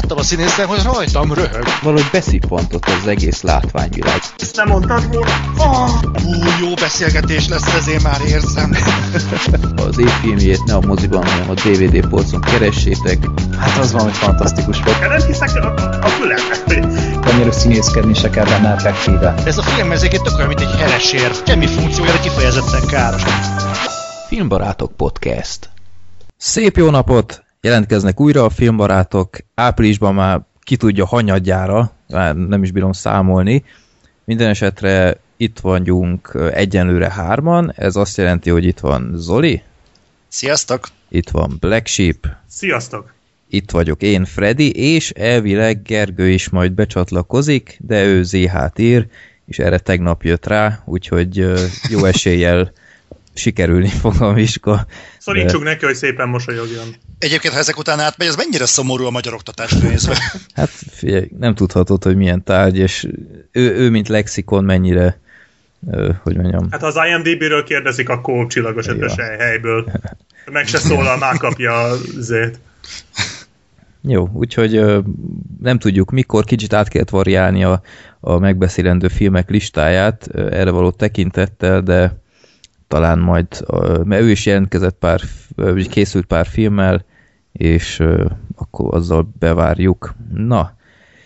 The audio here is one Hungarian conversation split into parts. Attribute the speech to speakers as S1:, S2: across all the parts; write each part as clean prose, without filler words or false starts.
S1: láttam a színészen, hogy rajtam röhög.
S2: Valahogy beszippantott az egész látványvilág.
S3: Ezt nem mondtad volna?
S1: Jó beszélgetés lesz, ezért már érzem.
S2: Az évfilmjét ne a moziban, hanem a DVD polcon keressétek.
S4: Hát az valami fantasztikus volt.
S3: Nem hiszek a fülemnek, hogy...
S4: Annyira színészkedni se kell benne effektíve.
S1: Ez a film ezeket tök olyan, mint egy heresér. Semmi funkciója, de kifejezetten káros.
S2: Filmbarátok Podcast. Szép jó napot! Jelentkeznek újra a filmbarátok. Áprilisban már ki tudja hanyadjára, már nem is bírom számolni. Minden esetre itt vagyunk egyenlőre hárman. Ez azt jelenti, hogy itt van Zoli.
S1: Sziasztok!
S2: Itt van Black Sheep.
S3: Sziasztok!
S2: Itt vagyok én, Freddy, és elvileg Gergő is majd becsatlakozik, de ő ZH-t ír, és erre tegnap jött rá, úgyhogy jó eséllyel sikerülni fog a vizsga.
S3: Szorítsuk neki, hogy szépen mosolyogjon.
S1: Egyébként, ha ezek után átmegy, ez mennyire szomorú a magyar oktatást nézve?
S2: Hát figyelj, nem tudhatod, hogy milyen tárgy, és ő mint lexikon mennyire, hogy mondjam.
S3: Hát ha az IMDb-ről kérdezik, akkor csillagos ötös helyből. Meg se szólal, már kapja azért.
S2: Jó, úgyhogy nem tudjuk mikor, kicsit át kellett variálni a megbeszélendő filmek listáját erre való tekintettel, de talán majd, mert ő is jelentkezett készült pár filmmel, és akkor azzal bevárjuk. Na,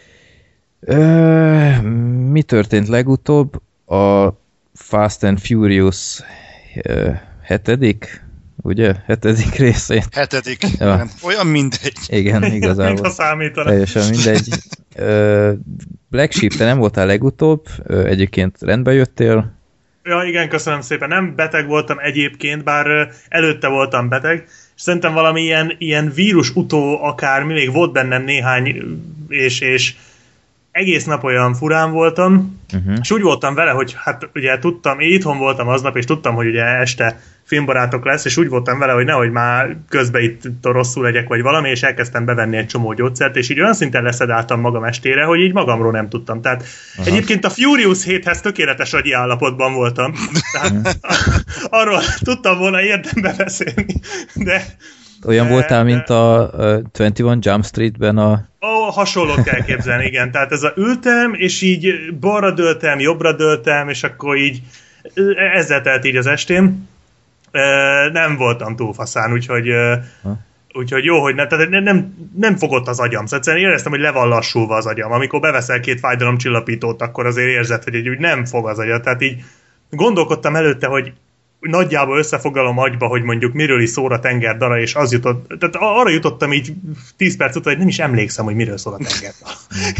S2: mi történt legutóbb? A Fast and Furious 7. ugye? 7. részét.
S1: 7.
S2: Ja.
S1: Olyan mindegy.
S2: Igen, igazából.
S3: Mintha számítana.
S2: Teljesen mindegy. Black Sheep, te nem voltál legutóbb, egyébként rendbe jöttél.
S3: Ja, igen, köszönöm szépen. Nem beteg voltam egyébként, bár előtte voltam beteg, és szerintem valami ilyen vírus utó akármi, még volt bennem néhány, és egész nap olyan furán voltam, és úgy voltam vele, hogy hát ugye tudtam, én itthon voltam aznap, és tudtam, hogy ugye este filmbarátok lesz, és úgy voltam vele, hogy nehogy már közben itt rosszul legyek, vagy valami, és elkezdtem bevenni egy csomó gyógyszert, és így olyan szinten leszedáltam magam estére, hogy így magamról nem tudtam. Tehát egyébként a Furious 7-hez tökéletes agyi állapotban voltam. Tehát arról tudtam volna érdembe beszélni, de...
S2: Olyan voltál, mint a 21 Jump Streetben a...
S3: Hasonlót kell képzelni, igen. Tehát ez a ültem, és így balra dőltem, jobbra dőltem, és akkor így ezzel telt így az estém. Nem voltam túl faszán, úgyhogy jó, hogy nem fogott az agyam. Szóval egyszerűen éreztem, hogy le van lassulva az agyam. Amikor beveszel 2 fájdalomcsillapítót, akkor azért érzed, hogy úgy nem fog az agyat. Tehát így gondolkodtam előtte, hogy nagyjából összefoglalom agyba, hogy mondjuk miről is szól a tengerdara, és az jutott, tehát arra jutottam így 10 perc után, hogy nem is emlékszem, hogy miről szól a tengerdara.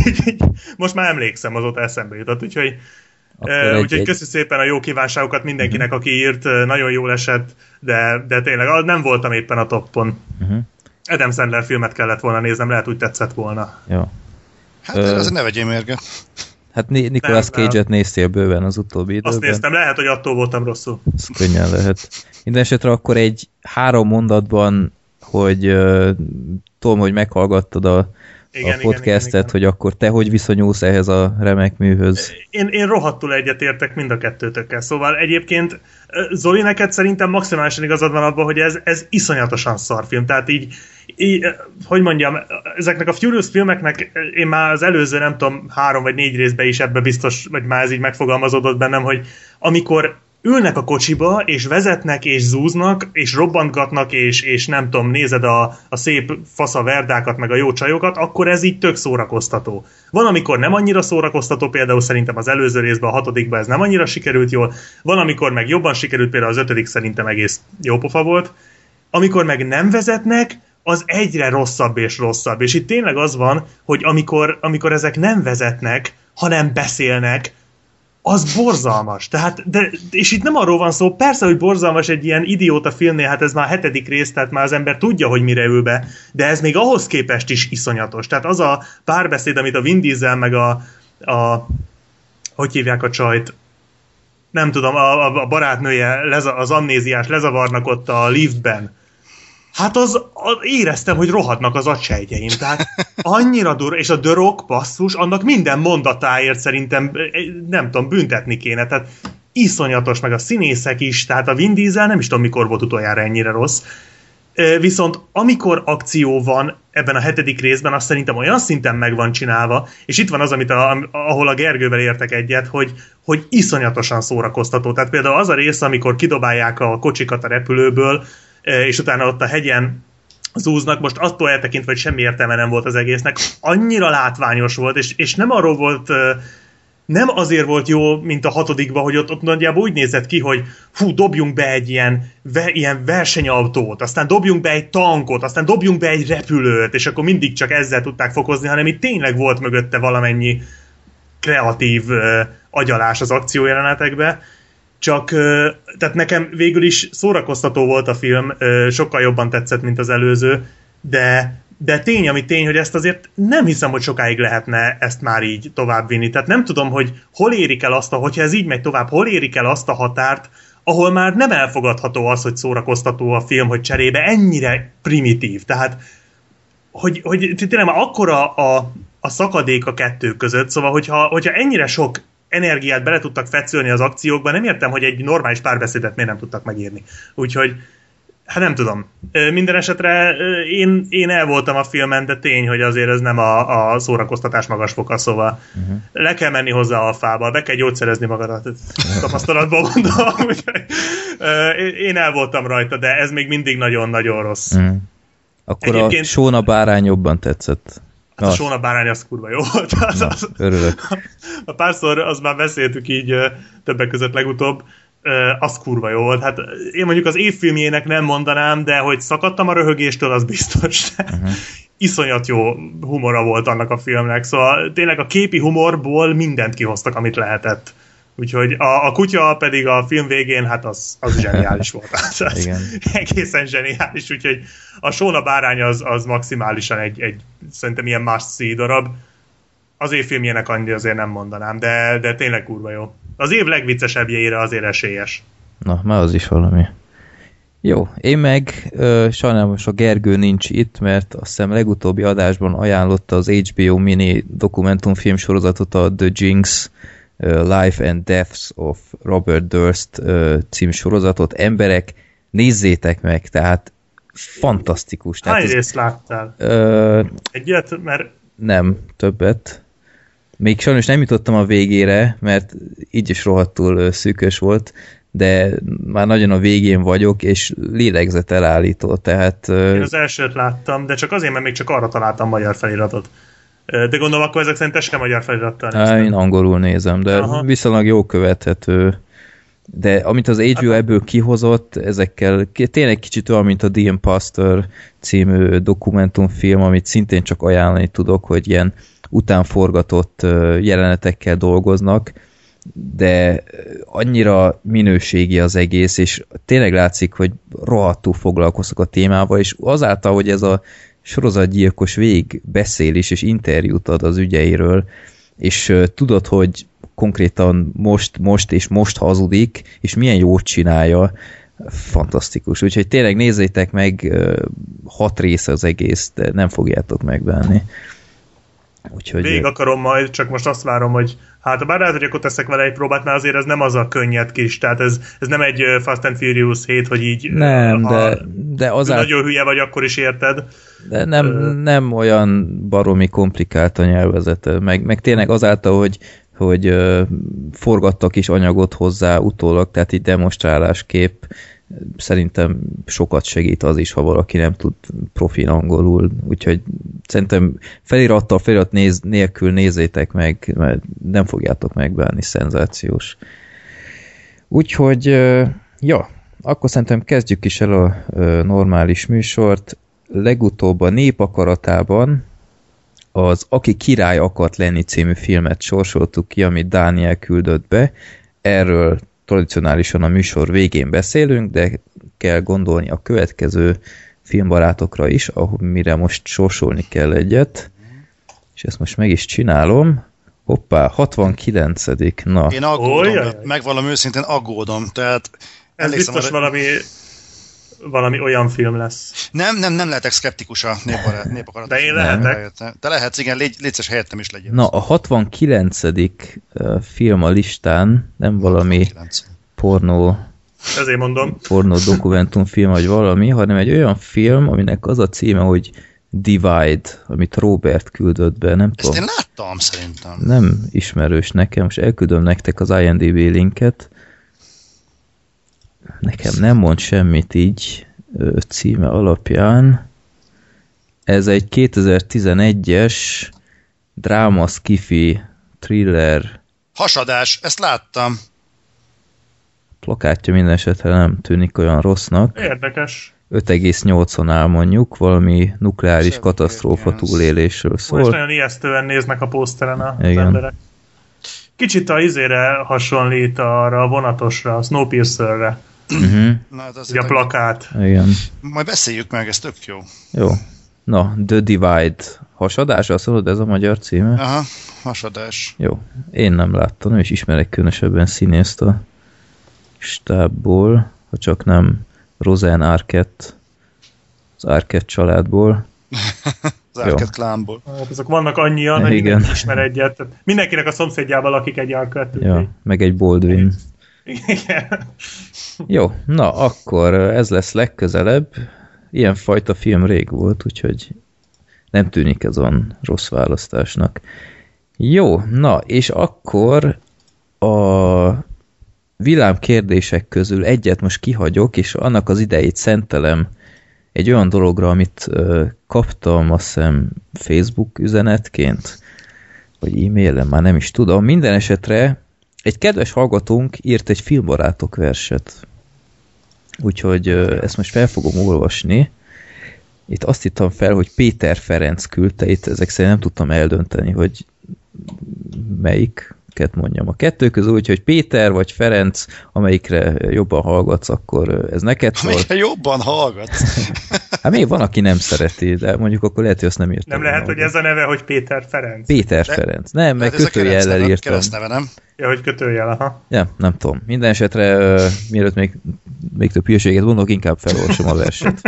S3: Most már emlékszem, azóta eszembe jutott, úgyhogy köszönjük szépen a jó kívánságokat mindenkinek, aki írt, nagyon jól esett, de tényleg nem voltam éppen a toppon. Adam Sandler filmet kellett volna néznem, lehet úgy tetszett volna.
S2: Jó.
S1: Hát azért ne vegyél mérge.
S2: Hát Nicolas Cage-et néztél bőven az utóbbi időben.
S3: Azt néztem, lehet, hogy attól voltam rosszul.
S2: Ez könnyen lehet. Minden esetre akkor 3 mondatban, hogy tudom, hogy meghallgattad a podcastet, igen. Hogy akkor te hogy viszonyulsz ehhez a remek műhöz?
S3: Én rohadtul egyetértek mind a kettőtökkel. Szóval egyébként Zoli, neked szerintem maximálisan igazad van abban, hogy ez iszonyatosan szarfilm. Tehát így, hogy mondjam, ezeknek a Furious filmeknek én már az előző, nem tudom, 3 vagy 4 részben is ebbe biztos, vagy már ez így megfogalmazódott bennem, hogy amikor ülnek a kocsiba, és vezetnek, és zúznak, és robbantgatnak, és nem tudom, nézed a szép faszaverdákat, meg a jó csajokat, akkor ez így tök szórakoztató. Van, amikor nem annyira szórakoztató, például szerintem az előző részben, a 6-ban ez nem annyira sikerült jól, van, amikor meg jobban sikerült, például az 5. szerintem egész jó pofa volt. Amikor meg nem vezetnek, az egyre rosszabb és rosszabb. És itt tényleg az van, hogy amikor ezek nem vezetnek, hanem beszélnek, az borzalmas. Tehát, és itt nem arról van szó, persze, hogy borzalmas egy ilyen idióta filmnél, hát ez már 7. rész, tehát már az ember tudja, hogy mire ül be, de ez még ahhoz képest is iszonyatos. Tehát az a párbeszéd, amit a Vin Diesel meg a hogy hívják a csajt, nem tudom, a barátnője, az amnéziás lezavarnak ott a liftben. Hát éreztem, hogy rohadnak az agysejtjeim. Tehát annyira durva, és a The Rock basszus, annak minden mondatáért szerintem, nem tudom, büntetni kéne. Tehát iszonyatos, meg a színészek is, tehát a Vin Diesel nem is tudom, mikor volt utoljára ennyire rossz. Viszont amikor akció van ebben a 7. részben, azt szerintem olyan szinten meg van csinálva, és itt van az, ahol a Gergővel értek egyet, hogy iszonyatosan szórakoztató. Tehát például az a rész, amikor kidobálják a kocsikat a repülőből, és utána ott a hegyen zúznak, most attól eltekintve, hogy semmi értelme nem volt az egésznek, annyira látványos volt, és nem arról volt, nem azért volt jó, mint a 6-ban, hogy ott nagyjából úgy nézett ki, hogy dobjunk be egy ilyen versenyautót, aztán dobjunk be egy tankot, aztán dobjunk be egy repülőt, és akkor mindig csak ezzel tudták fokozni, hanem itt tényleg volt mögötte valamennyi kreatív agyalás az akciójelenetekbe. Csak, tehát nekem végül is szórakoztató volt a film, sokkal jobban tetszett, mint az előző, de tény, ami tény, hogy ezt azért nem hiszem, hogy sokáig lehetne ezt már így továbbvinni. Tehát nem tudom, hogy hol érik el azt, hogyha ez így megy tovább, hol érik el azt a határt, ahol már nem elfogadható az, hogy szórakoztató a film, hogy cserébe ennyire primitív. Tehát, hogy tényleg már akkora a szakadék a kettő között, szóval, hogyha ennyire sok energiát bele tudtak fetszölni az akciókba, nem értem, hogy egy normális párbeszédet miért nem tudtak megírni. Úgyhogy, hát nem tudom. Minden esetre én el voltam a filmen, de tény, hogy azért ez nem a szórakoztatás magas foka, szóval le kell menni hozzá alfába, be kell gyógyszerezni magadat, tapasztalatból mondom. Úgyhogy, én el voltam rajta, de ez még mindig nagyon-nagyon rossz.
S2: Akkor egyébként a Sóna bárány jobban tetszett.
S3: Hát a Sóna bárány az kurva jó volt.
S2: Örülök.
S3: A párszor, azt már beszéltük így többek között legutóbb, az kurva jó volt. Hát én mondjuk az évfilmjének nem mondanám, de hogy szakadtam a röhögéstől, az biztos. Iszonyat jó humora volt annak a filmnek. Szóval tényleg a képi humorból mindent kihoztak, amit lehetett. Úgyhogy a kutya pedig a film végén, hát az zseniális volt.
S2: Igen.
S3: Egészen zseniális, úgyhogy a Sóna bárány az maximálisan egy szerintem ilyen must-see darab. Az évfilmjének annyi azért nem mondanám, de tényleg kurva jó. Az év legviccesebbjeire azért esélyes.
S2: Na, már az is valami. Jó, én meg sajnálom, most a Gergő nincs itt, mert azt hiszem legutóbbi adásban ajánlotta az HBO mini dokumentumfilm sorozatot, a The Jinx Life and Deaths of Robert Durst című sorozatot. Emberek, nézzétek meg, tehát fantasztikus.
S3: Hány részt láttál? Egyet? Mert...
S2: Nem, többet. Még sajnos nem jutottam a végére, mert így is rohadtul szűkös volt, de már nagyon a végén vagyok, és lélegzet elállító, tehát...
S3: Én az elsőt láttam, de csak azért, mert még csak arra találtam magyar feliratot. De gondolom, akkor ezek szerint te sem magyar felirattal néztem.
S2: Én angolul nézem, de viszonylag jó követhető. De amit az HBO ebből kihozott, ezekkel tényleg kicsit olyan, mint a The Imposter című dokumentumfilm, amit szintén csak ajánlani tudok, hogy ilyen utánforgatott jelenetekkel dolgoznak, de annyira minőségi az egész, és tényleg látszik, hogy rohadtul foglalkoztak a témával, és azáltal, hogy ez a sorozatgyilkos végig beszél is, és interjút ad az ügyeiről, és tudod, hogy konkrétan most hazudik, és milyen jót csinálja, fantasztikus. Úgyhogy tényleg nézzétek meg, 6 része az egész, de nem fogjátok megbánni. Úgyhogy...
S3: Végig akarom majd, csak most azt várom, hogy hát bár lehet, hogy akkor teszek vele egy próbát, mert azért ez nem az a könnyed kis, tehát ez nem egy Fast and Furious 7, hogy így
S2: nem, de az
S3: nagyon hülye vagy, akkor is érted.
S2: De nem olyan baromi komplikált a nyelvezete, meg tényleg azáltal, hogy forgattak is anyagot hozzá utólag, tehát így demonstrálásképp szerintem sokat segít az is, ha valaki nem tud profin angolul, úgyhogy szerintem felirat nélkül nézzétek meg, mert nem fogjátok megbánni, szenzációs. Úgyhogy, ja, akkor szerintem kezdjük is el a normális műsort. Legutóbb a Nép akaratában az Aki király akart lenni című filmet sorsoltuk ki, amit Dániel küldött be. Erről tradicionálisan a műsor végén beszélünk, de kell gondolni a következő filmbarátokra is, mire most sorsolni kell egyet. És ezt most meg is csinálom. Hoppá, 69. Na.
S1: Én aggódom, megvallom őszintén aggódom. Tehát
S3: ez biztos valami olyan film lesz.
S1: Nem lehetek szkeptikus a népakarat.
S3: De én lehetek.
S1: Te lehetsz, igen, létszes helyettem is legyél.
S2: Na, a 69. film a listán, nem valami 69. pornó
S3: Ezért mondom.
S2: Pornó dokumentumfilm vagy valami, hanem egy olyan film, aminek az a címe, hogy Divide, amit Robert küldött be, nem tudom.
S1: Ezt én láttam szerintem.
S2: Nem ismerős nekem, most elküldöm nektek az IMDb linket. Nekem nem mond semmit így címe alapján. Ez egy 2011-es dráma, skifi, thriller.
S1: Hasadás, ezt láttam.
S2: Plakátja minden esetre nem tűnik olyan rossznak.
S3: Érdekes.
S2: 5,8-on áll mondjuk, valami nukleáris katasztrófa túlélésről szól.
S3: Most nagyon ijesztően néznek a pószteren az
S2: Igen.
S3: emberek. Kicsit a izére hasonlít arra a vonatosra, a Snowpiercerre.
S1: Na, hát
S3: Ugye a plakát.
S2: Igen.
S1: Majd beszéljük meg, ez tök jó.
S2: Jó. Na, The Divide. Hasadás, azt mondod, ez a magyar címe?
S1: Aha, hasadás.
S2: Jó. Én nem láttam, nem is ismerek különösebben színészt a stábból, ha csak nem Roseanne Arquette, az Arquette családból.
S1: Az Arquette klánból.
S3: Hát azok vannak annyian, hogy
S2: Igen.
S3: mindenki ismer egyet. Tehát mindenkinek a szomszédjában lakik egy Arquette.
S2: Ja, meg egy Baldwin.
S3: Igen.
S2: Jó, na akkor ez lesz legközelebb. Ilyenfajta film rég volt, úgyhogy nem tűnik ez olyan rossz választásnak. Jó, na és akkor a villámkérdések közül egyet most kihagyok, és annak az idejét szentelem egy olyan dologra, amit kaptam, azt hiszem Facebook üzenetként, vagy e-mailen, már nem is tudom. Minden esetre egy kedves hallgatónk írt egy Filmbarátok verset. Úgyhogy ezt most fel fogom olvasni. Itt azt hittem fel, hogy Péter Ferenc küldte, itt ezek szerint nem tudtam eldönteni, hogy melyiket mondjam a kettő közül, úgyhogy Péter vagy Ferenc, amelyikre jobban hallgatsz, akkor ez neked szól.
S1: Amelyikre jobban hallgatsz.
S2: Hát még van, aki nem szereti, de mondjuk akkor lehet, hogy azt nem írtam.
S3: Nem lehet, hogy ez a neve, hogy Péter Ferenc.
S2: Péter Ferenc. Nem, meg kötőjellel írtam.
S1: Keresztneve, nem?
S3: Ja, hogy kötőjel, aha.
S2: Ja, nem tudom. Minden esetre, mielőtt még több hülyeséget mondok, inkább felolvasom a verset.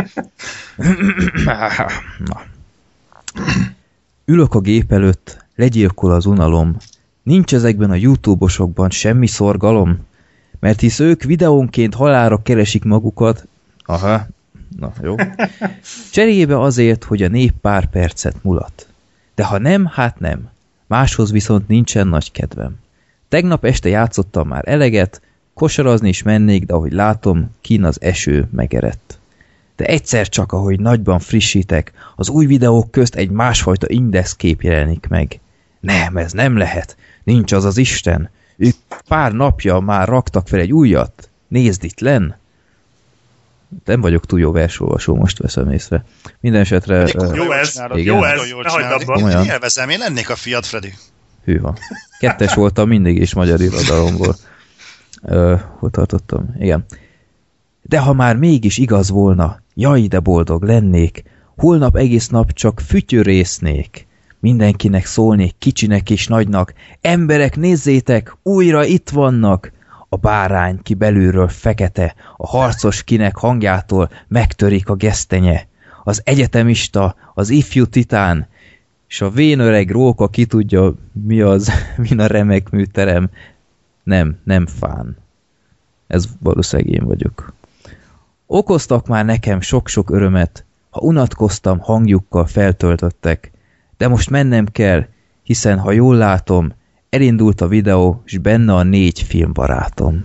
S2: Na. Ülök a gép előtt, legyilkol az unalom. Nincs ezekben a YouTube-osokban semmi szorgalom, mert hisz ők videónként halálra keresik magukat. Aha, na jó. Cserébe azért, hogy a nép pár percet mulat. De ha nem, hát nem. Máshoz viszont nincsen nagy kedvem. Tegnap este játszottam már eleget, kosarazni is mennék, de ahogy látom, kín az eső megerett. De egyszer csak, ahogy nagyban frissítek, az új videók közt egy másfajta indexkép jelenik meg. Nem, ez nem lehet. Nincs az az Isten. Ők pár napja már raktak fel egy újat. Nézd itt len. Nem vagyok túl jó versolvasó, most veszem észre. Minden esetre...
S3: Jó ez,
S2: igen.
S3: jó ez, ne hagyd abba.
S1: Én élvezem, én lennék a fiad, Freddy.
S2: Hűha. 2-es voltam mindig is magyar irodalomból. Hol tartottam? Igen. De ha már mégis igaz volna, jaj, de boldog lennék, holnap egész nap csak fütyörésznék. Mindenkinek szólnék, kicsinek és nagynak, emberek, nézzétek, újra itt vannak. A bárány, ki belülről fekete, a harcos kinek hangjától megtörik a gesztenye. Az egyetemista, az ifjú titán, és a vénöreg róka ki tudja, mi az, min a remek műterem. Nem fán. Ez valószínűleg én vagyok. Okoztak már nekem sok-sok örömet, ha unatkoztam, hangjukkal feltöltöttek, de most mennem kell, hiszen ha jól látom, elindult a videó, és benne a 4 filmbarátom.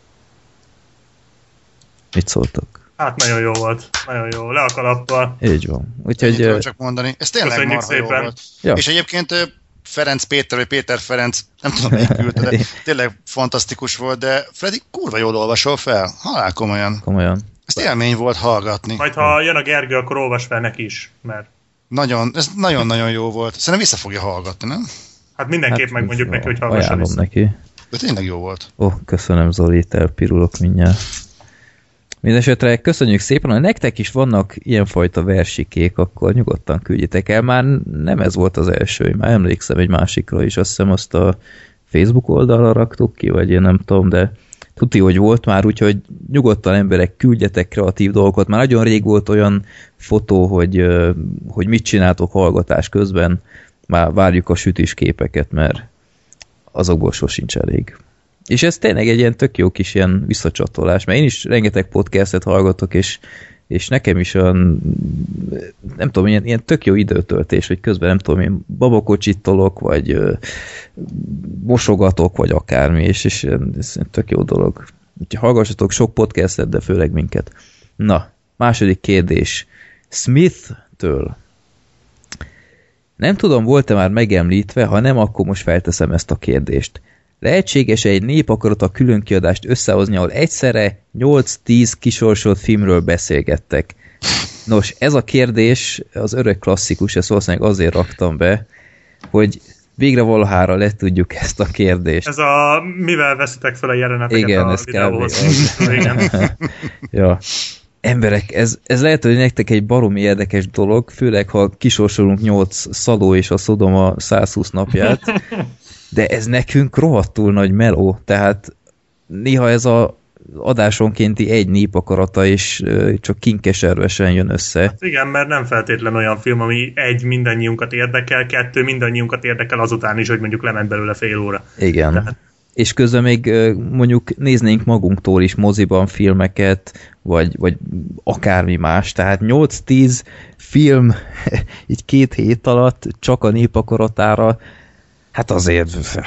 S2: Mit szóltok?
S3: Hát nagyon jó volt. Nagyon jó. Le a kalappal.
S2: Így van.
S1: Úgyhogy... Tudom csak mondani. Ez tényleg
S3: köszönjük
S1: marha jó
S3: szépen.
S1: volt.
S2: Ja.
S1: És egyébként Ferenc Péter, vagy Péter Ferenc, nem tudom, melyik küldte, de tényleg fantasztikus volt, de Freddy, kurva jól olvasol fel. Halál komolyan.
S2: Komolyan.
S1: Ezt élmény volt hallgatni.
S3: Majd ha jön a Gergő, akkor olvas fel neki is, mert
S1: Ez nagyon-nagyon jó volt. Szerintem vissza fogja hallgatni, nem?
S3: hát mindenképp megmondjuk neki, hogy hallgassa
S2: ajánlom
S3: vissza.
S2: neki.
S1: De tényleg jó volt.
S2: Köszönöm Zoli, itt elpirulok mindjárt. Mindenesetre köszönjük szépen, hogy nektek is vannak ilyenfajta versikék, akkor nyugodtan küldjétek el. Már nem ez volt az első, már emlékszem egy másikra is, azt hiszem azt a Facebook oldalra raktuk ki, vagy én nem tudom, de tuti, hogy volt már, úgyhogy nyugodtan emberek, küldjetek kreatív dolgokat. Már nagyon rég volt olyan fotó, hogy mit csináltok hallgatás közben, már várjuk a sütis képeket, mert azokból sosincs elég. És ez tényleg egy ilyen tök jó kis ilyen visszacsatolás, mert én is rengeteg podcastet hallgatok, és nekem is olyan, nem tudom, ilyen tök jó időtöltés, hogy közben nem tudom, én babakocsit tolok, vagy mosogatok, vagy akármi, és ez tök jó dolog. Úgyhogy hallgassatok sok podcastet, de főleg minket. Na, második kérdés. Smith-től. Nem tudom, volt-e már megemlítve, ha nem, akkor most felteszem ezt a kérdést. Lehetséges egy népakarata különkiadást összehozni, ahol egyszerre 8-10 kisorsolt filmről beszélgettek? Nos, ez a kérdés az örök klasszikus, ezt valószínűleg azért raktam be, hogy végre valahára letudjuk ezt a kérdést.
S3: Ez a mivel veszitek fel a jeleneteket
S2: igen,
S3: a videóhoz. Igen.
S2: Ja. Emberek, ez lehet, hogy nektek egy baromi érdekes dolog, főleg ha kisorsolunk 8 Szadó és a Szodoma 120 napját, de ez nekünk rohadtul nagy meló, tehát néha ez a adásonkénti egy népakarata, és csak kinkeservesen jön össze.
S3: Hát igen, mert nem feltétlen olyan film, ami egy, mindannyiunkat érdekel, kettő, mindannyiunkat érdekel azután is, hogy mondjuk lement belőle fél óra.
S2: Igen. Tehát... És közben még mondjuk néznénk magunktól is moziban filmeket, vagy akármi más, tehát 8-10 film így 2 hét alatt csak a népakaratára, hát azért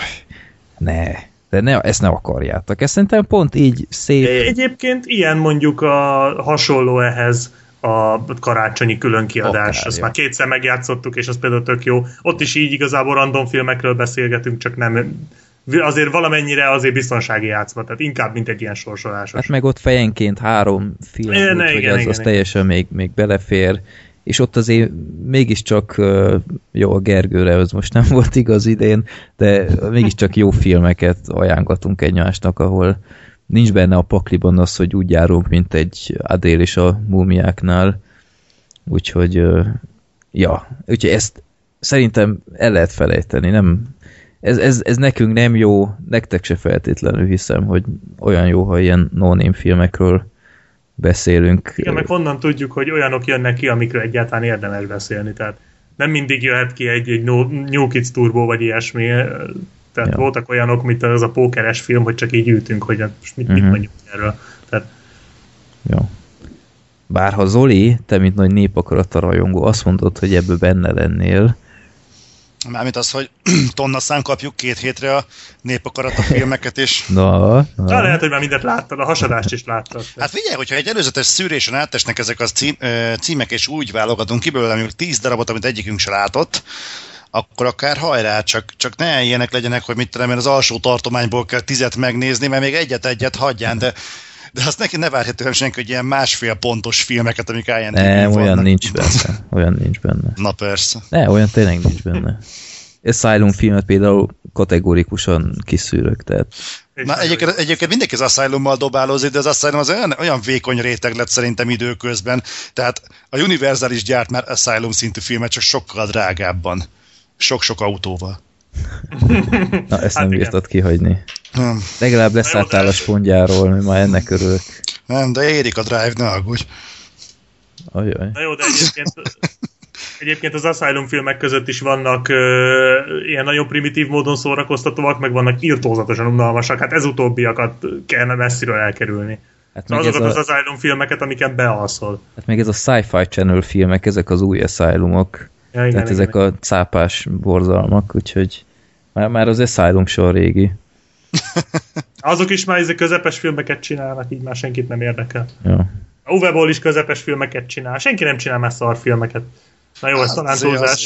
S2: de ezt ne akarjátok. Ezt szerintem pont így szép.
S3: Egyébként ilyen mondjuk a hasonló ehhez a karácsonyi különkiadás.
S2: Akár,
S3: azt már 2-szer megjátszottuk, és az például tök jó. Ott is így igazából random filmekről beszélgetünk, csak nem azért valamennyire azért biztonsági játszma, tehát inkább mint egy ilyen sorsolásos.
S2: Hát meg ott fejenként 3 film, úgyhogy az teljesen még belefér, és ott azért mégiscsak jó, a Gergőre ez most nem volt igaz idén, de mégiscsak jó filmeket ajánlgatunk egymásnak, ahol nincs benne a pakliban az, hogy úgy járunk, mint egy Adél és a múmiáknál. Úgyhogy úgyhogy ezt szerintem el lehet felejteni, nem ez nekünk nem jó, nektek se feltétlenül hiszem, hogy olyan jó, ha ilyen no-name filmekről beszélünk.
S3: Igen, meg honnan tudjuk, hogy olyanok jönnek ki, amikről egyáltalán érdemes beszélni, tehát nem mindig jöhet ki egy New Kids Turbo, vagy ilyesmi, tehát voltak olyanok, mint az a pókeres film, hogy csak így ültünk, hogy most mit mondjuk erről. Tehát...
S2: Jó. Bár ha Zoli, te mint nagy népakarata rajongó, azt mondod, hogy ebből benne lennél,
S1: mármint az, hogy tonnaszán kapjuk 2 hétre a népakarata filmeket, és...
S2: Na.
S3: Lehet, hogy már mindent láttad, a hasadást is láttad.
S1: Hát figyelj, hogyha egy előzetes szűrésen átesnek ezek a címek, és úgy válogatunk ki belőle, mondjuk 10 darabot, amit egyikünk se látott, akkor akár hajrá, csak ne ilyenek legyenek, hogy mit tudom én, az alsó tartományból kell 10 megnézni, mert még egyet hagyján, de azt neki ne várhatően senki, hogy ilyen 1,5 pontos filmeket, amik IMDb-n vannak.
S2: Olyan nincs benne.
S1: Na persze.
S2: Olyan tényleg nincs benne. Asylum filmet például kategórikusan kiszűrök, tehát...
S1: Na, egyébként mindenki az Asylummal dobálózik, de az Asylum az olyan vékony réteg lett szerintem időközben, tehát a Universal is gyárt már Asylum szintű filmet, csak sokkal drágábban. Sok-sok autóval.
S2: Na, ezt nem bírtad kihagyni. Legalább leszálltál a spondjáról, mert már ennek örülök.
S1: Nem, de érik a Drive, ne aggódj.
S2: Ajaj.
S3: Na jó, de egyébként az Asylum filmek között is vannak ilyen nagyon primitív módon szórakoztatóak, meg vannak irtózatosan unalmasak. Hát ez utóbbiakat kellene messziről elkerülni. Hát azokat az Asylum filmeket, amiket bealszol.
S2: Hát még ez a Sci-Fi Channel filmek, ezek az új Asylumok. Ja, igen, tehát ezek a cápás borzalmak, úgyhogy már az Asylum se a régi.
S3: Azok is már ezek közepes filmeket csinálnak, így már senkit nem érdekel.
S2: Ja.
S3: A Uwe Boll is közepes filmeket csinál. Senki nem csinál már szar filmeket. Na jó, ez talán túlzás.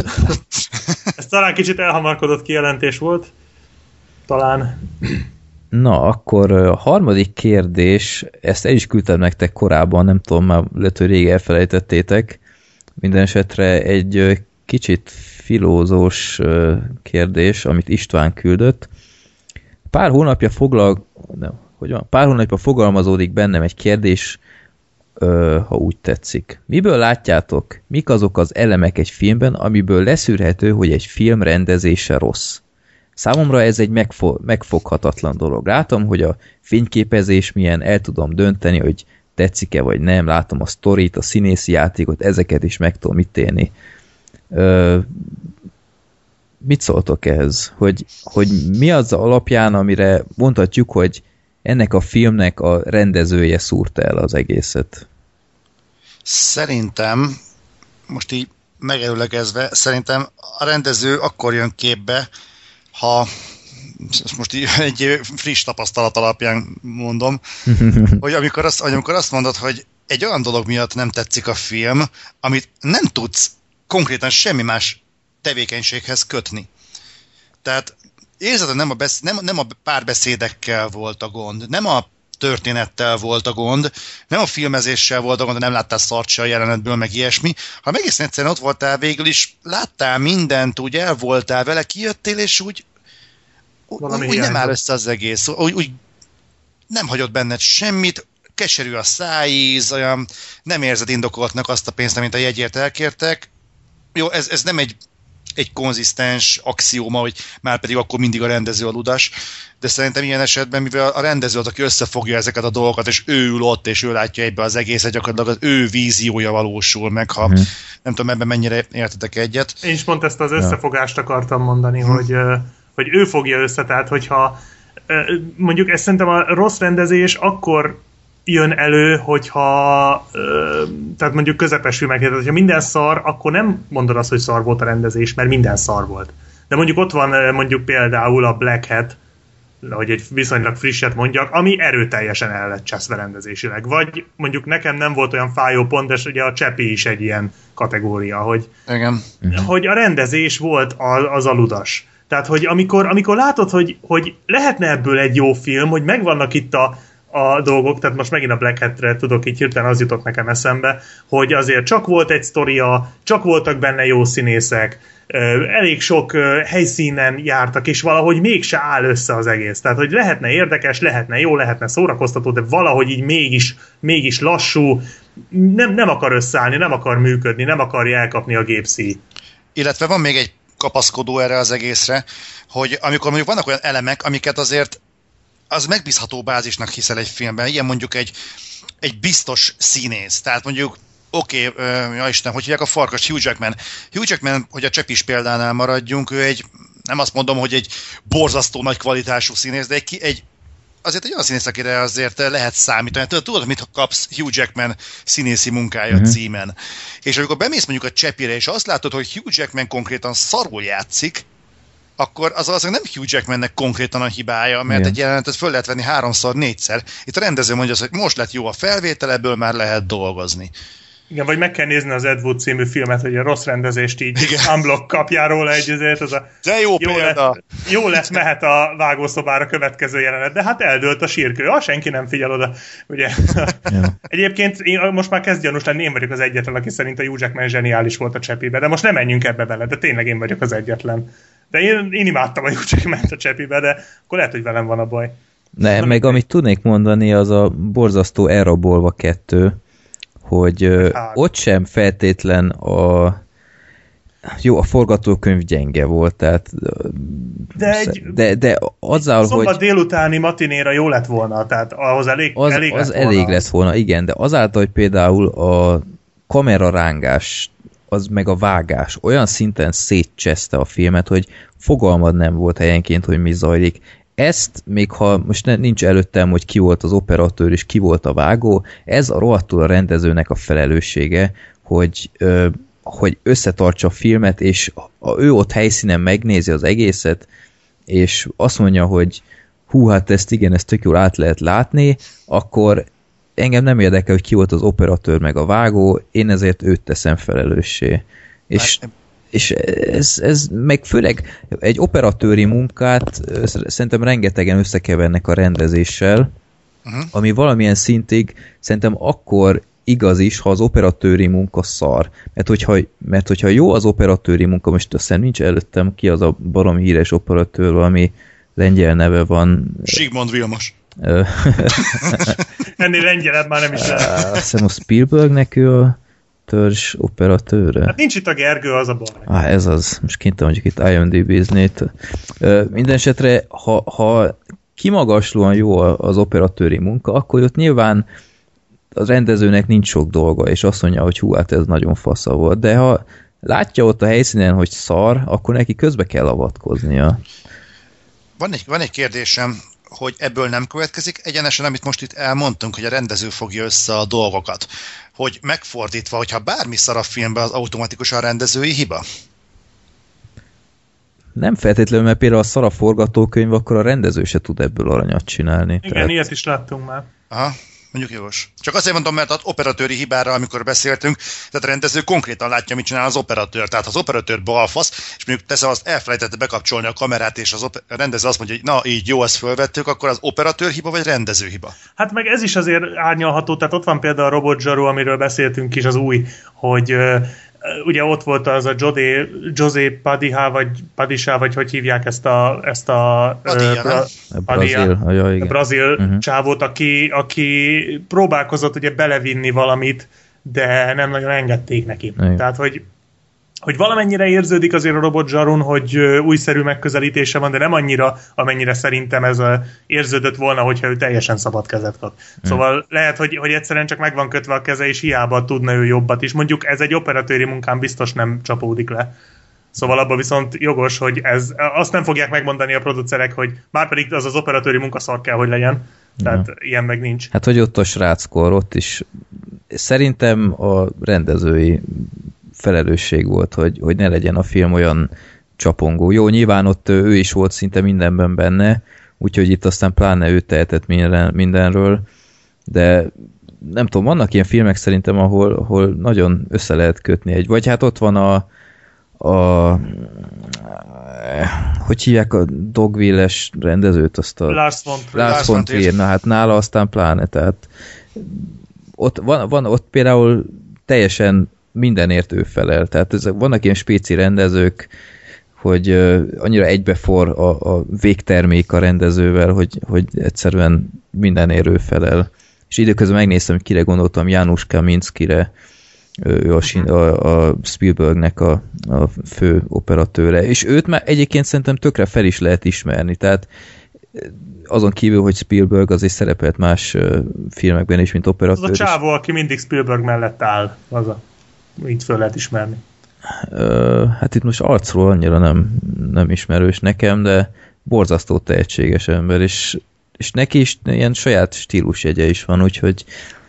S3: Ez talán kicsit elhamarkodott kijelentés volt. Talán.
S2: Na, akkor a harmadik kérdés, ezt el is küldtem nektek korábban, nem tudom, már lehet, hogy rég elfelejtettétek. Minden esetre egy kicsit filózós kérdés, amit István küldött. Pár hónapja fogalmazódik bennem egy kérdés, ha úgy tetszik. Miből látjátok, mik azok az elemek egy filmben, amiből leszűrhető, hogy egy film rendezése rossz? Számomra ez egy megfoghatatlan dolog. Látom, hogy a fényképezés milyen, el tudom dönteni, hogy tetszik-e vagy nem, látom a sztorit, a színészi játékot, ezeket is meg tudom ítélni. mit szóltok ehhez? Hogy mi az alapján, amire mondhatjuk, hogy ennek a filmnek a rendezője szúrta el az egészet?
S1: Szerintem, most így megelőlegezve, szerintem a rendező akkor jön képbe, ha most így egy friss tapasztalat alapján mondom, hogy amikor azt mondod, hogy egy olyan dolog miatt nem tetszik a film, amit nem tudsz konkrétan semmi más tevékenységhez kötni. Tehát érzed, hogy nem a párbeszédekkel volt a gond, nem a történettel volt a gond, nem a filmezéssel volt a gond, nem láttál szart se a jelenetből, meg ilyesmi, hanem egészen egyszerűen ott voltál végül is, láttál mindent, úgy el voltál vele, kijöttél, és úgy nem áll össze az egész, úgy nem hagyott benned semmit, keserű a szájíz, olyan nem érzed indokoltnak azt a pénzt, amit a jegyért elkértek. Jó, ez nem egy konzisztens axióma, hogy már pedig akkor mindig a rendező a ludas, de szerintem ilyen esetben, mivel a rendező az, aki összefogja ezeket a dolgokat, és ő ül ott, és ő látja egybe az egészet, gyakorlatilag az ő víziója valósul meg, ha nem tudom, ebben mennyire értetek egyet.
S3: Én is pont ezt az összefogást akartam mondani, hogy ő fogja össze, tehát hogyha mondjuk ezt szerintem a rossz rendezés akkor jön elő, hogyha tehát mondjuk közepes filmeket, hogyha minden szar, akkor nem mondod azt, hogy szar volt a rendezés, mert minden szar volt. De mondjuk ott van mondjuk például a Black Hat, hogy egy viszonylag frisset mondjak, ami erőteljesen el lett cseszve rendezésileg. Vagy mondjuk nekem nem volt olyan fájó pont, de ugye a Csepi is egy ilyen kategória, hogy a rendezés volt az aludas. Tehát, hogy amikor látod, hogy lehetne ebből egy jó film, hogy megvannak itt a dolgok, tehát most megint a Black Hat-re tudok, így hirtelen az jutott nekem eszembe, hogy azért csak volt egy sztoria, csak voltak benne jó színészek, elég sok helyszínen jártak, és valahogy mégse áll össze az egész. Tehát, hogy lehetne érdekes, lehetne jó, lehetne szórakoztató, de valahogy így mégis lassú, nem akar összeállni, nem akar működni, nem akarja elkapni a gépszíj.
S1: Illetve van még egy kapaszkodó erre az egészre, hogy amikor mondjuk vannak olyan elemek, amiket azért az megbízható bázisnak hiszel egy filmben. Ilyen mondjuk egy biztos színész. Tehát mondjuk, ja Isten, hogy hívják a farkas, Hugh Jackman. Hugh Jackman, hogy a Cseppis példánál maradjunk, ő nem azt mondom, hogy egy borzasztó nagy kvalitású színész, de azért egy olyan színész, akire azért lehet számítani. Tudod, mit kapsz Hugh Jackman színészi munkája címen. És amikor bemész mondjuk a Cseppire, és azt látod, hogy Hugh Jackman konkrétan szarul játszik, akkor az valószínűleg nem Hugh Jackmannek konkrétan a hibája, mert egy jelenetet föl lehet venni 3-szor, 4-szer. Itt a rendező mondja azt, hogy most lett jó a felvétel, ebből már lehet dolgozni.
S3: Igen, vagy meg kell nézni az Ed Wood című filmet, hogy a rossz rendezést így unblock kapjál róla ezért az a...
S1: De jó példa!
S3: Jó lesz, mehet a vágószobára következő jelenet, de hát eldőlt a sírkő, senki nem figyel oda, ugye? Egyébként most már kezd gyanús lenni, én vagyok az egyetlen, aki szerint a Hugh Jackman zseniális volt a Csepibe, de most nem menjünk ebbe bele, de tényleg én vagyok az egyetlen. De én imádtam a Hugh Jackman-t a Csepibe, de akkor lehet, hogy velem van a baj.
S2: Meg amit tudnék mondani, az a borzasztó Elrabolva 2, hogy ott sem feltétlen a forgatókönyv gyenge volt, tehát de azzal, hogy
S3: szombat délutáni matinéra jó lett volna, tehát ahhoz elég
S2: lett volna, igen, de azáltal, hogy például a kamerarángás, az meg a vágás olyan szinten szétcseszte a filmet, hogy fogalmad nem volt helyenként, hogy mi zajlik. Ezt, még ha most nincs előttem, hogy ki volt az operatőr és ki volt a vágó, ez a rohadtul a rendezőnek a felelőssége, hogy összetartsa a filmet, és ő ott helyszínen megnézi az egészet, és azt mondja, hogy hát ezt tök jól át lehet látni, akkor engem nem érdekel, hogy ki volt az operatőr meg a vágó, én ezért őt teszem felelőssé. És ez meg főleg egy operatőri munkát szerintem rengetegen összekevernek a rendezéssel, ami valamilyen szintig szerintem akkor igaz is, ha az operatőri munka szar. Mert hogyha jó az operatőri munka, most aztán nincs előttem, ki az a baromi híres operatőr, valami lengyel neve van.
S1: Zsigmond Vilmos.
S3: Ennél lengyelebb már nem is lehet.
S2: Azt hiszem a Spielbergnek ő a törzs operatőre.
S3: Hát nincs itt a Gergő, az a baj.
S2: Ez az. Most kint mondjuk itt IMDb-zni. Minden esetre, ha kimagaslóan jó az operatőri munka, akkor ott nyilván az rendezőnek nincs sok dolga, és azt mondja, hogy hát ez nagyon fasza volt. De ha látja ott a helyszínen, hogy szar, akkor neki közbe kell avatkoznia.
S1: Van egy kérdésem, hogy ebből nem következik egyenesen, amit most itt elmondtunk, hogy a rendező fogja össze a dolgokat. Hogy megfordítva, hogyha bármi szar a filmben, az automatikusan rendezői hiba?
S2: Nem feltétlenül, mert például a szar a forgatókönyv, akkor a rendező se tud ebből aranyat csinálni.
S3: Igen, tehát... ilyet is láttunk már.
S1: Aha, mondjuk jogos. Csak azért mondom, mert az operatőri hibára, amikor beszéltünk, tehát a rendező konkrétan látja, mit csinál az operatőr. Tehát az operatőr balfasz, és mondjuk teszem, azt elfelejtette bekapcsolni a kamerát, és a rendező azt mondja, hogy na, így jó, ezt fölvettük, akkor az operatőr hiba, vagy rendező hiba?
S3: Hát meg ez is azért árnyalható, tehát ott van például a Robot Zsaru, amiről beszéltünk is, az új, hogy ugye ott volt az a José Padilla, vagy Padisha, vagy hogy hívják ezt a brazil csávót, aki próbálkozott ugye belevinni valamit, de nem nagyon engedték neki. Igen. Tehát, hogy valamennyire érződik azért a Robot Zsarun, hogy újszerű megközelítése van, de nem annyira, amennyire szerintem ez érződött volna, hogyha ő teljesen szabad kezet kap. Szóval lehet, hogy egyszerűen csak meg van kötve a keze, és hiába tudna ő jobbat is. Mondjuk ez egy operatőri munkán biztos nem csapódik le. Szóval abban viszont jogos, hogy azt nem fogják megmondani a producerek, hogy márpedig az operatőri munkaszar kell, hogy legyen. Tehát ilyen meg nincs.
S2: Hát, hogy ott a sráckor, ott is szerintem a rendezői felelősség volt, hogy ne legyen a film olyan csapongó. Jó, nyilván ott ő is volt szinte mindenben benne, úgyhogy itt aztán pláne ő tehetett mindenről, de nem tudom, vannak ilyen filmek szerintem, ahol nagyon össze lehet kötni vagy hát ott van hogy hívják a Dogville-es rendezőt, azt a
S3: Lars
S2: von Trier, na hát nála aztán pláne, tehát ott például teljesen mindenért ő felel. Tehát vannak ilyen spéci rendezők, hogy annyira egybefor a végtermék a rendezővel, hogy egyszerűen mindenért ő felel. És időközben megnéztem, hogy kire gondoltam, Janusz Kaminskire, ő a Spielbergnek a fő operatőre. És őt már egyébként szerintem tökre fel is lehet ismerni. Tehát azon kívül, hogy Spielberg azért szerepelt más filmekben is, mint operatőr.
S3: Az a csávó, aki mindig Spielberg mellett áll, így föl lehet ismerni.
S2: Hát itt most arcról annyira nem ismerős nekem, de borzasztó tehetséges ember, és neki is ilyen saját stílusjegye is van, úgyhogy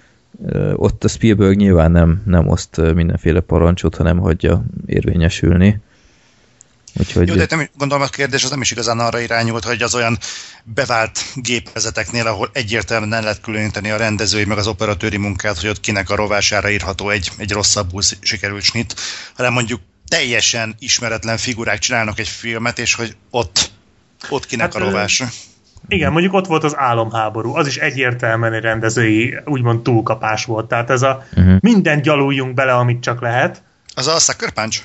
S2: ott a Spielberg nyilván nem oszt mindenféle parancsot, hanem hagyja érvényesülni. Úgyhogy...
S1: Jó, de nem, gondolom a kérdés az nem is igazán arra irányult, hogy az olyan bevált gépezeteknél, ahol egyértelműen nem lehet különíteni a rendezői meg az operatőri munkát, hogy ott kinek a rovására írható egy rosszabbul sikerült snit, hanem mondjuk teljesen ismeretlen figurák csinálnak egy filmet, és hogy ott kinek a rovása.
S3: Igen, mondjuk ott volt az Álomháború, az is egyértelműen egy rendezői úgymond túlkapás volt. Tehát ez a mindent gyaluljunk bele, amit csak lehet.
S1: Az a Sucker Punch?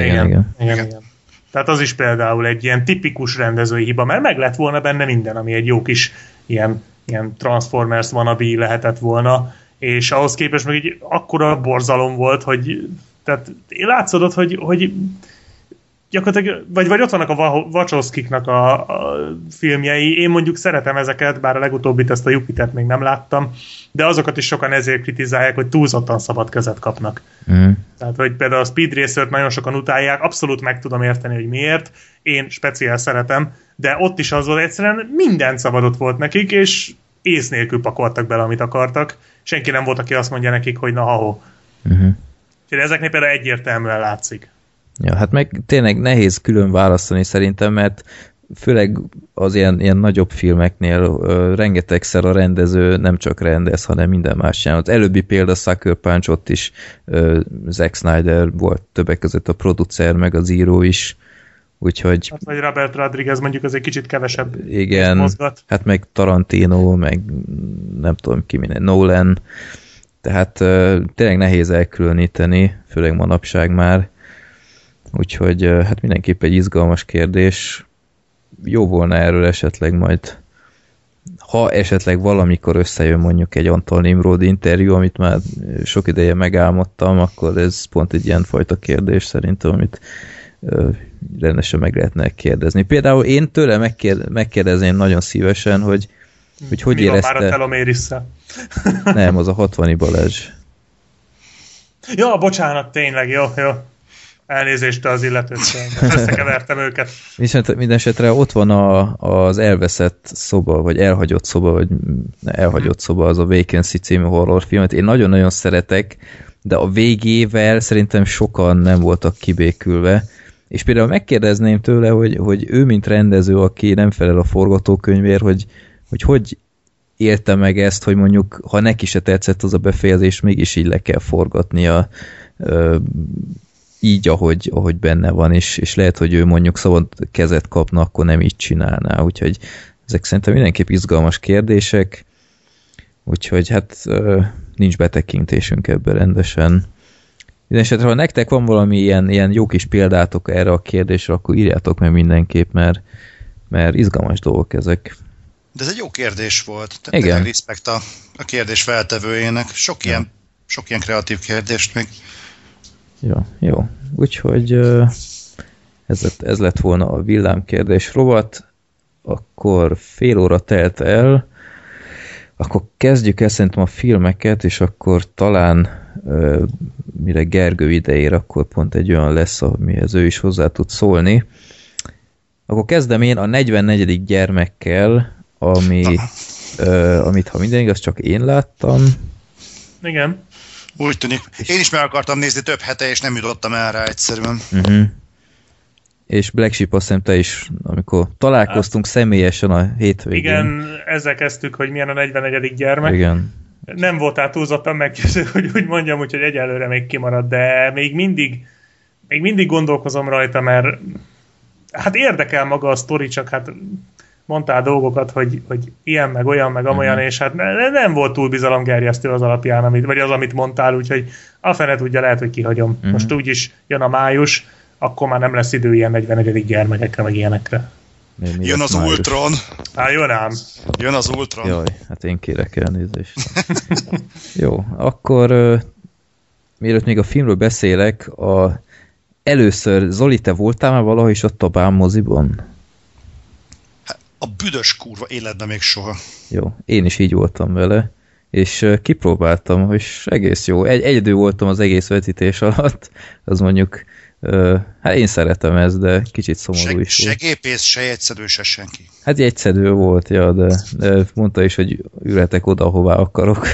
S3: Igen. Tehát az is például egy ilyen tipikus rendezői hiba, mert meg lett volna benne minden, ami egy jó kis ilyen Transformers wannabe lehetett volna, és ahhoz képest meg így akkora borzalom volt, hogy tehát látszódott, hogy gyakorlatilag, vagy ott vannak a Wachowskiknak a filmjei, én mondjuk szeretem ezeket, bár a legutóbbit, ezt a Jupitert még nem láttam, de azokat is sokan ezért kritizálják, hogy túlzottan szabad kezet kapnak. Tehát, hogy például a Speed Racer-t nagyon sokan utálják, abszolút meg tudom érteni, hogy miért, én speciál szeretem, de ott is az volt, egyszerűen minden szabadott volt nekik, és ész nélkül pakoltak bele, amit akartak. Senki nem volt, aki azt mondja nekik, hogy na ha-ho. Úgyhogy ezeknél például egyértelműen látszik.
S2: Ja, hát meg tényleg nehéz külön választani szerintem, mert főleg az ilyen nagyobb filmeknél rengetegszer a rendező nem csak rendez, hanem minden más csinál. Az előbbi példa Sucker Punch, ott is Zack Snyder volt többek között a producer, meg az író is. Úgyhogy...
S3: Hát, vagy Robert Rodriguez mondjuk az egy kicsit kevesebb
S2: igen, mozgat. Hát meg Tarantino, meg nem tudom ki minden, Nolan. Tehát tényleg nehéz elkülöníteni, főleg manapság már. Úgyhogy hát mindenképp egy izgalmas kérdés. Jó volna erről esetleg majd, ha esetleg valamikor összejön mondjuk egy Antal Nimrod interjú, amit már sok ideje megálmodtam, akkor ez pont egy ilyen fajta kérdés szerintem, amit rendesen meg lehetne kérdezni. Például én tőle megkérdezném nagyon szívesen, hogy érezte...
S3: Mi van már a Telomérisszel?
S2: Nem, az a 60-i Balázs.
S3: Ja, bocsánat, tényleg, jó. Elnézést az illetőtől, összekevertem őket.
S2: Viszont minden esetre ott van az elveszett szoba, vagy elhagyott szoba, vagy elhagyott szoba, az a Vacancy című horrorfilmet. Én nagyon-nagyon szeretek, de a végével szerintem sokan nem voltak kibékülve. És például megkérdezném tőle, hogy ő, mint rendező, aki nem felel a forgatókönyvért, hogy élte meg ezt, hogy mondjuk, ha neki se tetszett az a befejezés, mégis így le kell forgatnia így, ahogy benne van, és lehet, hogy ő mondjuk szabad kezet kapna, akkor nem így csinálná. Úgyhogy ezek szerintem mindenképp izgalmas kérdések, úgyhogy hát nincs betekintésünk ebben rendesen. Mindenesetre, ha nektek van valami ilyen jó kis példátok erre a kérdésre, akkor írjátok meg mindenképp, mert izgalmas dolgok ezek.
S1: De ez egy jó kérdés volt.
S2: Igen.
S1: Respekt a kérdés feltevőjének. Sok ilyen kreatív kérdést még.
S2: Jó. Úgyhogy ez lett volna a villámkérdés rovat. Akkor fél óra telt el. Akkor kezdjük el szerintem a filmeket, és akkor talán mire Gergő ideér, akkor pont egy olyan lesz, amihez ő is hozzá tud szólni. Akkor kezdem én a 44. gyermekkel, amit ha minden igaz, csak én láttam.
S3: Igen.
S1: Úgy tűnik. Én is meg akartam nézni több hete, és nem jutottam el rá egyszerűen.
S2: És Black Sheep, azt hiszem te is, amikor találkoztunk személyesen a hétvégén.
S3: Igen, ezzel kezdtük, hogy milyen a 44. gyermek.
S2: Igen.
S3: Nem voltál túlzottan meggyőző, hogy úgy mondjam, úgyhogy egyelőre még kimarad, de még mindig gondolkozom rajta, mert hát érdekel maga a sztori, csak hát mondtál dolgokat, hogy ilyen, meg olyan, meg amolyan, és hát nem volt túl bizalomgerjesztő az alapján, vagy az, amit mondtál, úgyhogy a fene tudja, lehet, hogy kihagyom. Most úgyis jön a május, akkor már nem lesz idő ilyen 44. gyermekekre, meg ilyenekre.
S1: Jön az május. Ultron.
S3: Jön ám.
S1: Jön az Ultron.
S2: Jaj, hát én kérek elnézést. Jó, akkor mielőtt még a filmről beszélek, először, Zoli, te voltál már valaha is ott a Bán moziban?
S1: A büdös kurva életben még soha.
S2: Jó, én is így voltam vele, és kipróbáltam, és egész jó. Egyedül voltam az egész vetítés alatt, az mondjuk, hát én szeretem ezt, de kicsit szomorú is volt.
S1: Se gépész, se jegyszedő, se senki.
S2: Hát jegyszedő volt, ja, de mondta is, hogy ülhetek oda, ahová akarok.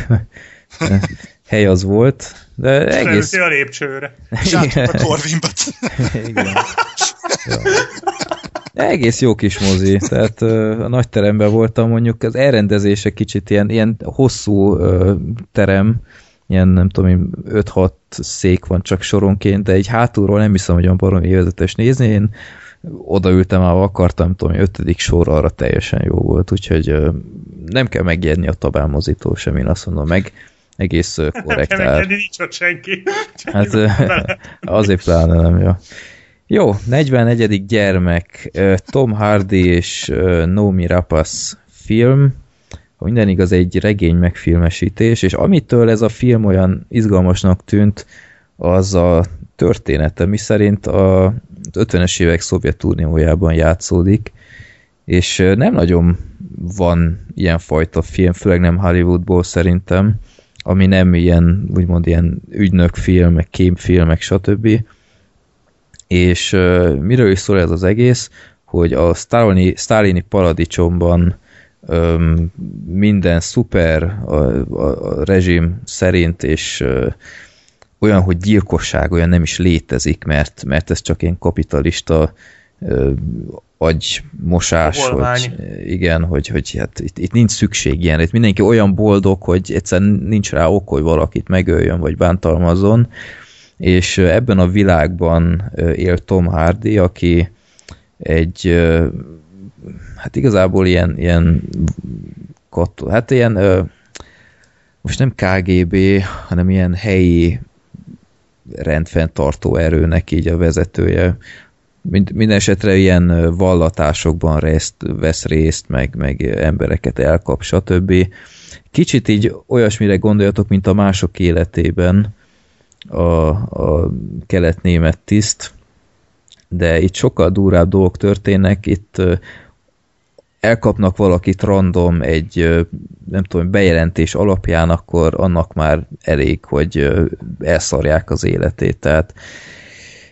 S2: Hely az volt, de egész...
S3: Felülti a lépcsőre.
S1: Zsátok a Corvinbat.
S2: Igen. Ja. Egész jó kis mozi, tehát a nagy teremben voltam, mondjuk az elrendezése kicsit ilyen hosszú terem, ilyen nem tudom, 5-6 szék van csak soronként, de így hátulról nem hiszem, hogy olyan baromi élvezetes nézni, én odaültem, ahol akartam, tudom, 5. sorra, arra teljesen jó volt, úgyhogy nem kell megijedni a Tabán mozitól sem, én azt mondom, meg egész korrekt.
S3: Nem kell megijedni, nincs ott senki.
S2: Hát azért pláne nem, jó. Jó, 44. gyermek, Tom Hardy és Noomi Rapace film, ha minden igaz, egy regény megfilmesítés, és amitől ez a film olyan izgalmasnak tűnt, az a története, miszerint az 50-es évek Szovjetuniójában játszódik, és nem nagyon van ilyenfajta film, főleg nem Hollywoodból szerintem, ami nem ilyen, úgymond ilyen ügynökfilm, meg kémfilmek, stb. És miről is szól ez az egész, hogy a sztálini paradicsomban minden szuper a rezsim szerint, és olyan, hogy gyilkosság olyan nem is létezik, mert ez csak ilyen kapitalista agymosás, hogy, igen, hogy hát itt nincs szükség ilyenre, itt mindenki olyan boldog, hogy egyszerűen nincs rá ok, hogy valakit megöljön, vagy bántalmazzon, és ebben a világban él Tom Hardy, aki egy hát igazából ilyen hát ilyen most nem KGB, hanem ilyen helyi rendfenntartó erőnek így a vezetője. Minden esetre ilyen vallatásokban vesz részt, meg embereket elkap, stb. Kicsit így olyasmire gondoljatok, mint a Mások életében a kelet-német tiszt, de itt sokkal durvább dolgok történnek, itt elkapnak valakit random egy, nem tudom, bejelentés alapján, akkor annak már elég, hogy elszarják az életét. Tehát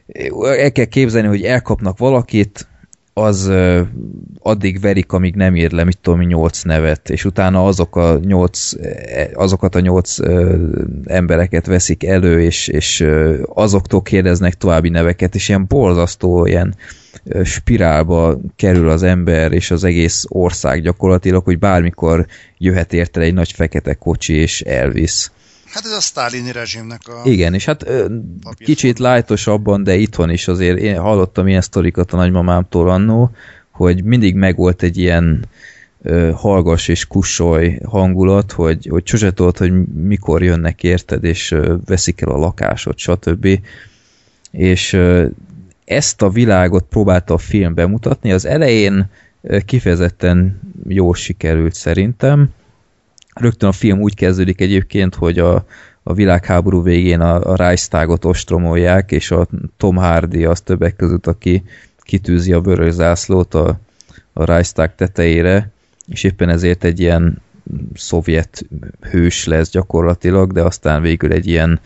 S2: el kell képzelni, hogy elkapnak valakit, az addig verik, amíg nem ír le, 8 nevet, és utána azokat a 8 embereket veszik elő, és azoktól kérdeznek további neveket, és ilyen borzasztó, ilyen spirálba kerül az ember, és az egész ország gyakorlatilag, hogy bármikor jöhet érte egy nagy fekete kocsi, és elvisz.
S1: Hát ez a sztálini rezsimnek a...
S2: Igen, és hát kicsit lájtosabban, de itthon is azért én hallottam ilyen sztorikat a nagymamámtól annó, hogy mindig megvolt egy ilyen hallgas és kussoly hangulat, hogy sose tudod, hogy mikor jönnek érted, és veszik el a lakásot, stb. És ezt a világot próbálta a film bemutatni. Az elején kifejezetten jól sikerült szerintem. Rögtön a film úgy kezdődik egyébként, hogy a világháború végén a Reichstagot ostromolják, és a Tom Hardy az többek között, aki kitűzi a vörös zászlót a Reichstag tetejére, és éppen ezért egy ilyen szovjet hős lesz gyakorlatilag, de aztán végül egy ilyen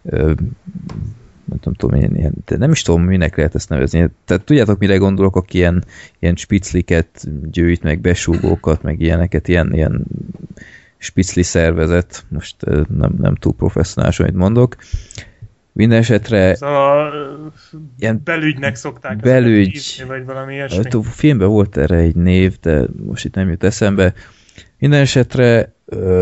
S2: nem tudom, de nem is tudom, minek lehet ezt nevezni. Tehát tudjátok, mire gondolok, aki ilyen spicliket gyűjt, meg besúgókat, meg ilyeneket, ilyen spicli szervezet, most nem túl professzionális, amit mondok. Minden esetre...
S3: Ez a belügynek szokták hívni, vagy valami ilyesmi.
S2: A filmben volt erre egy név, de most itt nem jut eszembe. Minden esetre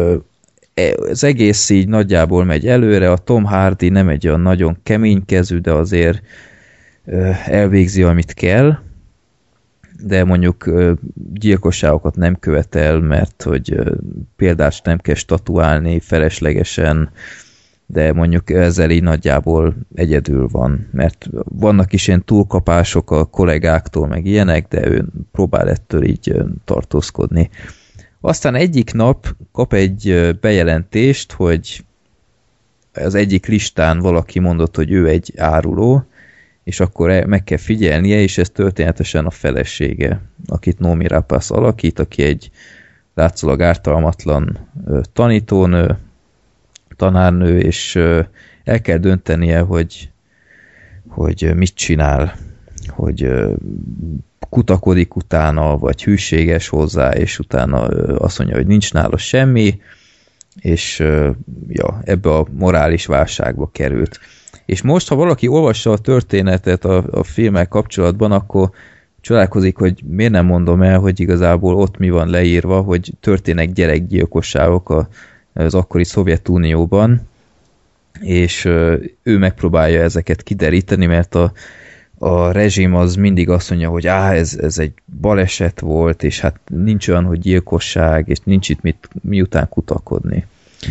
S2: az egész így nagyjából megy előre, a Tom Hardy nem egy olyan nagyon keménykezű, de azért elvégzi, amit kell, de mondjuk gyilkosságokat nem követel, mert hogy például nem kell statuálni feleslegesen, de mondjuk ezzel így nagyjából egyedül van, mert vannak is ilyen túlkapások a kollégáktól, meg ilyenek, de ő próbál ettől így tartózkodni. Aztán egyik nap kap egy bejelentést, hogy az egyik listán valaki mondott, hogy ő egy áruló, és akkor meg kell figyelnie, és ez történetesen a felesége, akit Noomi Rapace alakít, aki egy látszólag ártalmatlan tanítónő, tanárnő, és el kell döntenie, hogy mit csinál, hogy kutakodik utána, vagy hűséges hozzá, és utána azt mondja, hogy nincs nála semmi, és ja, ebbe a morális válságba került. És most, ha valaki olvassa a történetet a filmmel kapcsolatban, akkor csodálkozik, hogy miért nem mondom el, hogy igazából ott mi van leírva, hogy történnek gyerekgyilkosságok az akkori Szovjetunióban, és ő megpróbálja ezeket kideríteni, mert a rezsim az mindig azt mondja, hogy ez egy baleset volt, és hát nincs olyan, hogy gyilkosság, és nincs itt miután kutakodni.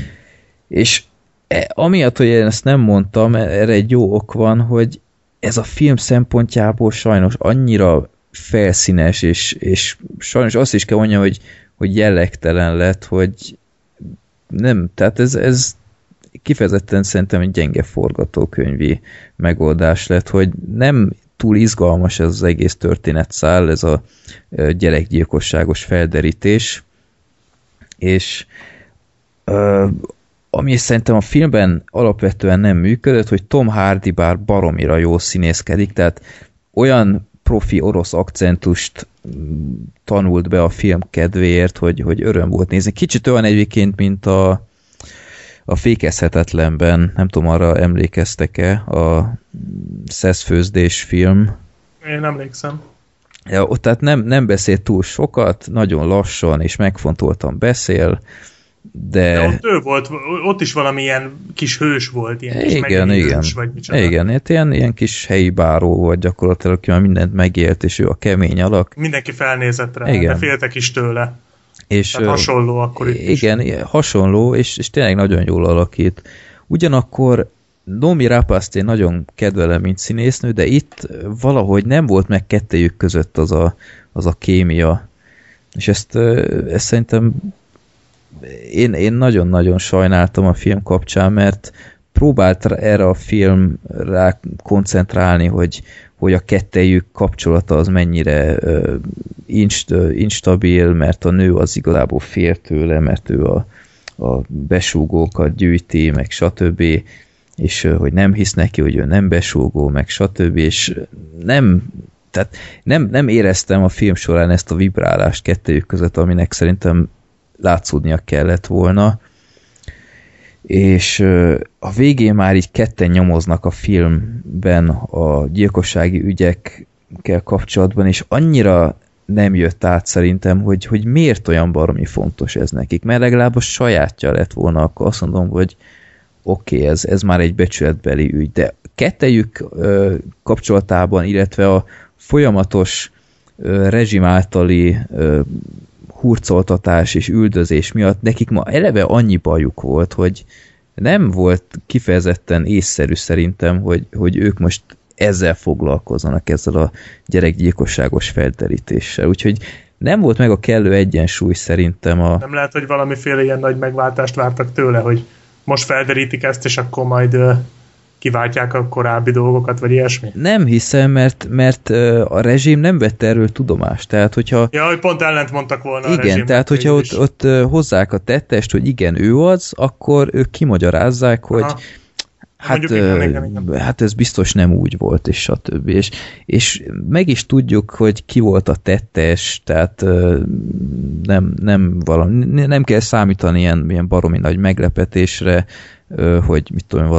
S2: És amiatt, hogy én ezt nem mondtam, erre egy jó ok van, hogy ez a film szempontjából sajnos annyira felszínes, és sajnos azt is kell mondjam, hogy jellegtelen lett, hogy nem, tehát ez kifejezetten szerintem egy gyenge forgatókönyvi megoldás lett, hogy nem túl izgalmas ez az egész történetszál, ez a gyerekgyilkosságos felderítés, és ami szerintem a filmben alapvetően nem működött, hogy Tom Hardy bár baromira jól színészkedik, tehát olyan profi orosz akcentust tanult be a film kedvéért, hogy öröm volt nézni. Kicsit olyan egyébként, mint a Fékezhetetlenben, nem tudom, arra emlékeztek-e, a szeszfőzdés film.
S3: Én emlékszem.
S2: Ja, ott tehát nem beszél túl sokat, nagyon lassan és megfontoltan beszél, de
S3: ott ő volt, ott is valamilyen kis hős volt, ilyen kis
S2: igen.
S3: hős, vagy micsoda.
S2: Igen, hát ilyen kis helyi báró volt gyakorlatilag, aki már mindent megélt, és ő a kemény alak.
S3: Mindenki felnézett rá, igen. De féltek is tőle.
S2: És,
S3: tehát hasonló akkor itt is.
S2: Igen, hasonló, és tényleg nagyon jól alakít. Ugyanakkor Noomi Rapace-t én nagyon kedvelem, mint színésznő, de itt valahogy nem volt meg kettejük között az a kémia. És ezt szerintem én nagyon-nagyon sajnáltam a film kapcsán, mert próbált erre a film rá koncentrálni, hogy a kettejük kapcsolata az mennyire instabil, mert a nő az igazából fél tőle, mert ő a besúgókat gyűjti, meg stb. és hogy nem hisz neki, hogy ő nem besúgó, meg stb. És nem éreztem a film során ezt a vibrálást kettőjük között, aminek szerintem látszódnia kellett volna. És a végén már így ketten nyomoznak a filmben a gyilkossági ügyekkel kapcsolatban, és annyira nem jött át szerintem, hogy miért olyan baromi fontos ez nekik, mert legalább a sajátja lett volna, akkor azt mondom, hogy oké, ez már egy becsületbeli ügy, de kettejük kapcsolatában, illetve a folyamatos rezsim általi hurcoltatás és üldözés miatt nekik ma eleve annyi bajuk volt, hogy nem volt kifejezetten észszerű szerintem, hogy ők most ezzel foglalkozzanak, ezzel a gyerekgyilkosságos felderítéssel. Úgyhogy nem volt meg a kellő egyensúly szerintem
S3: Nem lehet, hogy valamiféle ilyen nagy megváltást vártak tőle, hogy most felderítik ezt, és akkor majd kiváltják a korábbi dolgokat, vagy ilyesmi?
S2: Nem hiszem, mert a rezsim nem vette erről tudomást. Tehát, hogyha...
S3: Ja, hogy pont ellent mondtak volna
S2: igen,
S3: a rezsim.
S2: tehát hogyha ott hozzák a tettest, hogy igen, ő az, akkor ők kimagyarázzák, hogy hát ez biztos nem úgy volt, és stb. És meg is tudjuk, hogy ki volt a tettes, tehát nem kell számítani ilyen baromi nagy meglepetésre, hogy mit tudom,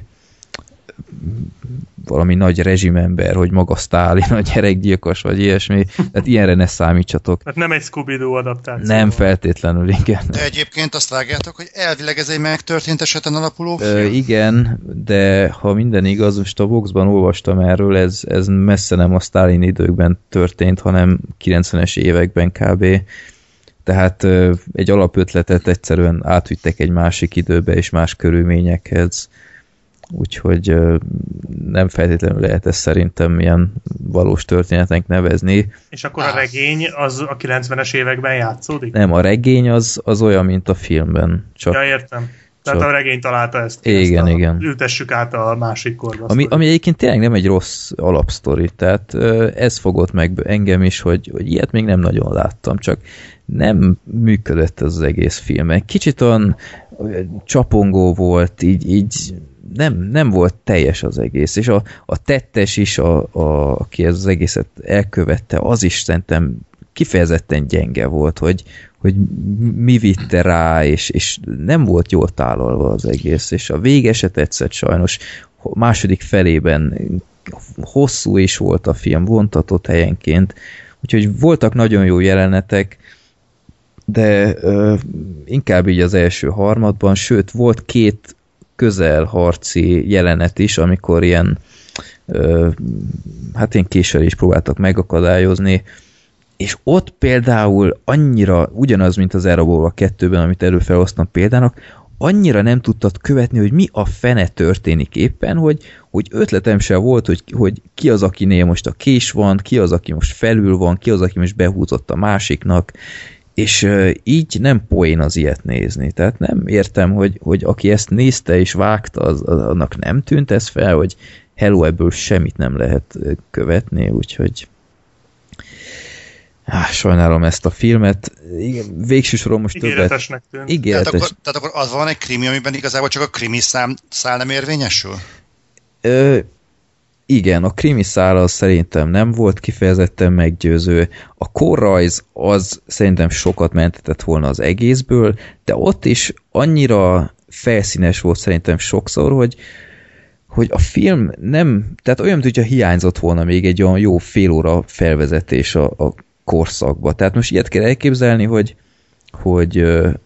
S2: valami nagy rezsimember, hogy maga Sztálin, a gyerekgyilkos, vagy ilyesmi. Tehát ilyenre ne számítsatok.
S3: Hát nem egy Scooby-Doo adaptáció.
S2: Nem feltétlenül, igen.
S1: De egyébként azt vágjátok, hogy elvileg ez egy megtörtént eseten alapuló film?
S2: Igen, de ha minden igaz, most a Voxban olvastam erről, ez messze nem a Sztálin időkben történt, hanem 90-es években kb. Tehát egy alapötletet egyszerűen átvittek egy másik időbe és más körülményekhez. Úgyhogy nem feltétlenül lehet ezt szerintem ilyen valós történetnek nevezni.
S3: És akkor a regény az a 90-es években játszódik?
S2: Nem, a regény az olyan, mint a filmben.
S3: Ja, értem. Tehát a regény találta ezt.
S2: Igen.
S3: Ültessük át a másik korba.
S2: Ami egyébként tényleg nem egy rossz alapsztori. Tehát ez fogott meg engem is, hogy ilyet még nem nagyon láttam, csak nem működött ez az egész film. Kicsit olyan csapongó volt, így nem volt teljes az egész, és a tettes is, aki ez az egészet elkövette, az is szerintem kifejezetten gyenge volt, hogy mi vitte rá, és nem volt jól tálalva az egész, és a vége se tetszett sajnos. Második felében hosszú is volt a film, vontatott helyenként, úgyhogy voltak nagyon jó jelenetek, de inkább így az első harmadban, sőt, volt 2 közelharci jelenet is, amikor ilyen késsel is próbáltak megakadályozni, és ott például annyira, ugyanaz, mint az Elrabolva 2-ben, amit előfelhoztam példának, annyira nem tudtad követni, hogy mi a fene történik éppen, hogy ötletem sem volt, hogy ki az, akinél most a kés van, ki az, aki most felül van, ki az, aki most behúzott a másiknak, és így nem poén az ilyet nézni. Tehát nem értem, hogy aki ezt nézte és vágta, annak nem tűnt ez fel, hogy hello, ebből semmit nem lehet követni, úgyhogy sajnálom ezt a filmet. Végső soron most
S3: ígéretesnek tűnt.
S2: Ígéretes.
S1: Tehát akkor az van egy krimi, amiben igazából csak a krimi szál nem érvényesül?
S2: Igen, a krimi szál az szerintem nem volt kifejezetten meggyőző. A korrajz az szerintem sokat mentetett volna az egészből, de ott is annyira felszínes volt szerintem sokszor, hogy a film nem, tehát olyan, mintha hiányzott volna még egy olyan jó fél óra felvezetés a korszakba. Tehát most ilyet kell elképzelni, hogy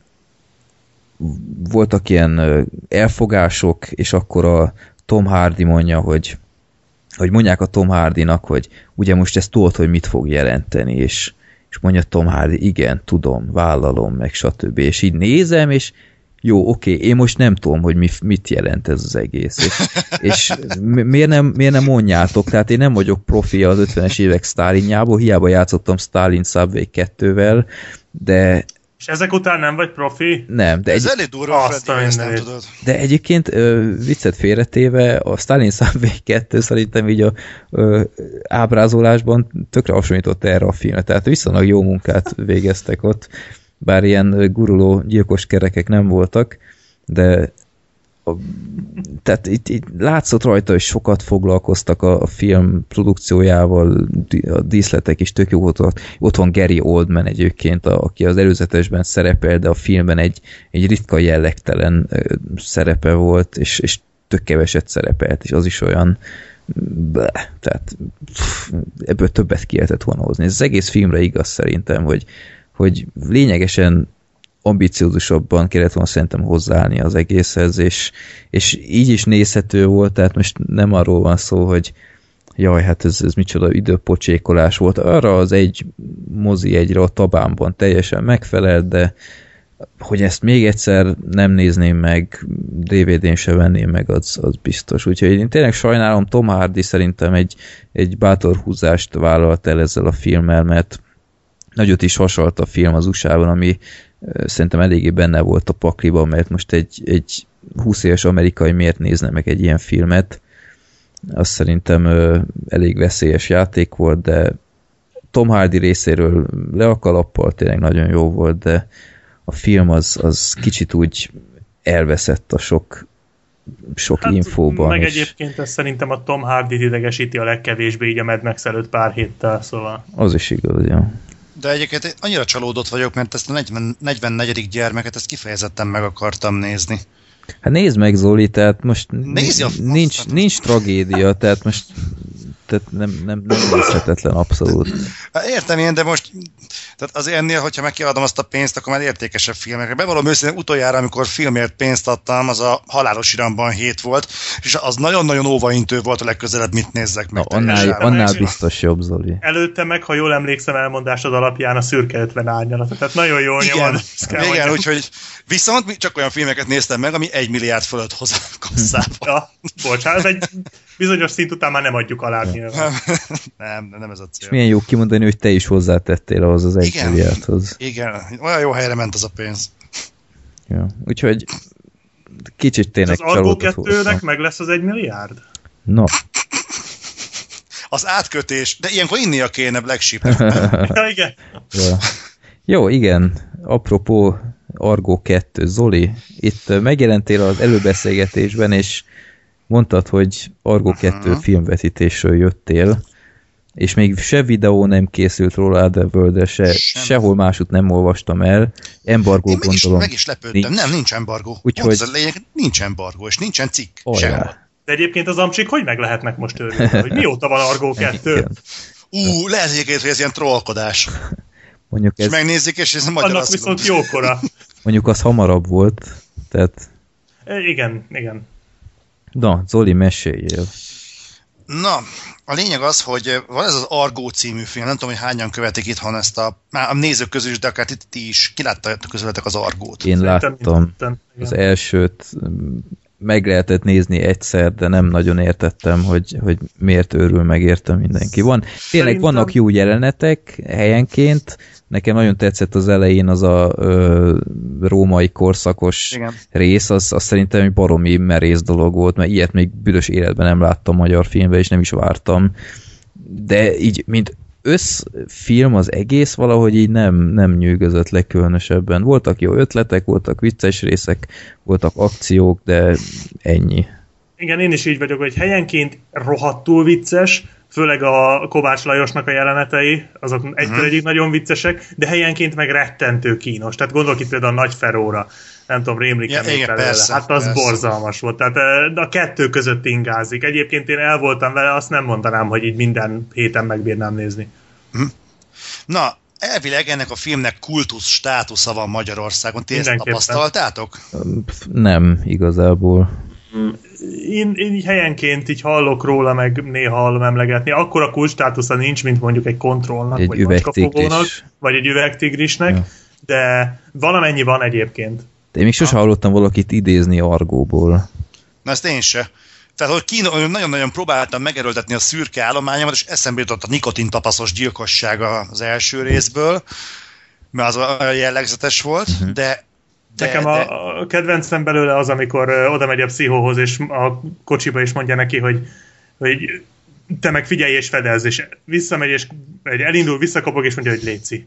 S2: voltak ilyen elfogások, és akkor a Tom Hardy mondja, hogy mondják a Tom Hardynak, hogy ugye most ezt tudod, hogy mit fog jelenteni, és mondja Tom Hardy, igen, tudom, vállalom, meg stb. És így nézem, és jó, oké, én most nem tudom, hogy mit jelent ez az egész. És miért nem mondjátok? Tehát én nem vagyok profi az 50-es évek Stalinjából, hiába játszottam Stalin Subway 2-vel, de... És
S3: ezek után nem vagy profi?
S2: Nem, de
S1: ez elég durva, Freddy, ezt nem tudod.
S2: De egyébként viccet félretéve, a Stalin Subway 2 szerintem így a ábrázolásban tökre hasonlított erre a filmre, tehát viszonylag jó munkát végeztek ott, bár ilyen guruló gyilkos kerekek nem voltak, de tehát itt látszott rajta, hogy sokat foglalkoztak a film produkciójával, a díszletek is tök jó voltak. Ott van Gary Oldman egyébként, aki az előzetesben szerepel, de a filmben egy ritka jellegtelen szerepe volt, és tök keveset szerepelt, és az is olyan tehát ebből többet ki lehetett volna hozni. Ez az egész filmre igaz szerintem, hogy lényegesen ambiciózusabban kellett volna szerintem hozzáállni az egészhez, és így is nézhető volt, tehát most nem arról van szó, hogy jaj, hát ez micsoda időpocsékolás volt. Arra az egy mozi egyre a Tabánban teljesen megfelelt, de hogy ezt még egyszer nem nézném meg, DVD-n se venném meg, az biztos. Úgyhogy én tényleg sajnálom, Tom Hardy szerintem egy bátor húzást vállalt el ezzel a filmmel, mert nagyot is hasonlott a film az USA-ban, ami szerintem eléggé benne volt a pakliban, mert most egy 20 éves amerikai miért nézne meg egy ilyen filmet. Az szerintem elég veszélyes játék volt, de Tom Hardy részéről le a kalappal, tényleg nagyon jó volt, de a film az kicsit úgy elveszett a sok infóban.
S3: Meg egyébként ez szerintem a Tom Hardy-t idegesíti a legkevésbé így a Mad Max előtt pár héttel, szóval.
S2: Az is igaz, ja.
S1: De egyébként annyira csalódott vagyok, mert ezt a 44. gyermeket ezt kifejezetten meg akartam nézni.
S2: Hát nézd meg, Zoli, tehát most nincs tragédia, tehát most nem nézhetetlen abszolút.
S1: Értem én, de most tehát azért ennél, hogyha megkiadom azt a pénzt, akkor már értékesebb filmekre. Bevallom őszintén, utoljára, amikor filmért pénzt adtam, az a Halálos Iramban 7 volt, és az nagyon-nagyon óvaintő volt a legközelebb, mit nézzek meg.
S2: Annál biztos jobb, Zoli.
S3: Előtte meg, ha jól emlékszem elmondásod alapján, a Szürke 50 árnyalat. Tehát nagyon jól nyomod.
S1: Igen, úgyhogy viszont csak olyan filmeket néztem meg, ami 1 milliárd fölött hoz a kasszába.
S3: Ja, bocsánat, ez egy bizonyos szint után már nem adjuk alá nyilván.
S1: Nem ez a cél.
S2: És milyen jó kimondani, hogy te is hozzátettél ahhoz az 1 milliárdhoz.
S1: Igen, olyan jó helyre ment az a pénz.
S2: Ja, úgyhogy kicsit tényleg
S3: csalódott voltam. Az Argo 2-nek meg lesz az 1 milliárd?
S2: No.
S1: Az átkötés, de ilyenkor innia kéne Black Sheep.
S3: Ja, igen.
S2: Ja. Jó, igen. Apropó Argo 2, Zoli, itt megjelentél az előbeszélgetésben, és mondtad, hogy Argo 2 filmvetítésről jöttél, és még se videó nem készült róla Otherworld-re, sehol másút nem olvastam el. Embargó gondolom.
S1: Meg is lepődtem. Nincs embargó.
S2: Úgyhogy...
S1: az a lényeg, nincs embargó, és nincsen cikk. Sehol.
S3: De egyébként az amcsik hogy meg lehetnek most örülni, hogy mióta van Argo 2?
S1: Lehet egyébként, hogy ez ilyen trollkodás.
S2: Mondjuk
S1: és megnézzük, és ez magyar.
S3: Annak viszont jókora.
S2: Mondjuk az hamarabb volt, tehát...
S3: Igen.
S2: Na, Zoli, meséljél.
S1: Na, a lényeg az, hogy van ez az Argo című film, nem tudom, hogy hányan követik itthon ezt a nézők közül is, de akár ti is, ki láttátok közületek az Argót?
S2: Én láttam az elsőt, meg lehetett nézni egyszer, de nem nagyon értettem, hogy miért őrül meg érte mindenki. Tényleg vannak jó jelenetek helyenként, nekem nagyon tetszett az elején az a római korszakos rész, az szerintem egy baromi merész dolog volt, mert ilyet még büdös életben nem láttam magyar filmben, és nem is vártam. De így, mint összfilm az egész valahogy így nem nyűgözött le különösebben. Voltak jó ötletek, voltak vicces részek, voltak akciók, de ennyi.
S3: Igen, én is így vagyok, hogy helyenként rohadtul vicces, főleg a Kovács Lajosnak a jelenetei, azok egyik nagyon viccesek, de helyenként meg rettentő kínos. Tehát gondolok itt például a Nagy Feróra, nem tudom, rémlik-e még belőle. Hát az borzalmas volt. Tehát a kettő között ingázik. Egyébként én el voltam vele, azt nem mondanám, hogy így minden héten megbírnám nézni.
S1: Na, elvileg ennek a filmnek kultusz státusza van Magyarországon. Ti ezt tapasztaltátok?
S2: Nem, igazából.
S3: Én helyenként így hallok róla, meg néha hallom emlegetni. Akkora kultsstátusza nincs, mint mondjuk egy Kontrollnak,
S2: egy
S3: vagy Macskafogónak, vagy egy Üvegtigrisnek, de valamennyi van egyébként.
S2: De én még sosem hallottam valakit idézni Argóból.
S1: Na ezt én se. Tehát, hogy nagyon-nagyon próbáltam megerőltetni a szürke állományomat, és eszembe jutott a nikotintapaszos gyilkosság az első részből, mert az jellegzetes volt, de
S3: nekem a kedvencem belőle az, amikor oda megy a pszichóhoz, és a kocsiba is mondja neki, hogy te meg figyelj és fedezz, és visszamegy, és elindul, visszakapog, és mondja, hogy léci.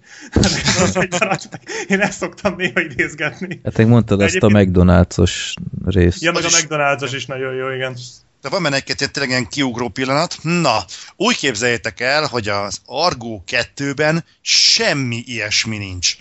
S3: Én ezt szoktam néha idézgetni.
S2: Hát még mondtad azt a McDonald's-os részt.
S3: Ja, meg a McDonald's-os is nagyon jó, igen.
S1: De van benne egy tényleg ilyen kiugró pillanat. Na, úgy képzeljétek el, hogy az Argo 2-ben semmi ilyesmi nincs.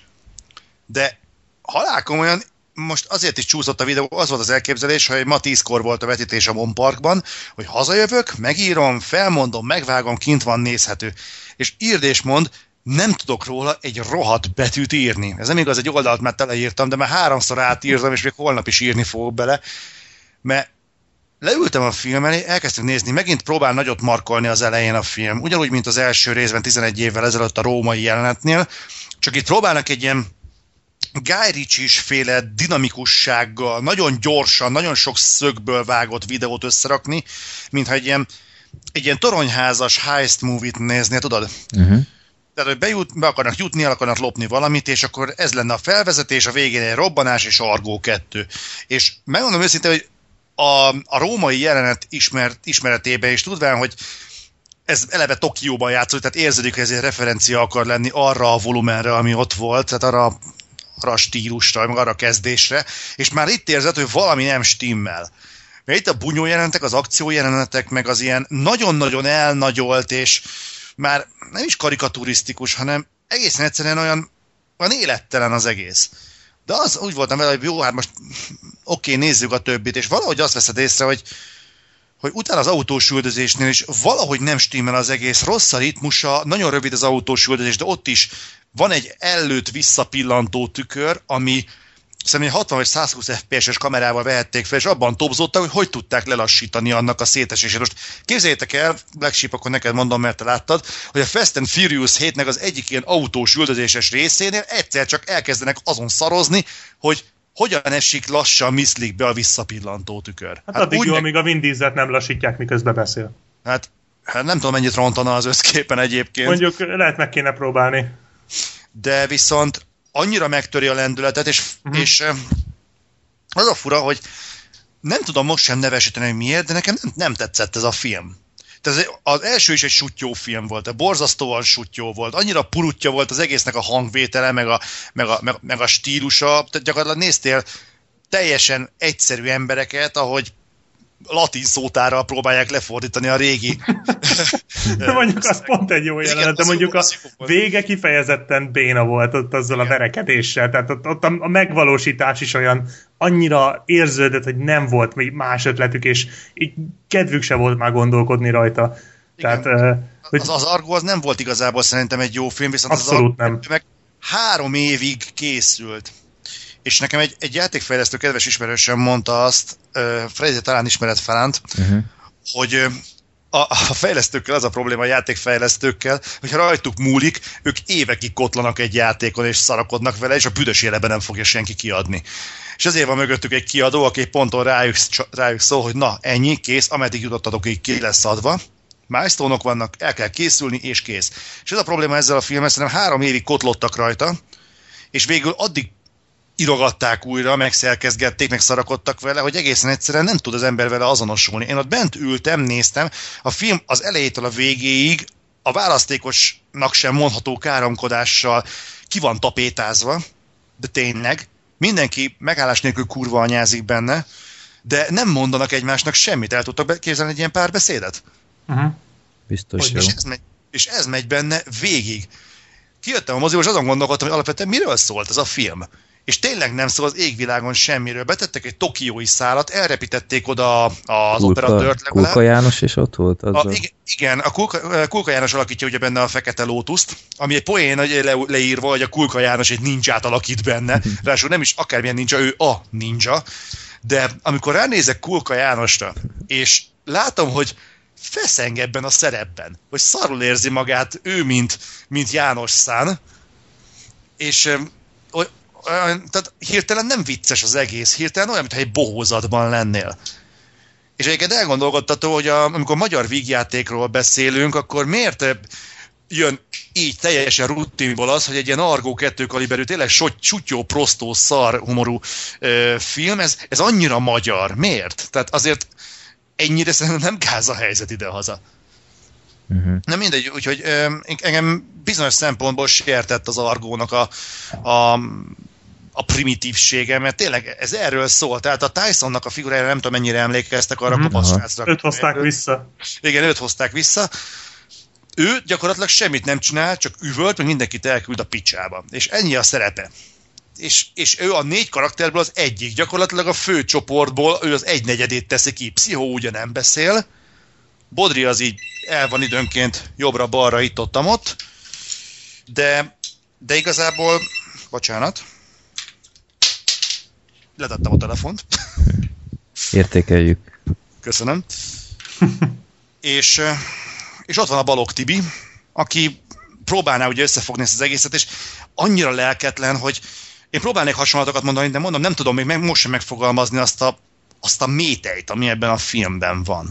S1: De halálkomolyan, most azért is csúszott a videó, az volt az elképzelés, hogy ma 10-kor volt a vetítés a Mon Parkban, hogy hazajövök, megírom, felmondom, megvágom, kint van, nézhető. És írd és mond, nem tudok róla egy rohadt betűt írni. Ez nem igaz, egy oldalt már teleírtam, de már 3-szor átírtam, és még holnap is írni fogok bele, mert leültem a film elé, elkezdtem nézni, megint próbál nagyot markolni az elején a film, ugyanúgy, mint az első részben 11 évvel ezelőtt a római jelenetnél, csak itt próbálnak egy ilyen Guy Ritchie-s féle dinamikussággal, nagyon gyorsan, nagyon sok szögből vágott videót összerakni, mintha egy ilyen toronyházas heist movie-t néznél, tudod? Uh-huh. Tehát, hogy be akarnak jutni, el akarnak lopni valamit, és akkor ez lenne a felvezetés, a végén egy robbanás és Argo 2. És megmondom őszintén, hogy a római jelenet ismeretében is tudván, hogy ez eleve Tokióban játszott, tehát érződik, hogy ez egy referencia akar lenni arra a volumenre, ami ott volt, tehát arra a stílusra, meg arra a kezdésre, és már itt érzed, hogy valami nem stimmel. Mert itt a bunyó jelenetek, az akció jelenetek, meg az ilyen nagyon-nagyon elnagyolt, és már nem is karikaturisztikus, hanem egészen egyszerűen olyan élettelen az egész. De az úgy voltam vele, hogy jó, hát most oké, nézzük a többit, és valahogy azt veszed észre, hogy utána az autós üldözésnél is valahogy nem stimmel az egész, rossz a ritmusa, nagyon rövid az autós üldözés, de ott is van egy előtt visszapillantó tükör, ami szerintem 60 vagy 120 FPS-es kamerával vehették fel, és abban tobzottak, hogy tudták lelassítani annak a szétesését. Most képzeljétek el, Black Sheep, akkor neked mondom, mert te láttad, hogy a Fast and Furious 7-nek az egyik ilyen autós üldözéses részénél egyszer csak elkezdenek azon szarozni, hogy hogyan esik lassan miszlik be a visszapillantó tükör.
S3: Hát addig jó, amíg a Vin Dieselt nem lassítják, miközben beszél.
S1: Hát nem tudom, mennyit rontana az összképen egyébként.
S3: Mondjuk lehet meg kéne próbálni.
S1: De viszont annyira megtöri a lendületet, és az a fura, hogy nem tudom most sem nevesíteni, hogy miért, de nekem nem tetszett ez a film. Tehát az első is egy suttyó film volt, borzasztóan suttyó volt, annyira purutja volt az egésznek a hangvétele, meg a stílusa, tehát gyakorlatilag néztél teljesen egyszerű embereket, ahogy latin szótárral próbálják lefordítani a régi.
S3: De mondjuk az pont egy jó jelenet, de mondjuk a vége kifejezetten béna volt ott azzal a verekedéssel, tehát ott a megvalósítás is olyan annyira érződött, hogy nem volt más ötletük, és így kedvük se volt már gondolkodni rajta. Tehát,
S1: az Argo az nem volt igazából szerintem egy jó film, viszont
S3: abszolút az Argo
S1: meg 3 évig készült. És nekem egy játékfejlesztő kedves ismerősöm mondta azt, Freddy talán ismered Felánt, hogy a fejlesztőkkel az a probléma, a játékfejlesztőkkel, hogyha rajtuk múlik, ők évekig kotlanak egy játékon, és szarakodnak vele, és a büdös életben nem fogja senki kiadni. És ezért van mögöttük egy kiadó, aki ponton rájuk szól, hogy na, ennyi, kész, ameddig jutottatok, így ki lesz adva. Milestone-ok vannak, el kell készülni, és kész. És ez a probléma ezzel a filmmel, szerintem 3 évig kotlottak rajta, és végül addig irogatták újra, megszerkezgették, meg szarakodtak vele, hogy egészen egyszerűen nem tud az ember vele azonosulni. Én ott bent ültem, néztem, a film az elejétől a végéig a választékosnak sem mondható káromkodással ki van tapétázva, de tényleg, mindenki megállás nélkül kurva anyázik benne, de nem mondanak egymásnak semmit. El tudtak képzelni egy ilyen párbeszédet?
S2: Biztos jó.
S1: És ez megy benne végig. Kijöttem a moziból, és azon gondolkodtam, hogy alapvetően miről szólt ez a film. És tényleg nem szól az égvilágon semmiről. Betettek egy tokiói szálat, elrepítették oda az operatőrt legalább.
S2: Kulka János is ott volt?
S1: Igen, a Kulka János alakítja ugye benne a Fekete Lótuszt, ami egy poén leírva, hogy a Kulka János egy ninját alakít benne. Ráadásul nem is akármilyen ninja, ő a ninja. De amikor ránézek Kulka Jánosra, és látom, hogy feszeng ebben a szerepben, hogy szarul érzi magát ő, mint János Szán, és tehát hirtelen nem vicces az egész, hirtelen olyan, mintha egy bohózatban lennél. És egyébként elgondolkodtató, hogy amikor magyar vígjátékról beszélünk, akkor miért jön így teljesen rutinból az, hogy egy ilyen Argo 2 kaliberű, tényleg suttyó, prostó, szar humorú film, ez annyira magyar. Miért? Tehát azért ennyire szerintem nem gáz a helyzet idehaza. Na mindegy, úgyhogy engem bizonyos szempontból sértett az Argónak a primitívsége, mert tényleg ez erről szól. Tehát a Tysonnak a figurájára nem tudom mennyire emlékeztek arra a kopaszsrácra.
S3: Őt hozták vissza.
S1: Igen, őt hozták vissza. Ő gyakorlatilag semmit nem csinál, csak üvölt, meg mindenkit elküld a picsába. És ennyi a szerepe. És ő a 4 karakterből az egyik. Gyakorlatilag a fő csoportból ő az 1/4 teszi ki. Pszichó ugye nem beszél. Bodri az így el van időnként jobbra-balra itt-ott, de igazából... Bocsánat. Letettem a telefont.
S2: Értékeljük.
S1: Köszönöm. és ott van a Balogh Tibi, aki próbálná ugye összefogni ezt az egészet, és annyira lelketlen, hogy én próbálnék hasonlatokat mondani, de mondom, nem tudom még most sem megfogalmazni azt a métejt, ami ebben a filmben van.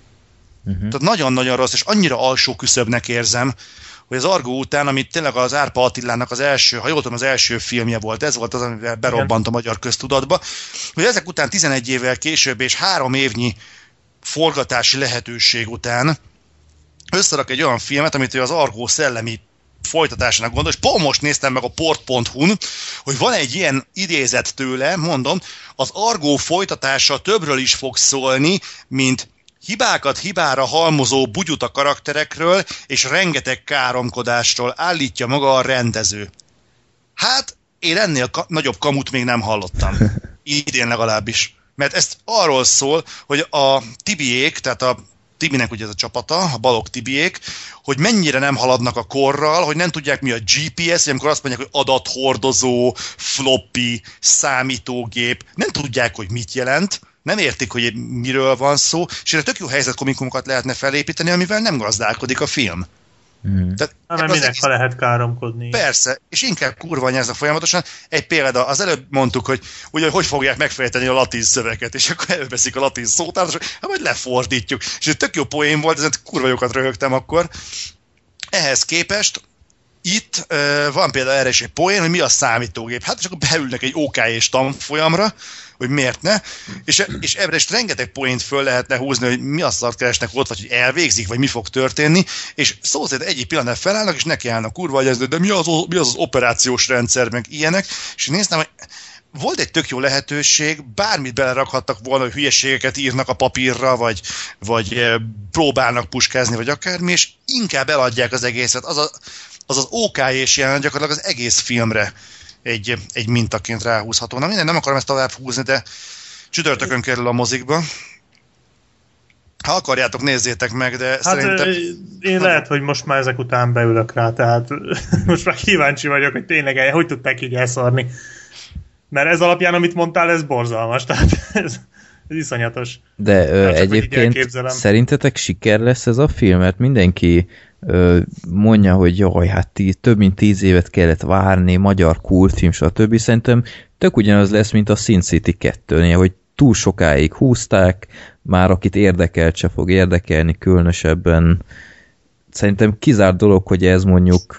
S1: Tehát nagyon-nagyon rossz, és annyira alsó küszöbnek érzem, hogy az Argó után, amit tényleg az Árpa Attilának az első, ha jól tudom, az első filmje volt, ez volt az, amivel berobbant a magyar köztudatba, hogy ezek után 11 évvel később és 3 évnyi forgatási lehetőség után összerak egy olyan filmet, amit ő az Argó szellemi folytatásának gondol, és pont most néztem meg a port.hu-n, hogy van egy ilyen idézet tőle, mondom, az Argó folytatása többről is fog szólni, mint hibákat hibára halmozó bugyuta karakterekről és rengeteg káromkodásról állítja maga a rendező. Hát, én ennél nagyobb kamut még nem hallottam. Idén legalábbis. Mert ez arról szól, hogy a Tibiék, tehát a Tibinek ugye ez a csapata, a Balogh Tibiék, hogy mennyire nem haladnak a korral, hogy nem tudják mi a GPS, vagy amikor azt mondják, hogy adathordozó, floppy, számítógép, nem tudják, hogy mit jelent, nem értik, hogy miről van szó, és erre tök jó helyzetkomikumokat lehetne felépíteni, amivel nem gazdálkodik a film.
S3: Tehát nem minek, ha lehet káromkodni.
S1: Persze, és inkább kurva nyersz a folyamatosan. Egy példa, az előbb mondtuk, hogy ugye, hogy fogják megfejteni a latin szöveget, és akkor előveszik a latin szótárat, és hát majd lefordítjuk. És ez tök jó poén volt, ezen kurva jókat röhögtem akkor. Ehhez képest itt van például erre is egy poén, hogy mi a számítógép. Hát és akkor beülnek egy OK-és tanfolyamra, hogy miért ne, és ebbre is rengeteg poént föl lehetne húzni, hogy mi a szart keresnek ott, vagy hogy elvégzik, vagy mi fog történni, és szó szerint egyik pillanat felállnak, és nekiállnak kurva, hogy ez, de mi az operációs rendszer, meg ilyenek, és néztem, hogy volt egy tök jó lehetőség, bármit belerakhattak volna, hogy hülyeségeket írnak a papírra, vagy próbálnak puskázni, vagy akármi, és inkább eladják az egészet. Az OK-és jelenet gyakorlatilag az egész filmre egy mintaként ráhúzható. Na minden, nem akarom ezt tovább húzni, de csütörtökön kerül a mozikba. Ha akarjátok, nézzétek meg, de szerintem...
S3: Én lehet, hogy most már ezek után beülök rá, tehát most már kíváncsi vagyok, hogy tényleg hogy tudták így elszarni. Mert ez alapján, amit mondtál, ez borzalmas, tehát ez iszonyatos.
S2: De egyébként szerintetek siker lesz ez a film? Mert mindenki mondja, hogy jaj, hát több mint 10 évet kellett várni, magyar kultfilm, stb. Szerintem tök ugyanaz lesz, mint a Sin City 2-nél, hogy túl sokáig húzták, már akit érdekelt, se fog érdekelni különösebben. Szerintem kizárt dolog, hogy ez mondjuk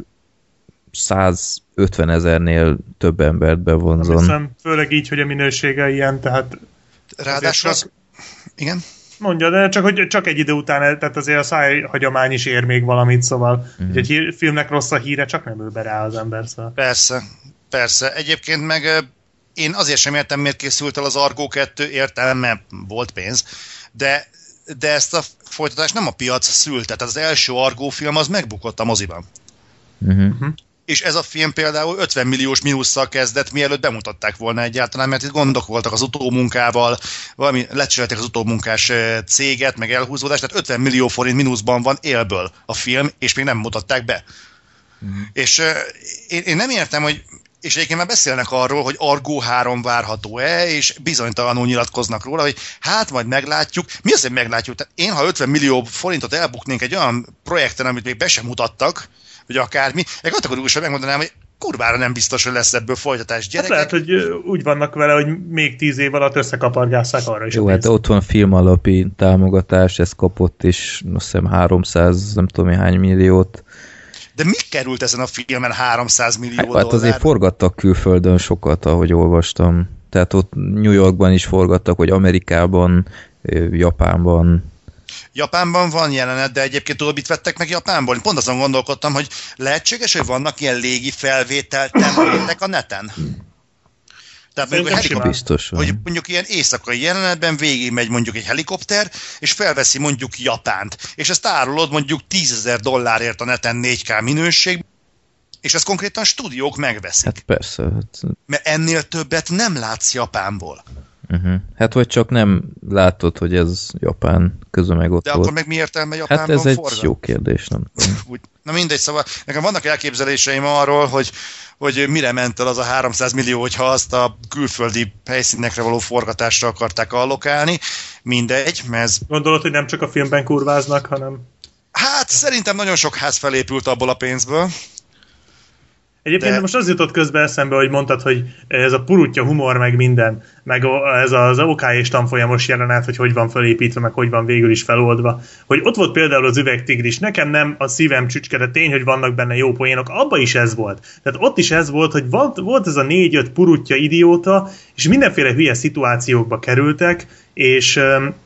S2: 150 000-nél több embert bevonzon.
S3: Hiszem, főleg így, hogy a minősége ilyen, tehát...
S1: Ráadásul igen?
S3: Mondja, de csak egy idő után, tehát azért a szájhagyomány is ér még valamit, szóval egy filmnek rossz a híre, csak nem ül be rá az ember. Szóval.
S1: Persze. Egyébként meg én azért sem értem, miért készült el az Argo 2, értem, mert volt pénz, de ezt a folytatást nem a piac szülte, tehát az első Argo film az megbukott a moziban. És ez a film például 50 milliós mínusszal kezdett, mielőtt bemutatták volna egyáltalán, mert itt gondok voltak az utómunkával, valami lecserélték az utómunkás céget, meg elhúzódást, tehát 50 millió forint mínuszban van élből a film, és még nem mutatták be. És én nem értem, hogy és egyébként már beszélnek arról, hogy Argo 3 várható-e, és bizonytalanul nyilatkoznak róla, hogy hát majd meglátjuk. Mi az, hogy meglátjuk? Tehát én, ha 50 millió forintot elbuknénk egy olyan projekten, amit még be sem mutattak, vagy akármi, egy kategóriusan megmondanám, hogy kurvára nem biztos, hogy lesz ebből folytatás. Gyerekek.
S3: Hát lehet, hogy úgy vannak vele, hogy még 10 év alatt összekapargásszák arra is.
S2: Jó, hát ott van filmalapi támogatás, ez kapott is, azt hiszem 300, nem tudom hány milliót.
S1: De mi került ezen a filmen 300 millió dollár?
S2: Hát azért forgattak külföldön sokat, ahogy olvastam. Tehát ott New Yorkban is forgattak, vagy Amerikában, Japánban.
S1: Japánban van jelenet, de egyébként tudod, mit vettek meg Japánból? Én pont azon gondolkodtam, hogy lehetséges, hogy vannak ilyen légi felvétel templatek a neten? Tehát hogy mondjuk ilyen éjszakai jelenetben végigmegy mondjuk egy helikopter, és felveszi mondjuk Japánt, és ezt árulod mondjuk $10,000 a neten 4K minőség, és ezt konkrétan stúdiók megveszik.
S2: Hát persze. Hát...
S1: Mert ennél többet nem látsz Japánból.
S2: Hát vagy csak nem látod, hogy ez Japán közben meg ott
S1: de
S2: volt.
S1: Akkor meg mi értelme Japánban
S2: Hát ez
S1: forgat?
S2: egy jó kérdés, nem tudom.
S1: Na mindegy, szóval nekem vannak elképzeléseim arról, hogy mire ment el az a 300 millió, hogyha azt a külföldi helyszínekre való forgatásra akarták allokálni. Mindegy, mert...
S3: Gondolod, hogy nem csak a filmben kurváznak, hanem...
S1: Hát szerintem nagyon sok ház felépült abból a pénzből.
S3: Egyébként most az jutott közbe eszembe, hogy mondtad, hogy ez a purutya humor, meg minden, meg ez az OK és tanfolyamos jelenet, hogy van felépítve, meg hogy van végül is feloldva. Hogy ott volt például az Üvegtigris, nekem nem a szívem csücske, de tény, hogy vannak benne jó poénok, abba is ez volt. Tehát ott is ez volt, hogy volt ez a 4-5 purutya idióta, és mindenféle hülye szituációkba kerültek, és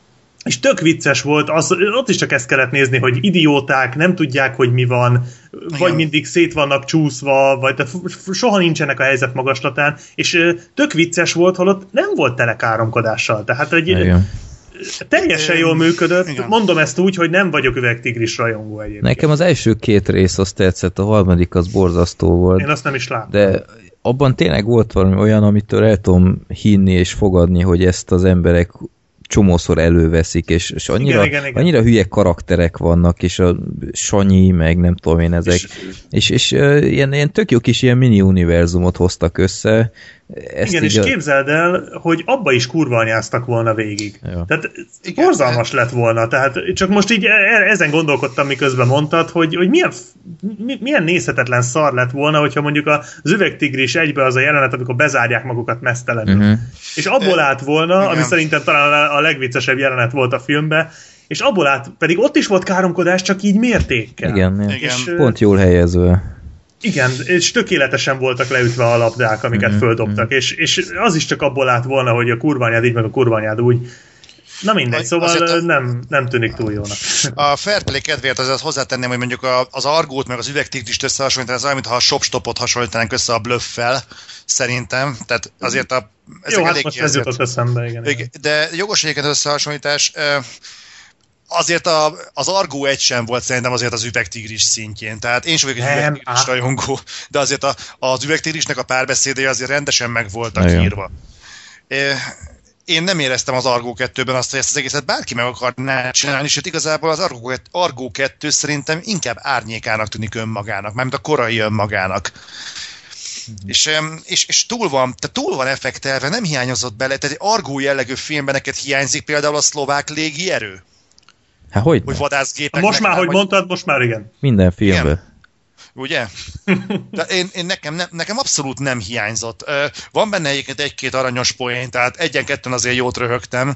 S3: tök vicces volt, ott is csak ezt kellett nézni, hogy idióták, nem tudják, hogy mi van, vagy mindig szét vannak csúszva, vagy soha nincsenek a helyzet magaslatán, és tök vicces volt, holott nem volt tele káromkodással. Tehát teljesen jól működött. Igen. Mondom ezt úgy, hogy nem vagyok Üvegtigris rajongó egyébként.
S2: Nekem az első 2 rész az tetszett, a harmadik az borzasztó volt.
S3: Én azt nem is láttam.
S2: De abban tényleg volt valami olyan, amitől el tudom hinni és fogadni, hogy ezt az emberek csomószor előveszik, és annyira,
S3: igen.
S2: annyira hülye karakterek vannak, és a Sanyi, meg nem tudom én ezek, és ilyen tök jó kis ilyen mini-univerzumot hoztak össze.
S3: Igen, és képzeld el, hogy abba is kurva anyáztak volna végig. Ja. Tehát borzalmas lett volna. Tehát csak most így ezen gondolkodtam, miközben mondtad, hogy milyen nézhetetlen szar lett volna, hogyha mondjuk az Üvegtigris egybe az a jelenet, amikor bezárják magukat mesztelenül. És abból állt volna, ami szerintem talán a legviccesebb jelenet volt a filmben, és abból állt, pedig ott is volt káromkodás, csak így mértékkel.
S2: Igen. És pont jól helyezve.
S3: Igen, és tökéletesen voltak leütve a labdák, amiket földobtak, és az is csak abból állt volna, hogy a kurványád így, meg a kurványád úgy. Na mindegy, szóval nem tűnik túl jónak.
S1: A fair play kedvéért azért hozzátenném, hogy mondjuk az Argót meg az Üvegtigrist összehasonlítani, ez olyan, mintha a Shopstopot hasonlítanánk össze a Bluff-fel, szerintem. Tehát azért
S3: jó, hát most ez jutott eszembe, igen.
S1: De jogos egyébként az összehasonlítás. Azért az Argo 1 sem volt szerintem azért az Üvegtigris szintjén. Tehát én sem vagyok egy Üvegtigris rajongó, de azért az Üvegtigrisnek a párbeszédei azért rendesen meg voltak írva. Én nem éreztem az Argo 2-ben azt, hogy ezt az egészet bárki meg akarná csinálni, sőt igazából az Argo 2 szerintem inkább árnyékának tűnik önmagának, mármint a korai önmagának. És túl van effektelve, nem hiányozott bele, tehát egy Argo jellegű filmben neked hiányzik például a szlovák légierő.
S2: Hát hogy
S1: vadászgépek.
S3: Most már, hogy mondtad, most már igen.
S2: Minden filmben. Igen.
S1: Ugye? De nekem abszolút nem hiányzott. Van benne egyébként egy-két aranyos poén, tehát egyen-ketten azért jót röhögtem.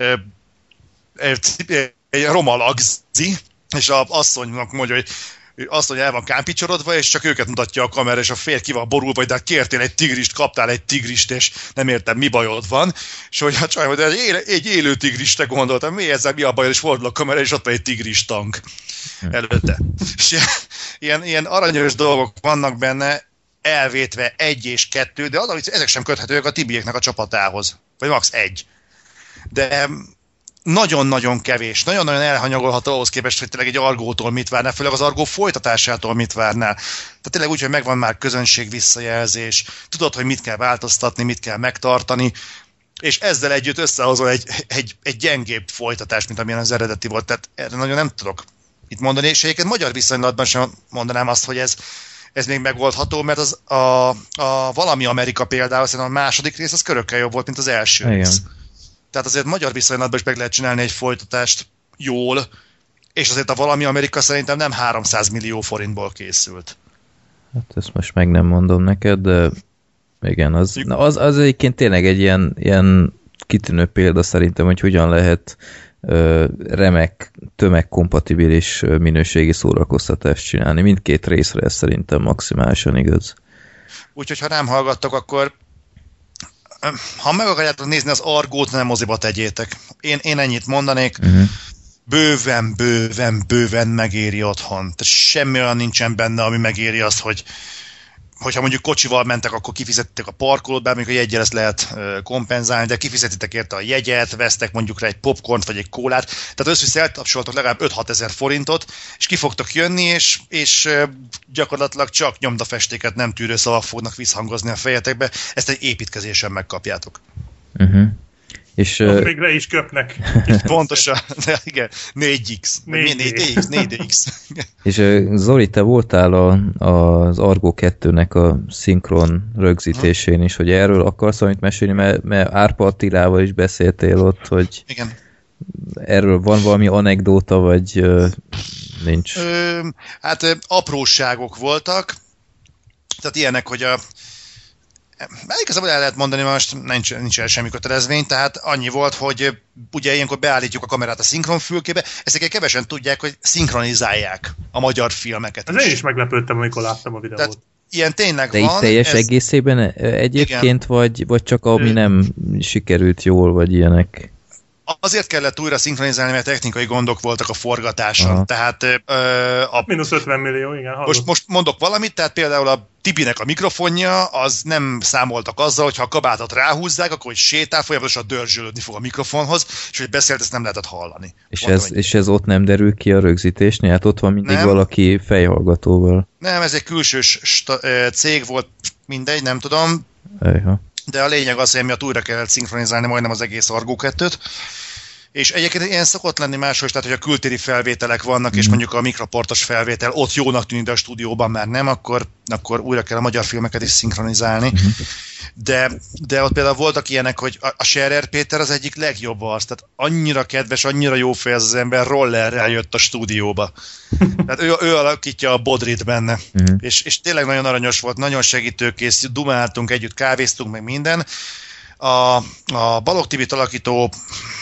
S1: Egy roma lagzi, és az asszonynak mondja, hogy azt mondja, el van kámpicsorodva, és csak őket mutatja a kamera, és a férj ki van borulva, hogy de kértél egy tigrist, kaptál egy tigrist, és nem értem, mi bajod van. És hogy a csaj mondja, egy élő tigrisre gondoltam, mi a bajod, és fordul a kamera, és ott van egy tigris tank előtte. És ilyen aranyos dolgok vannak benne, elvétve 1 és 2, de az, ezek sem köthetőek a Tibieknek a csapatához. Vagy max. 1. De nagyon-nagyon kevés, nagyon-nagyon elhanyagolható ahhoz képest, hogy tényleg egy Argótól mit várnál, főleg az Argó folytatásától mit várnál. Tehát tényleg úgy, hogy megvan már közönség visszajelzés, tudod, hogy mit kell változtatni, mit kell megtartani, és ezzel együtt összehozol egy gyengébb folytatást, mint amilyen az eredeti volt. Tehát erre nagyon nem tudok itt mondani, és egyébként magyar viszonylatban sem mondanám azt, hogy ez még megoldható, mert a Valami Amerika például, szerintem a második rész az körökkel jobb volt, mint az első rész. Tehát azért magyar viszonylatban is meg lehet csinálni egy folytatást jól, és azért a Valami Amerika szerintem nem 300 millió forintból készült.
S2: Hát ezt most meg nem mondom neked, de igen, az egyébként tényleg egy ilyen kitűnő példa szerintem, hogy hogyan lehet remek, tömegkompatibilis minőségi szórakoztatást csinálni. Mindkét részre ez szerintem maximálisan igaz.
S1: Úgyhogy ha rám hallgattok, akkor ha meg akarjátok nézni az Argót, nem moziba tegyétek. Én ennyit mondanék. bőven megéri otthon. Tehát semmi olyan nincsen benne, ami megéri azt, hogyha mondjuk kocsival mentek, akkor kifizettek a parkolót, bár mondjuk a jeggyel ezt lehet kompenzálni, de kifizetitek érte a jegyet, vesztek mondjuk rá egy popcornt vagy egy kólát, tehát össze eltapsoltok legalább 5-6 ezer forintot, és ki fogtok jönni, és gyakorlatilag csak nyomdafestéket nem tűrő szavak fognak visszhangozni a fejetekbe, ezt egy építkezésen megkapjátok.
S2: És
S3: még le is köpnek.
S1: Pontosan, de igen, 4X. 4X.
S2: És Zoli, te voltál az Argo 2-nek a szinkron rögzítésén is, hogy erről akarsz valamit mesélni, mert Árpa Attilával is beszéltél ott, hogy
S1: igen.
S2: Erről van valami anekdóta, vagy nincs?
S1: Hát apróságok voltak, tehát ilyenek, hogy igazából el lehet mondani, most nincs el semmi kötelezvény, tehát annyi volt, hogy ugye ilyenkor beállítjuk a kamerát a szinkronfülkébe, ezeket kevesen tudják, hogy szinkronizálják a magyar filmeket.
S3: Ez én is meglepődtem, amikor láttam a videót. Tehát
S1: ilyen tényleg
S2: de
S1: van.
S2: Itt teljes egészében egyébként, vagy csak ami nem sikerült jól, vagy ilyenek?
S1: Azért kellett újra szinkronizálni, mert technikai gondok voltak a forgatáson. Aha. Tehát
S3: mínusz 50 millió, igen.
S1: Most mondok valamit, tehát például a Tibinek a mikrofonja, az nem számoltak azzal, hogy ha a kabátot ráhúzzák, akkor hogy sétál, folyamatosan dörzsölődni fog a mikrofonhoz, és hogy beszélt, ezt nem lehetett hallani.
S2: És ez ott nem derül ki a rögzítésnél? Hát ott van mindig valaki fejhallgatóval.
S1: Nem, ez egy külsős cég volt, mindegy, nem tudom. De a lényeg az, hogy miatt újra kellett szinkronizálni majdnem az egész Argo 2-t. És egyébként ilyen szokott lenni máshol is, tehát hogy a kültéri felvételek vannak, és mondjuk a mikroportos felvétel ott jónak tűnik, de a stúdióban már nem, akkor újra kell a magyar filmeket is szinkronizálni. De ott például voltak ilyenek, hogy a Scherer Péter az egyik legjobb arc, tehát annyira kedves, annyira jó fej az ember, rollerrel jött a stúdióba. Tehát ő alakítja a Bodrit benne. És tényleg nagyon aranyos volt, nagyon segítőkész, dumáltunk együtt, kávéztunk, meg minden. A Balogh Tibit alakító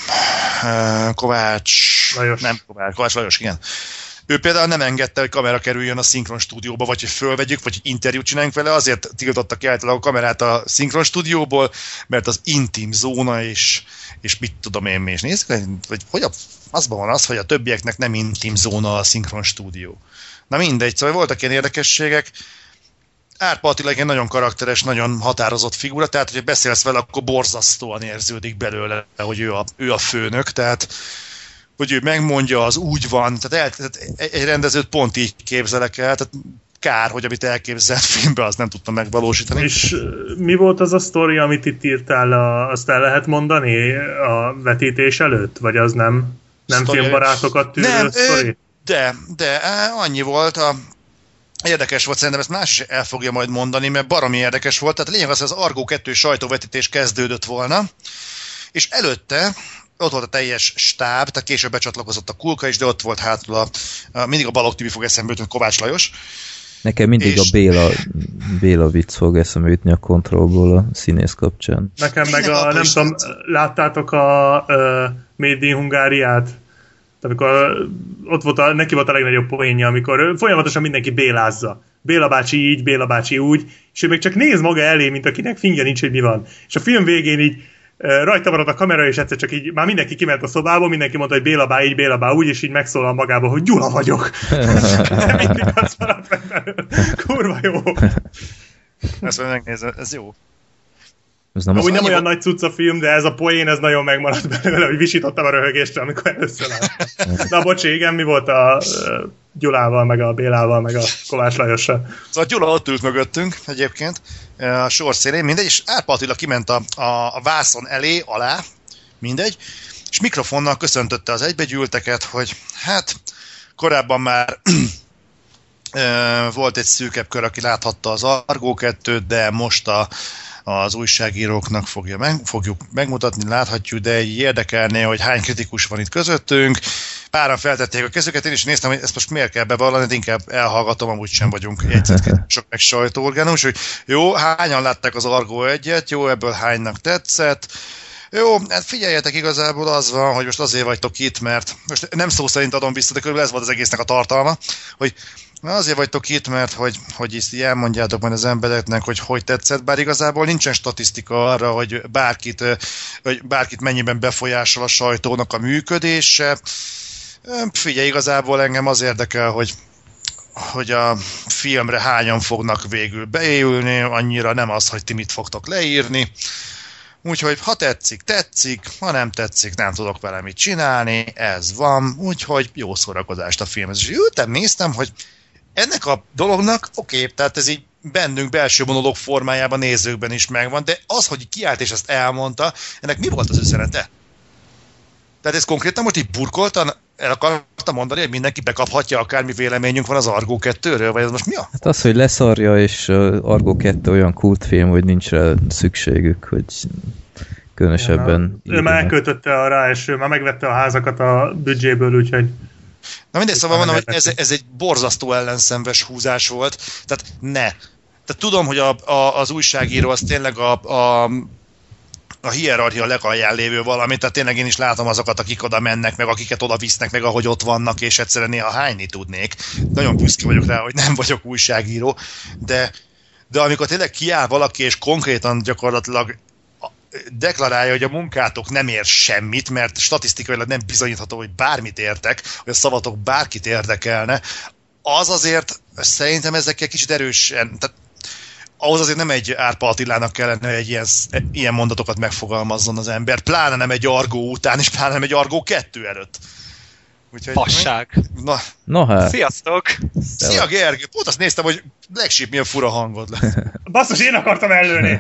S1: Kovács Lajos, igen. Ő például nem engedte, hogy kamera kerüljön a szinkron stúdióba, vagy hogy fölvegyük, vagy hogy interjút csináljunk vele, azért tiltottak ki általában a kamerát a szinkron stúdióból, mert az intim zóna, és mit tudom én mi is. Nézzük, hogy azban van az, hogy a többieknek nem intim zóna a szinkron stúdió. Na mindegy, szóval voltak ilyen érdekességek. Árpa Attila egy nagyon karakteres, nagyon határozott figura, tehát hogyha beszélsz vele, akkor borzasztóan érződik belőle, hogy ő a főnök, tehát hogy ő megmondja, az úgy van, tehát egy rendezőt pont így képzelek el, tehát kár, hogy amit elképzelt filmben, azt nem tudtam megvalósítani. És
S3: mi volt az a sztori, amit itt írtál, azt el lehet mondani a vetítés előtt? Vagy az nem filmbarátokat tűrő sztori?
S1: De annyi volt, érdekes volt, szerintem ezt más is el fogja majd mondani, mert baromi érdekes volt. Tehát a lényeg az, hogy az Argo 2 sajtóvetítés kezdődött volna, és előtte ott volt a teljes stáb, tehát később becsatlakozott a Kulka is, de ott volt hátul mindig a Balogh Tibi fog eszembe jutni, Kovács Lajos.
S2: Nekem mindig a Béla vicc fog eszembe jutni a Kontrollból a színész kapcsán.
S3: Nekem meg nem tudom, láttátok a Made in Hungáriát? Amikor ott volt neki volt a legnagyobb poénja, amikor folyamatosan mindenki bélázza. Béla bácsi így, Béla bácsi úgy, és ő még csak néz maga elé, mint akinek fingja nincs, hogy mi van. És a film végén így rajta marad a kamera, és egyszer csak így, már mindenki kiment a szobából, mindenki mondta, hogy Béla bá így, Béla bá úgy, és így megszólal magába, hogy Gyula vagyok. De mindig az maradt meg. Kurva jó.
S1: Ezt majd megnézem, ez jó.
S3: Úgy nem olyan nagy cucc a film, de ez a poén, ez nagyon megmaradt belőle, hogy visítottam a röhögésre, amikor először láttam. Na bocsi, igen, mi volt a Gyulával, meg a Bélával, meg a Kovács Lajossal?
S1: Szóval Gyula ott ült mögöttünk egyébként, a sor szélén, mindegy, és Árpa Attila kiment a vászon elé, alá, mindegy, és mikrofonnal köszöntötte az egybegyűlteket, hogy hát korábban már volt egy szűkebb kör, aki láthatta az Argo 2-t, de most az újságíróknak fogjuk megmutatni, láthatjuk, de így érdekelné, hogy hány kritikus van itt közöttünk. Páran feltették a kezüket, én is néztem, hogy ezt most miért kell bevallani, de inkább elhallgatom, amúgy sem vagyunk jegyzetkedések meg sajtóorgánus, hogy jó, hányan látták az Argo 1-et, jó, ebből hánynak tetszett. Jó, hát figyeljetek, igazából az van, hogy most azért vagytok itt, mert most nem szó szerint adom vissza, de körülbelül ez volt az egésznek a tartalma, hogy azért vagytok itt, mert hogy ezt így elmondjátok majd az embereknek, hogy tetszett, bár igazából nincsen statisztika arra, hogy bárkit mennyiben befolyásol a sajtónak a működése. Figyelj, igazából engem az érdekel, hogy a filmre hányan fognak végül beépülni, annyira nem az, hogy ti mit fogtok leírni. Úgyhogy ha tetszik, ha nem tetszik, nem tudok vele mit csinálni, ez van, úgyhogy jó szórakozást a filmhez. És ültem, néztem, hogy ennek a dolognak, oké, tehát ez így bennünk belső monológ formájában nézőkben is megvan, de az, hogy kiállt és ezt elmondta, ennek mi volt az üzenete? Tehát ez konkrétan most így burkoltan el akarta mondani, hogy mindenki bekaphatja, akármi véleményünk van az Argo 2-ről, vagy ez most mi a?
S2: Hát az, hogy leszarja, és Argo 2 olyan kultfilm, hogy nincs rá szükségük, hogy különösebben...
S3: Ő már elköltötte a ráeső, már megvette a házakat a büdzséből, úgyhogy...
S1: Na mindegy, szóval mondom, hogy ez egy borzasztó ellenszenves húzás volt, tehát ne. Tehát tudom, hogy az újságíró az tényleg a hierarchia legalján lévő valami, tehát tényleg én is látom azokat, akik oda mennek, meg akiket oda visznek, meg ahogy ott vannak, és egyszerűen néha hányni tudnék. Nagyon büszke vagyok rá, hogy nem vagyok újságíró, de amikor tényleg kiáll valaki, és konkrétan gyakorlatilag deklarálja, hogy a munkátok nem ér semmit, mert statisztikailag nem bizonyítható, hogy bármit értek, hogy a szavatok bárkit érdekelne, az azért szerintem ezekkel kicsit erősen, tehát ahhoz azért nem egy Árpa Attilának kellene, egy ilyen mondatokat megfogalmazzon az ember, pláne nem egy Argo után, és pláne nem egy Argo 2 előtt. Úgyhogy,
S5: passág!
S2: No hát.
S5: Sziasztok!
S1: Szia Gergő! Pont azt néztem, hogy legsíp milyen fura hangod lesz.
S3: Basszus, én akartam ellőni!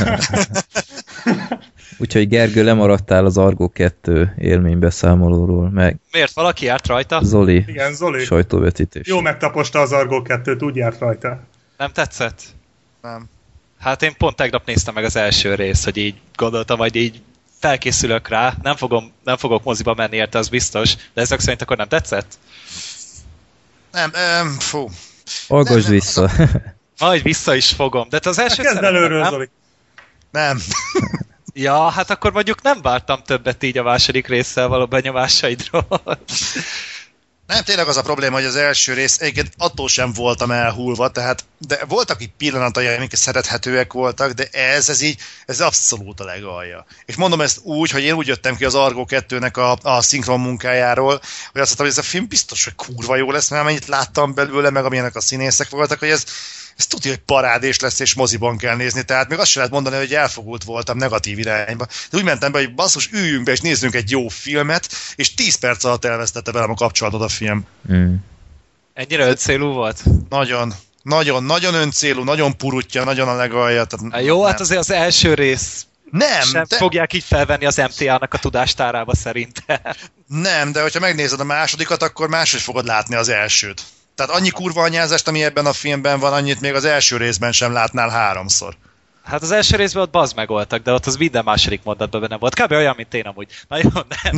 S2: Úgyhogy Gergő, lemaradtál az Argo 2 élménybeszámolóról, meg...
S5: Miért? Valaki járt rajta?
S2: Zoli.
S3: Igen, Zoli.
S2: Sajtóvetítés.
S3: Jó megtaposta az Argo 2-t, úgy járt rajta.
S5: Nem tetszett?
S1: Nem.
S5: Hát én pont tegnap néztem meg az első részt, hogy így gondoltam, hogy így felkészülök rá, nem fogok moziba menni érte, az biztos, de ezek szerint akkor nem tetszett?
S1: Nem, fú.
S2: Hallgass vissza.
S5: Majd vissza is fogom, de te az első
S3: Kezd előről, Zoli.
S1: Nem.
S5: Ja, hát akkor mondjuk nem vártam többet így a második résszel való benyomásaidról.
S1: Nem, tényleg az a probléma, hogy az első rész, egyébként attól sem voltam elhullva, de voltak itt pillanatai, amik szerethetőek voltak, de ez abszolút a legalja. És mondom ezt úgy, hogy én úgy jöttem ki az Argo 2-nek a szinkron munkájáról, hogy azt mondtam, hogy ez a film biztos, hogy kurva jó lesz, mert amennyit láttam belőle, meg amilyenek a színészek voltak, hogy ez tudja, hogy parádés lesz, és moziban kell nézni, tehát még azt sem lehet mondani, hogy elfogult voltam negatív irányba. De úgy mentem be, hogy basszus, üljünk be, és nézzünk egy jó filmet, és 10 perc alatt elvesztette velem a kapcsolatot a film.
S5: Ennyire öncélú volt?
S1: Nagyon öncélú, nagyon purutja, nagyon a legalja. Tehát
S5: jó, hát azért az első rész sem
S1: de...
S5: fogják így felvenni az MTA-nak a tudástárába szerintem.
S1: Nem, de hogyha megnézed a másodikat, akkor máshogy fogod látni az elsőt. Tehát annyi kurva anyázást, ami ebben a filmben van, annyit még az első részben sem látnál 3-szor.
S5: Hát az első részben ott bazd megoltak, de ott az minden második mondatban benne volt. Kb. Olyan, mint én amúgy. Na jó, nem.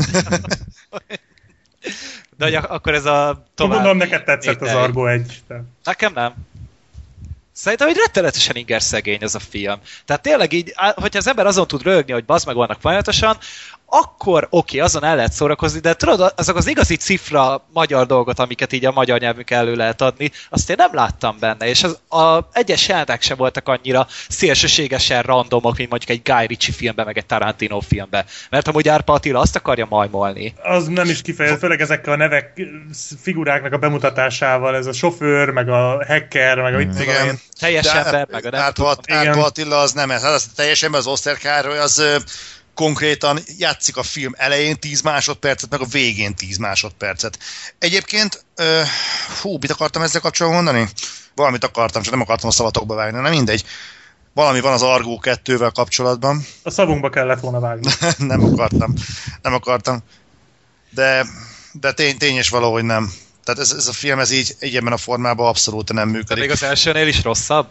S5: De hogy akkor ez a tovább...
S3: Gondolom, neked tetszett az Argo 1.
S5: Nekem nem. Szerintem, hogy rettenetesen ingerszegény ez a film. Tehát tényleg így, hogyha az ember azon tud röhögni, hogy bazd meg vannak folyamatosan, akkor oké, azon el lehet szórakozni, de tudod, azok az igazi cifra magyar dolgot, amiket így a magyar nyelvünk elő lehet adni, azt én nem láttam benne, és az egyes jelenetek sem voltak annyira szélsőségesen randomok, mint mondjuk egy Guy Ritchie filmben, meg egy Tarantino filmben. Mert amúgy Árpa Attila azt akarja majmolni.
S3: Az nem is kifejezett, főleg ezekkel a nevek, figuráknak a bemutatásával, ez a sofőr, meg a hacker, meg a itt tudom én.
S5: Teljes ember, meg a nem
S1: Árpa Attila az nem ez. Hát az teljes ember, az Oszterkáról, az konkrétan játszik a film elején 10 másodpercet, meg a végén 10 másodpercet. Egyébként, mit akartam ezzel kapcsolatban mondani? Valamit akartam, csak nem akartam a szavatokba vágni, nem mindegy. Valami van az Argo 2-vel kapcsolatban.
S3: A szavunkba kellett volna vágni.
S1: nem akartam. De tény és való, hogy nem. Tehát ez a film ez így ebben a formában abszolút nem működik.
S5: De még az elsőnél is rosszabb?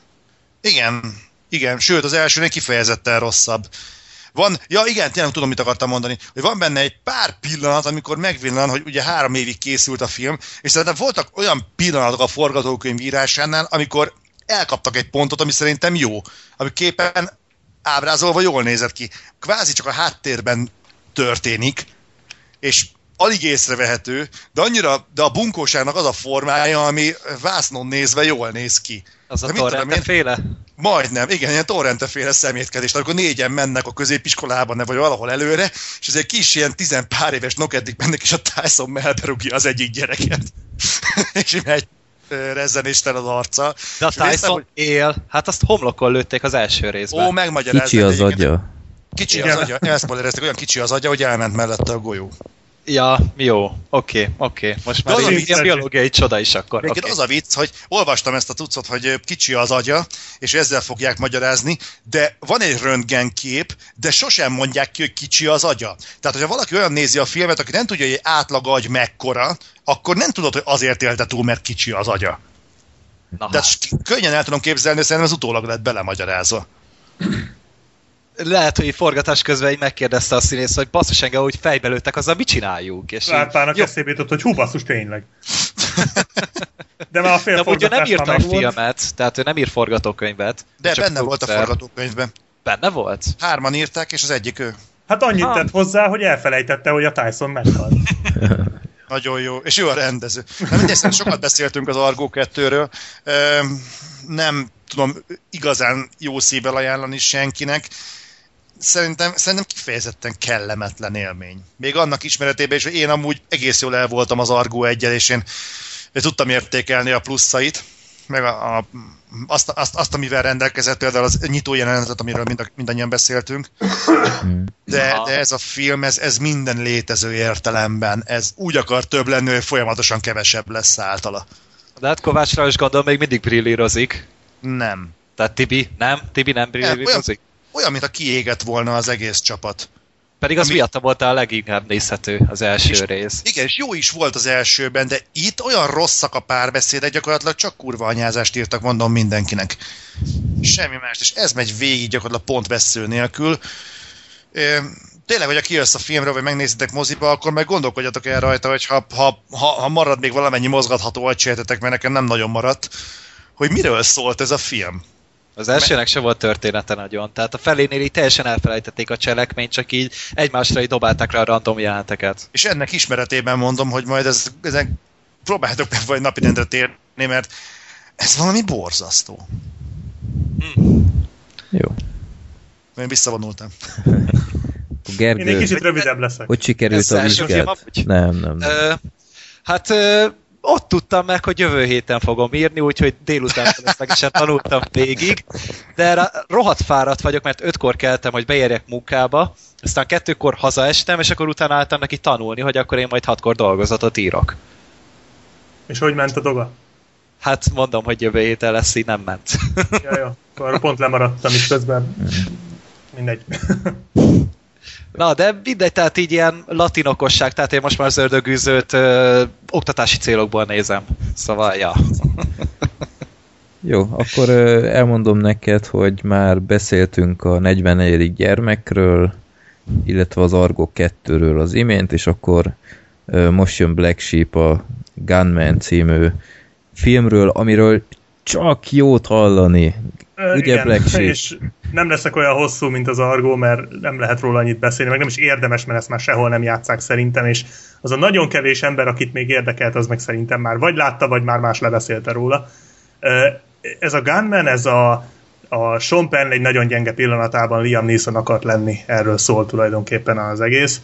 S1: Igen, sőt az elsőnél kifejezetten rosszabb. Igen, tényleg tudom, mit akartam mondani, hogy van benne egy pár pillanat, amikor megvillan, hogy ugye 3 évig készült a film, és szerintem voltak olyan pillanatok a forgatókönyv írásánál, amikor elkaptak egy pontot, ami szerintem jó, ami képen ábrázolva jól nézett ki. Kvázi csak a háttérben történik, és alig észrevehető, de a bunkóságnak az a formája, ami vásznon nézve jól néz ki.
S5: Az a Torrente féle?
S1: Majdnem, igen, ilyen torrenteféle szemétkedés, amikor 4-en mennek a középiskolában, vagy valahol előre, és ez egy kis ilyen 10 pár éves nokeddig mennek, és a Tyson melberúgja az egyik gyereket. És megy rezzenésten az arca.
S5: De a Tyson él, hát azt homlokon lőtték az első részben.
S1: Ó, megmagyarázzák.
S2: Kicsi az agya.
S1: Kicsi az agya, elszpoilereztek, olyan kicsi az agya, hogy elment mellette a golyó.
S5: Ja, jó, oké. Most már ilyen biológiai csoda is akkor.
S1: Okay. Az a vicc, hogy olvastam ezt a tucot, hogy kicsi az agya, és ezzel fogják magyarázni, de van egy röntgenkép, de sosem mondják ki, hogy kicsi az agya. Tehát, hogyha valaki olyan nézi a filmet, aki nem tudja, hogy egy átlag agy mekkora, akkor nem tudod, hogy azért élte túl, mert kicsi az agya. Tehát könnyen el tudom képzelni, hogy szerintem az utólag lett belemagyarázva.
S5: Lehet, hogy forgatás közben így megkérdezte a színész, hogy basszus engem, hogy fejbe lőttek, azzal mit csináljuk? És
S3: Látpának eszébe jutott, hogy hú, basszus, tényleg. De már a
S5: félforgatás nem írta a filmet, tehát ő nem ír forgatókönyvet.
S1: De benne volt a forgatókönyvben.
S5: Benne volt?
S1: 3 írták, és az egyik ő.
S3: Hát annyit tett hozzá, hogy elfelejtette, hogy a Tyson meghalt.
S1: Nagyon jó, és ő a rendező. Mindegy, sokat beszéltünk az Argo 2-ről. Nem tudom igazán jó szívvel ajánlani senkinek. Szerintem kifejezetten kellemetlen élmény. Még annak ismeretében is, hogy én amúgy egész jól el voltam az Argo 1-jel, és én tudtam értékelni a pluszait, meg azt, amivel rendelkezett, például az nyitó jelenetet, amiről mindannyian beszéltünk. De ez a film, ez minden létező értelemben, ez úgy akar több lenni, hogy folyamatosan kevesebb lesz általa.
S5: De hát Kovács Lajos gondolom még mindig brillírozik.
S1: Nem.
S5: Tehát Tibi nem brillírozik?
S1: Olyan, mintha kiégett volna az egész csapat.
S5: Pedig az miatt volt a leginkább nézhető az első rész.
S1: Igen, és jó is volt az elsőben, de itt olyan rosszak a párbeszédek, gyakorlatilag csak kurva anyázást írtak, mondom mindenkinek. Semmi más, és ez megy végig gyakorlatilag pontvesző nélkül. Tényleg, hogyha kijössz a filmről, vagy megnézitek moziba, akkor meg gondolkodjatok el rajta, hogy ha marad még valamennyi mozgatható agysejtetek, mert nekem nem nagyon maradt, hogy miről szólt ez a film.
S5: Az elsőnek se volt története nagyon. Tehát a felénél így teljesen elfelejtették a cselekményt, csak így egymásra így dobálták rá a random jelenteket.
S1: És ennek ismeretében mondom, hogy majd ezen próbáltok meg vagy napirendre térni, mert ez valami borzasztó.
S2: Jó.
S1: Én visszavonultam.
S2: Gergő,
S3: én egy kicsit rövidebb leszek.
S2: Hogy sikerült a vizsgát? Nem.
S5: Ott tudtam meg, hogy jövő héten fogom írni, úgyhogy délután feleslegesen tanultam végig, de rohadt fáradt vagyok, mert 5-kor keltem, hogy beérjek munkába, aztán 2-kor hazaestem, és akkor utána álltam neki tanulni, hogy akkor én majd 6-kor dolgozatot írok.
S3: És hogy ment a dolga?
S5: Hát mondom, hogy jövő héten lesz, így nem ment.
S3: Jó, akkor pont lemaradtam is közben. Mindegy.
S5: Na, de mindegy, tehát így ilyen latin okosság, tehát én most már az ördögűzőt oktatási célokból nézem. Szóval, ja.
S2: Jó, akkor elmondom neked, hogy már beszéltünk a 44. gyermekről, illetve az Argo 2-ről az imént, és akkor most jön Black Sheep, a Gunman című filmről, amiről csak jót hallani. Ugye,
S3: igen,
S2: Black Sheep?
S3: És nem leszek olyan hosszú, mint az Argo, mert nem lehet róla annyit beszélni, meg nem is érdemes, mert ezt már sehol nem játsszák szerintem, és az a nagyon kevés ember, akit még érdekelt, az meg szerintem már vagy látta, vagy már más lebeszélte róla. Ez a Gunman, ez a Sean Penn egy nagyon gyenge pillanatában Liam Neeson akart lenni, erről szól tulajdonképpen az egész.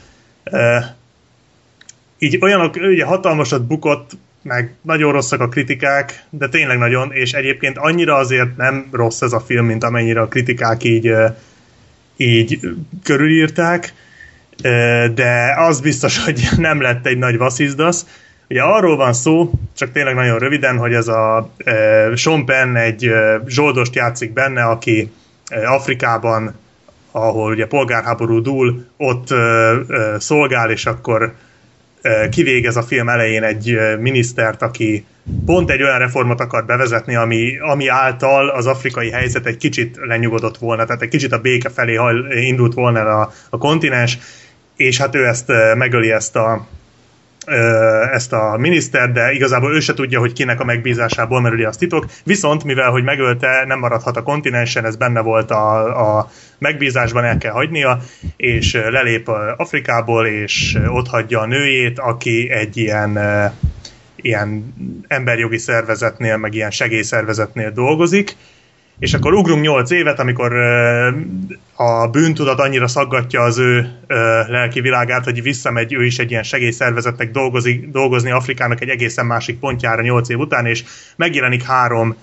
S3: Így olyanok, ugye hatalmasat bukott, meg nagyon rosszak a kritikák, de tényleg nagyon, és egyébként annyira azért nem rossz ez a film, mint amennyire a kritikák így körülírták, de az biztos, hogy nem lett egy nagy vasszizdasz. Ugye arról van szó, csak tényleg nagyon röviden, hogy ez a Sean Penn egy zsoldost játszik benne, aki Afrikában, ahol ugye polgárháború dúl, ott szolgál, és akkor kivégez a film elején egy minisztert, aki pont egy olyan reformot akar bevezetni, ami által az afrikai helyzet egy kicsit lenyugodott volna, tehát egy kicsit a béke felé indult volna a kontinens, és hát ő ezt megöli ezt a minisztert, de igazából ő se tudja, hogy kinek a megbízásából merüli az titok, viszont mivel, hogy megölte, nem maradhat a kontinensen, ez benne volt a megbízásban, el kell hagynia, és lelép Afrikából, és ott hagyja a nőjét, aki egy ilyen emberjogi szervezetnél, meg ilyen segélyszervezetnél dolgozik, És akkor ugrunk 8 évet, amikor a bűntudat annyira szaggatja az ő lelki világát, hogy visszamegy ő is egy ilyen segélyszervezetnek dolgozni Afrikának egy egészen másik pontjára 8 év után, és megjelenik 3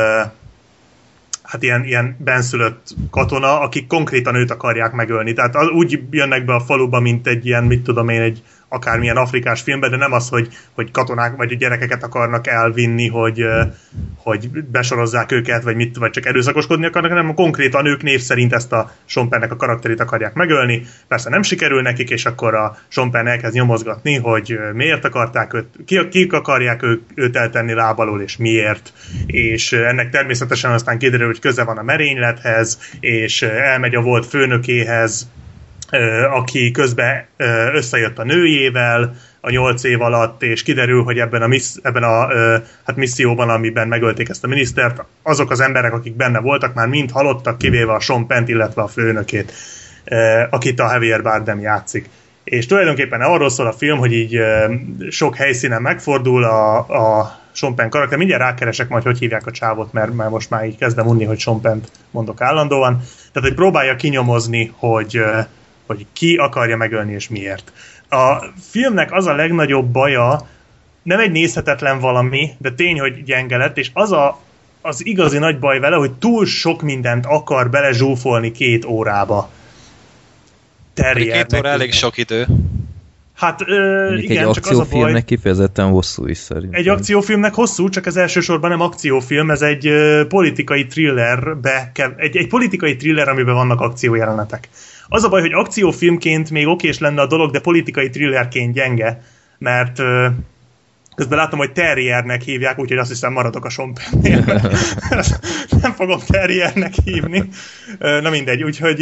S3: hát ilyen benszülött katona, akik konkrétan őt akarják megölni. Tehát úgy jönnek be a faluba, mint egy ilyen, mit tudom én, egy akármilyen afrikás filmben, de nem az, hogy katonák vagy gyerekeket akarnak elvinni, hogy besorozzák őket, vagy csak erőszakoskodni akarnak, hanem konkrétan ők név szerint ezt a Sean Penn-nek a karakterét akarják megölni. Persze nem sikerül nekik, és akkor a Sean Penn elkezd nyomozgatni, hogy miért akarták őt, kik akarják őt eltenni láb alól, és miért. És ennek természetesen aztán kiderül, hogy köze van a merénylethez, és elmegy a volt főnökéhez, aki közben összejött a nőjével a 8 év alatt, és kiderül, hogy ebben a misszióban, amiben megölték ezt a minisztert, azok az emberek, akik benne voltak, már mind halottak, kivéve a Sean Penn-t, illetve a főnökét, akit a Javier Bardem játszik. És tulajdonképpen arról szól a film, hogy így sok helyszínen megfordul a Sean Penn karakter. Mindjárt rákeresek majd, hogy hívják a csávot, mert most már így kezdem unni, hogy Sean Penn-t mondok állandóan. Tehát, hogy próbálja kinyomozni, hogy ki akarja megölni és miért. A filmnek az a legnagyobb baja, nem egy nézhetetlen valami, de tény, hogy gyenge lett, és az igazi nagy baj vele, hogy túl sok mindent akar belezsúfolni 2 órába.
S5: 2 óra elég sok idő.
S3: Hát
S2: igen, csak az a baj... kifejezetten hosszú is szerintem.
S3: Egy akciófilmnek hosszú, csak ez elsősorban nem akciófilm, ez egy politikai thrillerbe, egy politikai thriller, amiben vannak akciójelenetek. Az a baj, hogy akciófilmként még okés lenne a dolog, de politikai thrillerként gyenge, mert közben látom, hogy Terriernek hívják, úgyhogy azt hiszem maradok a Sean Penn-nél. Nem fogom Terriernek hívni. Na mindegy, úgyhogy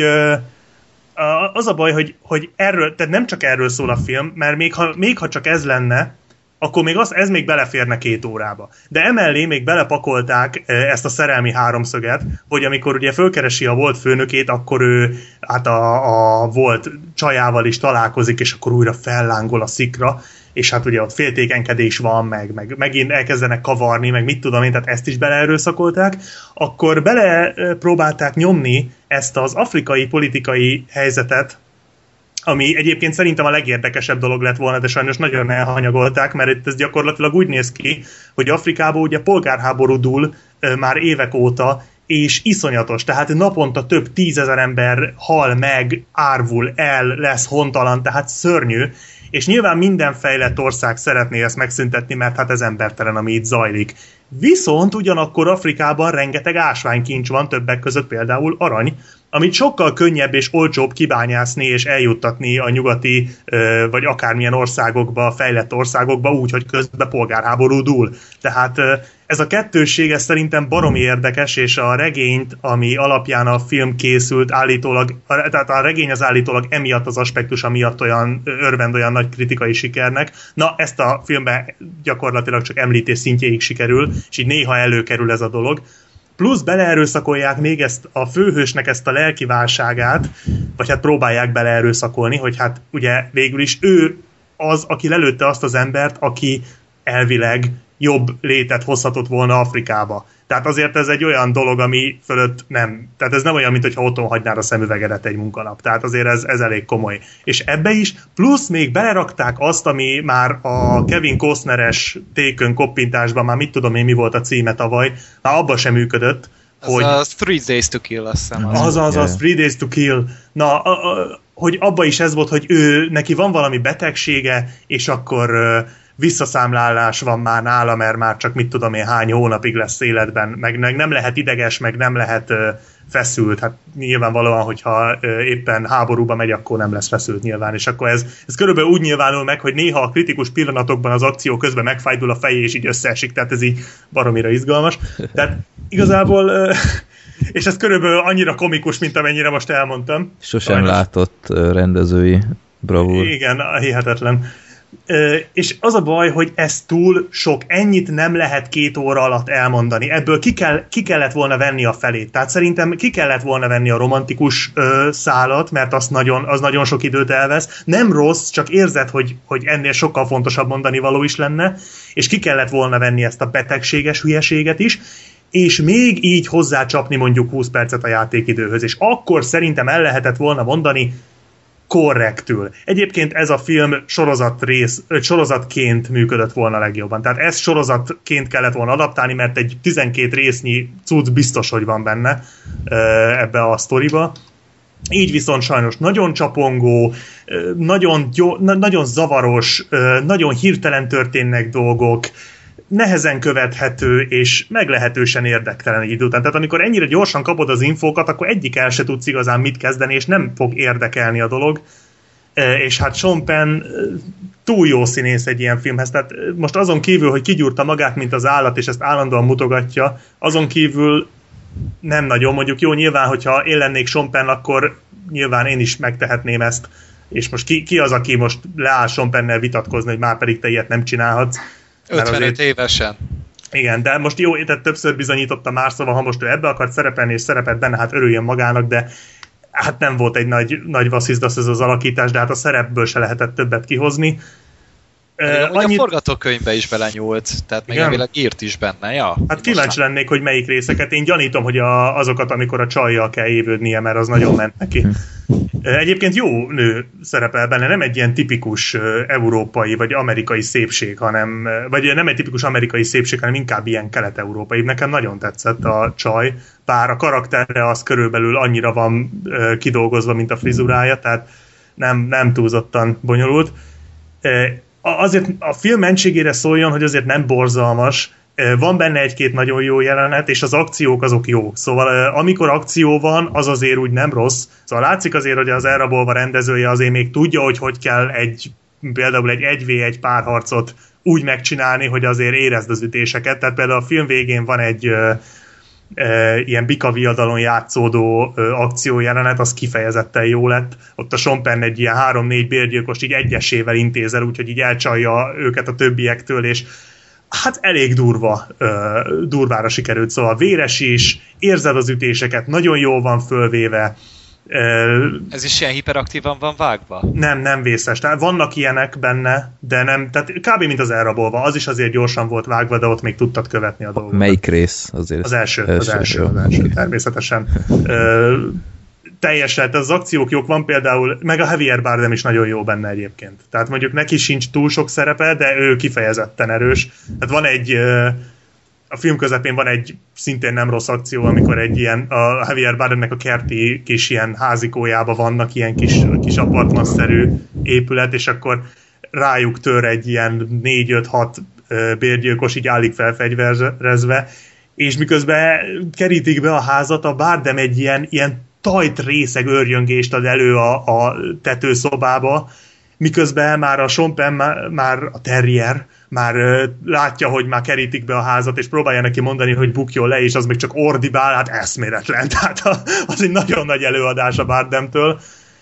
S3: az a baj, hogy erről, tehát nem csak erről szól a film, mert még ha csak ez lenne, akkor még ez még beleférne 2 órába. De emellé még belepakolták ezt a szerelmi háromszöget, hogy amikor ugye fölkeresi a volt főnökét, akkor ő hát a volt csajával is találkozik, és akkor újra fellángol a szikra, és hát ugye ott féltékenkedés van, meg megint elkezdenek kavarni, meg mit tudom én, tehát ezt is beleerőszakolták, akkor belepróbálták nyomni ezt az afrikai politikai helyzetet, ami egyébként szerintem a legérdekesebb dolog lett volna, de sajnos nagyon elhanyagolták, mert itt ez gyakorlatilag úgy néz ki, hogy Afrikában ugye polgárháború dúl már évek óta, és iszonyatos, tehát naponta több 10 000 ember hal meg, árvul el, lesz hontalan, tehát szörnyű, és nyilván minden fejlett ország szeretné ezt megszüntetni, mert hát ez embertelen, ami itt zajlik. Viszont ugyanakkor Afrikában rengeteg ásványkincs van, többek között például arany, amit sokkal könnyebb és olcsóbb kibányászni és eljuttatni a nyugati vagy akármilyen országokba, fejlett országokba úgy, hogy közben polgárháború dúl. Tehát ez a kettősség, ez szerintem baromi érdekes, és a regényt, ami alapján a film készült, állítólag, tehát a regény az állítólag emiatt az aspektusa miatt örvend olyan nagy kritikai sikernek. Na, ezt a filmben gyakorlatilag csak említés szintjéig sikerül, és így néha előkerül ez a dolog. Plusz beleerőszakolják még a főhősnek ezt a lelki válságát, vagy hát próbálják beleerőszakolni, hogy hát ugye végül is ő az, aki lelőtte azt az embert, aki elvileg jobb létet hozhatott volna Afrikába. Tehát azért ez egy olyan dolog, ami fölött nem. Tehát ez nem olyan, mint hogyha otthon hagynád a szemüvegedet egy munkanap. Tehát azért ez elég komoly. És ebbe is, plusz még belerakták azt, ami már a Kevin Costner-es Taken koppintásban, már mit tudom én, mi volt a címe tavaly, már abban sem működött.
S5: Az 3 Days to Kill, azt hiszem.
S3: Az 3 Days to Kill. Na, hogy abba is ez volt, hogy neki van valami betegsége, és akkor visszaszámlálás van már nála, mert már csak mit tudom én hány hónapig lesz életben, meg nem lehet ideges, meg nem lehet feszült. Hát nyilvánvalóan, hogyha éppen háborúba megy, akkor nem lesz feszült nyilván. És akkor ez körülbelül úgy nyilvánul meg, hogy néha a kritikus pillanatokban az akció közben megfájdul a feje, és így összeesik, tehát ez így baromira izgalmas. Tehát igazából... és ez körülbelül annyira komikus, mint amennyire most elmondtam.
S2: Sosem sajnos látott rendezői bravúr.
S3: Igen, hihetetlen. És az a baj, hogy ez túl sok, ennyit nem lehet 2 óra alatt elmondani. Ebből ki kellett volna venni a felét. Tehát szerintem ki kellett volna venni a romantikus szálat, mert az nagyon sok időt elvesz. Nem rossz, csak érzed, hogy ennél sokkal fontosabb mondani való is lenne, és ki kellett volna venni ezt a betegséges hülyeséget is, és még így hozzácsapni mondjuk 20 percet a játékidőhöz, és akkor szerintem el lehetett volna mondani korrektül. Egyébként ez a film sorozatként működött volna legjobban. Tehát ezt sorozatként kellett volna adaptálni, mert egy 12 résznyi cucc biztos, hogy van benne ebbe a sztoriba. Így viszont sajnos nagyon csapongó, nagyon zavaros, nagyon hirtelen történnek dolgok, nehezen követhető, és meglehetősen érdektelen egy idő után. Tehát amikor ennyire gyorsan kapod az infókat, akkor egyik el se tudsz igazán mit kezdeni, és nem fog érdekelni a dolog. És hát Sean Penn túl jó színész egy ilyen filmhez. Tehát most azon kívül, hogy kigyúrta magát, mint az állat, és ezt állandóan mutogatja, azon kívül nem nagyon. Mondjuk jó, nyilván, hogyha én lennék Sean Penn, akkor nyilván én is megtehetném ezt. És most ki az, aki most leáll Sean Pennnel vitatkozni, hogy már pedig te ilyet nem csinálhatsz.
S5: 55 évesen.
S3: Igen, de most jó, tehát többször bizonyította már, szóval ha most ő ebbe akart szerepelni, és szerepelt benne, hát örüljön magának, de hát nem volt egy nagy vasszizdasz ez az alakítás, de hát a szerepből se lehetett többet kihozni.
S5: A forgatókönyvbe is belenyúlt, tehát még elvileg írt is benne, ja.
S3: Hát kíváncsi lennék, hogy melyik részeket. Én gyanítom, hogy azokat, amikor a csajjal kell évődnie, mert az nagyon ment neki. Egyébként jó nő szerepel benne, nem egy ilyen tipikus európai vagy amerikai szépség, vagy nem egy tipikus amerikai szépség, hanem inkább ilyen kelet-európai. Nekem nagyon tetszett a csaj, bár a karakterre az körülbelül annyira van kidolgozva, mint a frizurája, tehát nem túlzottan bonyolult. Azért a film mentségére szóljon, hogy azért nem borzalmas, van benne egy-két nagyon jó jelenet, és az akciók azok jók. Szóval amikor akció van, az azért úgy nem rossz. Szóval látszik azért, hogy az Elrabolva rendezője azért még tudja, hogy kell például egy 1v1 párharcot úgy megcsinálni, hogy azért érezd az ütéseket. Tehát például a film végén van egy ilyen bikaviadalon játszódó akciójelenet, az kifejezetten jó lett. Ott a Sean Penn egy ilyen 3-4 bérgyilkost így egyesével intézel, úgyhogy így elcsalja őket a többiektől, és hát elég durvára sikerült, szóval véres is, érzed az ütéseket, nagyon jól van fölvéve.
S5: Ez is ilyen hiperaktívan van vágva?
S3: Nem vészes. Tehát vannak ilyenek benne, de nem, tehát kb. Mint az Elrabolva. Az is azért gyorsan volt vágva, de ott még tudtad követni a dolgokat.
S2: Melyik rész azért?
S3: Az első természetesen. Teljesen, az akciók jók, van például, meg a Javier Bardem is nagyon jó benne egyébként. Tehát mondjuk neki sincs túl sok szerepe, de ő kifejezetten erős. Tehát van a film közepén van egy szintén nem rossz akció, amikor egy ilyen, a Javier Bardemnek a kerti kis ilyen házikójába vannak ilyen kis apartmanszerű épület, és akkor rájuk tör egy ilyen 4-5-6 bérgyilkos, így állik felfegyverezve, és miközben kerítik be a házat, a Bardem egy ilyen tajt részeg őrjöngést ad elő a tetőszobába, miközben már a Sean Penn, már a terrier, már látja, hogy már kerítik be a házat, és próbálja neki mondani, hogy bukjon le, és az még csak ordibál, hát eszméletlen. Tehát az egy nagyon nagy előadás a Bardemtől.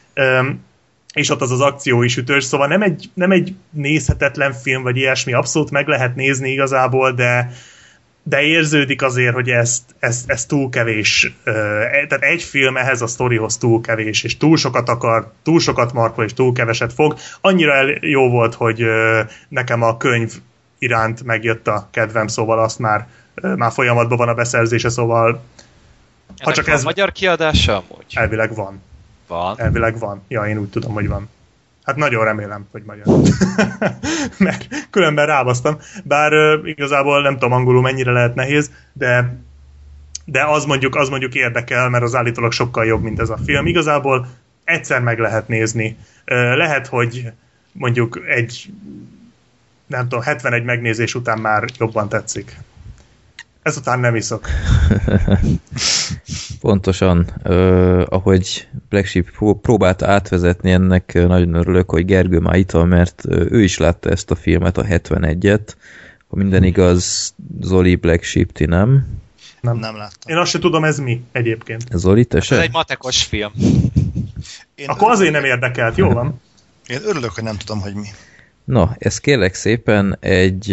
S3: És ott az akció is ütős, szóval nem egy nézhetetlen film, vagy ilyesmi, abszolút meg lehet nézni igazából, de érződik azért, hogy ez túl kevés. Tehát egy film ehhez a sztorihoz túl kevés, és túl sokat akar, túl sokat markol, és túl keveset fog. Annyira jó volt, hogy nekem a könyv iránt megjött a kedvem, szóval azt már folyamatban van a beszerzése, szóval...
S5: Ha csak ez magyar kiadása amúgy?
S3: Elvileg van.
S5: Van?
S3: Elvileg van. Ja, én úgy tudom, hogy van. Hát nagyon remélem, hogy magyar. Mert különben rábasztam. Bár igazából nem tudom angolul mennyire lehet nehéz, de az mondjuk érdekel, mert az állítólag sokkal jobb, mint ez a film. Igazából egyszer meg lehet nézni. Lehet, hogy mondjuk nem tudom, 71 megnézés után már jobban tetszik. Ezután nem iszok.
S2: Pontosan, ahogy Black Sheep próbálta átvezetni, ennek nagyon örülök, hogy Gergő már itt van, mert ő is látta ezt a filmet, a 71-et. Ha minden igaz, Zoli, Black Sheep, ti nem?
S3: Nem láttam. Én azt sem tudom, ez mi egyébként.
S2: Zoli, te se?
S5: Ez egy matekos film.
S3: Akkor azért nem érdekelt, jó van?
S1: Én örülök, hogy nem tudom, hogy mi.
S2: Na, ez kérlek szépen egy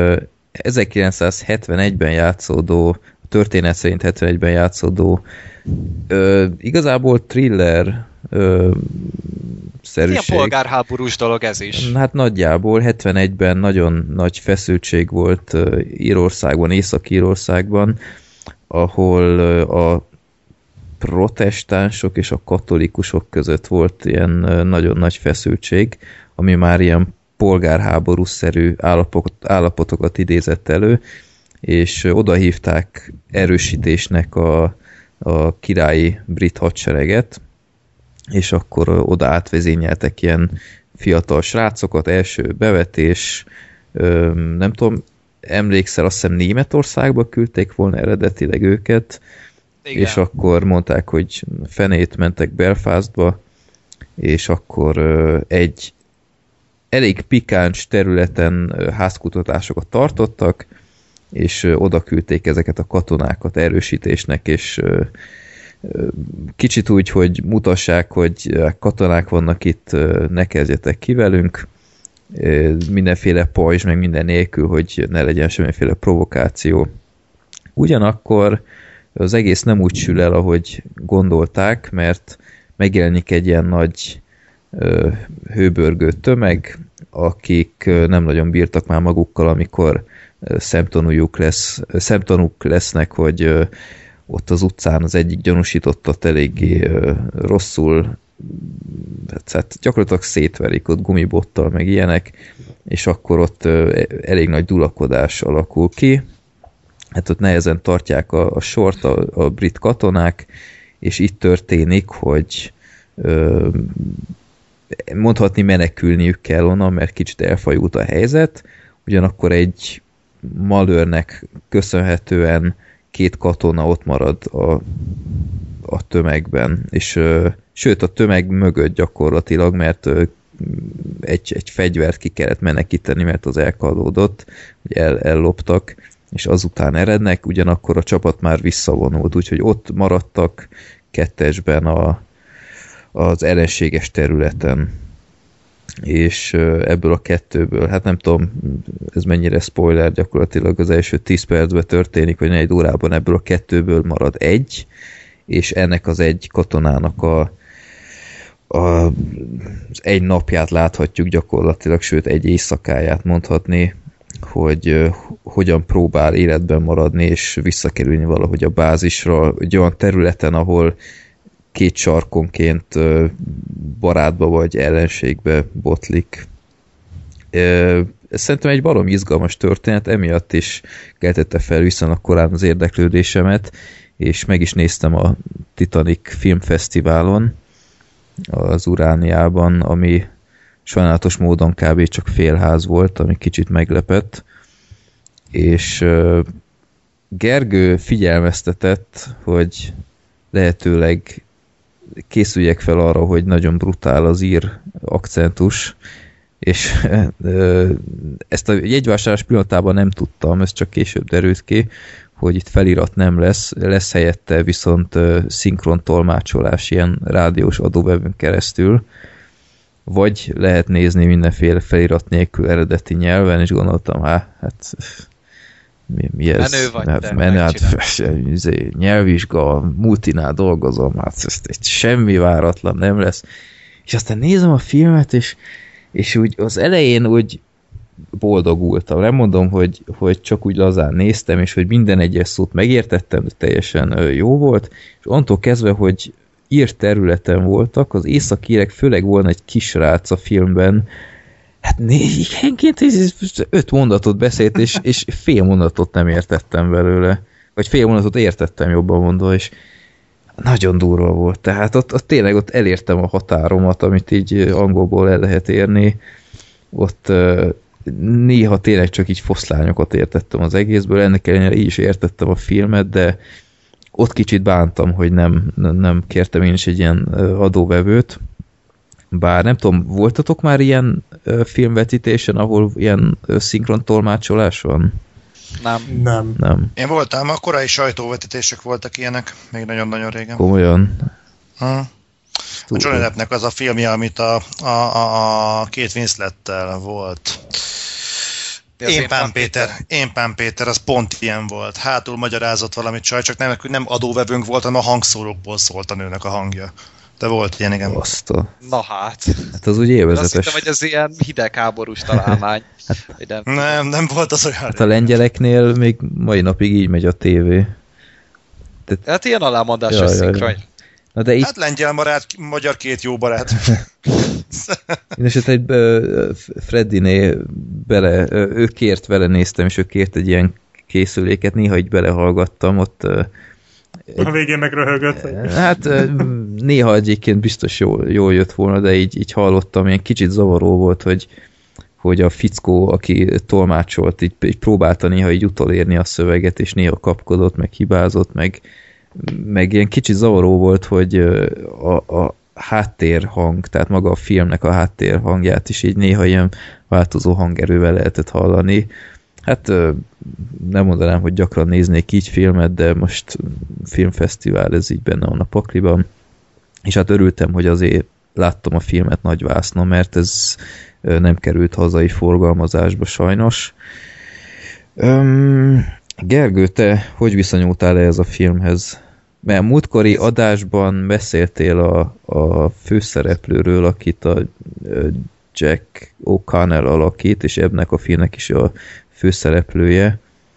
S2: 1971-ben játszódó, történet szerint 71-ben játszódó igazából thriller szerűség.
S5: Ilyen polgárháborús dolog ez is.
S2: Hát nagyjából 71-ben nagyon nagy feszültség volt Írországban, Észak-Írországban. ahol a protestánsok és a katolikusok között volt ilyen nagyon nagy feszültség, ami már ilyen polgárháborúszerű állapotokat idézett elő, és odahívták erősítésnek a királyi brit hadsereget, és akkor oda átvezényeltek ilyen fiatal srácokat, első bevetés, nem tudom, emlékszel, azt hiszem Németországba küldték volna eredetileg őket, igen. És akkor mondták, hogy fenét mentek Belfastba, és akkor egy elég pikáns területen házkutatásokat tartottak, és oda küldték ezeket a katonákat erősítésnek, és kicsit úgy, hogy mutassák, hogy katonák vannak itt, ne kezdjetek ki velünk, mindenféle pajzs, meg minden nélkül, hogy ne legyen semmiféle provokáció. Ugyanakkor az egész nem úgy sül el, ahogy gondolták, mert megjelenik egy ilyen nagy hőbörgő tömeg, akik nem nagyon bírtak már magukkal, amikor szemtanúk lesznek, hogy ott az utcán az egyik gyanúsítottat eléggé rosszul, hát gyakorlatilag szétverik ott gumibottal, meg ilyenek, és akkor ott elég nagy dulakodás alakul ki. Hát ott nehezen tartják a sort a brit katonák, és itt történik, hogy mondhatni menekülniük kell onnan, mert kicsit elfajult a helyzet, ugyanakkor egy malőrnek köszönhetően 2 katona ott marad a tömegben, és sőt a tömeg mögött gyakorlatilag, mert egy fegyvert ki kellett menekíteni, mert az elkallódott, hogy elloptak, és azután erednek, ugyanakkor a csapat már visszavonult, úgyhogy ott maradtak kettesben az ellenséges területen. És ebből a 2-ből, hát nem tudom, ez mennyire spoiler, gyakorlatilag az első 10 percben történik, vagy 4 órában ebből a 2-ből marad 1, és ennek az egy katonának az egy napját láthatjuk gyakorlatilag, sőt egy éjszakáját mondhatni, hogy hogyan próbál életben maradni, és visszakerülni valahogy a bázisra, egy olyan területen, ahol 2 sarkonként barátba vagy ellenségbe botlik. Ez szerintem egy baromi izgalmas történet, emiatt is keltette fel viszonylag korán az érdeklődésemet, és meg is néztem a Titanic filmfesztiválon az Urániában, ami sajnálatos módon kb. Csak félház volt, ami kicsit meglepett, és Gergő figyelmeztetett, hogy lehetőleg készüljek fel arra, hogy nagyon brutál az ír akcentus, és ezt a jegyvásárlás pillanatában nem tudtam, ez csak később derült ki, hogy itt felirat nem lesz helyette viszont szinkron tolmácsolás ilyen rádiós adóbevőn keresztül, vagy lehet nézni mindenféle felirat nélkül eredeti nyelven, és gondoltam, hát mi ez?
S5: Menő vagy
S2: menő, hát nyelvvizsga, multinál dolgozom, hát ez semmi váratlan nem lesz. És aztán nézem a filmet, és úgy az elején úgy boldogultam. Nem mondom, hogy csak úgy lazán néztem, és hogy minden egyes szót megértettem, de teljesen jó volt, és onnantól kezdve, hogy ír területen voltak, az északírek főleg volna egy kisrác a filmben, hát ilyenként 5 mondatot beszélt, és fél mondatot nem értettem belőle. Vagy fél mondatot értettem, jobban mondva, és nagyon durva volt. Tehát ott tényleg ott elértem a határomat, amit így angolból el lehet érni. Ott néha tényleg csak így foszlányokat értettem az egészből, ennek ellenére így is értettem a filmet, de ott kicsit bántam, hogy nem kértem én is egy ilyen adóvevőt. Bár nem tudom, voltatok már ilyen filmvetítésen, ahol ilyen szinkron tolmácsolás van? Nem.
S1: Én voltam, a korai sajtóvetítések voltak ilyenek, még nagyon-nagyon régen.
S2: Komolyan?
S1: A Johnny Deppnek az a filmje, amit a Kate Winslettel volt. Én Pán Péter, az pont ilyen volt. Hátul magyarázott valamit csaj, csak nem adóvevőnk volt, hanem a hangszórókból szólt a nőnek a hangja. De volt ilyen, igen.
S5: Na hát.
S2: Hát az úgy élvezetes.
S5: Azt hittem, hogy ez ilyen hidegháborús találmány.
S1: Nem volt az olyan.
S2: Hát a lengyeleknél még mai napig így megy a tévé.
S5: Hát ilyen alámondásos szinkron.
S2: Na de itt...
S1: Hát lengyel barát, magyar két jó barát.
S2: Mindenesetre Freddiné ő kért vele, néztem, és ő kért egy ilyen készüléket, néha így belehallgattam, ott...
S3: A végén megröhögött.
S2: Hát néha egyébként biztos jól jött volna, de így hallottam, ilyen kicsit zavaró volt, hogy a fickó, aki tolmácsolt, így próbálta néha így utolérni a szöveget, és néha kapkodott, meg hibázott, meg ilyen kicsit zavaró volt, hogy a háttérhang, tehát maga a filmnek a háttérhangját is így néha ilyen változó hangerővel lehetett hallani. Hát nem mondanám, hogy gyakran néznék így filmet, de most filmfesztivál, ez így benne van a pakliban. És hát örültem, hogy azért láttam a filmet nagyvásznon, mert ez nem került hazai forgalmazásba sajnos. Gergő, te hogy viszonyultál ez a filmhez? Mert múltkori adásban beszéltél a főszereplőről, akit a Jack O'Connell alakít, és ebben a filmnek is a főszereplője.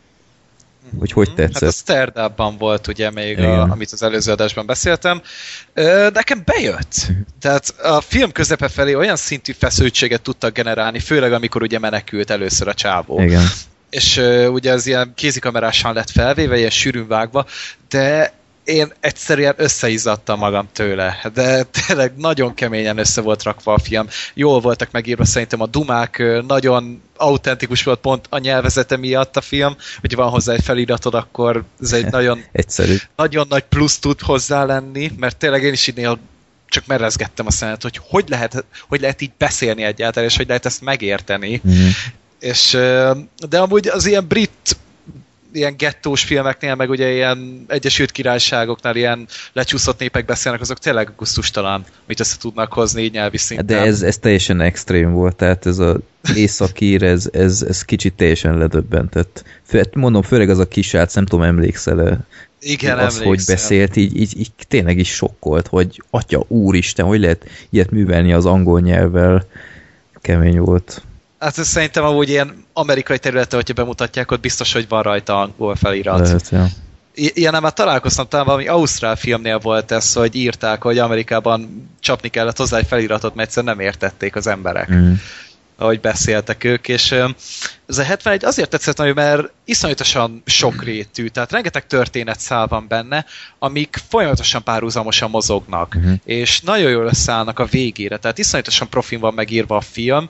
S2: Hogy tetszett?
S5: Hát a Stardában volt ugye még, amit az előző adásban beszéltem. Nekem bejött. Tehát a film közepe felé olyan szintű feszültséget tudtak generálni, főleg amikor ugye menekült először a csávó.
S2: Igen.
S5: És ugye az ilyen kézikamerásan lett felvéve, ilyen sűrűn vágva, de én egyszerűen összeizzadtam magam tőle, de tényleg nagyon keményen össze volt rakva a film. Jól voltak megírva szerintem a dumák, nagyon autentikus volt pont a nyelvezete miatt a film, hogy van hozzá egy feliratod, akkor ez egy nagyon, nagyon nagy plusz tud hozzá lenni, mert tényleg én is így néha csak merezgettem a szemet, hogy lehet így beszélni egyáltalán, és hogy lehet ezt megérteni. És, de amúgy az ilyen brit ilyen gettós filmeknél, meg ugye ilyen Egyesült Királyságoknál ilyen lecsúszott népek beszélnek, azok tényleg gusztustalan, mit össze tudnak hozni így nyelvi szinten.
S2: De ez teljesen extrém volt, tehát ez az északír, ez kicsit teljesen ledöbbentett. Mondom, főleg az a kisrác, nem tudom, emlékszel-e?
S5: Igen,
S2: az, hogy beszélt, így tényleg is sokkolt, hogy atya úristen, hogy lehet ilyet művelni az angol nyelvvel. Kemény volt.
S5: Hát ez szerintem amúgy ilyen amerikai területen, hogyha bemutatják, ott biztos, hogy van rajta angol felirat.
S2: Lehet, ja.
S5: Ilyennel már találkoztam, talán valami ausztrál filmnél volt ez, hogy írták, hogy Amerikában csapni kellett hozzá egy feliratot, mert egyszerűen nem értették az emberek, ahogy beszéltek ők, és ez a 71 azért tetszett, mert iszonyatosan sokrétű, tehát rengeteg történetszál van benne, amik folyamatosan párhuzamosan mozognak, és nagyon jól összeállnak a végére, tehát iszonyatosan profin van megírva a film.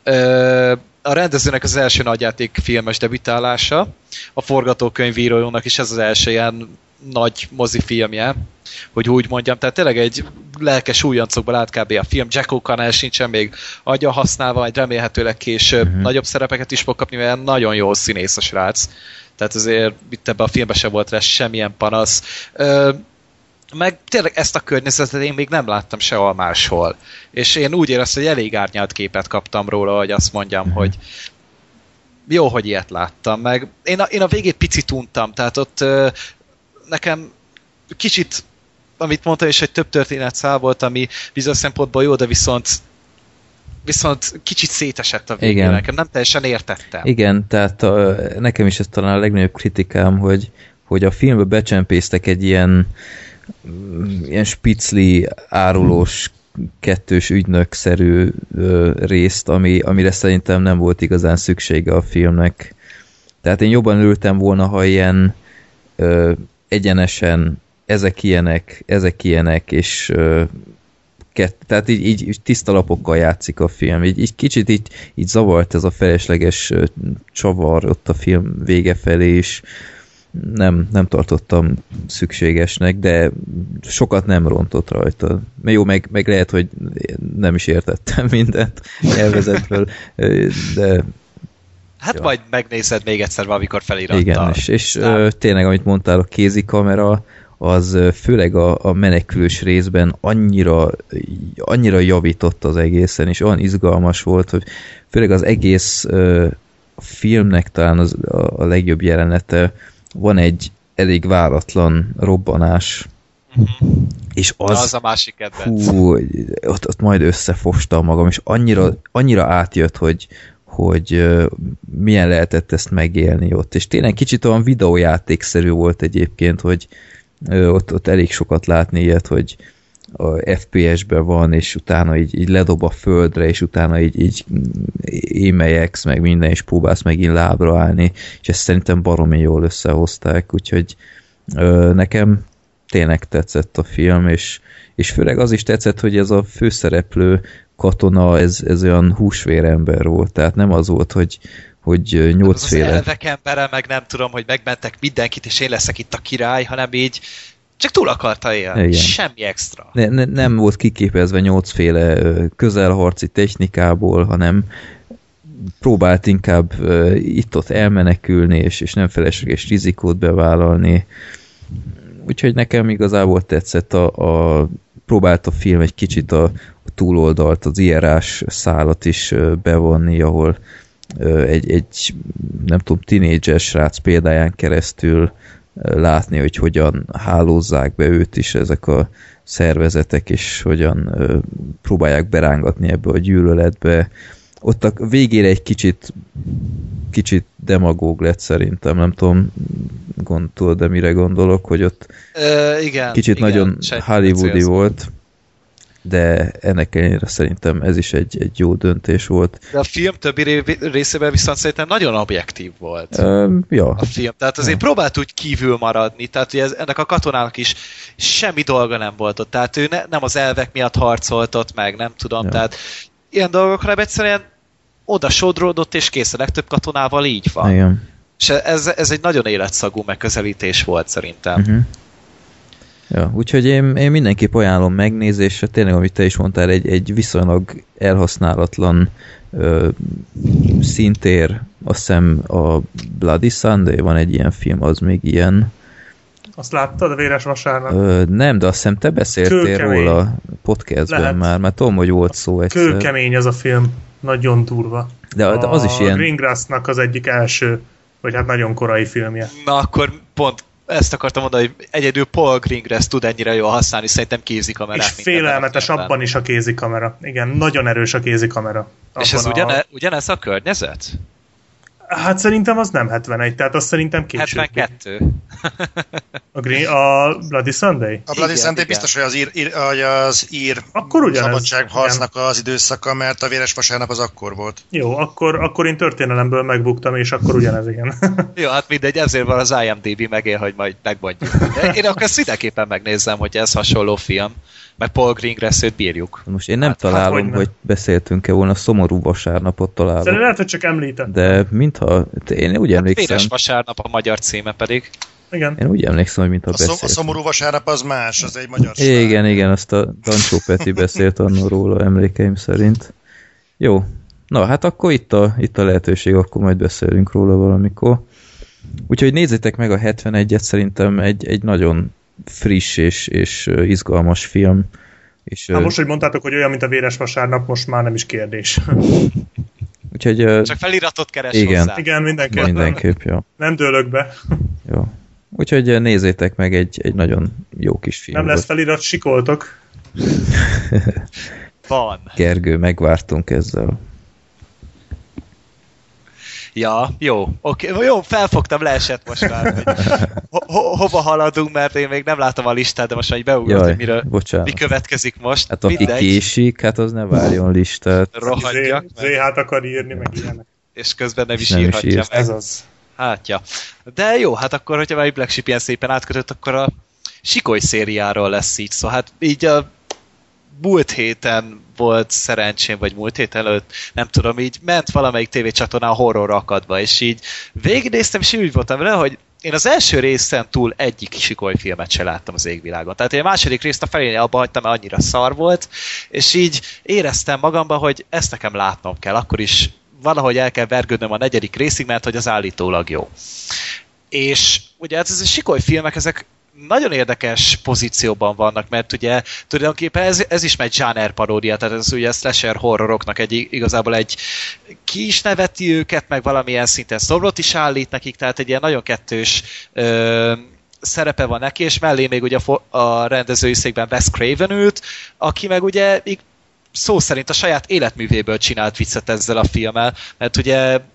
S5: A rendezőnek az első nagyjáték filmes debütálása, a forgatókönyvírójónak is ez az első ilyen nagy mozifilmje, hogy úgy mondjam, tehát tényleg egy lelkes újoncokból állt kb. A film. Jack O'Connell sincsen még agya használva, vagy remélhetőleg később nagyobb szerepeket is fog kapni, mert nagyon jó színész a srác. Tehát azért itt ebben a filmben sem volt rá semmilyen panasz. Meg tényleg ezt a környezetet én még nem láttam sehol máshol. És én úgy éreztem, hogy elég árnyalt képet kaptam róla, hogy azt mondjam, hogy jó, hogy ilyet láttam. Meg én a végét picit untam, tehát ott nekem kicsit, amit mondtam is, hogy több történetszál volt, ami bizonyos szempontból jó, de viszont kicsit szétesett a végén. Nekem nem teljesen értettem.
S2: Igen, tehát nekem is ez talán a legnagyobb kritikám, hogy a filmbe becsempésztek egy ilyen spicli, árulós, kettős ügynök-szerű részt, amire szerintem nem volt igazán szüksége a filmnek. Tehát én jobban ültem volna, ha ilyen egyenesen ezek ilyenek, és tehát így tiszta lapokkal játszik a film. Így kicsit így zavart ez a felesleges csavar ott a film vége felé is. Nem tartottam szükségesnek, de sokat nem rontott rajta. Jó, meg lehet, hogy nem is értettem mindent nyelvezetről, de
S5: hát majd megnézed még egyszer valamikor felirattal.
S2: Igen, és tényleg, amit mondtál, a kézikamera, az főleg a menekülős részben annyira javított az egészen, és olyan izgalmas volt, hogy főleg az egész filmnek talán a legjobb jelenete, van egy elég váratlan robbanás, és az
S5: a másik kedvenc.
S2: Ott majd összefostam magam, és annyira átjött, hogy milyen lehetett ezt megélni ott. És tényleg kicsit olyan videójátékszerű volt egyébként, hogy ott elég sokat látni ilyet, hogy a FPS-ben van, és utána így ledob a földre, és utána így émelyeksz, meg minden, és próbálsz megint lábra állni, és ezt szerintem baromi jól összehozták, úgyhogy nekem tényleg tetszett a film, és főleg az is tetszett, hogy ez a főszereplő katona, ez olyan húsvérember volt, tehát nem az volt, hogy 8 féle...
S5: Az elvek embere, meg nem tudom, hogy megmentek mindenkit, és én leszek itt a király, hanem így csak túl akarta élni. Igen. Semmi extra.
S2: Nem volt kiképezve 8 féle közelharci technikából, hanem próbált inkább itt-ott elmenekülni, és nem felesleges rizikót bevállalni. Úgyhogy nekem igazából tetszett próbált a film egy kicsit a túloldalt, az IRA-s szálat is bevonni, ahol egy nem tudom, tinédzser srác példáján keresztül látni, hogy hogyan hálózzák be őt is ezek a szervezetek, és hogyan próbálják berángatni ebbe a gyűlöletbe. Ott a végére egy kicsit demagóg lett szerintem, nem tudom, tudod, de mire gondolok, hogy ott
S5: igen,
S2: kicsit nagyon hollywoodi volt, de ennek ellenére szerintem ez is egy jó döntés volt.
S5: De a film többi részében viszont szerintem nagyon objektív volt
S2: ja.
S5: A film. Tehát azért próbált úgy kívül maradni, tehát hogy ennek a katonának is semmi dolga nem volt ott. Tehát ő nem az elvek miatt harcolt ott meg, nem tudom. Ja. Tehát ilyen dolgokra egyszerűen oda sodródott, és kész, a legtöbb katonával így van.
S2: Igen.
S5: És ez egy nagyon életszagú megközelítés volt szerintem. Uh-huh.
S2: Ja, úgyhogy én mindenképp ajánlom megnézésre, tényleg, amit te is mondtál, egy viszonylag elhasználatlan szintér, azt hiszem a Bloody Sunday, van egy ilyen film, az még ilyen.
S3: Azt láttad, a Véres vasárnap?
S2: Nem, de azt hiszem te beszéltél róla podcastben már, mert tudom, hogy volt szó egyszer.
S3: Kőkemény ez a film, nagyon durva.
S2: De az is ilyen...
S3: A Greengrassnak az egyik első, vagy hát nagyon korai filmje.
S5: Na akkor pont ezt akartam mondani, hogy egyedül Paul Greengrass tud ennyire jól használni, szerintem kézikamerát.
S3: És félelmetes abban is a kézikamera. Igen, nagyon erős a kézikamera.
S5: És ez ugyanez a környezet?
S3: Hát szerintem az nem 71, tehát az szerintem később.
S5: 72.
S3: A Bloody Sunday?
S1: A Bloody Sunday biztos, hogy az ír szabadságharcnak az időszaka, mert a Véres vasárnap az akkor volt.
S3: Jó, akkor én történelemből megbuktam, és akkor ugyanez, igen.
S5: Jó, hát mindegy, ezért van az IMDb megél, hogy majd megmondjuk. Én akkor ezt mindenképpen megnézem, hogy ez hasonló film, mert Paul Greengrass-őt bírjuk.
S2: Most én nem találom, hogy beszéltünk-e volna, Szomorú vasárnapot találom.
S3: Szerintem lehet, hogy csak említem.
S2: De mintha, én úgy emlékszem...
S5: Véres vasárnap a magyar címe pedig.
S3: Igen.
S2: Én úgy emlékszem, hogy mintha beszéltem.
S1: A Szomorú vasárnap az más, az egy magyar
S2: sár. Igen, azt a Dancsó Peti beszélt annól róla, emlékeim szerint. Jó, na hát akkor itt a lehetőség, akkor majd beszélünk róla valamikor. Úgyhogy nézzétek meg a 71-et, szerintem egy nagyon friss és izgalmas film. És,
S3: most, hogy mondtátok, hogy olyan, mint a Véres vasárnap, most már nem is kérdés.
S2: Úgyhogy,
S5: csak feliratot keres
S2: igen,
S5: hozzá.
S3: Igen,
S2: mindenképp jó.
S3: Nem dőlök be.
S2: Jó. Úgyhogy nézzétek meg, egy nagyon jó kis film.
S3: Nem lesz felirat, sikoltok.
S5: Van.
S2: Gergő, megvártunk ezzel.
S5: Ja, jó. Oké, jó, felfogtam, leesett most már, hogy hova haladunk, mert én még nem látom a listát, de most már így beugrott, hogy mi következik most.
S2: Hát aki késik, hát az ne várjon listát.
S5: Rohadjak.
S3: Z-hát akar írni, meg ilyenek.
S5: És közben nem is írhatja meg.
S3: Ez az.
S5: Hát, ja. De jó, hát akkor, hogyha már Black Sheep ilyen szépen átkötött, akkor a Sikoly szériáról lesz így. Szóval hát így a múlt héten volt szerencsém, vagy múlt hét előtt, nem tudom, így ment valamelyik tévécsatornán horrorra akadva, és így végignéztem, és úgy voltam vele, hogy én az első részen túl egyik Sikoly filmet se láttam az égvilágon. Tehát én a második részt a felénél abba hagytam, mert annyira szar volt, és így éreztem magamban, hogy ezt nekem látnom kell, akkor is valahogy el kell vergődnöm a 4. részig, mert hogy az állítólag jó. És ugye ez a Sikoly filmek, ezek nagyon érdekes pozícióban vannak, mert ugye tulajdonképpen ez is egy zsáner paródia, tehát ez ugye slasher horroroknak igazából egy ki is neveti őket, meg valamilyen szinten szobrot is állít nekik, tehát egy ilyen nagyon kettős szerepe van neki, és mellé még ugye a rendezői székben Wes Craven ült, aki meg ugye szó szerint a saját életművéből csinált viccet ezzel a filmmel, mert ugye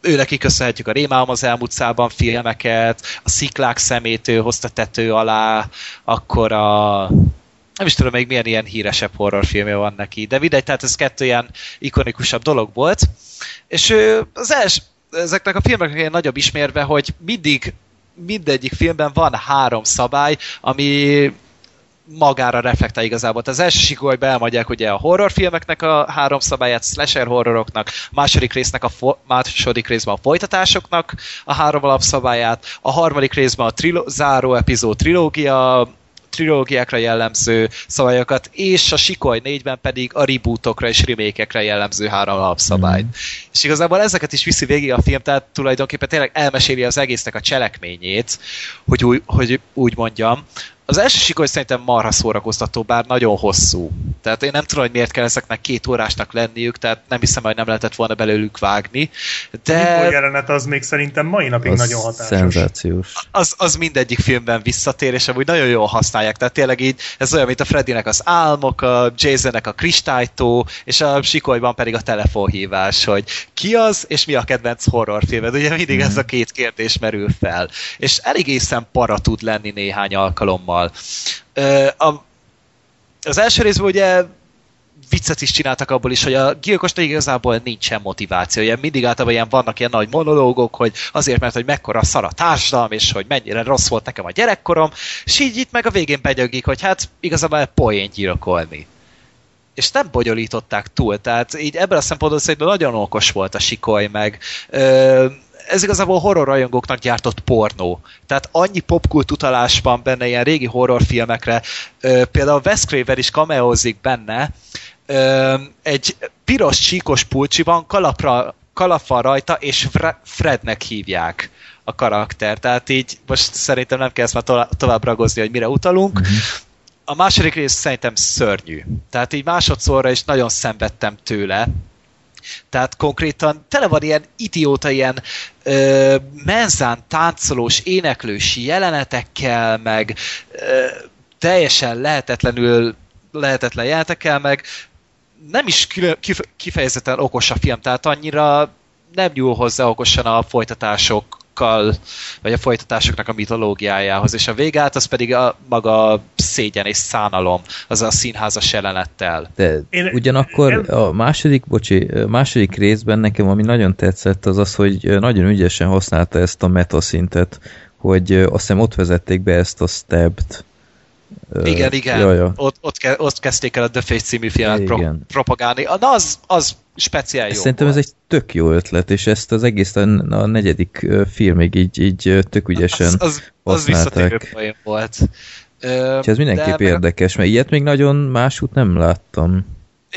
S5: Őneki köszönhetjük a Rémálom az elmúcában filmeket, a Sziklák szemét ő hozta tető alá, akkor nem is tudom még milyen ilyen híresebb horrorfilmje van neki, de mindegy, tehát ez 2 ilyen ikonikusabb dolog volt. És ezeknek a filmeknek ilyen nagyobb ismérve, hogy mindegyik filmben van 3 szabály, ami magára reflektál igazából. Az első sikolyban elmondják ugye a horrorfilmeknek a 3 szabályát, slasher horroroknak, második részben a folytatásoknak a 3 alapszabályát, a harmadik részben a záró epizód trilógiákra jellemző szabályokat, és a Sikoly 4-ben pedig a rebootokra és remake-ekre jellemző 3 alapszabályt. És igazából ezeket is viszi végig a film, tehát tulajdonképpen tényleg elmeséli az egésznek a cselekményét, hogy úgy mondjam. Az első Sikoly szerintem marha szórakoztató, bár nagyon hosszú. Tehát én nem tudom, hogy miért kell ezeknek 2 órásnak lenniük, tehát nem hiszem, hogy nem lehetett volna belőlük vágni. De
S3: a jelenet az még szerintem mai napig
S2: az
S3: nagyon hatásos.
S2: Szenzációs.
S5: Az mindegyik filmben visszatér, és amúgy nagyon jól használják. Tehát tényleg így, ez olyan, mint a Freddynek az álmok, a Jasonnek a kristálytó, és a Sikolyban pedig a telefonhívás, hogy ki az, és mi a kedvenc horrorfilmed. Ugye mindig ez a 2 kérdés merül fel. És elég észen para tud lenni néhány alkalommal. Az első részben ugye viccet is csináltak abból is, hogy a gyilkosnak igazából nincsen motivációja. Mindig általában vannak ilyen nagy monológok, hogy azért, mert hogy mekkora szar a társadalom, és hogy mennyire rossz volt nekem a gyerekkorom, és így itt meg a végén begyögik, hogy hát igazából poént gyilkolni. És nem bonyolították túl, tehát így ebből a szempontból szerintem nagyon okos volt a Sikoly, meg ez igazából horror rajongóknak gyártott pornó. Tehát annyi popkult utalás van benne ilyen régi horrorfilmekre. Például Wes Craven is cameózik benne. Egy piros csíkos pulcsiban kalap van rajta, és Frednek hívják a karakter. Tehát így most szerintem nem kell ezt már tovább ragozni, hogy mire utalunk. A második rész szerintem szörnyű. Tehát így másodszorra is nagyon szenvedtem tőle. Tehát konkrétan tele van ilyen idióta, ilyen menzán táncolós, éneklős jelenetekkel, meg teljesen lehetetlen jelenetekkel, meg nem is kifejezetten okos a film, tehát annyira nem nyúl hozzá okosan a folytatásokkal, vagy a folytatásoknak a mitológiájához, és a végát az pedig a maga szégyen és szánalom, az a színházas jelenettel.
S2: De ugyanakkor a második részben nekem ami nagyon tetszett az az, hogy nagyon ügyesen használta ezt a metaszintet, hogy azt hiszem ott vezették be ezt a Stabbed.
S5: Igen.
S2: Jaja.
S5: Ott kezdték el a The Face című filmet propagálni. Na, az speciál jó.
S2: Szerintem ez egy tök jó ötlet, és ezt az egész a 4. filmig így tök ügyesen használták.
S5: Az visszatérő poén volt.
S2: Ez mindenképp érdekes, mert ilyet még nagyon másút nem láttam.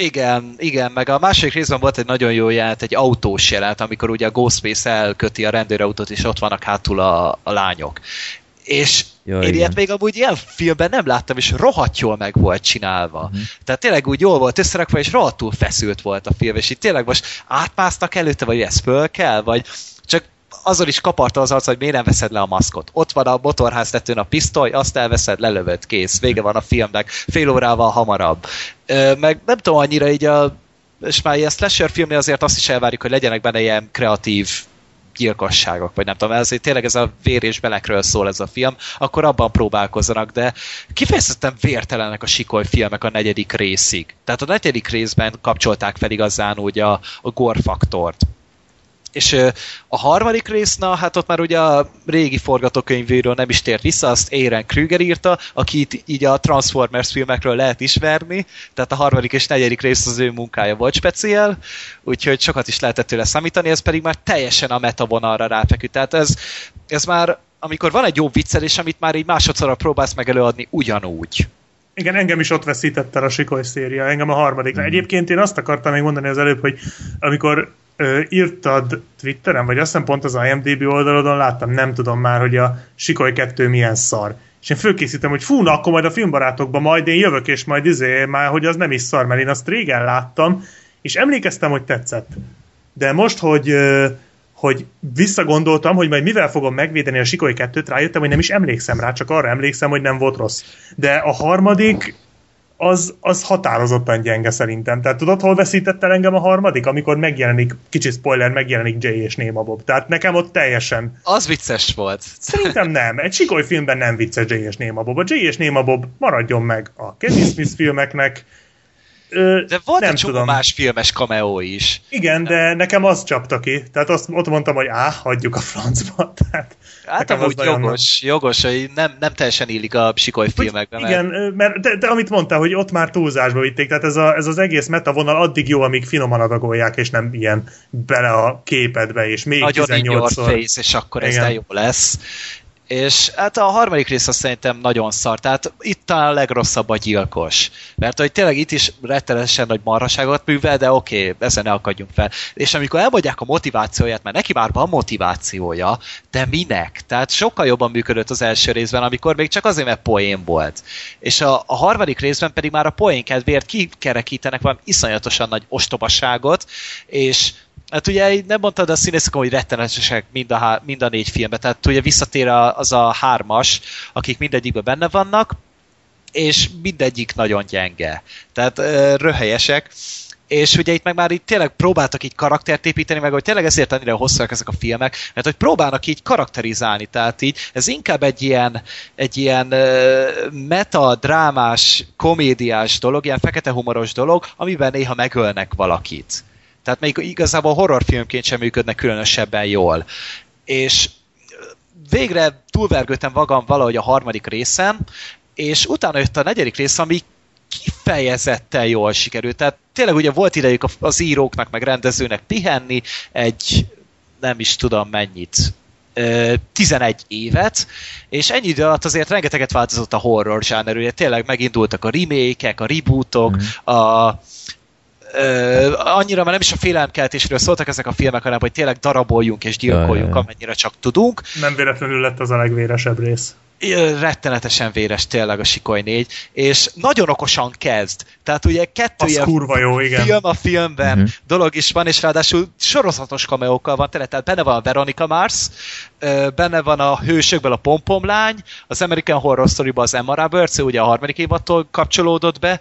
S5: Igen, meg a második részben volt egy nagyon jó jelenet, egy autós jelenet, amikor ugye a Ghostface elköti a rendőrautót, és ott vannak hátul a lányok. És én ilyet még amúgy ilyen filmben nem láttam, és rohadt jól meg volt csinálva. Tehát tényleg úgy jól volt összerakva, és rohadtul feszült volt a film, és itt tényleg most átmásztak előtte, vagy ez föl kell, vagy csak azon is kaparta az arc, hogy miért nem veszed le a maszkot. Ott van a motorháztetőn a pisztoly, azt elveszed, lelövöd, kész. Vége van a filmnek, fél órával hamarabb. Meg nem tudom annyira így és már ilyen slasher filmnél azért azt is elvárjuk, hogy legyenek benne ilyen kreatív gyilkosságok, vagy nem tudom, ezért tényleg ez a vér és belekről szól ez a film, akkor abban próbálkozzanak, de kifejezetten vértelenek a Sikoly filmek a 4. részig. Tehát a 4. részben kapcsolták fel igazán úgy a gore faktort. És a 3. rész, hát ott már ugye a régi forgatókönyvéről nem is tért vissza, azt Aaron Kruger írta, akit így a Transformers filmekről lehet ismerni, tehát a 3. és 4. rész az ő munkája volt speciál, úgyhogy sokat is lehetett tőle számítani, ez pedig már teljesen a metavonalra ráfeküdt. Tehát ez már, amikor van egy jó viccelés, amit már így másodszorra próbálsz meg előadni ugyanúgy.
S3: Igen, engem is ott veszített el a Sikoly széria, engem a 3. Egyébként én azt akartam még mondani az előbb, hogy amikor írtad Twitteren, vagy azt hiszem pont az IMDb oldalodon láttam, nem tudom már, hogy a Sikoly 2 milyen szar. És én fölkészítem, hogy na, akkor majd a filmbarátokban majd én jövök, és majd már, hogy az nem is szar, mert én azt régen láttam, és emlékeztem, hogy tetszett. De most, hogy visszagondoltam, hogy majd mivel fogom megvédeni a Sikoly 2-t, rájöttem, hogy nem is emlékszem rá, csak arra emlékszem, hogy nem volt rossz. De a 3. az határozottan gyenge szerintem. Tehát tudod, hol veszített el engem a harmadik? Amikor megjelenik, kicsi spoiler, megjelenik Jay és Néma Bob. Tehát nekem ott teljesen...
S5: Az vicces volt.
S3: Szerintem nem. Egy sikoly filmben nem vicces Jay és Néma Bob. A Jay és Néma Bob maradjon meg a Kevin Smith filmeknek.
S5: De volt egy csomó más filmes cameo is.
S3: Igen, de nekem az csapta ki. Tehát ott mondtam, hogy hagyjuk a francba. Tehát
S5: hát amúgy jogos, hogy nem teljesen illik a sikoly filmekben.
S3: Igen, mert de amit mondtál, hogy ott már túlzásba vitték, tehát ez az egész metavonal addig jó, amíg finoman adagolják, és nem ilyen bele a képedbe, és még
S5: nagyon
S3: 18-szor.
S5: Face, és akkor ez de jó lesz. És hát a harmadik rész azt szerintem nagyon szar. Tehát itt talán a legrosszabb a gyilkos. Mert hogy tényleg itt is rettenetesen nagy marhaságot művel, de oké, ezen ne akadjunk fel. És amikor elmondják a motivációját, mert neki már van motivációja, de minek? Tehát sokkal jobban működött az első részben, amikor még csak azért, mert poén volt. És a harmadik részben pedig már a poén kedvéért kikerekítenek valami iszonyatosan nagy ostobaságot, és hát ugye nem mondtad a színészek, hogy rettenetesek mind a 4 filmben, tehát ugye visszatér az a 3-as, akik mindegyikben benne vannak, és mindegyik nagyon gyenge. Tehát röhelyesek. És ugye itt meg már itt tényleg próbáltak így karaktert építeni, meg hogy tényleg ezért annyira hosszúak ezek a filmek, mert hogy próbálnak így karakterizálni, tehát így ez inkább egy ilyen meta, drámás, komédiás dolog, ilyen fekete humoros dolog, amiben néha megölnek valakit. Tehát még igazából horrorfilmként sem működnek különösebben jól. És végre túlvergődtem magam valahogy a harmadik részen, és utána jött a negyedik rész, ami kifejezetten jól sikerült. Tehát tényleg ugye volt idejük az íróknak, meg rendezőnek pihenni nem is tudom mennyit, 11 évet, és ennyi idő alatt azért rengeteget változott a horror zsáner, ugye tényleg megindultak a remake-ek, a rebootok, annyira már nem is a félelemkeltésről szóltak ezek a filmek, hanem hogy tényleg daraboljunk és gyilkoljunk, amennyire csak tudunk.
S3: Nem véletlenül lett az a legvéresebb rész.
S5: Rettenetesen véres tényleg a Sikoly 4, és nagyon okosan kezd. Tehát ugye kettő
S3: az kurva jó, igen.
S5: Film a filmben dolog is van, és ráadásul sorozatos cameókkal van tele, tehát benne van a Veronica Mars, benne van a hősökből a Pompomlány, az American Horror Story-ban az Emma Roberts, ugye a harmadik évadtól kapcsolódott be,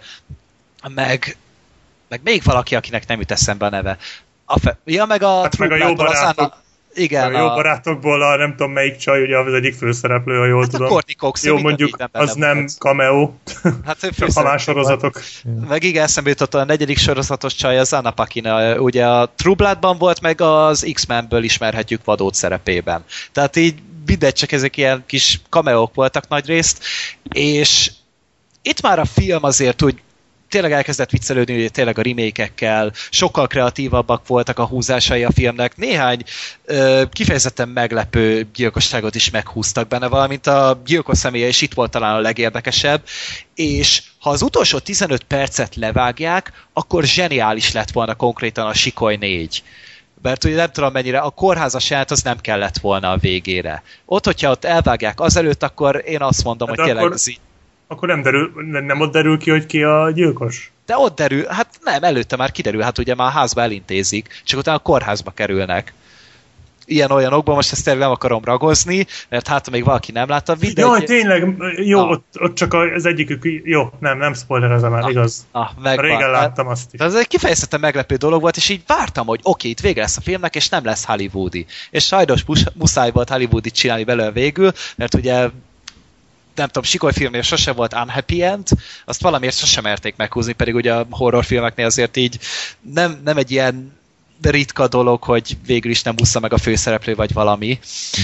S5: meg még valaki, akinek nem jut eszembe a neve. Meg a...
S3: Hát meg a jó barátok.
S5: Igen,
S3: a jó barátokból nem tudom melyik csaj, ugye az egyik főszereplő, ha jól tudom.
S5: A Courtney Cox,
S3: jó, mondjuk az nem cameo,
S5: hát
S3: ha más sorozatok.
S5: Meg igen, eszembe jutott a negyedik sorozatos csaj, az Anna Paquin, ugye a True Bloodban volt, meg az X-Menből ismerhetjük Vadót szerepében. Tehát így mindegy, csak ezek ilyen kis cameók voltak nagyrészt, és itt már a film azért úgy tényleg elkezdett viccelődni, hogy tényleg a remake-ekkel, sokkal kreatívabbak voltak a húzásai a filmnek, néhány kifejezetten meglepő gyilkosságot is meghúztak benne, valamint a gyilkos személye is itt volt talán a legérdekesebb, és ha az utolsó 15 percet levágják, akkor zseniális lett volna konkrétan a Sikoly 4. Mert ugye nem tudom mennyire, a kórházas jelent az nem kellett volna a végére. Ott, hogyha ott elvágják azelőtt, akkor én azt mondom, hogy tényleg ez így.
S3: Akkor nem ott derül ki, hogy ki a gyilkos?
S5: De ott derül, hát nem, előtte már kiderül, hát ugye már a házba elintézik, csak utána a kórházba kerülnek. Ilyen-olyanokban, most ezt tényleg nem akarom ragozni, mert hát még valaki nem látta.
S3: Jaj, tényleg, jó, ott csak az egyikük, jó, nem spoilerezem el, igaz. Régen láttam azt is.
S5: Ez egy kifejezetten meglepő dolog volt, és így vártam, hogy oké, itt vége lesz a filmnek, és nem lesz hollywoodi. És sajnos muszáj volt hollywoodit csinálni belőle végül, mert ugye nem tudom, Sikoly filmnél sose volt unhappy end, azt valamiért sosem merték meghúzni, pedig ugye a horrorfilmeknél azért így nem egy ilyen ritka dolog, hogy végül is nem bussza meg a főszereplő, vagy valami.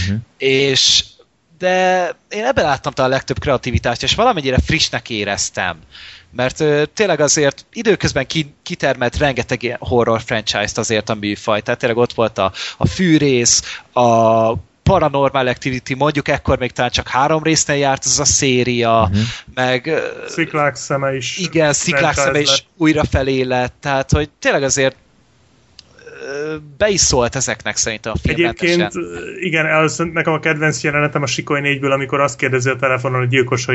S5: De én ebben láttam talán a legtöbb kreativitást, és valamennyire frissnek éreztem. Mert tényleg azért időközben kitermelt rengeteg ilyen horror franchise-t azért a műfaj. Tehát tényleg ott volt a fűrész, a Paranormal Activity, mondjuk ekkor még talán csak 3 résznél járt az a széria, meg...
S3: Sziklák szeme is.
S5: Igen, Sziklák szeme is újra felé lett, tehát hogy tényleg azért be is szólt ezeknek szerintem a filmmentesen.
S3: Egyébként igen, nekem a kedvenc jelenetem a Sikoly 4-ből, amikor azt kérdezi a telefonon a gyilkos, hogy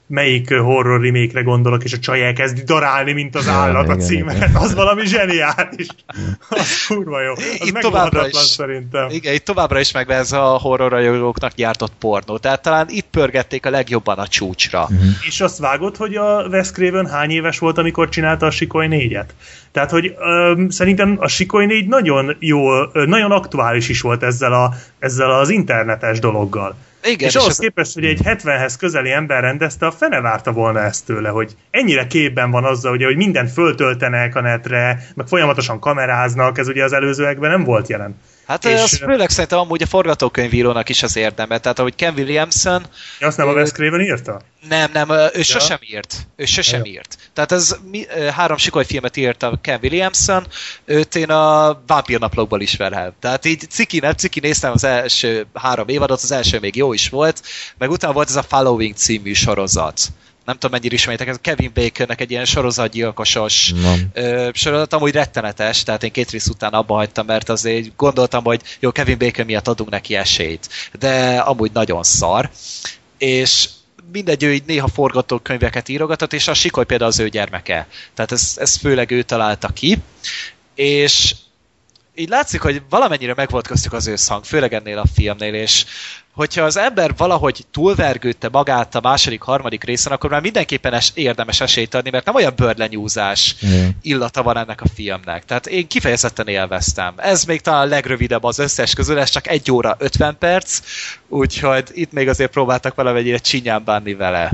S3: melyik horror remake-re gondolok, és a csaj elkezdi darálni, mint az állat a címeket. Az valami zseniális. Az kurva jó. Az megvalhatatlan szerintem.
S5: Igen, itt továbbra is meg ez a horrorrajongóknak gyártott pornó. Tehát talán itt pörgették a legjobban a csúcsra.
S3: És azt vágod, hogy a Wes Craven hány éves volt, amikor csinálta a Sikoly 4-et? Tehát, hogy szerintem a Sikoly 4 nagyon jó, nagyon aktuális is volt ezzel az internetes dologgal. Igen, és ahhoz képest, hogy egy 70-hez közeli ember rendezte, a fene várta volna ezt tőle, hogy ennyire képben van azzal, ugye, hogy mindent föltöltenek a netre, meg folyamatosan kameráznak, ez ugye az előzőekben nem volt jelen.
S5: Hát és az főleg szerintem amúgy a forgatókönyvírónak is az érdeme. Tehát ahogy Ken Williamson...
S3: Ja, azt nem a Wes Craven írta?
S5: Nem, ő sosem írt. Ő sosem írt. Tehát ez 3 Sikoly filmet írt a Ken Williamson, őt én a Vámpírnaplókból ismerem. Tehát így ciki néztem az első 3 évadot, az első még jó is volt, meg utána volt ez a Following című sorozat. Nem tudom, mennyire ismeritek, ez a Kevin Baconnek egy ilyen sorozatgyilkosos sorozat, amúgy rettenetes, tehát én 2 rész után abba hagytam, mert azért gondoltam, hogy jó, Kevin Bacon miatt adunk neki esélyt, de amúgy nagyon szar, és mindegy, ő így néha forgatókönyveket írogatott, és a Sikoly például az ő gyermeke, tehát ez főleg ő találta ki, és így látszik, hogy valamennyire megvolt köztük az összhang, főleg ennél a filmnél, és hogyha az ember valahogy túlvergődte magát a második, harmadik részen, akkor már mindenképpen érdemes esélyt adni, mert nem olyan bőrlenyúzás illata van ennek a filmnek. Tehát én kifejezetten élveztem. Ez még talán a legrövidebb az összes közül, ez csak 1 óra 50 perc, úgyhogy itt még azért próbáltak valamennyire csinyán bánni vele.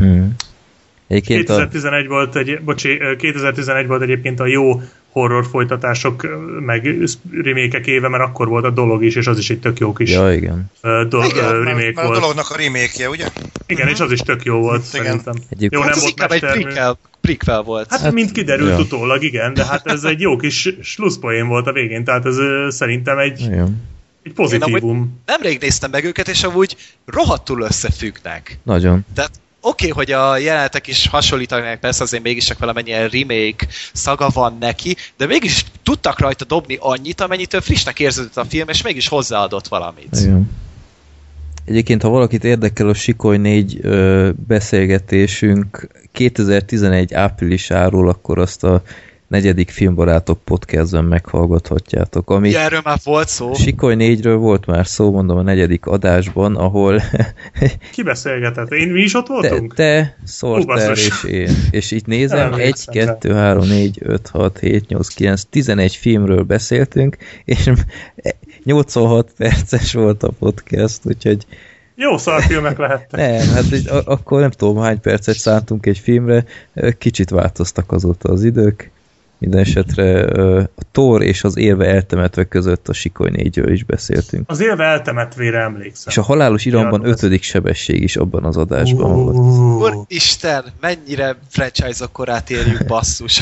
S3: 2011 volt egyébként a jó horror folytatások meg remake-ek éve, mert akkor volt a Dolog is, és az is egy tök jó kis
S2: igen.
S3: Remake
S1: már
S3: volt.
S1: A Dolognak a remake-je, ugye?
S3: Igen, és az is tök jó volt, szerintem.
S2: Jó,
S5: nem volt mestermű. Prequel volt.
S3: Hát mint kiderült utólag, igen, de hát ez egy jó kis slusszpoén volt a végén, tehát ez szerintem egy pozitívum.
S5: Nemrég néztem meg őket, és amúgy rohadtul összefüggnek.
S2: Nagyon.
S5: Tehát oké, hogy a jelenetek is hasonlítanak, persze azért mégis csak valamennyien remake szaga van neki, de mégis tudtak rajta dobni annyit, amennyitől frissnek érződött a film, és mégis hozzáadott valamit.
S2: Igen. Egyébként, ha valakit érdekel a Sikoly 4 beszélgetésünk 2011 áprilisáról, akkor azt a 4. Filmbarátok podcastben meghallgathatjátok. Ami
S5: erről már volt szó.
S2: Sikoly 4-ről volt már szó, mondom, a 4. adásban, ahol...
S3: Ki beszélgetett? Mi is ott voltunk?
S2: Te, Sorter és én. És itt nézem, 1, 2, 3, 4, 5, 6, 7, 8, 9, 11 filmről beszéltünk, és 86 perces volt a podcast, úgyhogy...
S3: Jó szarfilmek lehettek.
S2: Nem, hát akkor nem tudom, hány percet szántunk egy filmre, kicsit változtak azóta az idők. Minden esetre a Thor és az Élve eltemetve között a Sikoly 4-ről is beszéltünk.
S3: Az Élve eltemetvére emlékszem.
S2: És a Halálos iramban 5. sebesség is abban az adásban volt.
S5: Úristen, mennyire franchise-ok korát éljük, basszus.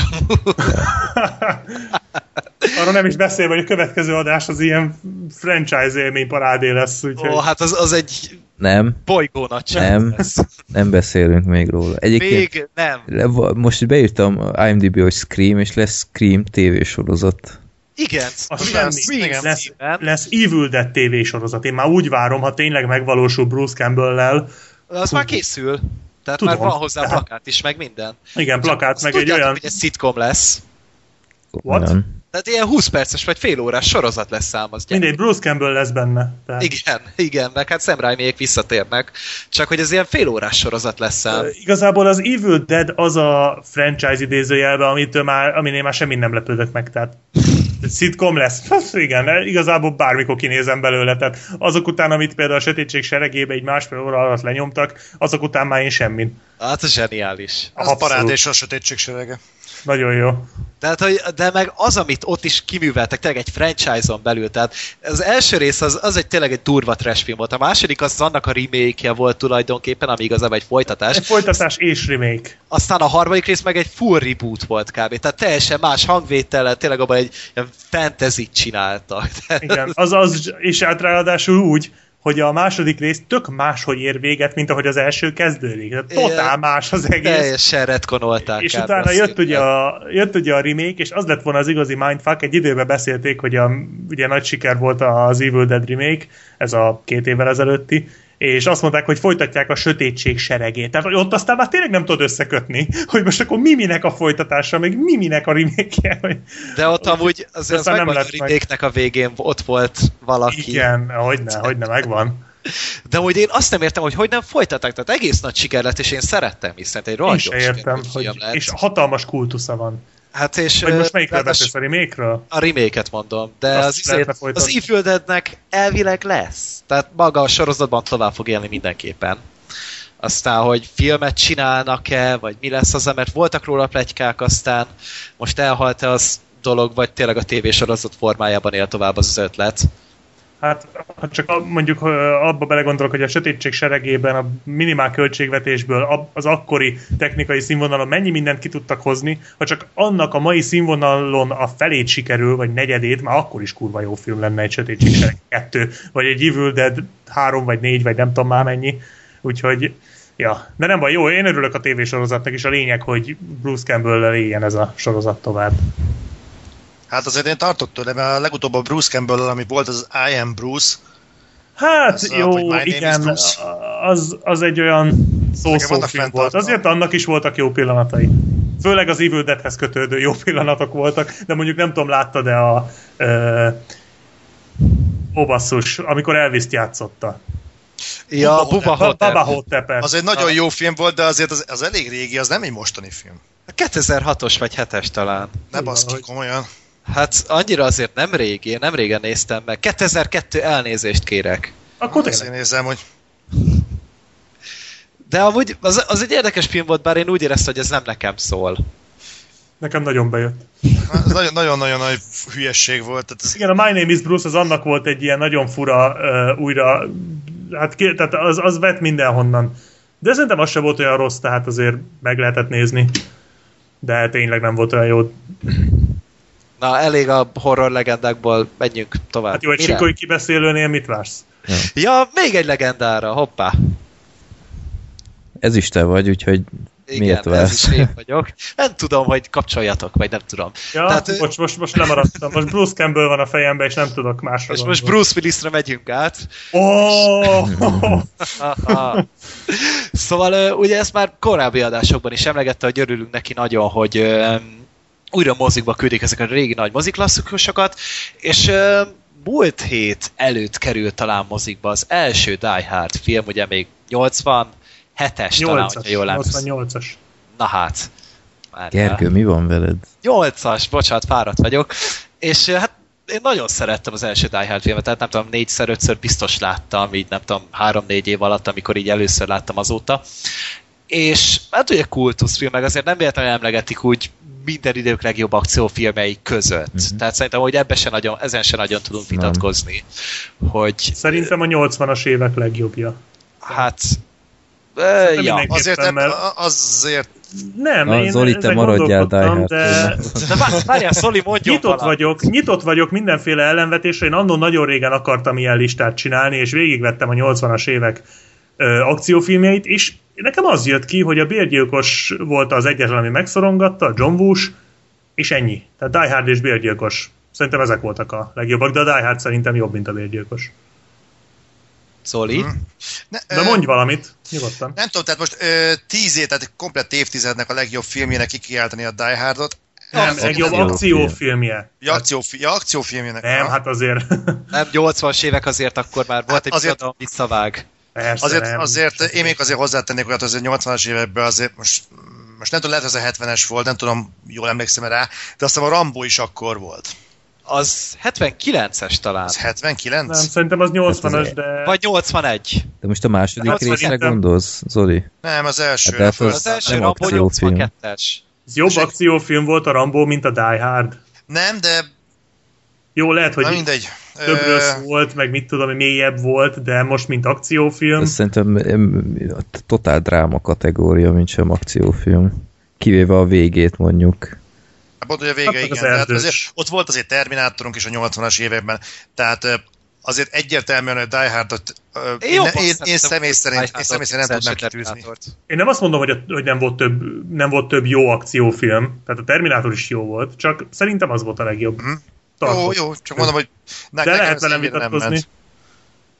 S3: Arra nem is beszélve, hogy a következő adás az ilyen franchise élményparádé lesz. Úgyhogy...
S5: hát az egy bolygó
S2: nagyság. Nem beszélünk még róla. Egyébként
S5: még nem.
S2: Most beírtam IMDb, hogy Scream, és lesz Scream tévésorozat.
S5: Igen.
S3: Lesz Evil Dead tévésorozat. Én már úgy várom, ha tényleg megvalósul Bruce Campbell-lel.
S5: Az már készül. Tehát tudom, már van hozzá plakát is, meg minden.
S3: Igen, plakát, meg egy olyan...
S5: hogy ez szitcom lesz.
S3: What?
S5: Tehát ilyen 20 perces vagy fél órás sorozat lesz ám az.
S3: Mindegy, Bruce Campbell lesz benne. Tehát...
S5: Igen, meg hát Sam Raimiék visszatérnek. Csak hogy ez ilyen fél órás sorozat lesz ám.
S3: Igazából az Evil Dead az a franchise idézőjelben, aminél már semmi nem lepődök meg, tehát szitcom lesz. Igen, igazából bármikor kinézem belőle, tehát azok után, amit például a Sötétség seregébe egy másfél óra alatt lenyomtak, azok után már én semmin.
S5: Hát ez zseniális.
S1: A parád és a Sötétség serege.
S3: Nagyon jó.
S5: Tehát, de meg az, amit ott is kiműveltek, tényleg egy franchise-on belül, tehát az első rész az tényleg egy durva trash film volt, a második az annak a remake-je volt tulajdonképpen, ami igazából egy folytatás.
S3: Egy folytatás és remake.
S5: Aztán a harmadik rész meg egy full reboot volt kb. Tehát teljesen más hangvétellel, tényleg abban egy fantasy-t csináltak.
S3: Igen, és ráadásul úgy, hogy a második rész tök máshogy ér véget, mint ahogy az első kezdődik. Totál más az egész.
S5: Teljesen retkonolták.
S3: És utána jött ugye a remake, és az lett volna az igazi mindfuck. Egy időben beszélték, hogy ugye nagy siker volt az Evil Dead remake, ez a 2 évvel ezelőtti, és azt mondták, hogy folytatják a Sötétség seregét. Tehát ott aztán már tényleg nem tudod összekötni, hogy most akkor minek a folytatása, meg minek a remake-je.
S5: De ott amúgy azért az megvan, a remake-nek a végén ott volt valaki.
S3: Igen, hogyne, megvan.
S5: De úgy én azt nem értem, hogy nem folytatták, tehát egész nagy siker lett, és én szerettem, hiszen egy rohadt jó
S3: értem, hogy és hatalmas kultusza van.
S5: Hát és...
S3: Vagy most melyikről beszélsz, a remake-ről?
S5: A remake-et mondom, de az Evil Deadnek elvileg lesz. Tehát maga a sorozatban tovább fog élni mindenképpen. Aztán, hogy filmet csinálnak-e, vagy mi lesz az, mert voltak róla pletykák, aztán most elhalt-e az dolog, vagy tényleg a tévésorozat formájában él tovább az ötlet.
S3: Hát, ha csak mondjuk abba belegondolok, hogy a Sötétség seregében a minimál költségvetésből az akkori technikai színvonalon mennyi mindent ki tudtak hozni, ha csak annak a mai színvonalon a felét sikerül, vagy negyedét, már akkor is kurva jó film lenne egy Sötétség sereg 2, vagy egy Evil Dead 3 vagy 4, vagy nem tudom már mennyi. Úgyhogy, ja. De nem baj, jó, én örülök a tévésorozatnak, és a lényeg, hogy Bruce Campbell-lel éljen ez a sorozat tovább.
S1: Hát azért én tartok tőle, mert a legutóbb a Bruce Campbell, ami volt, az I Am Bruce.
S3: Hát jó, igen, az egy olyan szó-szó film volt. Azért annak is voltak jó pillanatai. Főleg az Evil Deadhez kötődő jó pillanatok voltak, de mondjuk nem tudom, láttad-e a basszus, amikor Elvis-t játszotta.
S5: Ja, Bubba
S3: Hotep.
S1: Az egy nagyon jó film volt, de azért az elég régi, az nem egy mostani film.
S5: 2006-os vagy 7-es talán.
S1: Ne baszki, komolyan.
S5: Hát annyira azért nem régi, én nem régen néztem meg. 2002 elnézést kérek.
S3: Akkor
S1: én nézem, hogy...
S5: De amúgy az egy érdekes film volt, bár én úgy éreztem, hogy ez nem nekem szól.
S3: Nekem nagyon bejött.
S1: Ez nagyon-nagyon nagy hülyesség volt. Tehát
S3: igen, a My Name is Bruce az annak volt egy ilyen nagyon fura újra... Hát tehát az vett mindenhonnan. De szerintem az sem volt olyan rossz, tehát azért meg lehetett nézni. De tényleg nem volt olyan jó.
S5: Na, elég a horror legendákból, menjünk tovább.
S3: Hát jó, egy Sikói kibeszélőnél mit vársz?
S5: Ja, még egy legendára, hoppá.
S2: Ez is te vagy, úgyhogy
S5: igen,
S2: miért vársz?
S5: Ez is én vagyok. Nem tudom, hogy kapcsoljatok, vagy nem tudom.
S3: Ja, tehát, most lemaradtam. Most Bruce Campbell van a fejemben, és nem tudok másra.
S5: És most Bruce Willisre megyünk át.
S3: Oh!
S5: Szóval ugye ezt már korábbi adásokban is emlegette, hogy örülünk neki nagyon, hogy újra mozikba küldik ezek a régi nagy moziklasszikusokat, és múlt hét előtt került talán mozikba az első Die Hard film, ugye még 87-es talán, hogyha jól emlékszem.
S3: 88-as.
S5: Na hát.
S2: Gergő, mi van veled?
S5: 8-as, bocsánat, fáradt vagyok. És hát én nagyon szerettem az első Die Hard filmet, tehát nem tudom, 4-5-ször biztos láttam, így nem tudom, 3-4 év alatt, amikor így először láttam azóta. És hát ugye kultuszfilm, meg azért nem véletlenül emlegetik úgy minden idők legjobb akciófilmei között. Tehát szerintem, hogy ezen se nagyon tudunk vitatkozni. Hogy...
S3: Szerintem a 80-as évek legjobbja.
S5: Hát...
S1: ja. Azért...
S3: Nem,
S2: Zoli, te maradjál Die Hard.
S5: De várjál, Zoli, mondjon
S3: nyitott vagyok mindenféle ellenvetésre. Én annól nagyon régen akartam ilyen listát csinálni, és végigvettem a 80-as évek akciófilmjeit, és nekem az jött ki, hogy a bérgyilkos volt az egyetlen, ami megszorongatta, a John Woo-s, és ennyi. Tehát Die Hard és bérgyilkos. Szerintem ezek voltak a legjobbak, de a Die Hard szerintem jobb, mint a bérgyilkos.
S5: Zoli?
S3: De mondj valamit, nyugodtan.
S1: Nem tudom, tehát most 10 év, tehát komplett évtizednek a legjobb filmjének kikiáltani a Die Hardot.
S3: Nem, legjobb akciófilmje.
S1: Akciófilmjének.
S3: Nem, hát azért.
S5: Nem, 80-as évek azért akkor már volt egy birodalom visszavág.
S1: Azért én még azért hozzátennék olyat, hogy az 80-as években azért most nem tudom, lehet, hogy ez a 70-es volt, nem tudom, jól emlékszem rá, de aztán a Rambo is akkor volt.
S5: Az 79-es talán.
S1: Az 79?
S3: Nem, szerintem az 80-as, de...
S5: Vagy 81.
S2: De most a második részre gondolsz, Zoli?
S1: Nem, az első.
S2: Hát
S5: az első Rambo 82-es.
S3: Ez jobb akciófilm volt a Rambo, mint a Die Hard.
S1: Nem, de...
S3: Jó, lehet, hogy
S1: mindegy.
S3: Többről volt, meg mit tudom, mélyebb volt, de most mint akciófilm.
S2: Ez szerintem totál dráma kategória, mint sem akciófilm. Kivéve a végét mondjuk.
S1: Pont, hogy a vége, igen. Tehát azért, ott volt azért Terminátorunk is a 80-as években, tehát azért egyértelműen a Die Hardot én személy szerint nem tudnám kitűzni.
S3: Én nem azt mondom, hogy nem volt több jó akciófilm, tehát a Terminátor is jó volt, csak szerintem az volt a legjobb.
S1: Jó, csak mondom, hogy
S3: de lehet velem vitatkozni.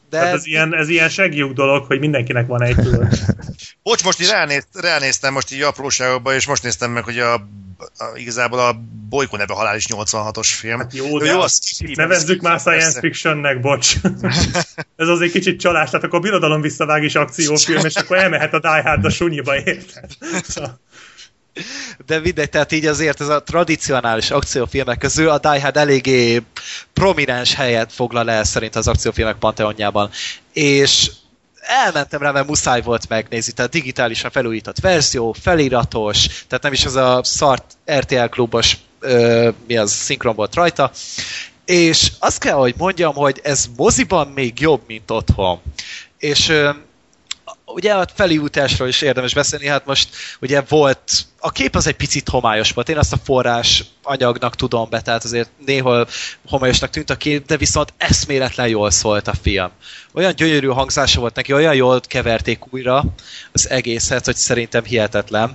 S5: De
S3: hát ez ilyen segjük dolog, hogy mindenkinek van egy, tudod.
S1: Bocs, most így ránéztem most így apróságokba, és most néztem meg, hogy igazából a Bolygó neve halál is 86-os film.
S3: Hát jó, de nevezzük már science fictionnek, bocs. Ez azért kicsit csalás, tehát akkor a birodalom visszavág is akciófilm, és akkor elmehet a Die Hard a sunyiba, érted? Szóval.
S5: De mindegy, tehát így azért ez a tradicionális akciófilmek közül a Die Hard eléggé prominens helyet foglal el szerint az akciófilmek panteonjában. És elmentem rá, mert muszáj volt megnézni, tehát digitálisan felújított verzió, feliratos, tehát nem is az a szart RTL klubos szinkron volt rajta, és azt kell, hogy mondjam, hogy ez moziban még jobb, mint otthon. És ugye a felújításról is érdemes beszélni, hát most ugye volt, a kép az egy picit homályos volt, én azt a forrás anyagnak tudom be, tehát azért néhol homályosnak tűnt a kép, de viszont eszméletlen jól szólt a film. Olyan gyönyörű hangzása volt neki, olyan jól keverték újra az egészet, hogy szerintem hihetetlen.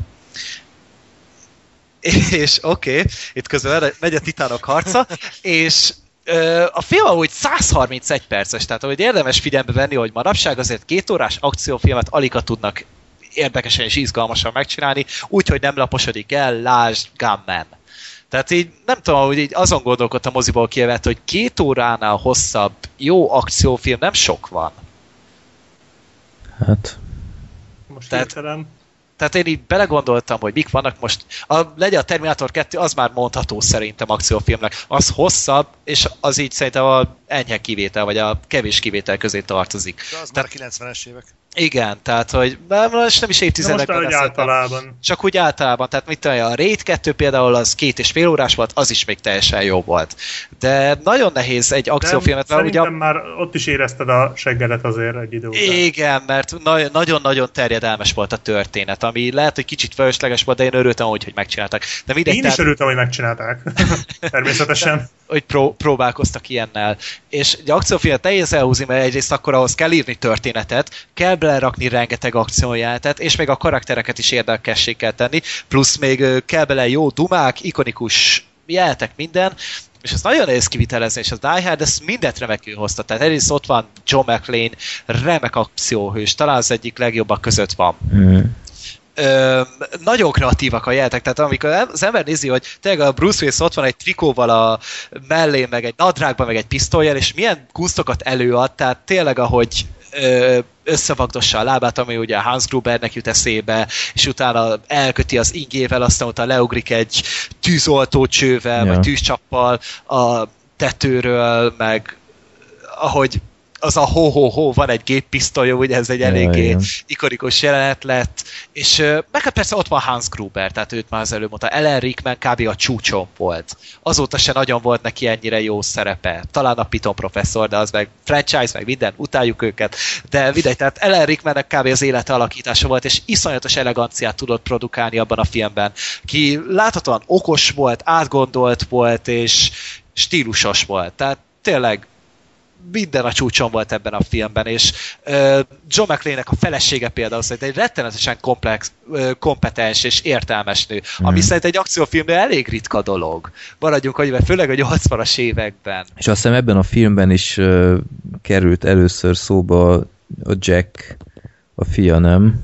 S5: És oké, itt közben megy a titánok harca, és a film amúgy 131 perces, tehát ahogy érdemes figyelembe venni, hogy manapság azért 2 órás akciófilmet alig tudnak érdekesen és izgalmasan megcsinálni, úgyhogy nem laposodik el, lásd Gunman. Tehát így nem tudom, hogy így azon gondolkodtam moziból kievett, hogy 2 óránál hosszabb jó akciófilm nem sok van.
S2: Hát...
S3: Most
S5: Tehát én így belegondoltam, hogy mik vannak most. Legyen a Terminator 2, az már mondható szerintem akciófilmnek. Az hosszabb, és az így szerintem a enyhe kivétel, vagy a kevés kivétel közé tartozik.
S1: De az már 90-es évek.
S5: Igen, tehát, hogy most nem is évtizedekben
S3: most általában.
S5: Csak úgy általában, tehát mit tudom, a Raid 2 például az 2,5 órás volt, az is még teljesen jó volt. De nagyon nehéz egy akciófilmet, mert
S3: ugye... már ott is érezted a seggedet azért egy idő után.
S5: Igen, mert nagyon-nagyon terjedelmes volt a történet, ami lehet, hogy kicsit fölösleges volt, de én örültem úgy, hogy megcsinálták. De
S3: én is örültem, hogy megcsinálták. Természetesen.
S5: Hogy próbálkoztak ilyennel. És egy akciófilmet nehéz elhúzni, mert egyrészt akkor ahhoz kell írni történetet, kell belerakni rengeteg akciójátet, és még a karaktereket is érdekessé kell tenni, plusz még kell bele jó dumák, ikonikus jeltek, minden, és ez nagyon nehéz kivitelezni, és a Die Hard ezt mindent remekül hozta. Tehát egyrészt ott van John McClane, remek akcióhős, talán az egyik legjobbak között van. Nagyon kreatívak a jeltek, tehát amikor az ember nézi, hogy tényleg a Bruce Willis ott van egy trikóval a mellén, meg egy nadrágban, meg egy pisztollyal, és milyen gusztokat előad, tehát tényleg ahogy összevagdossa a lábát, ami ugye Hans Grubernek jut eszébe, és utána elköti az ingével, aztán utána leugrik egy tűzoltócsővel, vagy tűzcsappal a tetőről, meg ahogy az a ho-ho-ho, van egy géppisztolyom, ugye ez egy eléggé ikonikus jelenet lett, és meg persze ott van Hans Gruber, tehát őt már az előbb mondta, Alan Rickman kb. A csúcson volt. Azóta se nagyon volt neki ennyire jó szerepe. Talán a Piton professzor, de az meg franchise, meg minden, utáljuk őket. De mindegy, tehát Alan Rickmannek kb. Az élete alakítása volt, és iszonyatos eleganciát tudott produkálni abban a filmben. Ki láthatóan okos volt, átgondolt volt, és stílusos volt. Tehát tényleg minden a csúcson volt ebben a filmben, és John McClane-nek a felesége például szerint egy rettenetesen kompetens és értelmes nő, ami szerint egy akciófilmben elég ritka dolog. Maradjunk annyiban, főleg a 80-as években.
S2: És azt hiszem ebben a filmben is került először szóba a Jack, a fia, nem?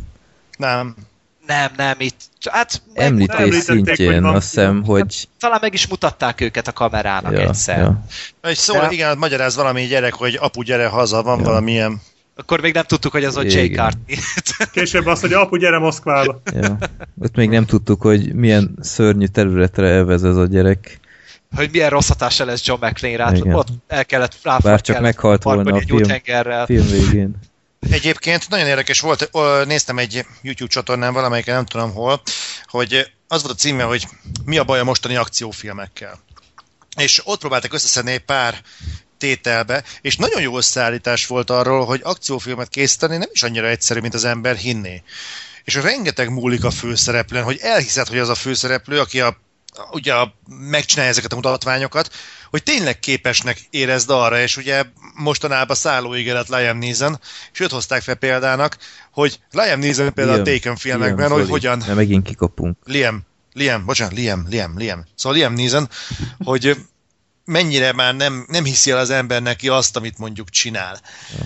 S5: Nem, itt hát
S2: említés szintjén, azt hiszem, hogy...
S5: Talán meg is mutatták őket a kamerának egyszer. Ja.
S1: Egy szó, igen, magyaráz valami gyerek, hogy apu, gyere haza, van valamilyen...
S5: Akkor még nem tudtuk, hogy az ott Jay Cartney.
S3: Később azt, hogy apu, gyere Moszkvába.
S2: Ja. Ott még nem tudtuk, hogy milyen szörnyű területre elvez ez a gyerek.
S5: Hogy milyen rossz hatása lesz John McClane-re. Ott el kellett
S2: bár csak meghalt volna a film végén.
S1: Egyébként nagyon érdekes volt, néztem egy YouTube csatornán valamelyiken, nem tudom hol, hogy az volt a címe, hogy mi a baj a mostani akciófilmekkel. És ott próbáltak összeszedni egy pár tételbe, és nagyon jó összeállítás volt arról, hogy akciófilmet készíteni nem is annyira egyszerű, mint az ember hinné. És rengeteg múlik a főszereplőn, hogy elhiszed, hogy az a főszereplő, aki ugye megcsinálja ezeket a mutatványokat, hogy tényleg képesnek érezd arra, és ugye mostanában szállóígéret Liam Neeson, és őt hozták fel példának, hogy Liam Neeson például a Taken filmekben, hogy hogyan...
S2: De megint kikapunk.
S1: Liam. Szóval Liam Neeson, hogy mennyire már nem hiszi el az ember neki azt, amit mondjuk csinál. Ja.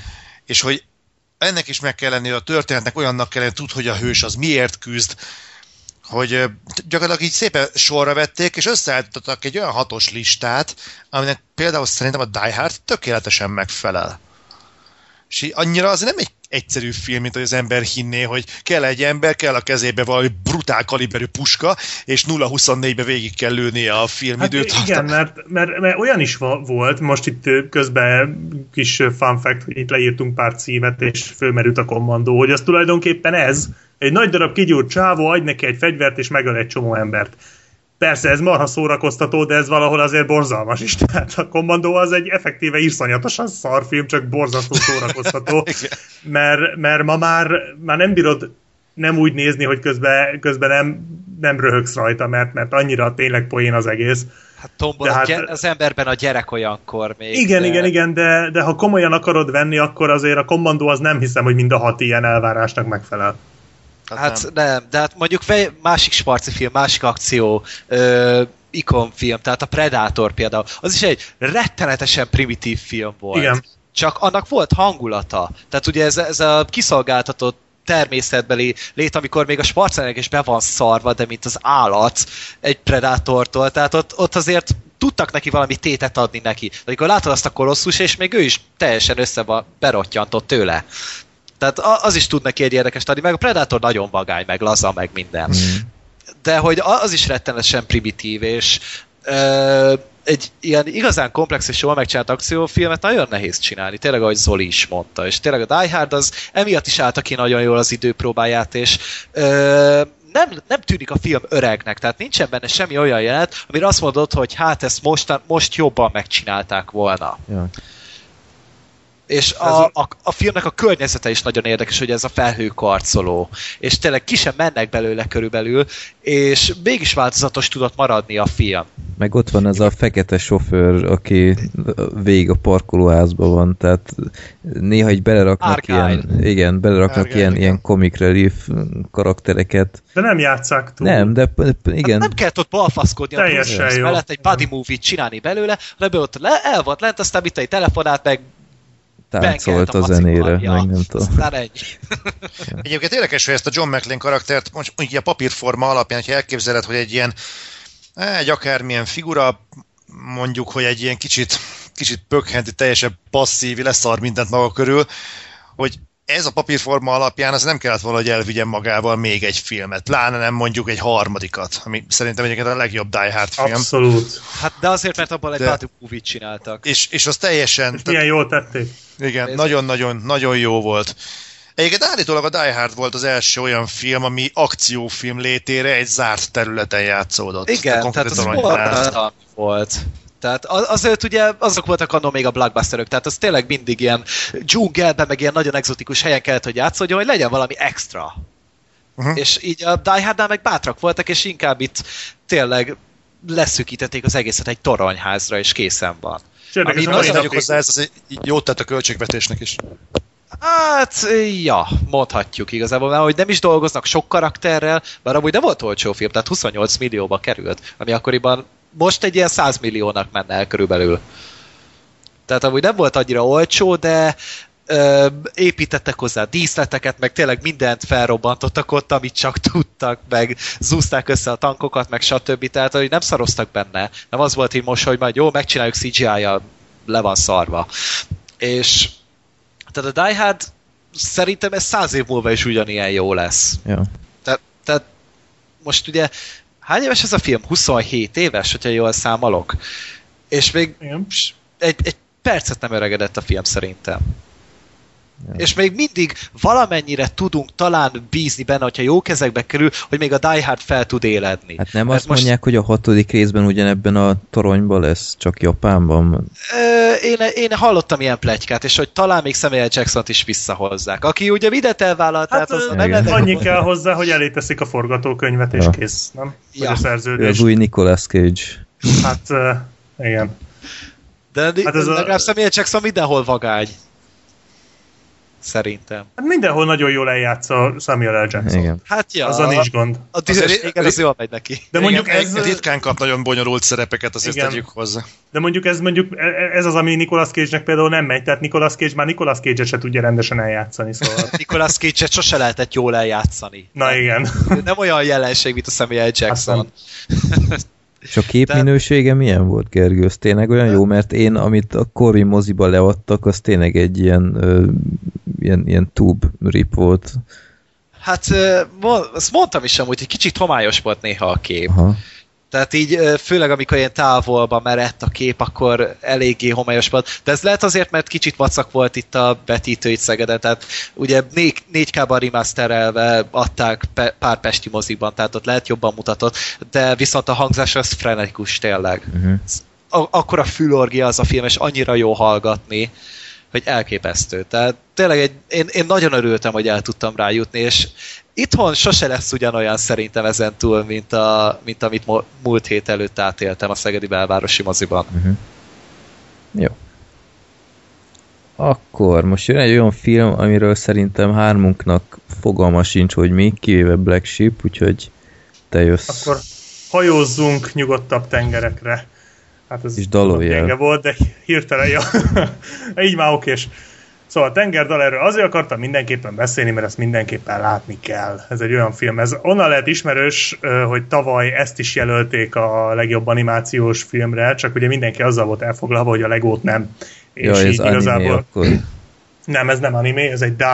S1: és hogy ennek is meg kell lenni, a történetnek olyannak kell lenni, tud, hogy a hős az miért küzd, hogy gyakorlatilag így szépen sorra vették, és összeállítottak egy olyan 6-os listát, aminek például szerintem a Die Hard tökéletesen megfelel. És annyira azért nem egy egyszerű film, mint hogy az ember hinné, hogy kell egy ember, kell a kezébe valami brutál kaliberű puska, és 0-24-be végig kell lőnie a filmidőt.
S3: Hát igen, mert olyan is volt, most itt közben kis fun fact, hogy itt leírtunk pár címet, és fölmerült a kommandó, hogy az tulajdonképpen ez, egy nagy darab kigyúrt csávó, adj neki egy fegyvert, és megöl egy csomó embert. Persze, ez marha szórakoztató, de ez valahol azért borzalmas is. Tehát a Kommandó az egy effektíve iszonyatosan szarfilm, csak borzasztó szórakoztató. mert ma már nem bírod nem úgy nézni, hogy közben nem röhögsz rajta, mert annyira tényleg poén az egész.
S5: Hát tombol az emberben a gyerek olyankor még.
S3: Igen, de ha komolyan akarod venni, akkor azért a Kommandó az nem hiszem, hogy mind a 6 ilyen elvárásnak megfelel.
S5: Hát nem, de hát mondjuk másik sparci film, másik akció, ikonfilm, tehát a Predator például, az is egy rettenetesen primitív film volt.
S3: Igen.
S5: Csak annak volt hangulata. Tehát ugye ez a kiszolgáltatott természetbeli lét, amikor még a Schwarzenegger is be van szarva, de mint az állat egy Predatortól, tehát ott azért tudtak neki valami tétet adni neki. De amikor látod azt a kolosszus, és még ő is teljesen berottyantott tőle. Tehát az is tud neki egy érdekes adni, meg a Predator nagyon vagány, meg laza, meg minden. De hogy az is rettenetesen primitív, és egy ilyen igazán komplex és jól megcsinált akciófilmet nagyon nehéz csinálni, tényleg ahogy Zoli is mondta, és tényleg a Die Hard az emiatt is állta ki nagyon jól az időpróbáját, és nem tűnik a film öregnek, tehát nincsen benne semmi olyan jelenet, amire azt mondod, hogy hát ezt most jobban megcsinálták volna. Ja. És a filmnek a környezete is nagyon érdekes, hogy ez a felhőkarcoló, és tényleg ki sem mennek belőle körülbelül, és mégis változatos tudott maradni a film.
S2: Meg ott van ez a fekete sofőr, aki végig a parkolóházban van, tehát néha így beleraknak ilyen comic relief karaktereket.
S3: De nem játsszák túl.
S2: Nem, de igen.
S5: Hát nem kellett ott balfaszkodni a
S3: teljesen jó.
S5: Mellett egy body movie-t csinálni belőle, de ott el volt lent, aztán itt egy telefonát, meg
S2: táncolt a zenére, meg nem tudom.
S1: Egyébként érdekes, hogy ezt a John McClane karaktert, mondjuk a papírforma alapján, hogyha elképzeled, hogy egy ilyen, egy akármilyen figura, mondjuk, hogy egy ilyen kicsit pökhenti, teljesen passzív, leszar mindent maga körül, hogy ez a papírforma alapján az nem kellett valahogy elvigyen magával még egy filmet, pláne nem mondjuk egy harmadikat, ami szerintem egyébként a legjobb Die Hard film.
S3: Abszolút.
S5: Hát de azért, mert abban egy body movie-t csináltak.
S1: És az teljesen...
S3: És milyen jól tették.
S1: Igen, nagyon jó volt. Egyébként állítólag a Die Hard volt az első olyan film, ami akciófilm létére egy zárt területen játszódott.
S5: Igen, tehát az volt. Tehát azért ugye azok voltak annól még a blockbusterök, tehát az tényleg mindig ilyen dzsungelben, meg ilyen nagyon egzotikus helyen kellett, hogy játszódjon, hogy legyen valami extra. És így a Die Hardnál meg bátrak voltak, és inkább itt tényleg leszűkítették az egészet egy toronyházra, és készen van.
S1: Ami nagyon vagyok hozzá, ez jót tett a költségvetésnek is.
S5: Hát, ja, mondhatjuk igazából, mert hogy nem is dolgoznak sok karakterrel, bár amúgy nem volt olcsó film, tehát 28 millióba került, ami akkoriban most egy ilyen 100 milliónak menne el körülbelül. Tehát amúgy nem volt annyira olcsó, de építettek hozzá díszleteket, meg tényleg mindent felrobbantottak ott, amit csak tudtak, meg zúzták össze a tankokat, meg stb. Tehát hogy nem szaroztak benne. Nem az volt így most, hogy majd jó, megcsináljuk CGI-jal, le van szarva. És tehát a Die Hard szerintem ez 100 év múlva is ugyanilyen jó lesz.
S2: Ja.
S5: Tehát most ugye hány éves ez a film? 27 éves, hogyha jól számolok. És még egy percet nem öregedett a film szerintem. Ja. És még mindig valamennyire tudunk talán bízni benne, hogyha jó kezekbe kerül, hogy még a Die Hard fel tud éledni.
S2: Hát nem azt mondják, hogy a 6. részben ugyanebben a toronyban lesz, csak Japánban?
S5: Én hallottam ilyen pletykát, és hogy talán még Samuel Jacksont is visszahozzák. Aki ugye mindent elvállalt,
S3: hát az annyi kell hozzá, hogy elé teszik a forgatókönyvet, és kész, nem?
S5: Ja.
S3: A szerződés.
S2: Ő az új Nicolas Cage.
S3: Hát, igen.
S5: De hát legalább Samuel Jackson mindenhol vagány. Szerintem.
S3: Hát mindenhol nagyon jól eljátsza Samuel L. Jackson.
S2: Igen.
S5: Hát ja,
S3: Azon nincs gond.
S5: a dühösséggel az jól megy neki.
S3: De mondjuk ez...
S1: ritkán kap nagyon bonyolult szerepeket, azt tegyük hozzá.
S3: De mondjuk ez az, ami Nicolas Cage-nek például nem megy, tehát Nicolas Cage-et se tudja rendesen eljátszani, szóval.
S5: Nicolas Cage-et sose lehetett jól eljátszani.
S3: Na igen.
S5: Nem olyan jelenség, mint a Samuel Jackson.
S2: És a képminősége milyen volt, Gergő? Az tényleg olyan jó, mert én, amit a Corvin moziba leadtak, az tényleg egy ilyen tube rip volt.
S5: Hát azt mondtam is amúgy, hogy kicsit homályos volt néha a kép.
S2: Aha.
S5: Tehát így, főleg amikor ilyen távolba merett a kép, akkor eléggé homályos volt. De ez lehet azért, mert kicsit vacak volt itt a betítő itt Szegeden. Tehát ugye 4K-ban remasterelve adták pár pesti moziban, tehát ott lehet jobban mutatott, de viszont a hangzás az frenetikus tényleg. Akkor a fülorgia az a film, és annyira jó hallgatni, hogy elképesztő. Tehát tényleg én nagyon örültem, hogy el tudtam rájutni, és itthon sose lesz ugyanolyan szerintem ezen túl, mint amit múlt hét előtt átéltem a Szegedi Belvárosi moziban.
S2: Jó. Akkor most jön egy olyan film, amiről szerintem hármunknak fogalma sincs, hogy mi, kivéve Black Sheep, úgyhogy te jössz.
S3: Akkor hajózzunk nyugodtabb tengerekre. Hát ez
S2: gyenge
S3: volt, de hirtelen, ja. Így már okés. Szóval a Tengerdal, erről azért akartam mindenképpen beszélni, mert ezt mindenképpen látni kell. Ez egy olyan film. Ez onnan lehet ismerős, hogy tavaly ezt is jelölték a legjobb animációs filmre, csak ugye mindenki azzal volt elfoglalva, hogy a Legót nem. És
S2: ja,
S3: így
S2: ez anime akkor.
S3: Nem, ez nem anime, ez egy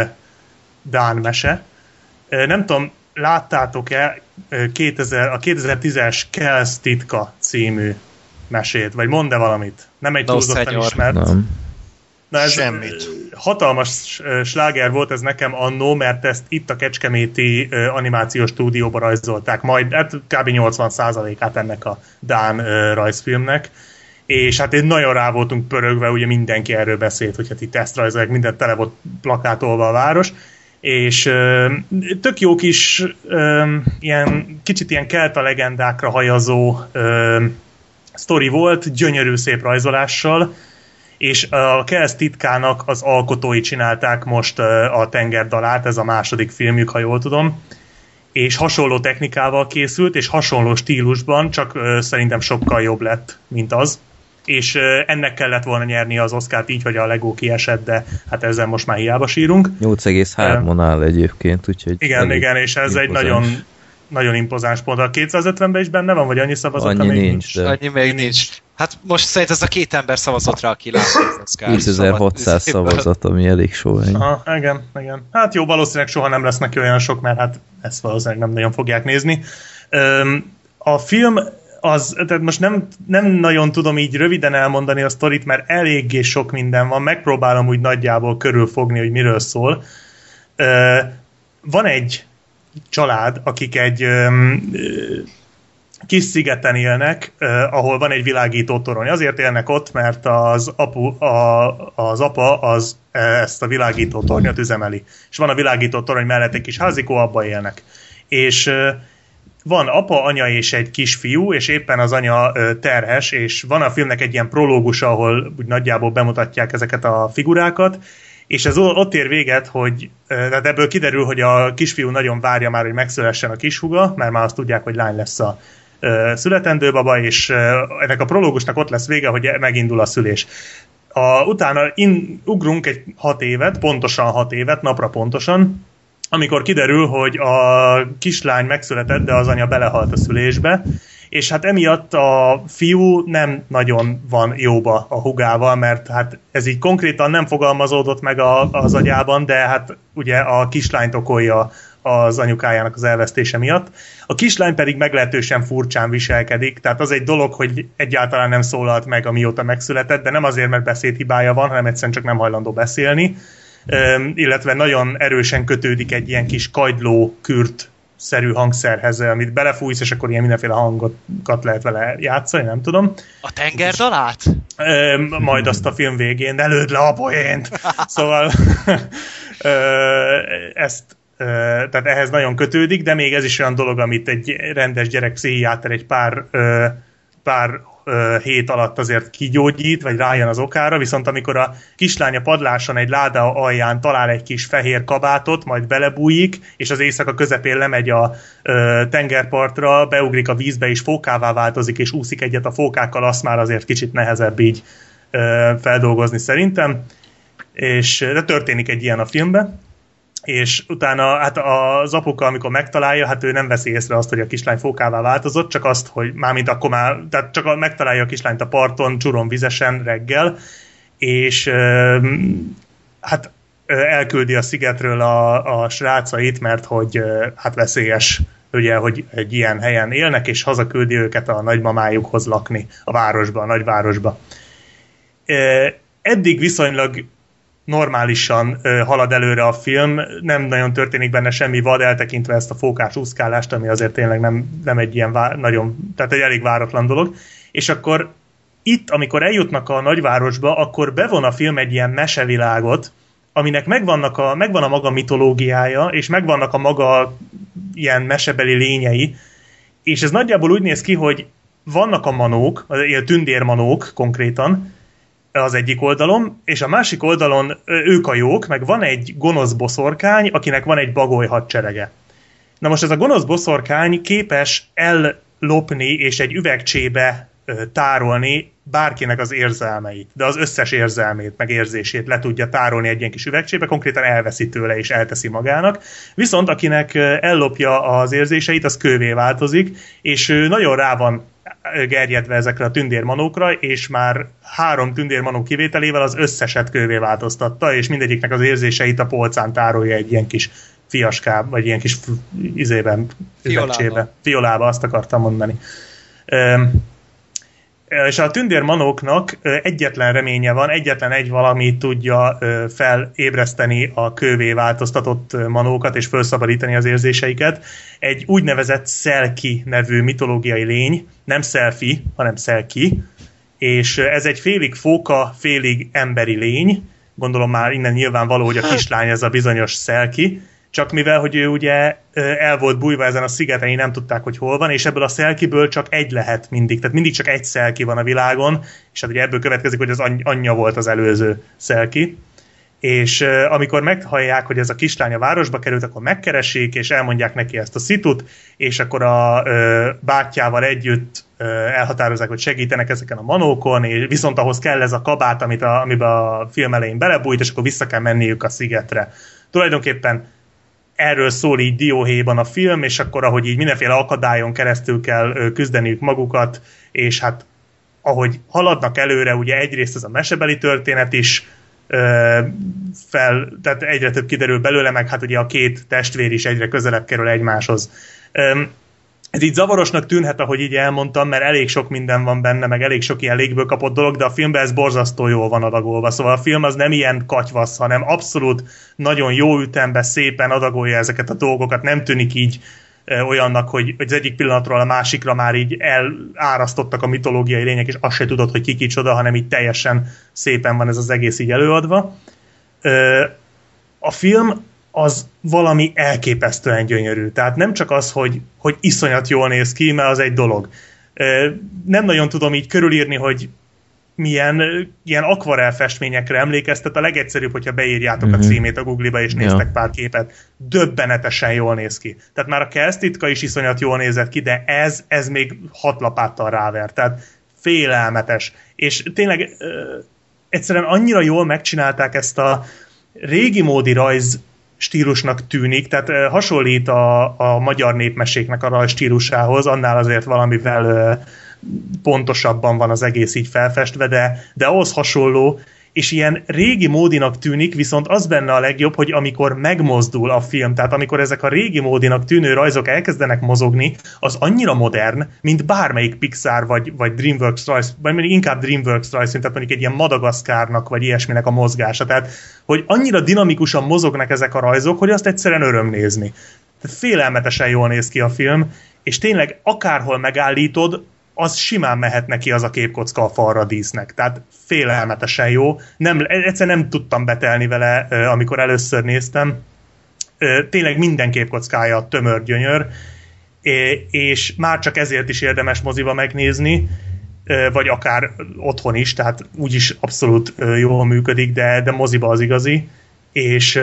S3: dán mese. Nem tudom, láttátok-e a 2010-es Kelsz titka című mesét, vagy mondd-e valamit? Nem egy túlzottan ismert.
S2: Nem.
S3: Na ez
S1: semmit.
S3: Hatalmas sláger volt ez nekem annó, mert ezt itt a kecskeméti animációs stúdióban rajzolták, majd hát kb. 80%-át ennek a dán rajzfilmnek, és hát nagyon rá voltunk pörögve, ugye mindenki erről beszélt, hogy hát itt ezt rajzolják, minden tele volt plakátolva a város, és tök jó kis kicsit ilyen kelta legendákra hajazó sztori volt, gyönyörű szép rajzolással, és a Kelsz titkának az alkotói csinálták most a Tengerdalát, ez a második filmjük, ha jól tudom, és hasonló technikával készült, és hasonló stílusban, csak szerintem sokkal jobb lett, mint az, és ennek kellett volna nyerni az Oscart így, hogy a Lego kiesett, de hát ezzel most már hiába sírunk.
S2: 8,3-on áll egyébként, úgyhogy...
S3: Igen, és ez egy nagyon impozáns pont. A 250-ben is benne van, vagy annyi szavazata
S2: annyi
S3: még
S2: nincs?
S3: De...
S5: Annyi még nincs. Hát most szerint ez a két ember szavazott rá, aki látta az Oscar.
S2: 2600 szavazat, ami elég sovány.
S3: Aha, igen. Hát jó, valószínűleg soha nem lesz neki olyan sok, mert hát ezt valószínűleg nem nagyon fogják nézni. A film tehát most nem nagyon tudom így röviden elmondani a sztorit, mert eléggé sok minden van, megpróbálom úgy nagyjából körülfogni, hogy miről szól. Van egy család, akik egy kis szigeten élnek, ahol van egy világító torony. Azért élnek ott, mert az apa ezt a világító tornyot üzemeli. És van a világító torony mellett egy kis házikó, abba élnek. És van apa, anya és egy kisfiú, és éppen az anya terhes, és van a filmnek egy ilyen prológusa, ahol úgy nagyjából bemutatják ezeket a figurákat, és ez ott ér véget, hogy tehát ebből kiderül, hogy a kisfiú nagyon várja már, hogy megszülessen a kishúga, mert már azt tudják, hogy lány lesz a születendő baba, és ennek a prológusnak ott lesz vége, hogy megindul a szülés. Utána ugrunk egy 6 évet, pontosan 6 évet, napra pontosan, amikor kiderül, hogy a kislány megszületett, de az anya belehalt a szülésbe, és hát emiatt a fiú nem nagyon van jóba a hugával, mert hát ez így konkrétan nem fogalmazódott meg az agyában, de hát ugye a kislányt okolja az anyukájának az elvesztése miatt. A kislány pedig meglehetősen furcsán viselkedik, tehát az egy dolog, hogy egyáltalán nem szólalt meg, amióta megszületett, de nem azért, mert beszédhibája van, hanem egyszerűen csak nem hajlandó beszélni, illetve nagyon erősen kötődik egy ilyen kis kagyló kürt szerű hangszerhez, amit belefújsz, és akkor ilyen mindenféle hangokat lehet vele játszani, nem tudom.
S5: A Tengerdalát?
S3: Majd azt a film végén, ne lőd le a poént! Szóval tehát ehhez nagyon kötődik, de még ez is olyan dolog, amit egy rendes gyerek pszichiáter egy pár hét alatt azért kigyógyít, vagy rájön az okára, viszont amikor a kislánya padláson egy láda alján talál egy kis fehér kabátot, majd belebújik, és az éjszaka közepén lemegy a tengerpartra, beugrik a vízbe, és fókává változik, és úszik egyet a fókákkal, azt már azért kicsit nehezebb így feldolgozni szerintem. De történik egy ilyen a filmben, és utána hát az apuka, amikor megtalálja, hát ő nem veszi észre azt, hogy a kislány fókává változott, csak azt, hogy mármint akkor már, tehát csak megtalálja a kislányt a parton, csuron vizesen reggel, és hát elküldi a szigetről a srácait, mert hogy hát veszélyes, ugye, hogy egy ilyen helyen élnek, és hazaküldi őket a nagymamájukhoz lakni, a városba, a nagyvárosba. Eddig viszonylag normálisan halad előre a film, nem nagyon történik benne semmi vad, eltekintve ezt a fókás úszkálást, ami azért tényleg nem egy ilyen nagyon, tehát egy elég váratlan dolog. És akkor itt, amikor eljutnak a nagyvárosba, akkor bevon a film egy ilyen mesevilágot, aminek megvan a maga mitológiája, és megvannak a maga ilyen mesebeli lényei, és ez nagyjából úgy néz ki, hogy vannak a manók, ilyen tündérmanók konkrétan, az egyik oldalon, és a másik oldalon ők a jók, meg van egy gonosz boszorkány, akinek van egy bagoly hadserege. Na most ez a gonosz boszorkány képes ellopni és egy üvegcsébe tárolni bárkinek az érzelmeit, de az összes érzelmét, meg érzését le tudja tárolni egy ilyen kis üvegcsébe, konkrétan elveszi tőle és elteszi magának. Viszont akinek ellopja az érzéseit, az kővé változik, és ő nagyon rá van gerjedve ezekre a tündérmanókra, és már 3 tündérmanó kivételével az összeset kővé változtatta, és mindegyiknek az érzéseit a polcán tárolja egy ilyen kis fiaskába, vagy ilyen kis üvegcsébe. Fiolába, azt akartam mondani. És a tündérmanóknak egyetlen reménye van, egyetlen egy valami tudja felébreszteni a kővé változtatott manókat, és felszabadítani az érzéseiket. Egy úgynevezett Selkie nevű mitológiai lény, nem Selfie, hanem Selkie, és ez egy félig fóka, félig emberi lény, gondolom már innen nyilvánvaló, hogy a kislány ez a bizonyos Selkie, csak mivel, hogy ő ugye el volt bújva ezen a szigeten, nem tudták, hogy hol van, és ebből a Selkie-ből csak egy lehet mindig. Tehát mindig csak egy Selkie van a világon, és hát ugye ebből következik, hogy az anyja volt az előző Selkie. És amikor meghallják, hogy ez a kislány a városba került, akkor megkeresik, és elmondják neki ezt a szitut, és akkor a bátyjával együtt elhatározzák, hogy segítenek ezeken a manókon, és viszont ahhoz kell ez a kabát, amiben a film elején belebújt, és akkor vissza kell menniük a szigetre. Tulajdonképpen erről szól így dióhéjban a film, és akkor ahogy így mindenféle akadályon keresztül kell küzdeniük magukat, és hát ahogy haladnak előre, ugye egyrészt ez a mesebeli történet is tehát egyre több kiderül belőle, meg hát ugye a két testvér is egyre közelebb kerül egymáshoz. Ez így zavarosnak tűnhet, ahogy így elmondtam, mert elég sok minden van benne, meg elég sok ilyen légből kapott dolog, de a filmben ez borzasztó jól van adagolva. Szóval a film az nem ilyen katyvasz, hanem abszolút nagyon jó ütemben szépen adagolja ezeket a dolgokat. Nem tűnik így olyannak, hogy az egyik pillanatról a másikra már így elárasztottak a mitológiai lények, és azt se tudod, hogy ki kicsoda, hanem így teljesen szépen van ez az egész így előadva. A film az valami elképesztően gyönyörű. Tehát nem csak az, hogy iszonyat jól néz ki, mert az egy dolog. Nem nagyon tudom így körülírni, hogy milyen ilyen akvarell festményekre emlékeztet. A legegyszerűbb, hogyha beírjátok a címét a Google-ba, és néztek pár képet. Döbbenetesen jól néz ki. Tehát már a Kelsz titka is iszonyat jól nézett ki, de ez még 6 lapáttal ráver. Tehát félelmetes. És tényleg egyszerűen annyira jól megcsinálták ezt a régi módi rajz stílusnak tűnik, tehát hasonlít a magyar népmeséknek a rajz stílusához, annál azért valamivel pontosabban van az egész így felfestve, de ahhoz hasonló, és ilyen régi módinak tűnik, viszont az benne a legjobb, hogy amikor megmozdul a film, tehát amikor ezek a régi módinak tűnő rajzok elkezdenek mozogni, az annyira modern, mint bármelyik Pixar vagy DreamWorks rajz, vagy inkább DreamWorks rajz, tehát mondjuk egy ilyen Madagaszkárnak, vagy ilyesminek a mozgása. Tehát, hogy annyira dinamikusan mozognak ezek a rajzok, hogy azt egyszerűen öröm nézni. Tehát félelmetesen jól néz ki a film, és tényleg akárhol megállítod, az simán mehet neki az a képkocka a falra dísznek. Tehát félelmetesen jó. Egyszerűen nem tudtam betelni vele, amikor először néztem. Tényleg minden képkockája tömör gyönyör, és már csak ezért is érdemes moziba megnézni. vagy akár otthon is, tehát úgyis abszolút jól működik, de moziba az igazi. És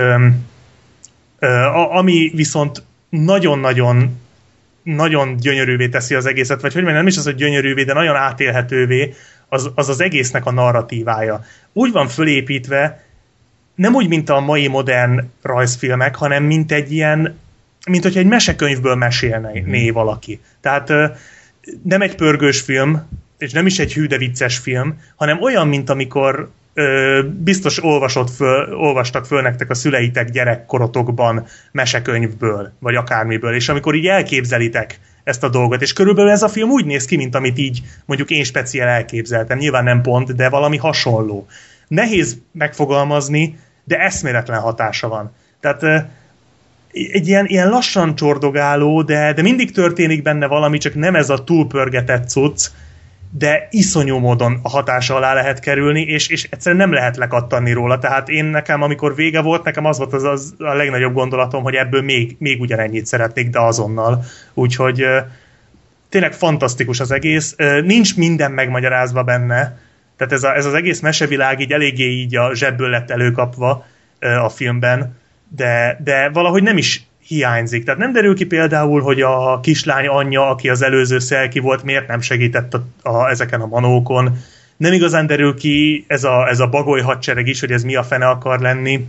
S3: ami viszont nagyon-nagyon nagyon gyönyörűvé teszi az egészet, vagy hogy nem is az, hogy gyönyörűvé, de nagyon átélhetővé, az egésznek a narratívája. Úgy van fölépítve, nem úgy, mint a mai modern rajzfilmek, hanem mint egy ilyen, mint hogyha egy mesekönyvből mesélné valaki. Tehát nem egy pörgős film, és nem is egy hű de vicces film, hanem olyan, mint amikor biztos olvastak föl nektek a szüleitek gyerekkorotokban mesekönyvből, vagy akármiből, és amikor így elképzelitek ezt a dolgot, és körülbelül ez a film úgy néz ki, mint amit így mondjuk én speciál elképzeltem, nyilván nem pont, de valami hasonló. Nehéz megfogalmazni, de eszméletlen hatása van. Tehát egy ilyen lassan csordogáló, de mindig történik benne valami, csak nem ez a túlpörgetett cucc, de iszonyú módon a hatása alá lehet kerülni, és egyszerűen nem lehet lekattanni róla. Tehát nekem, amikor vége volt, nekem az volt az a legnagyobb gondolatom, hogy ebből még ugyanennyit szeretnék, de azonnal. Úgyhogy tényleg fantasztikus az egész. Nincs minden megmagyarázva benne, tehát ez az egész mesevilág így eléggé így a zsebből lett előkapva a filmben, de valahogy nem is hiányzik. Tehát nem derül ki például, hogy a kislány anyja, aki az előző Selkie volt, miért nem segített ezeken a manókon. Nem igazán derül ki ez a bagoly hadsereg is, hogy ez mi a fene akar lenni.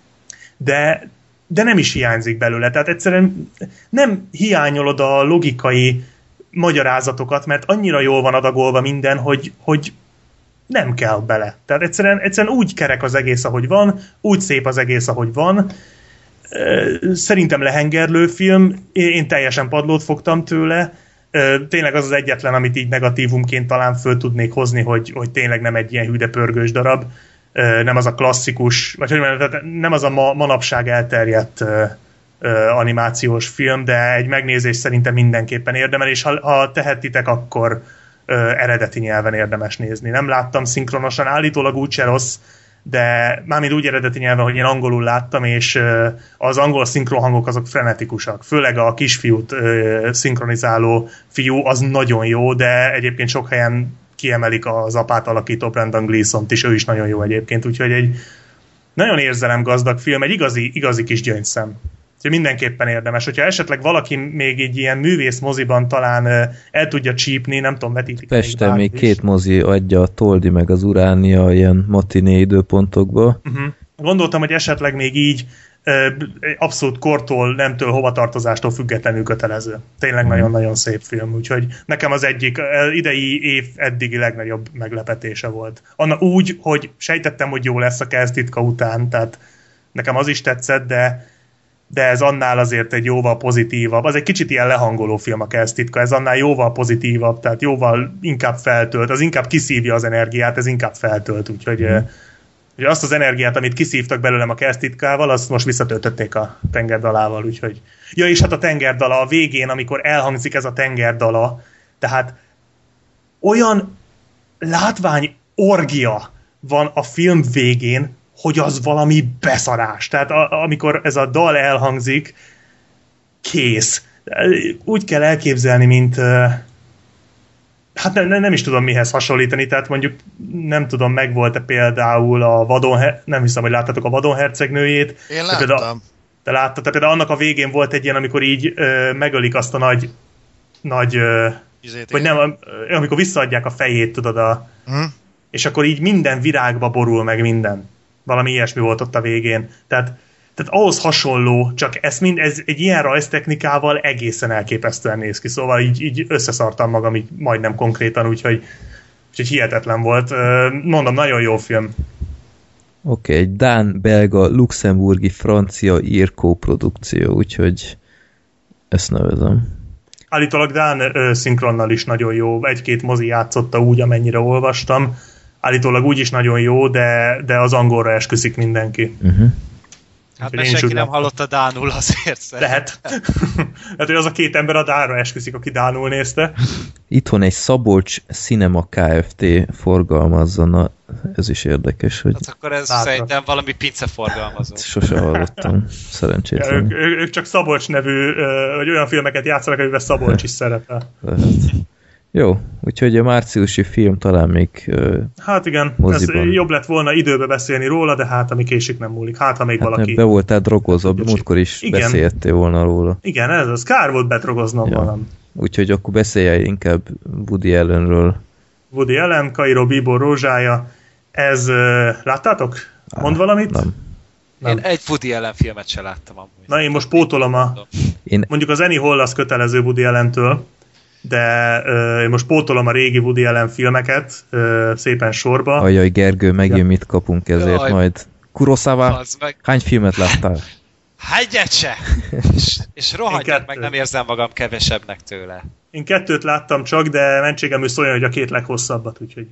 S3: De nem is hiányzik belőle. Tehát egyszerűen nem hiányolod a logikai magyarázatokat, mert annyira jól van adagolva minden, hogy nem kell bele. Tehát egyszerűen úgy kerek az egész, ahogy van, úgy szép az egész, ahogy van. Szerintem lehengerlő film, én teljesen padlót fogtam tőle. Tényleg az egyetlen, amit így negatívumként talán föl tudnék hozni, hogy tényleg nem egy ilyen hű de pörgős darab, nem az a klasszikus, vagy hogy mondjam, nem az a manapság elterjedt animációs film, de egy megnézés szerintem mindenképpen érdemel, és ha tehetitek, akkor eredeti nyelven érdemes nézni. Nem láttam szinkronosan, állítólag úgyse rossz, de mármint úgy eredeti nyelven, hogy én angolul láttam, és az angol szinkronhangok azok frenetikusak. Főleg a kisfiút szinkronizáló fiú az nagyon jó, de egyébként sok helyen kiemelik az apát alakító Brendan Gleesont is, ő is nagyon jó egyébként, úgyhogy egy nagyon érzelemgazdag film, egy igazi kis gyöngyszem. Úgyhogy mindenképpen érdemes. Hogyha esetleg valaki még így ilyen művész moziban talán el tudja csípni, nem tudom, vetítik.
S2: Pesten még 2 mozi adja, a Toldi meg az Uránia ilyen matiné időpontokba.
S3: Gondoltam, hogy esetleg még így abszolút kortól, nemtől, hovatartozástól függetlenül kötelező. Tényleg nagyon-nagyon szép film, úgyhogy nekem az egyik idei év eddigi legnagyobb meglepetése volt. Úgy, hogy sejtettem, hogy jó lesz a Kersztitka után, tehát nekem az is tetszett, de ez annál azért egy jóval pozitívabb. Az egy kicsit ilyen lehangoló film a Kersztitka, ez annál jóval pozitívabb, tehát jóval inkább feltölt, az inkább kiszívja az energiát, ez inkább feltölt, úgyhogy ugye azt az energiát, amit kiszívtak belőlem a Kersztitkával, azt most visszatöltötték a tengerdalával, úgyhogy... Ja, és hát a tengerdala a végén, amikor elhangzik ez a tengerdala, tehát olyan látvány orgia van a film végén, hogy az valami beszarás. Tehát amikor ez a dal elhangzik, kész. Úgy kell elképzelni, mint... Hát nem is tudom mihez hasonlítani, tehát mondjuk nem tudom, megvolt-e például nem hiszem, hogy láttatok a Vadonhercegnőjét.
S1: Én láttam.
S3: Te láttad, tehát például annak a végén volt egy ilyen, amikor így megölik azt a nagy vagy nem, amikor visszaadják a fejét, tudod, és akkor így minden virágba borul meg minden. Valami ilyesmi volt ott a végén. Tehát ahhoz hasonló, csak ez egy ilyen rajztechnikával egészen elképesztően néz ki. Szóval így összeszartam magam így majdnem konkrétan, úgyhogy hihetetlen volt. Mondom, nagyon jó film.
S2: Oké, egy dán, belga, luxemburgi, francia, ír kóprodukció, úgyhogy ezt nevezem.
S3: Állítólag dán szinkronnal is nagyon jó. 1-2 mozi játszotta úgy, amennyire olvastam. Állítólag úgy is nagyon jó, de az angolra esküszik mindenki.
S5: Hát mert senki nem hallotta dánul azért.
S3: Lehet. Hát, hogy az a 2 ember a dánra esküszik, aki dánul nézte.
S2: Itthon egy Szabolcs Cinema Kft. Forgalmazzon, ez is érdekes, hogy...
S5: Hát akkor ez szerintem valami pince forgalmazó.
S2: Sose hallottam, szerencsétlen.
S3: Ők csak Szabolcs nevű, vagy olyan filmeket játszanak, amiben Szabolcs is szerepel.
S2: Lehet. Jó, úgyhogy a márciusi film talán még
S3: Hát igen,
S2: moziban.
S3: Ez jobb lett volna időbe beszélni róla, de hát ami késik nem múlik. Hát ha még valaki...
S2: Be voltál drogozva, múltkor is
S3: Igen.
S2: beszéltél volna róla.
S3: Igen, ez az. Kár volt bedrogoznom volna.
S2: Úgyhogy akkor beszélj inkább Woody Allenről.
S3: Woody Allen, Kairo Bíbor rózsája. Ez, láttátok? Mond valamit?
S2: Nem.
S3: Nem.
S5: Én egy Woody Allen filmet se láttam amúgy.
S3: Na én most pótolom mondjuk az Annie Hall az kötelező Woody Allentől, de én most pótolom a régi Woody Allen filmeket szépen sorba.
S2: Ajaj, Gergő, megint mit kapunk ezért
S5: Jaj.
S2: majd. Kurosawa,
S5: Az meg...
S2: hány filmet láttál?
S5: Egyet se! és rohadjak meg, nem érzem magam kevesebbnek tőle.
S3: Én 2 láttam csak, de mentségemű szóljon, hogy a 2 leghosszabbat, úgyhogy...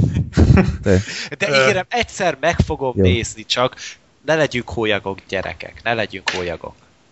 S5: De ígérem, egyszer meg fogom nézni, csak ne legyünk hólyagok, gyerekek, ne legyünk hólyagok.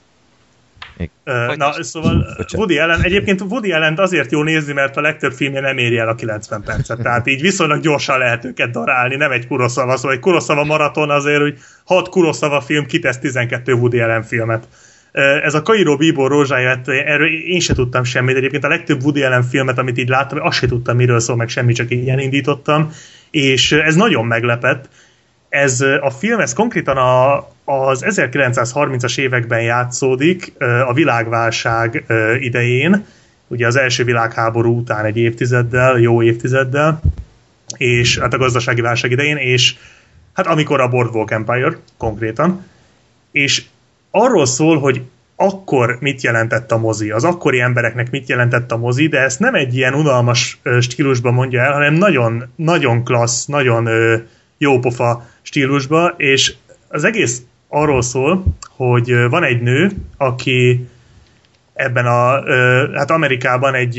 S3: Na, szóval Woody Allen, egyébként Woody Allent azért jó nézni, mert a legtöbb filmje nem éri el a 90 percet, tehát így viszonylag gyorsan lehet őket darálni, nem egy Kurosawa, szóval egy Kurosawa maraton azért, hogy 6 Kurosawa film kitesz 12 Woody Allen filmet. Ez a Kairo Bíbor rózsája, erről én se tudtam semmit, egyébként a legtöbb Woody Allen filmet, amit így láttam, azt se tudtam, miről szól, meg semmi, csak így elindítottam, és ez nagyon meglepett. Ez a film, ez konkrétan az 1930-as években játszódik, a világválság idején, ugye az első világháború után egy évtizeddel, jó évtizeddel, és hát a gazdasági válság idején, és hát amikor a Boardwalk Empire konkrétan, és arról szól, hogy akkor mit jelentett a mozi, az akkori embereknek mit jelentett a mozi, de ezt nem egy ilyen unalmas stílusban mondja el, hanem nagyon, nagyon klassz, nagyon jópofa stílusba, és az egész arról szól, hogy van egy nő, aki ebben hát Amerikában egy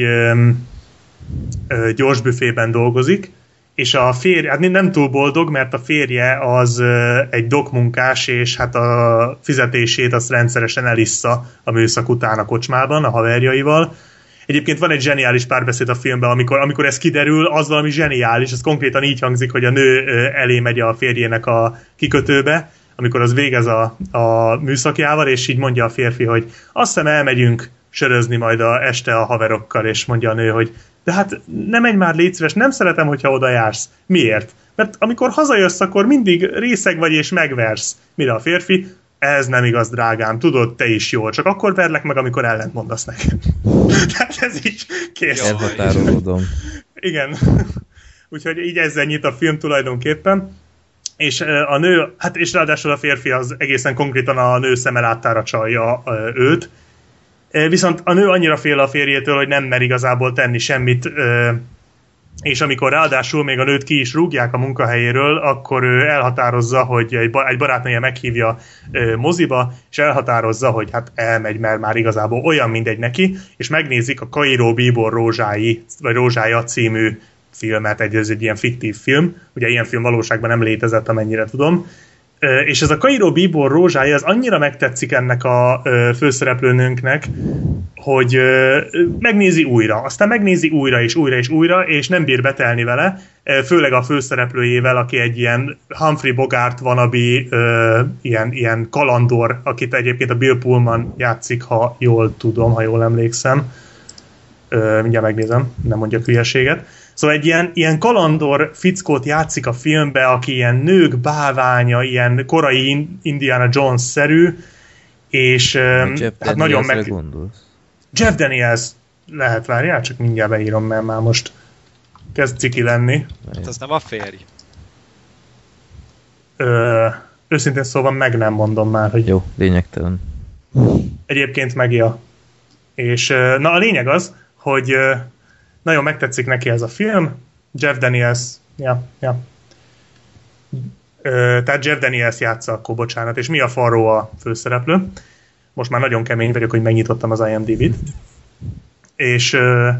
S3: gyorsbüfében dolgozik, és a férje, hát nem túl boldog, mert a férje az egy dokmunkás, és hát a fizetését azt rendszeresen elissza a műszak után a kocsmában, a haverjaival. Egyébként van egy zseniális párbeszéd a filmben, amikor ez kiderül, az valami zseniális, ez konkrétan így hangzik, hogy a nő elé megy a férjének a kikötőbe, amikor az végez a műszakjával, és így mondja a férfi, hogy azt hiszem elmegyünk sörözni majd este a haverokkal, és mondja a nő, hogy de hát nem menj már, légy szíves, nem szeretem, hogyha oda jársz. Miért? Mert amikor hazajössz, akkor mindig részeg vagy és megversz. Mire a férfi? Ez nem igaz, drágám, tudod, te is jól, csak akkor verlek meg, amikor ellent mondasz nekem. Tehát ez így kész.
S2: Elhatárolódom.
S3: Igen. Úgyhogy így ezzel nyit a film tulajdonképpen. És a nő, hát és ráadásul a férfi az egészen konkrétan a nő szeme láttára csalja őt. Viszont a nő annyira fél a férjétől, hogy nem mer igazából tenni semmit, és amikor ráadásul még a nőt ki is rúgják a munkahelyéről, akkor ő elhatározza, hogy egy barátnője meghívja moziba, és elhatározza, hogy hát elmegy, mert már igazából olyan mindegy neki, és megnézik a Kairo Bíbor rózsája című filmet, ez egy ilyen fiktív film, ugye ilyen film valóságban nem létezett, amennyire tudom, és ez a Kairo Bíbor rózsája, ez annyira megtetszik ennek a főszereplőnőnknek, hogy megnézi újra, aztán megnézi újra és újra és újra, és nem bír betelni vele, főleg a főszereplőjével, aki egy ilyen Humphrey Bogart wannabe, ilyen kalandor, akit egyébként a Bill Pullman játszik, ha jól tudom, ha jól emlékszem. Mindjárt megnézem, nem mondjak hülyeséget. Szóval egy ilyen kalandor fickót játszik a filmbe, aki ilyen nők bálványa, ilyen korai Indiana Jones-szerű, és hát nagyon Jeff Daniels lehet, várjál, csak mindjárt beírom, mert már most kezd ciki lenni.
S5: Hát az nem a férj.
S3: Őszintén szóval meg nem mondom már, hogy...
S2: Jó, lényegtelen.
S3: Egyébként megja. És na a lényeg az, hogy nagyon megtetszik neki ez a film. Jeff Daniels, tehát Jeff Daniels játsza akkor, bocsánat, és Mia Farrow a főszereplő. Most már nagyon kemény vagyok, hogy megnyitottam az IMDb-t. És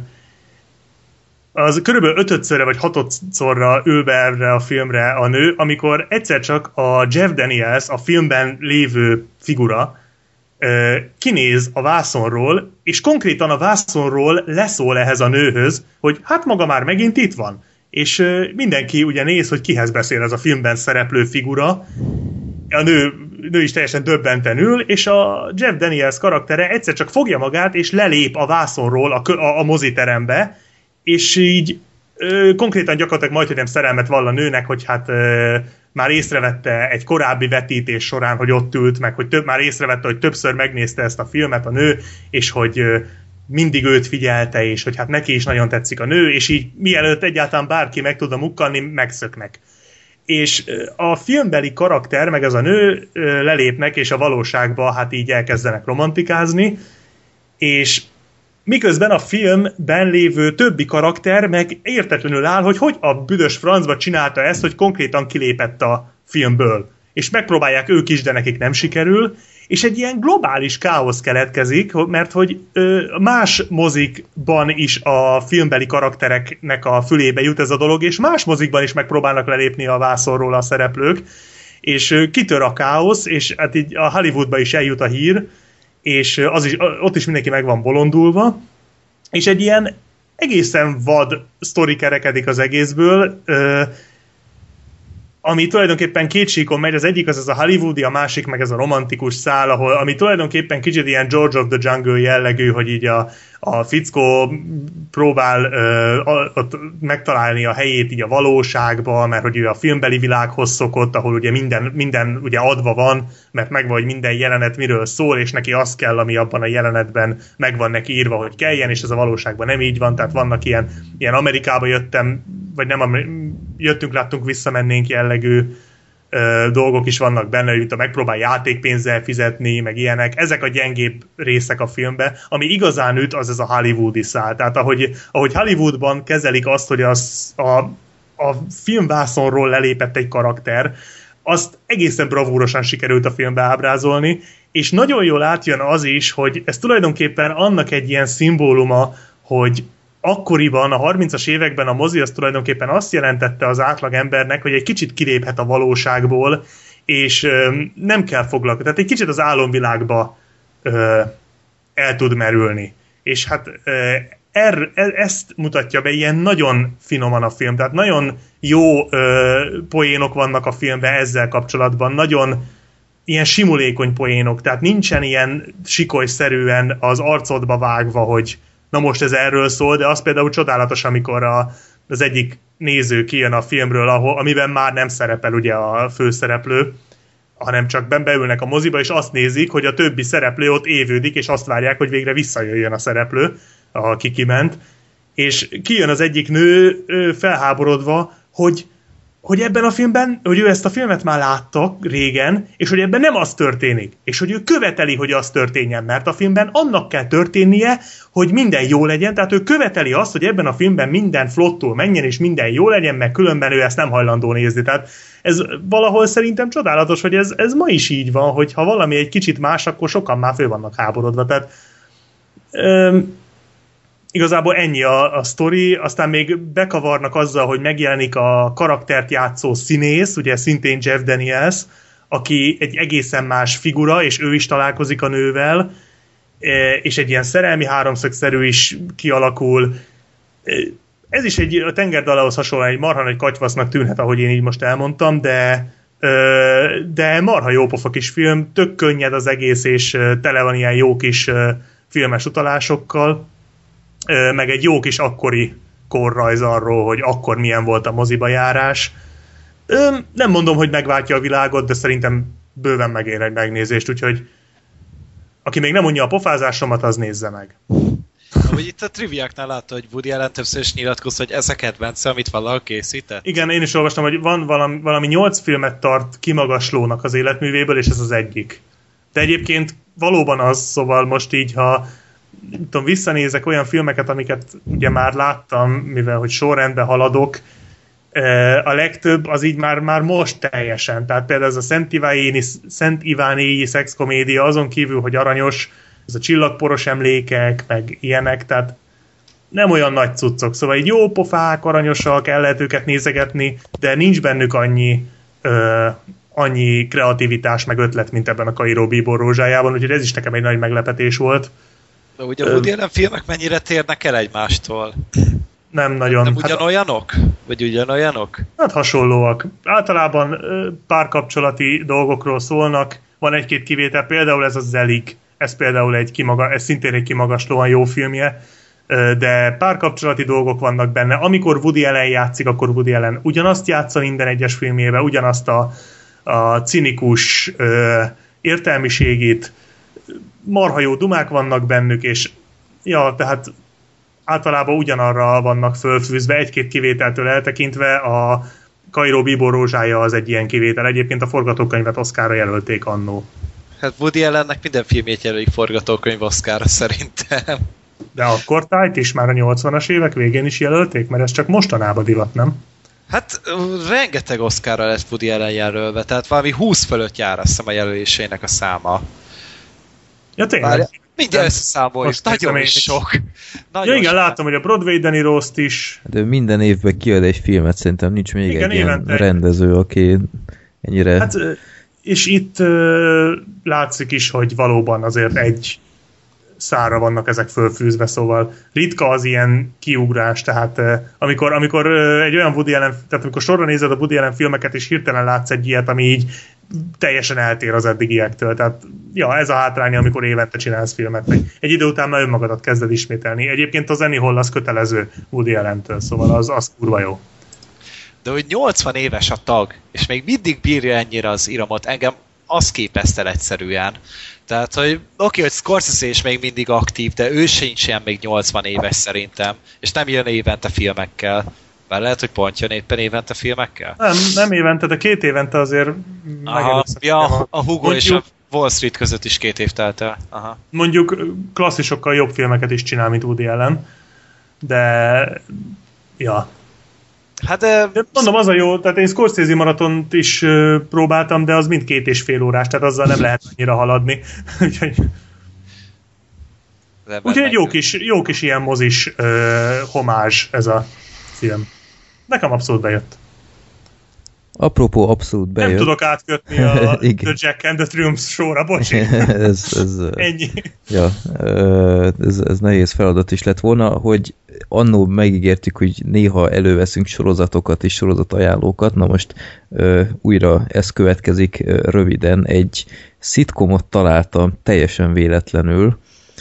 S3: az körülbelül 5-szörre vagy 6-szorra ül be erre a filmre a nő, amikor egyszer csak a Jeff Daniels, a filmben lévő figura, kinéz a vászonról, és konkrétan a vászonról leszól ehhez a nőhöz, hogy hát maga már megint itt van. És mindenki ugye néz, hogy kihez beszél ez a filmben szereplő figura. A nő is teljesen döbbenten ül, és a Jeff Daniels karaktere egyszer csak fogja magát, és lelép a vászonról a moziterembe, és így konkrétan gyakorlatilag majdnem szerelmet vall a nőnek, hogy hát már észrevette egy korábbi vetítés során, hogy ott ült, meg hogy már észrevette, hogy többször megnézte ezt a filmet a nő, és hogy mindig őt figyelte, és hogy hát neki is nagyon tetszik a nő, és így mielőtt egyáltalán bárki meg tudna mukkanni, megszöknek. És a filmbeli karakter, meg ez a nő lelépnek, és a valóságban hát így elkezdenek romantikázni, és miközben a filmben lévő többi karakter meg értetlenül áll, hogy a büdös francba csinálta ezt, hogy konkrétan kilépett a filmből. És megpróbálják ők is, de nekik nem sikerül, és egy ilyen globális káosz keletkezik, mert hogy más mozikban is a filmbeli karaktereknek a fülébe jut ez a dolog, és más mozikban is megpróbálnak lelépni a vászonról a szereplők, és kitör a káosz, és hát így a Hollywoodba is eljut a hír, és ott is mindenki meg van bolondulva, és egy ilyen egészen vad sztori kerekedik az egészből, ami tulajdonképpen két síkon megy, az egyik az a hollywoodi, a másik meg ez a romantikus szál, ami tulajdonképpen kicsit ilyen George of the Jungle jellegű, hogy így a fickó próbál ott megtalálni a helyét így a valóságba, mert hogy ő a filmbeli világhoz szokott, ahol ugye minden ugye adva van, mert megvan, hogy minden jelenet miről szól, és neki az kell, ami abban a jelenetben megvan neki írva, hogy kelljen, és ez a valóságban nem így van, tehát vannak ilyen Amerikába jöttünk, láttunk, visszamennénk jellegű dolgok is vannak benne, hogy itt megpróbál játékpénzzel fizetni, meg ilyenek. Ezek a gyengébb részek a filmben. Ami igazán üt, az ez a hollywoodi szál. Tehát ahogy Hollywoodban kezelik azt, hogy a filmvászonról lelépett egy karakter, azt egészen bravúrosan sikerült a filmbe ábrázolni, és nagyon jól átjön az is, hogy ez tulajdonképpen annak egy ilyen szimbóluma, hogy akkoriban, a 30-as években a mozi az tulajdonképpen azt jelentette az átlag embernek, hogy egy kicsit kiléphet a valóságból, és nem kell foglalkozni. Tehát egy kicsit az álomvilágba el tud merülni. És hát ezt mutatja be ilyen nagyon finoman a film. Tehát nagyon jó poénok vannak a filmben ezzel kapcsolatban. Nagyon ilyen simulékony poénok. Tehát nincsen ilyen sikolyszerűen az arcodba vágva, hogy na most ez erről szól, de az például csodálatos, amikor az egyik néző kijön a filmről, amiben már nem szerepel ugye a főszereplő, hanem csak beülnek a moziba, és azt nézik, hogy a többi szereplő ott évődik, és azt várják, hogy végre visszajöjjön a szereplő, aki kiment. És kijön az egyik nő felháborodva, hogy ebben a filmben, hogy ő ezt a filmet már látta régen, és hogy ebben nem az történik. És hogy ő követeli, hogy az történjen, mert a filmben annak kell történnie, hogy minden jó legyen, tehát ő követeli azt, hogy ebben a filmben minden flottul menjen, és minden jó legyen, meg különben ő ezt nem hajlandó nézni. Tehát ez valahol szerintem csodálatos, hogy ez ma is így van, hogy ha valami egy kicsit más, akkor sokan már fő vannak háborodva. Tehát igazából ennyi a sztori, aztán még bekavarnak azzal, hogy megjelenik a karaktert játszó színész, ugye szintén Jeff Daniels, aki egy egészen más figura, és ő is találkozik a nővel, és egy ilyen szerelmi háromszögszerű is kialakul. Ez is a tengerdalához hasonlóan egy marha nagy katyvasznak tűnhet, ahogy én így most elmondtam, de marha jópofa kis film, tök könnyed az egész, és tele van ilyen jó kis filmes utalásokkal, meg egy jó kis akkori korrajz arról, hogy akkor milyen volt a moziba járás. Nem mondom, hogy megváltja a világot, de szerintem bőven megér egy megnézést, úgyhogy aki még nem unja a pofázásomat, az nézze meg.
S5: Ahogy itt a triviáknál látta, hogy Woody Allen többször is nyilatkozott, hogy ez a kedvence, amit valahol készített?
S3: Igen, én is olvastam, hogy van valami 8 filmet tart kimagaslónak az életművéből, és ez az egyik. De egyébként valóban az, szóval most így, ha tudom, visszanézek olyan filmeket, amiket ugye már láttam, mivel hogy sorrendben haladok, a legtöbb az így már most teljesen. Tehát például ez a Szent Ivánéi szexkomédia, azon kívül, hogy aranyos, ez a csillagporos emlékek, meg ilyenek, tehát nem olyan nagy cuccok. Szóval így jó pofák, aranyosak, el lehet őket nézegetni, de nincs bennük annyi kreativitás, meg ötlet, mint ebben a Kairó bíbor rózsájában, úgyhogy ez is nekem egy nagy meglepetés volt.
S5: De ugye a Woody Allen filmek mennyire térnek el egymástól?
S3: Nem nagyon.
S5: Nem ugyanolyanok? Vagy ugyanolyanok?
S3: Hát hasonlóak. Általában párkapcsolati dolgokról szólnak, van egy-két kivétel, például ez a Zelig, ez például ez szintén egy kimagaslóan jó filmje de párkapcsolati dolgok vannak benne. Amikor Woody Allen játszik, akkor Woody Allen ugyanazt játsza minden egyes filmjében, ugyanazt a cinikus értelmiségét, marha jó dumák vannak bennük, és ja, tehát általában ugyanarra vannak fölfűzve, egy-két kivételtől eltekintve. A Kairó bíbor rózsája az egy ilyen kivétel. Egyébként a forgatókönyvet Oscarra jelölték annó.
S5: Hát Woody Allennek minden filmjét jelölik forgatókönyv Oscarra szerintem.
S3: De akkor Tájt is már a 80-as évek végén is jelölték, mert ez csak mostanában divat, nem?
S5: Hát rengeteg Oscarra lett Woody Allen jelölve, tehát valami 20 fölött jár, azt hiszem, a jelölésének a száma.
S3: Ja, tényleg.
S5: Mindjárt összeszámoljuk, nagyon sok.
S3: Ja, igen, láttam, hogy a Broadway Danny Rost is.
S2: De minden évben kiad egy filmet, szerintem nincs még
S3: igen,
S2: egy ilyen rendező, aki ennyire...
S3: Hát, és itt látszik is, hogy valóban azért egy szárra vannak ezek fölfűzve, szóval ritka az ilyen kiugrás, tehát amikor egy olyan Woody Allen, tehát amikor sorra nézed a Woody Allen filmeket, és hirtelen látsz egy ilyet, ami így teljesen eltér az eddigiektől, tehát ja, ez a hátránya, amikor évente csinálsz filmet, meg egy idő után már önmagadat kezded ismételni. Egyébként az Annie Hall az kötelező Woody Allentől, szóval az kurva jó.
S5: De hogy 80 éves a tag, és még mindig bírja ennyire az iramot, engem az képeszt el egyszerűen. Tehát, hogy oké, hogy Scorsese is még mindig aktív, de ő sincs ilyen még 80 éves szerintem, és nem jön évente filmekkel. Bár lehet, hogy pont jön éppen évente filmekkel?
S3: Nem évente, de 2 évente azért
S5: ja, a Hugo és a Wall Street között is 2 év telt el. Aha.
S3: Mondjuk klasszisokkal jobb filmeket is csinál, mint Woody Allen, de ja.
S5: Hát de
S3: mondom, az a jó, tehát én Scorsese maratont is próbáltam, de az mind 2,5 órás, tehát azzal nem lehet annyira haladni. Úgyhogy jó kis ilyen mozis homázs ez a film. Nekem abszolút bejött.
S2: Apropó, abszolút bejött.
S3: Nem tudok átkötni a The Jack and the Triumphs sorra, bocsi. Ennyi.
S2: Ja, ez nehéz feladat is lett volna, hogy annó megígértük, hogy néha előveszünk sorozatokat és sorozatajánlókat. Na most újra ez következik röviden. Egy szitkomot találtam teljesen véletlenül,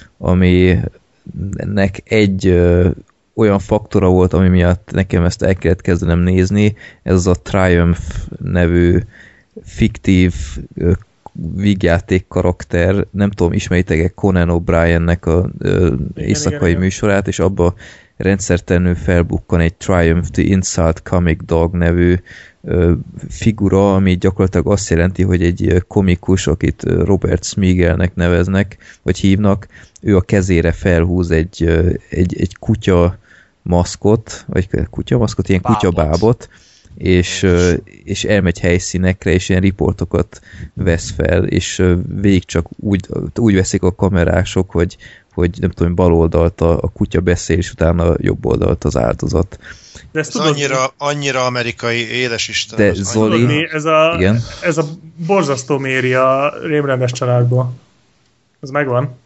S2: aminek egy olyan faktora volt, ami miatt nekem ezt el kellett kezdenem nézni, ez a Triumph nevű fiktív vígjáték karakter, nem tudom, ismeritek-e Conan O'Briennek a éjszakai műsorát, és abba rendszertelenül felbukkan egy Triumph the Insult Comic Dog nevű figura, ami gyakorlatilag azt jelenti, hogy egy komikus, akit Robert Smiegelnek neveznek, vagy hívnak, ő a kezére felhúz egy kutya maszkot, vagy kutyamaszkot, ilyen kutyabábot, és elmegy helyszínekre, és ilyen riportokat vesz fel, és végig csak úgy veszik a kamerások, hogy nem tudom, bal oldalt a kutya beszél, és utána jobb oldalt az áldozat.
S3: De
S1: ez annyira amerikai, édes Isten.
S2: De Zoli...
S3: Ez a borzasztó Méri a Rémrendes családból. Ez megvan?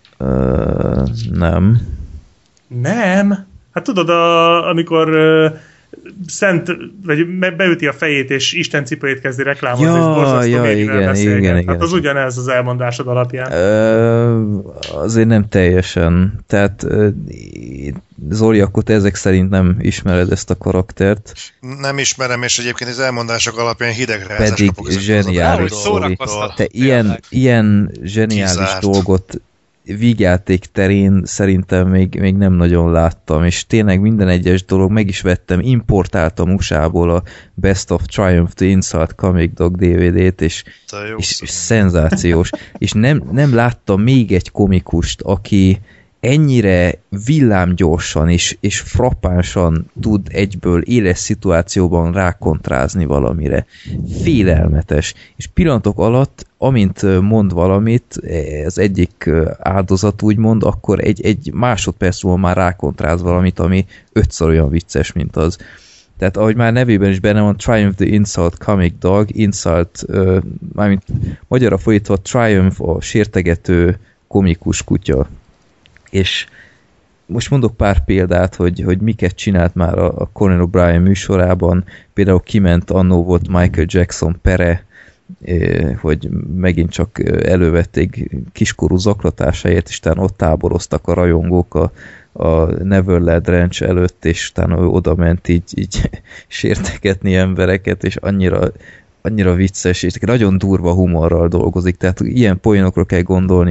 S2: Nem.
S3: Nem? Hát tudod, amikor szent, vagy beüti a fejét, és Isten cipőjét kezdi reklámozni, és borzasztó Mérivel beszélget. Igen. Hát az ugyanez az elmondásod alapján.
S2: Azért nem teljesen. Tehát Zoli, akkor te ezek szerint nem ismered ezt a karaktert.
S1: Nem ismerem, és egyébként az elmondások alapján hidegre
S2: pedig zseniális Zoli. Te ilyen zseniális dolgot vígjáték terén szerintem még nem nagyon láttam, és tényleg minden egyes dolog meg is vettem, importáltam USA-ból a Best of Triumph the Insult Comic Dog DVD-t, és szenzációs. És nem láttam még egy komikust, aki ennyire villámgyorsan és frappánsan tud egyből éles szituációban rákontrázni valamire. Félelmetes. És pillanatok alatt, amint mond valamit, az egyik áldozat úgy mond, akkor egy másodperc múlva már rákontráz valamit, ami 5-szor olyan vicces, mint az. Tehát ahogy már nevében is benne van, Triumph the Insult Comic Dog, Insult, mármint magyarra fordítva Triumph a sértegető komikus kutya. És most mondok pár példát, hogy miket csinált már a Conan O'Brien műsorában. Például kiment, annó volt Michael Jackson pere, hogy megint csak elővették kiskorú zaklatásáért, és utána ott táboroztak a rajongók a Neverland Ranch előtt, és utána ő oda ment így sértegetni embereket, és annyira vicces, és nagyon durva humorral dolgozik, tehát ilyen poénokra kell gondolni,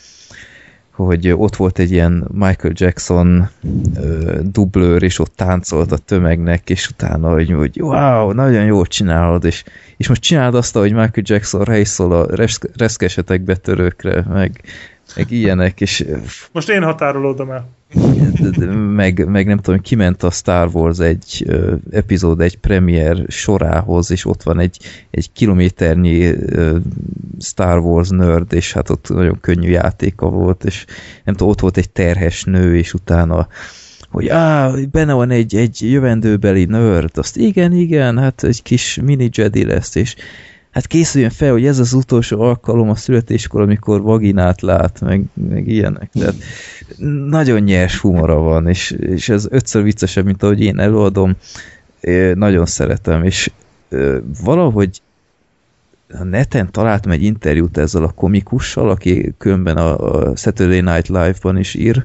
S2: hogy ott volt egy ilyen Michael Jackson dublőr, és ott táncolt a tömegnek, és utána, hogy wow, nagyon jól csinálod, és most csináld azt, hogy Michael Jackson rejszol a reszkesetek betörőkre, meg ilyenek, és...
S3: Most én határolódom el.
S2: meg nem tudom, kiment a Star Wars egy epizód, egy premier sorához, és ott van egy kilométernyi Star Wars nerd, és hát ott nagyon könnyű játéka volt, és nem tudom, ott volt egy terhes nő, és utána hogy benne van egy jövendőbeli nerd, azt igen, hát egy kis mini Jedi lesz, és hát készüljön fel, hogy ez az utolsó alkalom a születéskor, amikor vaginát lát, meg ilyenek. Tehát nagyon nyers humora van, és ez 5-ször viccesebb, mint ahogy én előadom. Nagyon szeretem, és valahogy a neten találtam egy interjút ezzel a komikussal, aki különben a Saturday Night Live-ban is ír,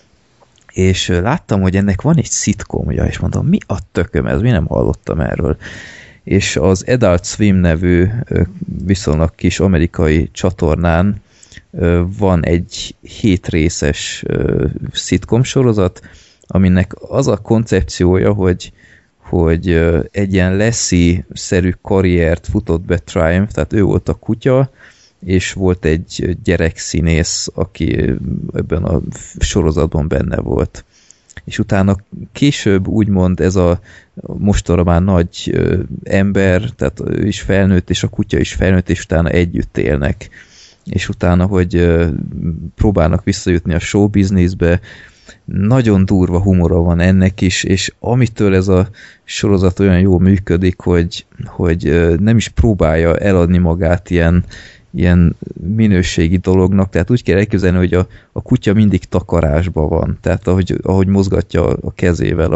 S2: és láttam, hogy ennek van egy szitkomja, és mondom, mi a tököm ez? Mi nem hallottam erről? És az Adult Swim nevű viszonylag kis amerikai csatornán van egy 7 részes szitkom sorozat, aminek az a koncepciója, hogy egy ilyen Lassie-szerű karriert futott be Triumph, tehát ő volt a kutya, és volt egy gyerekszínész, aki ebben a sorozatban benne volt. És utána később úgymond ez a mostanra már nagy ember, tehát ő is felnőtt, és a kutya is felnőtt, és utána együtt élnek. És utána, hogy próbálnak visszajutni a showbizniszbe, nagyon durva humora van ennek is, és amitől ez a sorozat olyan jól működik, hogy nem is próbálja eladni magát ilyen minőségi dolognak, tehát úgy kell elképzelni, hogy a kutya mindig takarásban van, tehát ahogy mozgatja a kezével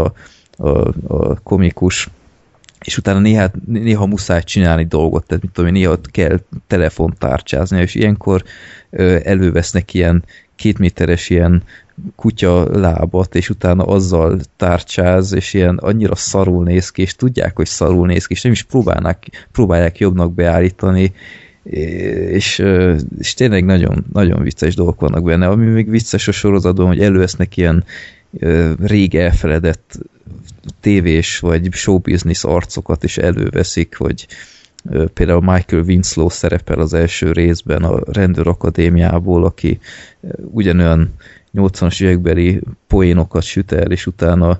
S2: a komikus, és utána néha muszáj csinálni dolgot, tehát mit tudom én, néha kell telefont tárcsázni, és ilyenkor elővesznek ilyen 2 méteres ilyen kutya lábat, és utána azzal tárcsáz, és ilyen annyira szarul néz ki, és tudják, hogy szarul néz ki, és nem is próbálják jobbnak beállítani, és tényleg nagyon, nagyon vicces dolgok vannak benne. Ami még vicces a sorozatban, hogy elővesznek ilyen rég elfeledett tévés vagy showbusiness arcokat, és előveszik, hogy például Michael Winslow szerepel az első részben a Rendőrakadémiából, aki ugyanolyan 80-as évekbeli poénokat süt el, és utána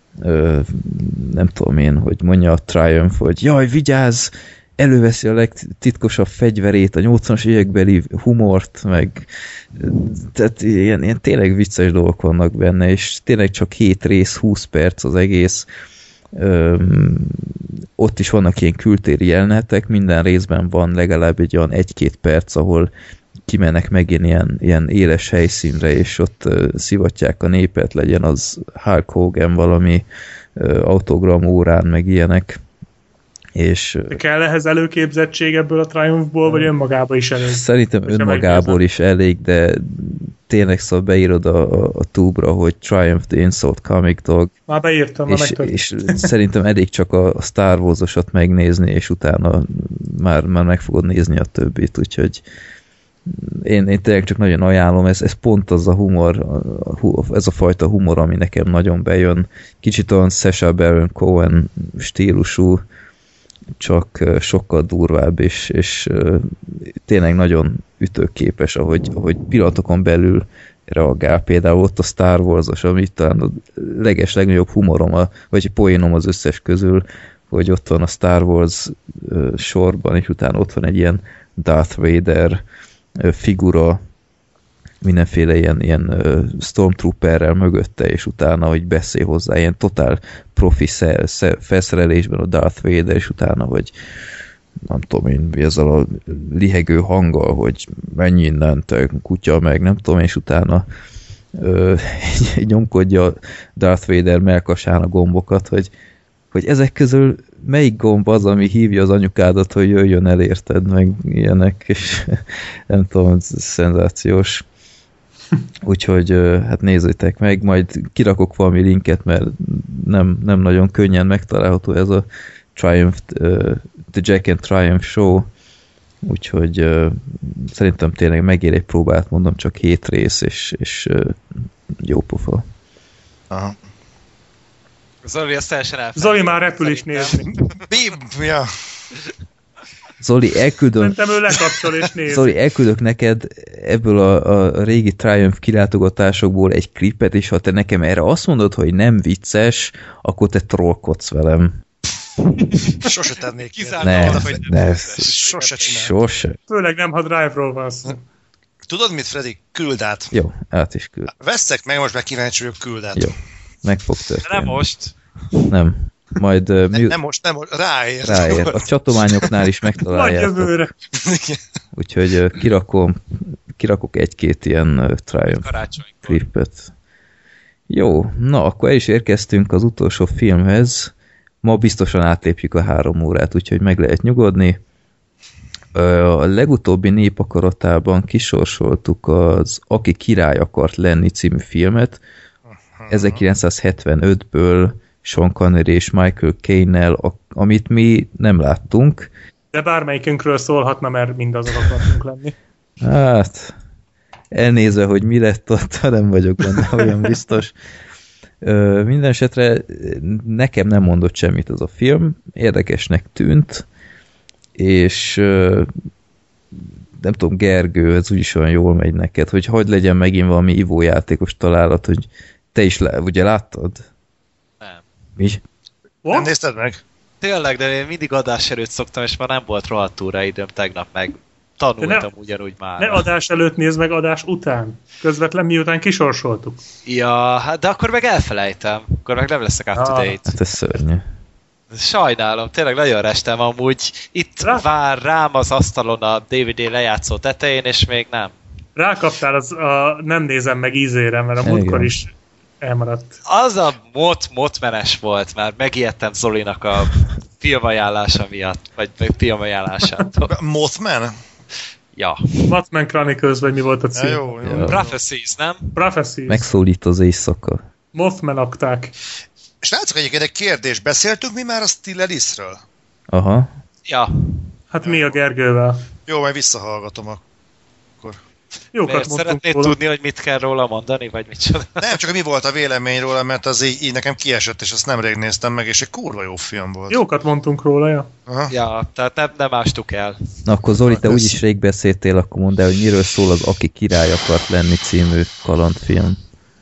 S2: nem tudom én, hogy mondja a Triumph, hogy jaj, vigyázz, előveszi a legtitkosabb fegyverét, a 80-as évekbeli humort, meg tehát ilyen tényleg vicces dolgok vannak benne, és tényleg csak 7 rész, 20 perc az egész. Ott is vannak ilyen kültéri jelenetek, minden részben van legalább egy olyan 1-2 perc, ahol kimennek megint ilyen éles helyszínre, és ott szivatják a népet, legyen az Hulk Hogan valami autogram órán, meg ilyenek. És
S3: kell ehhez előképzettség ebből a Triumphból, vagy önmagában is elég?
S2: Szerintem önmagából is elég, de tényleg szóval beírod a túbra, hogy Triumph the Insult Comic Dog.
S3: Már beírtam,
S2: és szerintem elég csak a Star Wars-osat megnézni, és utána már meg fogod nézni a többit, úgyhogy én tényleg csak nagyon ajánlom, ez pont az a humor, ez a fajta humor, ami nekem nagyon bejön. Kicsit olyan Sacha Baron Cohen stílusú, csak sokkal durvább, és tényleg nagyon ütőképes, ahogy pillanatokon belül reagál. Például ott a Star Wars-os, ami talán a legnagyobb humorom, vagy poénom az összes közül, hogy ott van a Star Wars sorban, és utána ott van egy ilyen Darth Vader figura, mindenféle ilyen Stormtrooperrel mögötte, és utána, hogy beszél hozzá, ilyen totál profi felszerelésben a Darth Vader, és utána, hogy nem tudom én, ezzel a lihegő hanggal, hogy menj innen, te kutya, meg nem tudom, és utána nyomkodja Darth Vader melkasán a gombokat, hogy ezek közül melyik gomb az, ami hívja az anyukádat, hogy jöjjön el, érted, meg ilyenek, és nem tudom, ez szenzációs. Úgyhogy hát nézzétek meg, majd kirakok valami linket, mert nem nagyon könnyen megtalálható ez a Triumph, The Jack and Triumph Show, úgyhogy szerintem tényleg megér egy próbát, mondom, csak 7 rész, és jó pofa.
S1: Aha.
S5: Zoli, azt teljesen elfelejt.
S3: Zoli már repül is nézni.
S1: Ja.
S2: Zoli,
S3: Szerintem ő lekapcsol és néz.
S2: Zoli, elküldök neked ebből a régi Triumph kilátogatásokból egy klipet, és ha te nekem erre azt mondod, hogy nem vicces, akkor te trollkodsz velem.
S1: Sose tennék
S2: Sose csinálom. Sose.
S3: Főleg nem, ha Drive-ról van szó.
S1: Tudod mit, Freddy? Küld át.
S2: Jó, át is küld.
S1: Vesszek meg, most már kíváncsi vagyok, küld át.
S2: Jó, meg fog történni.
S5: De nem most.
S2: Nem. Majd
S1: nem most, ráér.
S2: A csatományoknál is megtaláljátok.
S3: Majd jövőre.
S2: Úgyhogy kirakok egy-két ilyen Triumph klipet. Jó, na akkor el is érkeztünk az utolsó filmhez. Ma biztosan átlépjük a 3 órát, úgyhogy meg lehet nyugodni. A legutóbbi népakaratában kisorsoltuk az Aki király akart lenni című filmet, 1975-ből Sean Connery és Michael Caine-nel, amit mi nem láttunk.
S3: De bármelyikünkről szólhatna, mert mindazon akartunk lenni.
S2: Hát, elnézve, hogy mi lett ott, nem vagyok benne olyan biztos. Minden esetre nekem nem mondott semmit az a film, érdekesnek tűnt, és nem tudom, Gergő, ez úgyis olyan jól megy neked, hogy legyen megint valami ivójátékos találat, hogy te is ugye láttad?
S5: Nem.
S2: Mi?
S1: Nem nézted meg?
S5: Tényleg, de én mindig adás előtt szoktam, és már nem volt rohadtúra időm tegnap, meg tanultam ugyanúgy már.
S3: Ne adás előtt nézd meg, adás után. Közvetlen miután kisorsoltuk.
S5: Ja, hát de akkor meg elfelejtem. Akkor meg nem leszek up to date.
S2: Hát ez szörnyű.
S5: Sajnálom, tényleg nagyon restem amúgy. Itt vár rám az asztalon a DVD lejátszó tetején, és még nem.
S3: Rákaptál a nem nézem meg ízére, mert a múltkor is elmaradt.
S5: Az a motmenes volt, már megijedtem Zolinak a filmajánlása miatt, vagy filmajánlásától.
S1: Mothman?
S5: Ja.
S3: Mothman Chronicles, vagy mi volt a cím?
S1: Jó.
S5: Prophecies, nem?
S3: Prophecies.
S2: Megszólít az éjszaka.
S3: Mothman akták.
S1: És látszok egyébként egy kérdés, beszéltünk mi már a Stillerisről?
S2: Aha.
S5: Ja.
S3: Hát mi a Gergővel?
S1: Jó, majd visszahallgatom akkor.
S3: Jókat
S5: szeretnéd tudni, hogy mit kell róla mondani, vagy micsoda?
S1: Nem, csak mi volt a vélemény róla, mert az így nekem kiesett, és azt nemrég néztem meg, és egy kurva jó film volt.
S3: Jókat mondtunk róla, ja.
S1: Aha.
S5: Ja, tehát nem ástuk el.
S2: Na akkor Zoli, te úgyis rég beszéltél, akkor mondd el, hogy miről szól az Aki király akart lenni című kalandfilm.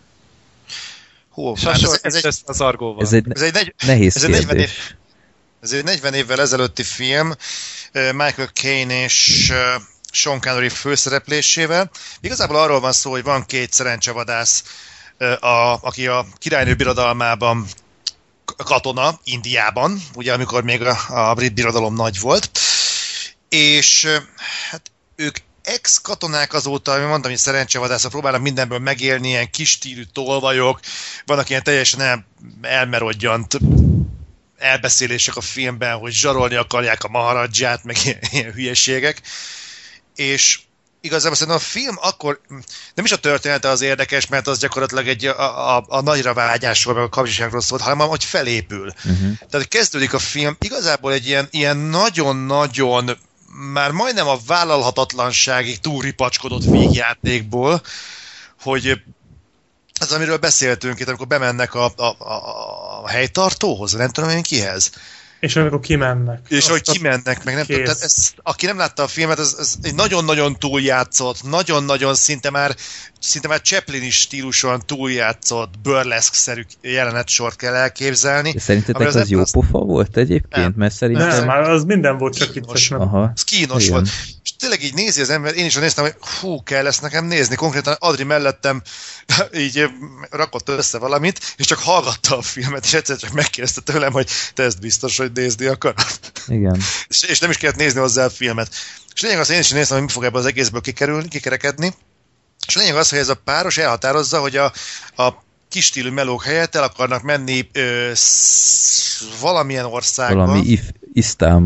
S2: Ez egy nehéz kérdés.
S1: Ez egy 40 évvel ezelőtti film, Michael Caine és Sean Connery főszereplésével. Igazából arról van szó, hogy van 2 szerencsevadász, aki a királynő birodalmában katona, Indiában, ugye amikor még a brit birodalom nagy volt, és hát ők ex-katonák azóta, ami mondtam, hogy szerencsevadászok próbálnak mindenből megélni, ilyen kis stílű tolvajok, vannak ilyen teljesen elmerodjant elbeszélések a filmben, hogy zsarolni akarják a maharadzsát, meg ilyen hülyeségek, és igazából szerintem a film akkor nem is a története az érdekes, mert az gyakorlatilag a nagyra vágyásról, meg a kapcsolatságról szólt, hanem hogy felépül. Tehát kezdődik a film igazából egy ilyen nagyon-nagyon már majdnem a vállalhatatlanságig túlripacskodott vígjátékból, hogy az, amiről beszéltünk itt, amikor bemennek a helytartóhoz, nem tudom én kihez.
S3: És amikor kimennek.
S1: És hogy kimennek, meg nem tudom. Tehát aki nem látta a filmet, ez egy nagyon-nagyon túljátszott, nagyon-nagyon szinte már Chaplin-is stíluson túljátszott, burlesque-szerű jelenetsort kell elképzelni.
S2: De szerintetek az jó pofa volt egyébként?
S1: Nem.
S2: Mert szerintem...
S3: Nem, már az minden volt, csak vicces.
S1: Ez kínos volt. És tényleg így nézi az ember, én is néztem, hogy kell ezt nekem nézni. Konkrétan Adri mellettem így rakott össze valamit, és csak hallgatta a filmet, és egyszer csak megkérdezte tőlem, hogy te ezt biztos, hogy nézni akarod.
S2: Igen.
S1: És nem is kellett nézni hozzá a filmet. És lényeg az, én is néztem, hogy mi fog ebből az egészből kikerekedni. És lényeg az, hogy ez a páros elhatározza, hogy a kis stílű melók helyett el akarnak menni valamilyen országba.
S2: Valami Isztánba.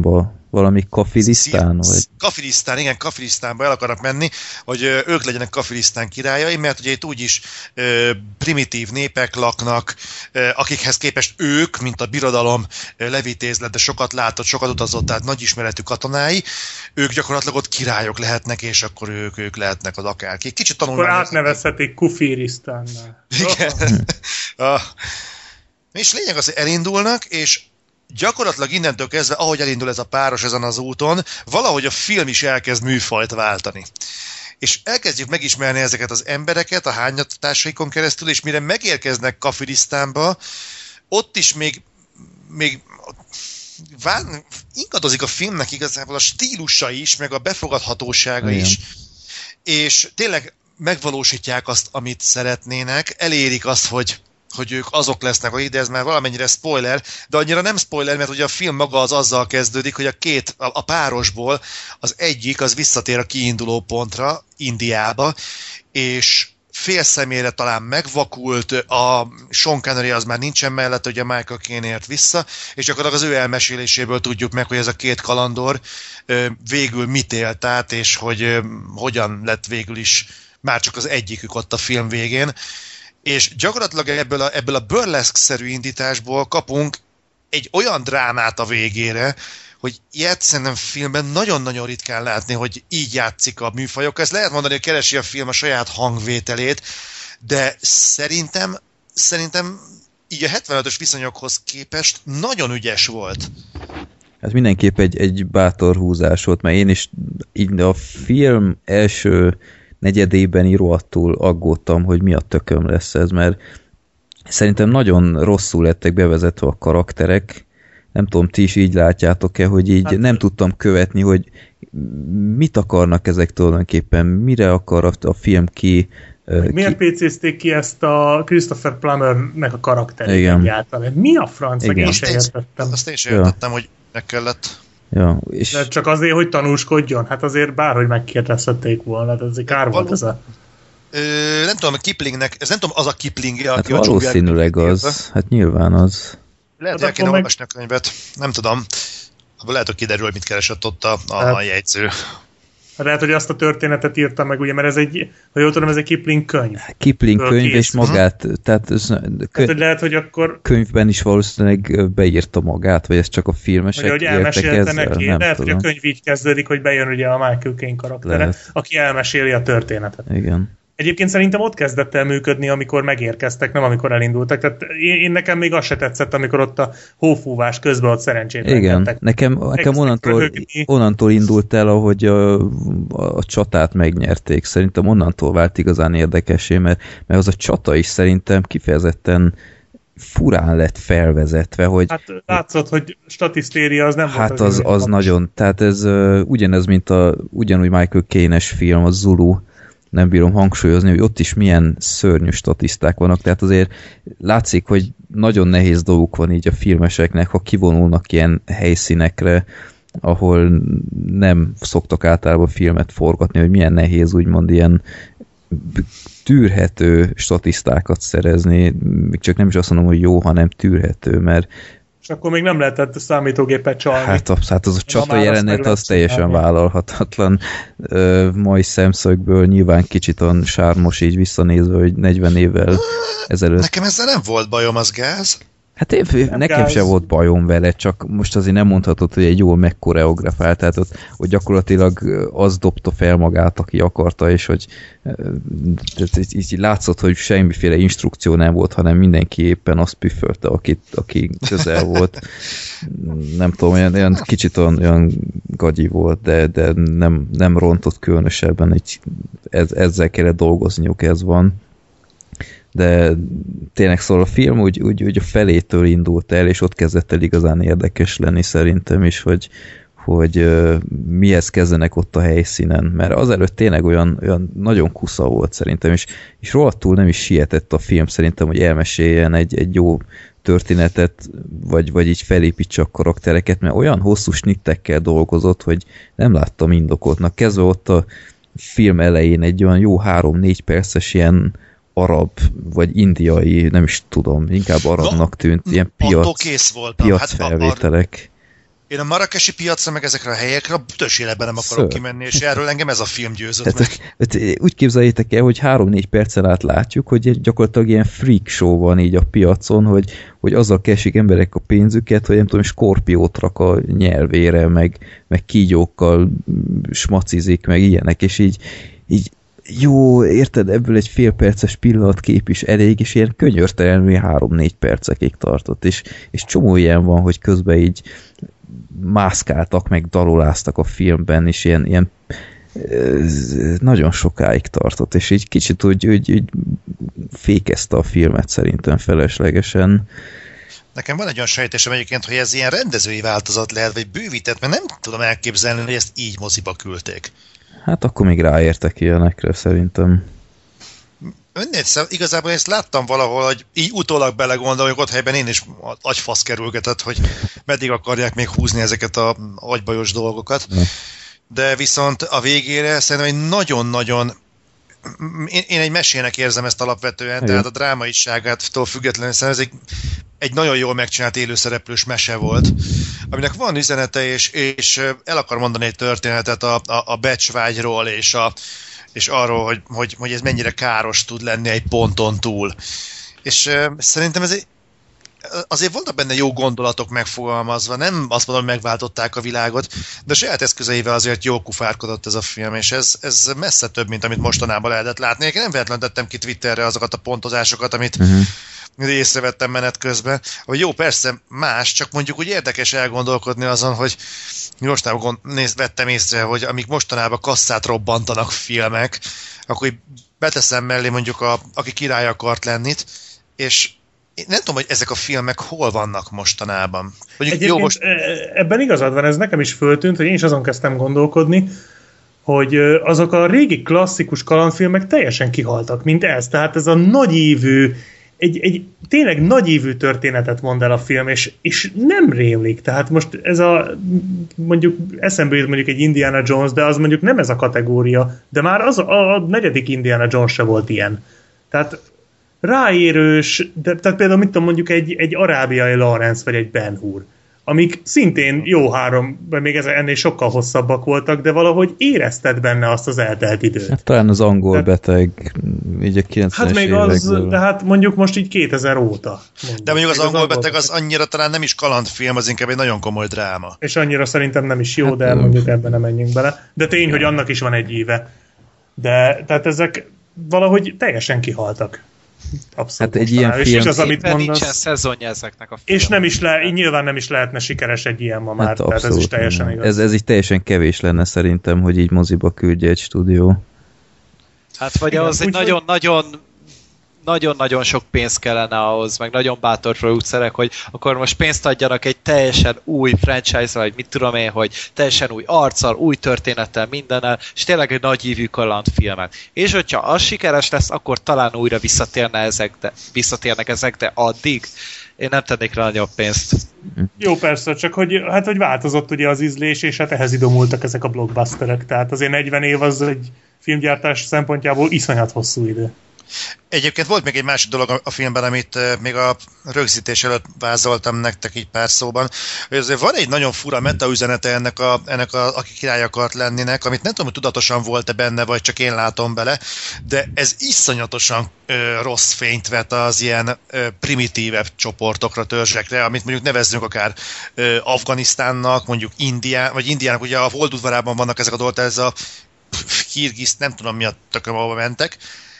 S2: valami Kafilisztán? Vagy...
S1: Kafilisztán, igen, Kafilisztánba el akarnak menni, hogy ők legyenek Kafilisztán királyai, mert ugye itt úgyis primitív népek laknak, akikhez képest ők, mint a birodalom levitézlet, de sokat látott, sokat utazott, tehát nagy ismeretű katonái, ők gyakorlatilag ott királyok lehetnek, és akkor ők lehetnek az akárki. Kicsit tanulmány.
S3: Akkor átnevezhetik Kufirisztánnál.
S1: Igen. És lényeg az, hogy elindulnak, és gyakorlatilag innentől kezdve, ahogy elindul ez a páros ezen az úton, valahogy a film is elkezd műfajt váltani. És elkezdjük megismerni ezeket az embereket a hányatatásaikon keresztül, és mire megérkeznek Kafirisztánba, ott is még ingadozik a filmnek igazából a stílusa is, meg a befogadhatósága is, és tényleg megvalósítják azt, amit szeretnének, elérik azt, hogy ők azok lesznek, de ez már valamennyire spoiler, de annyira nem spoiler, mert ugye a film maga az azzal kezdődik, hogy a párosból az egyik az visszatér a kiinduló pontra, Indiába, és fél szemére talán megvakult, a Sean Connery az már nincsen mellett, ugye Michael Caine ért vissza, és akkor az ő elmeséléséből tudjuk meg, hogy ez a két kalandor végül mit élt át, és hogy hogyan lett végül is már csak az egyikük ott a film végén. És gyakorlatilag ebből a burlesque-szerű indításból kapunk egy olyan drámát a végére, hogy ilyet szerintem filmben nagyon-nagyon ritkán látni, hogy így játszik a műfajok. Ezt lehet mondani, hogy keresi a film a saját hangvételét, de szerintem így a 75-ös viszonyokhoz képest nagyon ügyes volt.
S2: Ez mindenképp egy bátor húzás volt, mert én is így a film első negyedében íróattól aggódtam, hogy mi a tököm lesz ez, mert szerintem nagyon rosszul lettek bevezetve a karakterek. Nem tudom, ti is így látjátok-e, hogy így nem tudtam követni, hogy mit akarnak ezek tulajdonképpen, mire akar a film ki.
S3: Miért PC-zték ki ezt a Christopher Plummer-nek a karakterét egyáltalán? Mi a franc? Én sem értettem.
S1: Azt én sem értettem, hogy meg kellett.
S2: Ja, és...
S3: De csak azért, hogy tanúskodjon? Hát azért bárhogy megkérdezhették volna, de azért kár volt ez a...
S1: nem tudom, a Kiplingnek, ez nem tudom, az a Kipling,
S2: hát aki valószínűleg az, hát nyilván az.
S1: Lehet, hogy el kéne olvasni a könyvet, nem tudom. Abban lehet, hogy kiderül, mit keresett ott a jegyző.
S3: Lehet, hogy azt a történetet írta meg, ugye, mert ez egy, ha jól tudom, ez egy Kipling könyv.
S2: Kipling könyv, és magát, tehát
S3: hogy lehet, hogy akkor...
S2: könyvben is valószínűleg beírta magát, vagy ez csak a filmesek
S3: hogy elmesélte neki. Lehet,
S2: tudom.
S3: hogy a könyv így kezdődik, hogy bejön ugye a Michael Caine karaktere, lehet. Aki elmeséli a történetet.
S2: Igen.
S3: Egyébként szerintem ott kezdett el működni, amikor megérkeztek, nem amikor elindultak. Tehát nekem még az se tetszett, amikor ott a hófúvás közben ott szerencsét
S2: igen, nekem onnantól indult el, ahogy a csatát megnyerték. Szerintem onnantól vált igazán érdekessé, mert az a csata is szerintem kifejezetten furán lett felvezetve, hogy...
S3: Hát látszott, hogy statisztéria az nem
S2: hát volt. Hát az nagyon, tehát ez ugyanez, mint ugyanúgy Michael Caine-es film, a Zulu, nem bírom hangsúlyozni, hogy ott is milyen szörnyű statiszták vannak, tehát azért látszik, hogy nagyon nehéz dolguk van így a filmeseknek, ha kivonulnak ilyen helyszínekre, ahol nem szoktak általában filmet forgatni, hogy milyen nehéz úgymond ilyen tűrhető statisztákat szerezni, még csak nem is azt mondom, hogy jó, hanem tűrhető, mert
S3: és akkor még nem lehetett számítógépet csalni.
S2: Hát az a csata jelenet az teljesen vállalhatatlan. Mai szemszögből nyilván kicsit olyan sármos így visszanézve, hogy 40 évvel ezelőtt.
S1: Nekem ezzel nem volt bajom, az gáz.
S2: Hát nekem sem volt bajom vele, csak most azért nem mondhatod, hogy egy jól megkoreografált, tehát ott gyakorlatilag az dobta fel magát, aki akarta, és hogy így látszott, hogy semmiféle instrukció nem volt, hanem mindenki éppen azt püffölte, aki közel volt. Nem tudom, olyan kicsit olyan gagyi volt, de nem rontott különösebben, ezzel kellett dolgozniuk, ez van. De tényleg szóval a film úgy a felétől indult el, és ott kezdett el igazán érdekes lenni szerintem is, hogy mihez kezdenek ott a helyszínen, mert azelőtt tényleg olyan nagyon kusza volt szerintem, és rohadtul nem is sietett a film szerintem, hogy elmeséljen egy jó történetet, vagy így felépítse a karaktereket, mert olyan hosszú snittekkel dolgozott, hogy nem láttam indokoltnak. Kezdve ott a film elején egy olyan jó 3-4 perces ilyen arab, vagy indiai, nem is tudom, inkább arabnak tűnt, ilyen piacfelvételek.
S1: Én a marrakesi piacra, meg ezekre a helyekre a büdös életben nem akarok kimenni, és erről engem ez a film győzött meg.
S2: Úgy képzeljétek el, hogy 3-4 percen át látjuk, hogy gyakorlatilag ilyen freak show van így a piacon, hogy azzal kesik emberek a pénzüket, hogy nem tudom, skorpiót rak a nyelvére, meg kígyókkal smacizik, meg ilyenek, és így jó, érted, ebből egy fél perces pillanatkép is elég, és ilyen könyörtelenül 3-4 percekig tartott, és csomó ilyen van, hogy közben így mászkáltak, meg daloláztak a filmben, és ilyen nagyon sokáig tartott, és így kicsit úgy fékezte a filmet szerintem feleslegesen.
S1: Nekem van egy olyan sejtésem egyébként, hogy ez ilyen rendezői változat lehet, vagy bővített, mert nem tudom elképzelni, hogy ezt így moziba küldték.
S2: Hát akkor még ráértek ilyenekre szerintem.
S1: Igazából ezt láttam valahol, hogy így utólag belegondolom, hogy ott helyben én is agyfasz kerülgetett, hogy meddig akarják még húzni ezeket a agybajos dolgokat. De viszont a végére szerintem egy nagyon-nagyon én egy mesének érzem ezt alapvetően, tehát a drámaiságától függetlenül szerintem ez egy nagyon jól megcsinált élőszereplős mese volt, aminek van üzenete, és el akar mondani egy történetet a becsvágyról, és arról, hogy ez mennyire káros tud lenni egy ponton túl. És szerintem azért voltak benne jó gondolatok megfogalmazva, nem azt mondom, hogy megváltották a világot, de saját eszközeivel azért jól kufárkodott ez a film, és ez messze több, mint amit mostanában lehetett látni. Én nem véletlenül tettem ki Twitterre azokat a pontozásokat, amit észrevettem menet közben, hogy jó, persze más, csak mondjuk úgy érdekes elgondolkodni azon, hogy mostanában vettem észre, hogy amik mostanában kasszát robbantanak filmek, akkor így beteszem mellé mondjuk aki király akart lenni, és én nem tudom, hogy ezek a filmek hol vannak mostanában.
S3: Ebben igazad van, ez nekem is föltűnt, hogy én is azon kezdtem gondolkodni, hogy azok a régi klasszikus kalandfilmek teljesen kihaltak, mint ez. Tehát ez a nagyívű, egy tényleg nagyívű történetet mond el a film, és nem rémlik. Tehát most ez mondjuk eszembe jut mondjuk egy Indiana Jones, de az mondjuk nem ez a kategória, de már a 4. Indiana Jones se volt ilyen. Tehát ráérős, tehát például mit tudom, mondjuk egy arábiai Lawrence vagy egy Ben Hur, amik szintén jó vagy még ennél sokkal hosszabbak voltak, de valahogy érezted benne azt az eltelt időt.
S2: Hát talán az angol beteg, így a 90-es
S3: hát még az, de hát mondjuk most így 2000 óta.
S1: De mondjuk az angol beteg az annyira talán nem is kalandfilm, az inkább egy nagyon komoly dráma.
S3: És annyira szerintem nem is jó, hát, de mondjuk ebben nem menjünk bele. De tény, hogy annak is van egy éve. De tehát ezek valahogy teljesen kihaltak. Abszolút.
S2: Hát egy ilyen film...
S3: És az, amit mondasz,
S5: nincsen szezonja ezeknek a
S3: filmnek. És nyilván nem is lehetne sikeres egy ilyen ma már, hát tehát ez is teljesen igaz.
S2: Ez így teljesen kevés lenne szerintem, hogy így moziba küldje egy stúdió.
S5: Hát vagy az egy nagyon-nagyon sok pénz kellene ahhoz, meg nagyon bátor producerek, hogy akkor most pénzt adjanak egy teljesen új franchise-ra, vagy mit tudom én, hogy teljesen új arccal, új történettel, mindennel, és tényleg egy nagyívű kalandfilmet. És hogyha az sikeres lesz, akkor talán újra visszatérnek ezek, de addig én nem tennék rá nagyobb pénzt.
S3: Jó, persze, csak hogy változott ugye az ízlés, és hát ehhez idomultak ezek a blockbusterek, tehát azért 40 év az egy filmgyártás szempontjából iszonyat hosszú idő.
S1: Egyébként volt még egy másik dolog a filmben, amit még a rögzítés előtt vázoltam nektek így pár szóban, hogy azért van egy nagyon fura metaüzenete ennek aki király akart lenninek, amit nem tudom, hogy tudatosan volt-e benne, vagy csak én látom bele, de ez iszonyatosan rossz fényt vet az ilyen primitívebb csoportokra, törzsekre, amit mondjuk nevezzünk akár Afganisztánnak, mondjuk Indiának, ugye a Holdudvarában vannak ezek a dolgok, ez a Kirgiz, nem tudom mi a tököm, ahova mentek.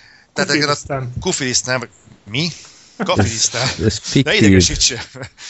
S1: Tehát Kufirisztán, mi? Kafirisztán. Ne idegesítse.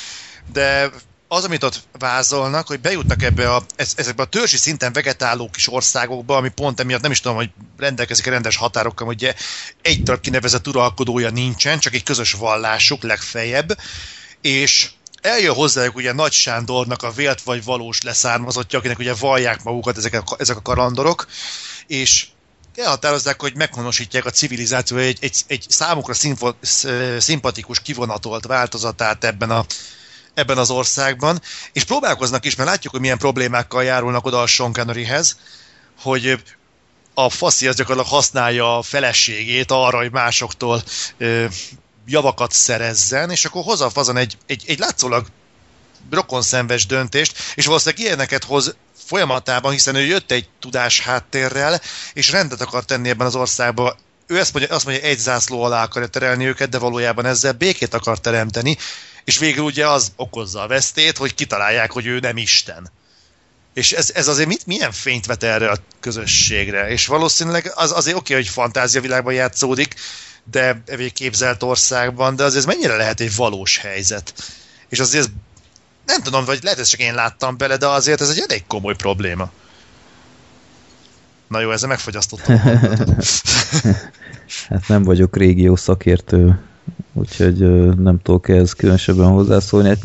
S1: De az, amit ott vázolnak, hogy bejutnak ezekbe a törzsi szinten vegetáló kis országokba, ami pont emiatt nem is tudom, hogy rendelkezik a rendes határokkal, hogy ugye egy darab kinevezett uralkodója nincsen, csak egy közös vallásuk legfeljebb, és eljön hozzájuk ugye Nagy Sándornak a vélt vagy valós leszármazottja, akinek ugye vallják magukat ezek a kalandorok, és elhatározzák, hogy meghonosítják a civilizáció egy számukra szimpatikus, kivonatolt változatát ebben az országban, és próbálkoznak is, mert látjuk, hogy milyen problémákkal járulnak oda a Sean Conneryhez, hogy a faszi az gyakorlatilag használja a feleségét arra, hogy másoktól javakat szerezzen, és akkor hozza fazon egy látszólag rokonszenves döntést, és valószínűleg ilyeneket hoz folyamatában, hiszen ő jött egy tudás háttérrel, és rendet akar tenni ebben az országban. Ő azt mondja, egy zászló alá akarja terelni őket, de valójában ezzel békét akar teremteni, és végül ugye az okozza a vesztét, hogy kitalálják, hogy ő nem Isten. És ez azért milyen fényt vet erre a közösségre? És valószínűleg az azért oké, hogy fantáziavilágban játszódik, de egy képzelt országban, de azért mennyire lehet egy valós helyzet? És azért nem tudom, vagy lehet, hogy csak én láttam bele, de azért ez egy elég komoly probléma. Na jó, ezzel megfogyasztottam.
S2: Hát nem vagyok régió szakértő, úgyhogy nem tudok ehhez különösebben hozzászólni. Hát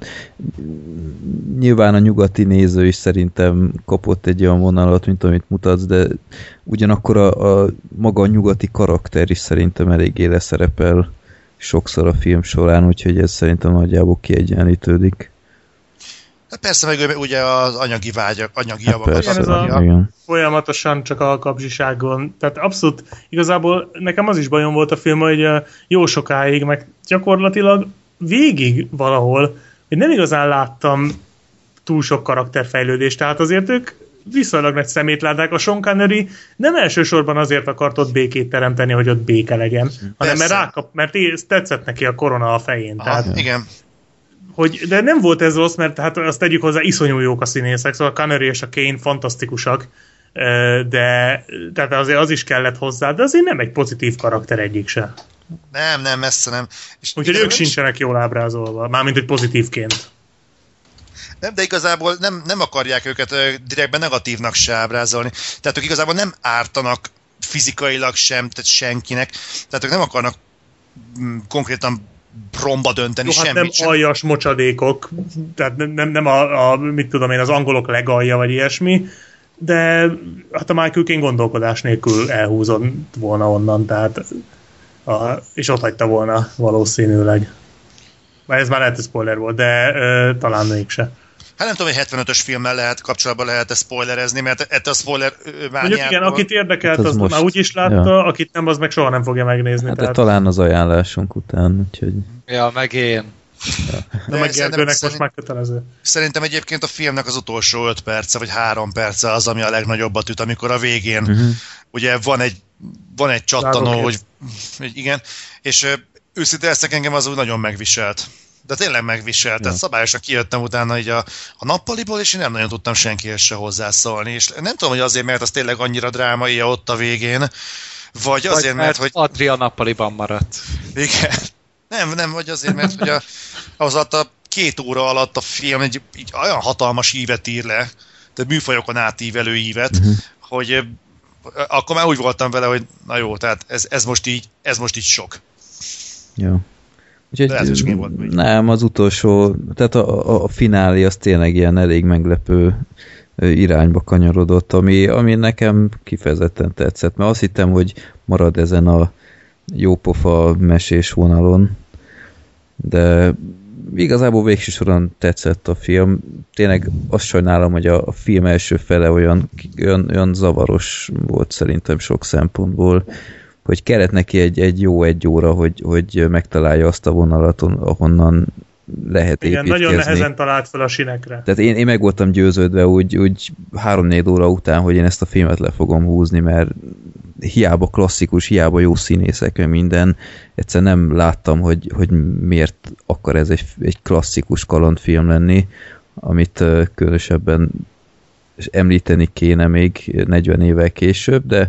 S2: nyilván a nyugati néző is szerintem kapott egy olyan vonalat, mint amit mutatsz, de ugyanakkor a maga a nyugati karakter is szerintem eléggé leszerepel sokszor a film során, úgyhogy ez szerintem nagyjából kiegyenlítődik.
S1: Hát persze, meg ugye az anyagi vágyak, anyagi javakat.
S3: Igen. Folyamatosan csak a kapzsiságon. Tehát abszolút, igazából nekem az is bajom volt a film, hogy jó sokáig, meg gyakorlatilag végig valahol, hogy nem igazán láttam túl sok karakterfejlődést, tehát azért ők viszonylag nagy szemétládák. A Sean Connery nem elsősorban azért akart ott békét teremteni, hogy ott béke legyen, hanem mert tetszett neki a korona a fején.
S1: Aha,
S3: tehát,
S1: igen.
S3: de nem volt ez rossz, mert hát azt tegyük hozzá, iszonyú jók a színészek, szóval a Connery és a Kane fantasztikusak, de tehát azért az is kellett hozzá, de azért nem egy pozitív karakter egyik se.
S1: Nem, messze nem.
S3: Úgyhogy ők sincsenek jól ábrázolva, mármint egy pozitívként.
S1: Nem, de igazából nem akarják őket direktben negatívnak se ábrázolni. Tehát ők igazából nem ártanak fizikailag sem, tehát senkinek. Tehát ők nem akarnak konkrétan romba dönteni semmit
S3: nem
S1: sem.
S3: aljas mocsadékok, tehát nem mit tudom én, az angolok legalja, vagy ilyesmi, de hát a Michael Caine gondolkodás nélkül elhúzott volna onnan, tehát és ott hagyta volna valószínűleg. Mert ez már lehet, hogy spoiler volt, de talán mégse.
S1: Hát nem tudom, hogy 75-ös filmmel kapcsolatban lehet spoilerezni, mert ettől a spoiler mániától...
S3: Mondjuk igen, akit érdekelt,
S2: hát
S3: az
S2: most...
S3: már úgy is látta, akit nem, az meg soha nem fogja megnézni.
S2: Hát
S3: tehát...
S2: talán az ajánlásunk után, úgyhogy...
S5: Ja, meg én.
S3: De meg Gergőnek most már kötelező.
S1: Szerintem egyébként a filmnek az utolsó 5 perce, vagy 3 perce az, ami a legnagyobbat üt, amikor a végén ugye van egy csattanó, hogy igen, és őszintén ezt engem az úgy nagyon megviselt. De tényleg megviselt. Tehát szabályosan kijöttem utána így a nappaliból, és én nem nagyon tudtam senkihez se hozzászólni. És nem tudom, hogy azért, mert az tényleg annyira drámai ott a végén, vagy azért, mert hogy...
S5: Adria nappaliban maradt.
S1: Igen. Nem, vagy azért, mert hogy az alatt a 2 óra alatt a film egy olyan hatalmas ívet ír le, tehát műfajokon átívelő ívet, hogy akkor már úgy voltam vele, hogy na jó, tehát ez most így sok.
S2: Jó. Úgyhogy nem, az utolsó, tehát a finálé az tényleg ilyen elég meglepő irányba kanyarodott, ami nekem kifejezetten tetszett, mert azt hittem, hogy marad ezen a jópofa mesés vonalon, de igazából végső soron tetszett a film. Tényleg azt sajnálom, hogy a film első fele olyan zavaros volt szerintem sok szempontból, hogy kellett neki egy jó 1 óra, hogy megtalálja azt a vonalat, ahonnan lehet építkezni.
S3: Igen, nagyon nehezen talált fel a sinekre.
S2: Tehát én meg voltam győződve úgy 3-4 óra után, hogy én ezt a filmet le fogom húzni, mert hiába klasszikus, hiába jó színészek, minden, egyszer nem láttam, hogy miért akar ez egy klasszikus kalandfilm lenni, amit különösebben említeni kéne még 40 évvel később, de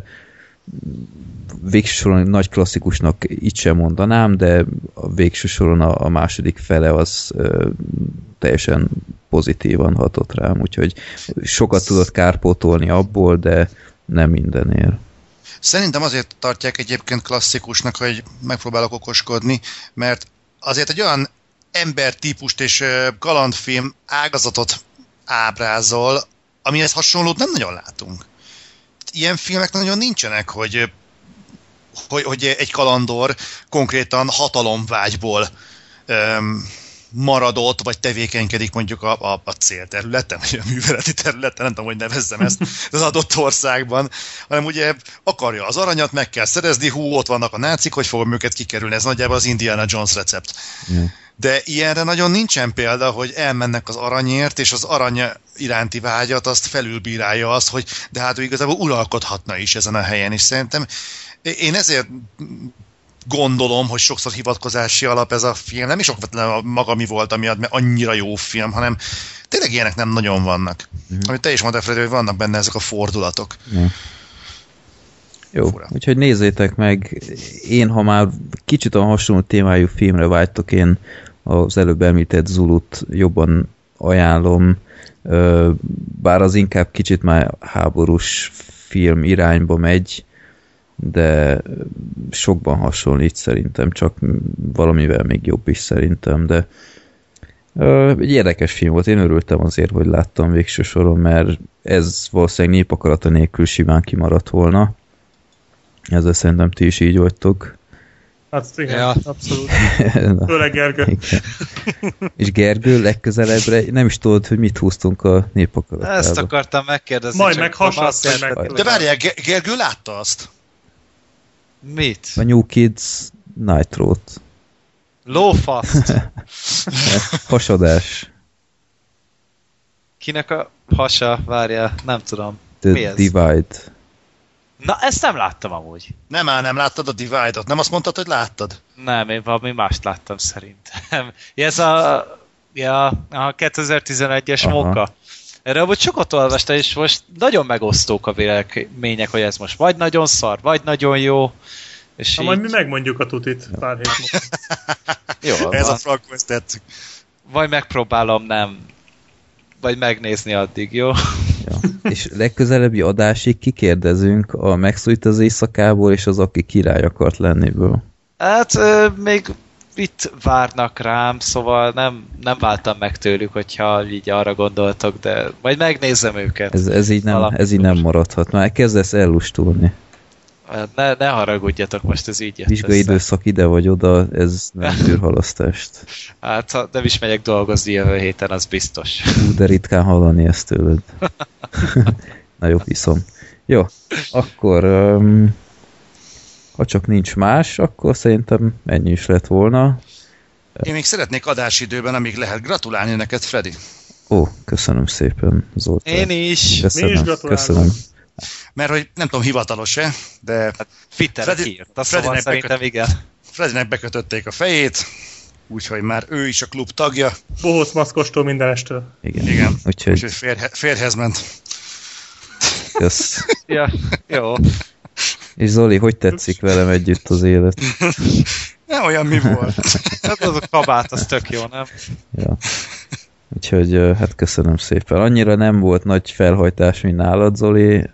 S2: végső soron nagy klasszikusnak itt sem mondanám, de a végső soron a második fele az teljesen pozitívan hatott rám, úgyhogy sokat tudott kárpótolni abból, de nem mindenér.
S1: Szerintem azért tartják egyébként klasszikusnak, hogy megpróbálok okoskodni, mert azért egy olyan embertípust és kalandfilm ágazatot ábrázol, amihez hasonlót nem nagyon látunk. Ilyen filmek nagyon nincsenek, hogy egy kalandor konkrétan hatalomvágyból maradott, vagy tevékenykedik mondjuk a célterületen, vagy a műveleti területen, nem tudom, hogy nevezzem ezt az adott országban, hanem ugye akarja az aranyat, meg kell szerezni, ott vannak a nácik, hogy fogom őket kikerülni, ez nagyjából az Indiana Jones recept. De ilyenre nagyon nincsen példa, hogy elmennek az aranyért, és az arany iránti vágyat azt felülbírálja azt, hogy de hát ő igazából uralkodhatna is ezen a helyen, és szerintem én ezért gondolom, hogy sokszor hivatkozási alap ez a film, nem is okvetlenül maga mi volt amiatt, mert annyira jó film, hanem tényleg ilyenek nem nagyon vannak. Amit te is mondtál, Freddy, hogy vannak benne ezek a fordulatok.
S2: Jó, úgyhogy nézzétek meg. Én, ha már kicsit a hasonló témájú filmre vágytok, én az előbb említett Zulut jobban ajánlom, bár az inkább kicsit már háborús film irányba megy, de sokban hasonlít szerintem, csak valamivel még jobb is szerintem, de egy érdekes film volt, én örültem azért, hogy láttam végső soron, mert ez valószínűleg népakarata nélkül simán kimaradt volna. Ezzel szerintem ti is így vagytok.
S3: Hát igen,
S5: ja.
S3: abszolút. Főleg Gergő.
S2: Igen. És Gergő, legközelebbre nem is tudod, hogy mit húztunk a népakaratába.
S5: Ezt akartam megkérdezni.
S3: Majd meghasonsz, hogy meg...
S1: De várjál, Gergő látta azt?
S5: Mit?
S2: A New Kids Nitro-t.
S5: Lófaszt!
S2: Hasadás.
S5: Kinek a hasa? Várjál, nem tudom.
S2: The
S5: Mi ez?
S2: Divide.
S5: Na, ezt nem láttam amúgy.
S1: Nem láttad a Divide-ot? Nem azt mondtad, hogy láttad?
S5: Nem, én valami mást láttam szerintem. Ez a 2011-es móka. Erről amúgy sokat olvasta, és most nagyon megosztók a vélemények, hogy ez most vagy nagyon szar, vagy nagyon jó. És
S3: majd mi megmondjuk a tutit pár hét múlva.
S5: Jó,
S1: ez a frankó, ezt tetszik.
S5: Vagy megpróbálom, nem. Vagy megnézni addig, jó?
S2: Ja. És legközelebbi adásig kikérdezünk a Megszújt az éjszakából, és az, aki király akart lenniből.
S5: Hát még itt várnak rám, szóval nem váltam meg tőlük, hogyha így arra gondoltok, de majd megnézem őket.
S2: Ez így nem maradhat. Már kezdesz ellustulni.
S5: Ne haragudjatok, most ez így jött
S2: vizsgai időszak ide vagy oda, ez nem tűrhalasztást.
S5: Hát ha nem is megyek dolgozni jövő héten, az biztos.
S2: De ritkán hallani ezt tőled. Na jó, viszont. Jó, akkor ha csak nincs más, akkor szerintem ennyi is lett volna.
S1: Én még szeretnék adásidőben, amíg lehet gratulálni neked, Freddy.
S2: Ó, köszönöm szépen, Zoltán.
S5: Én is.
S2: Köszönöm,
S3: Mi is gratulálunk.
S2: köszönöm.
S1: Mert hogy nem tudom, hivatalos-e, de
S5: Twitterre írt, szóval szerintem igen.
S1: Freddynek bekötötték a fejét, úgyhogy már ő is a klub tagja.
S3: Bohóc maszkostól mindenestől.
S2: Igen.
S1: Úgyhogy férhez ment.
S2: Kösz.
S5: Ja, jó.
S2: És Zoli, hogy tetszik velem együtt az élet?
S1: Nem olyan mi volt.
S5: Hát az a kabát, az tök jó, nem?
S2: Ja. Úgyhogy hát köszönöm szépen. Annyira nem volt nagy felhajtás, mint nálad, Zoli.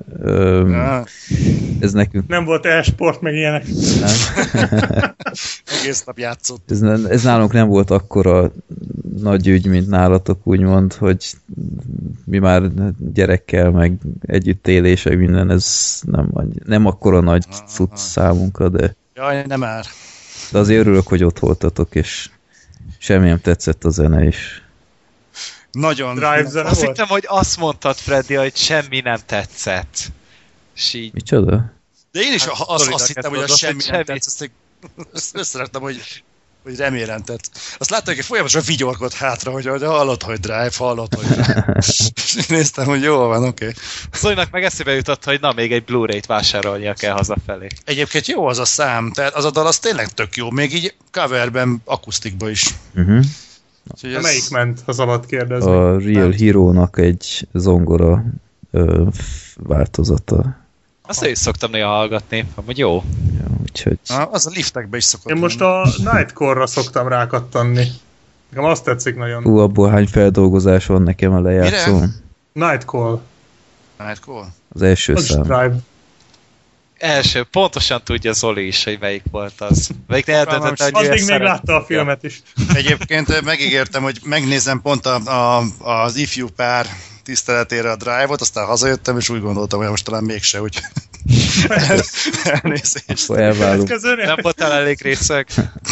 S2: Ez nekünk...
S3: Nem volt e-sport, meg ilyenek.
S2: Nem.
S1: Egész nap játszott.
S2: Ez nálunk nem volt akkora nagy ügy, mint nálatok, úgymond, hogy mi már gyerekkel, meg együttélés, meg minden, ez nem akkora nagy cucc számunkra, de...
S1: Jaj, nem már.
S2: De azért örülök, hogy ott voltatok, és semmi nem tetszett a zene is.
S1: Nagyon.
S3: Drive zene
S5: Azt
S3: volt?
S5: hittem, hogy azt mondtad, Freddy, hogy semmi nem tetszett. És így...
S2: Micsoda?
S1: De én is
S5: Hát,
S1: azt
S5: Zolinak
S1: hittem,
S5: ezt
S1: hogy az
S5: mondod,
S1: semmi
S5: hogy
S1: nem
S5: semmi.
S1: tetsz. Azt összeraktam, hogy remélem tetsz. Azt láttam, hogy folyamatosan vigyorgott hátra, hogy hallott, hogy Drive, hallott, hogy Drive. És néztem, hogy jó van, oké.
S5: Zolinak meg eszébe jutott, hogy na, még egy Blu-ray-t vásárolnia kell hazafelé.
S1: Egyébként jó az a szám, tehát az a dal az tényleg tök jó, még így coverben, akusztikban is.
S3: De melyik ment, ha szabad kérdezni?
S2: A Real Hero-nak egy zongora változata.
S5: Azt is szoktam néha hallgatni, amúgy jó.
S2: Ja, úgyhogy...
S1: Az a liftekbe is szokott.
S3: Én most a Nightcore-ra szoktam rákattanni. Nekem azt tetszik nagyon.
S2: Abból hány feldolgozás van nekem a lejátszón?
S3: Nightcall.
S1: Nightcall?
S2: Az első
S3: Az is
S2: szám.
S3: Drive.
S5: Első, pontosan tudja Zoli is, hogy melyik volt az. Melyik ne eldöntötte, hogy
S3: Addig még látta a filmet is.
S1: Egyébként megígértem, hogy megnézem pont az ifjú pár tiszteletére a Drive-ot, aztán hazajöttem, és úgy gondoltam, hogy most talán mégse, hogy elnézést.
S2: Akkor elválunk.
S5: Nem voltál elég részeg.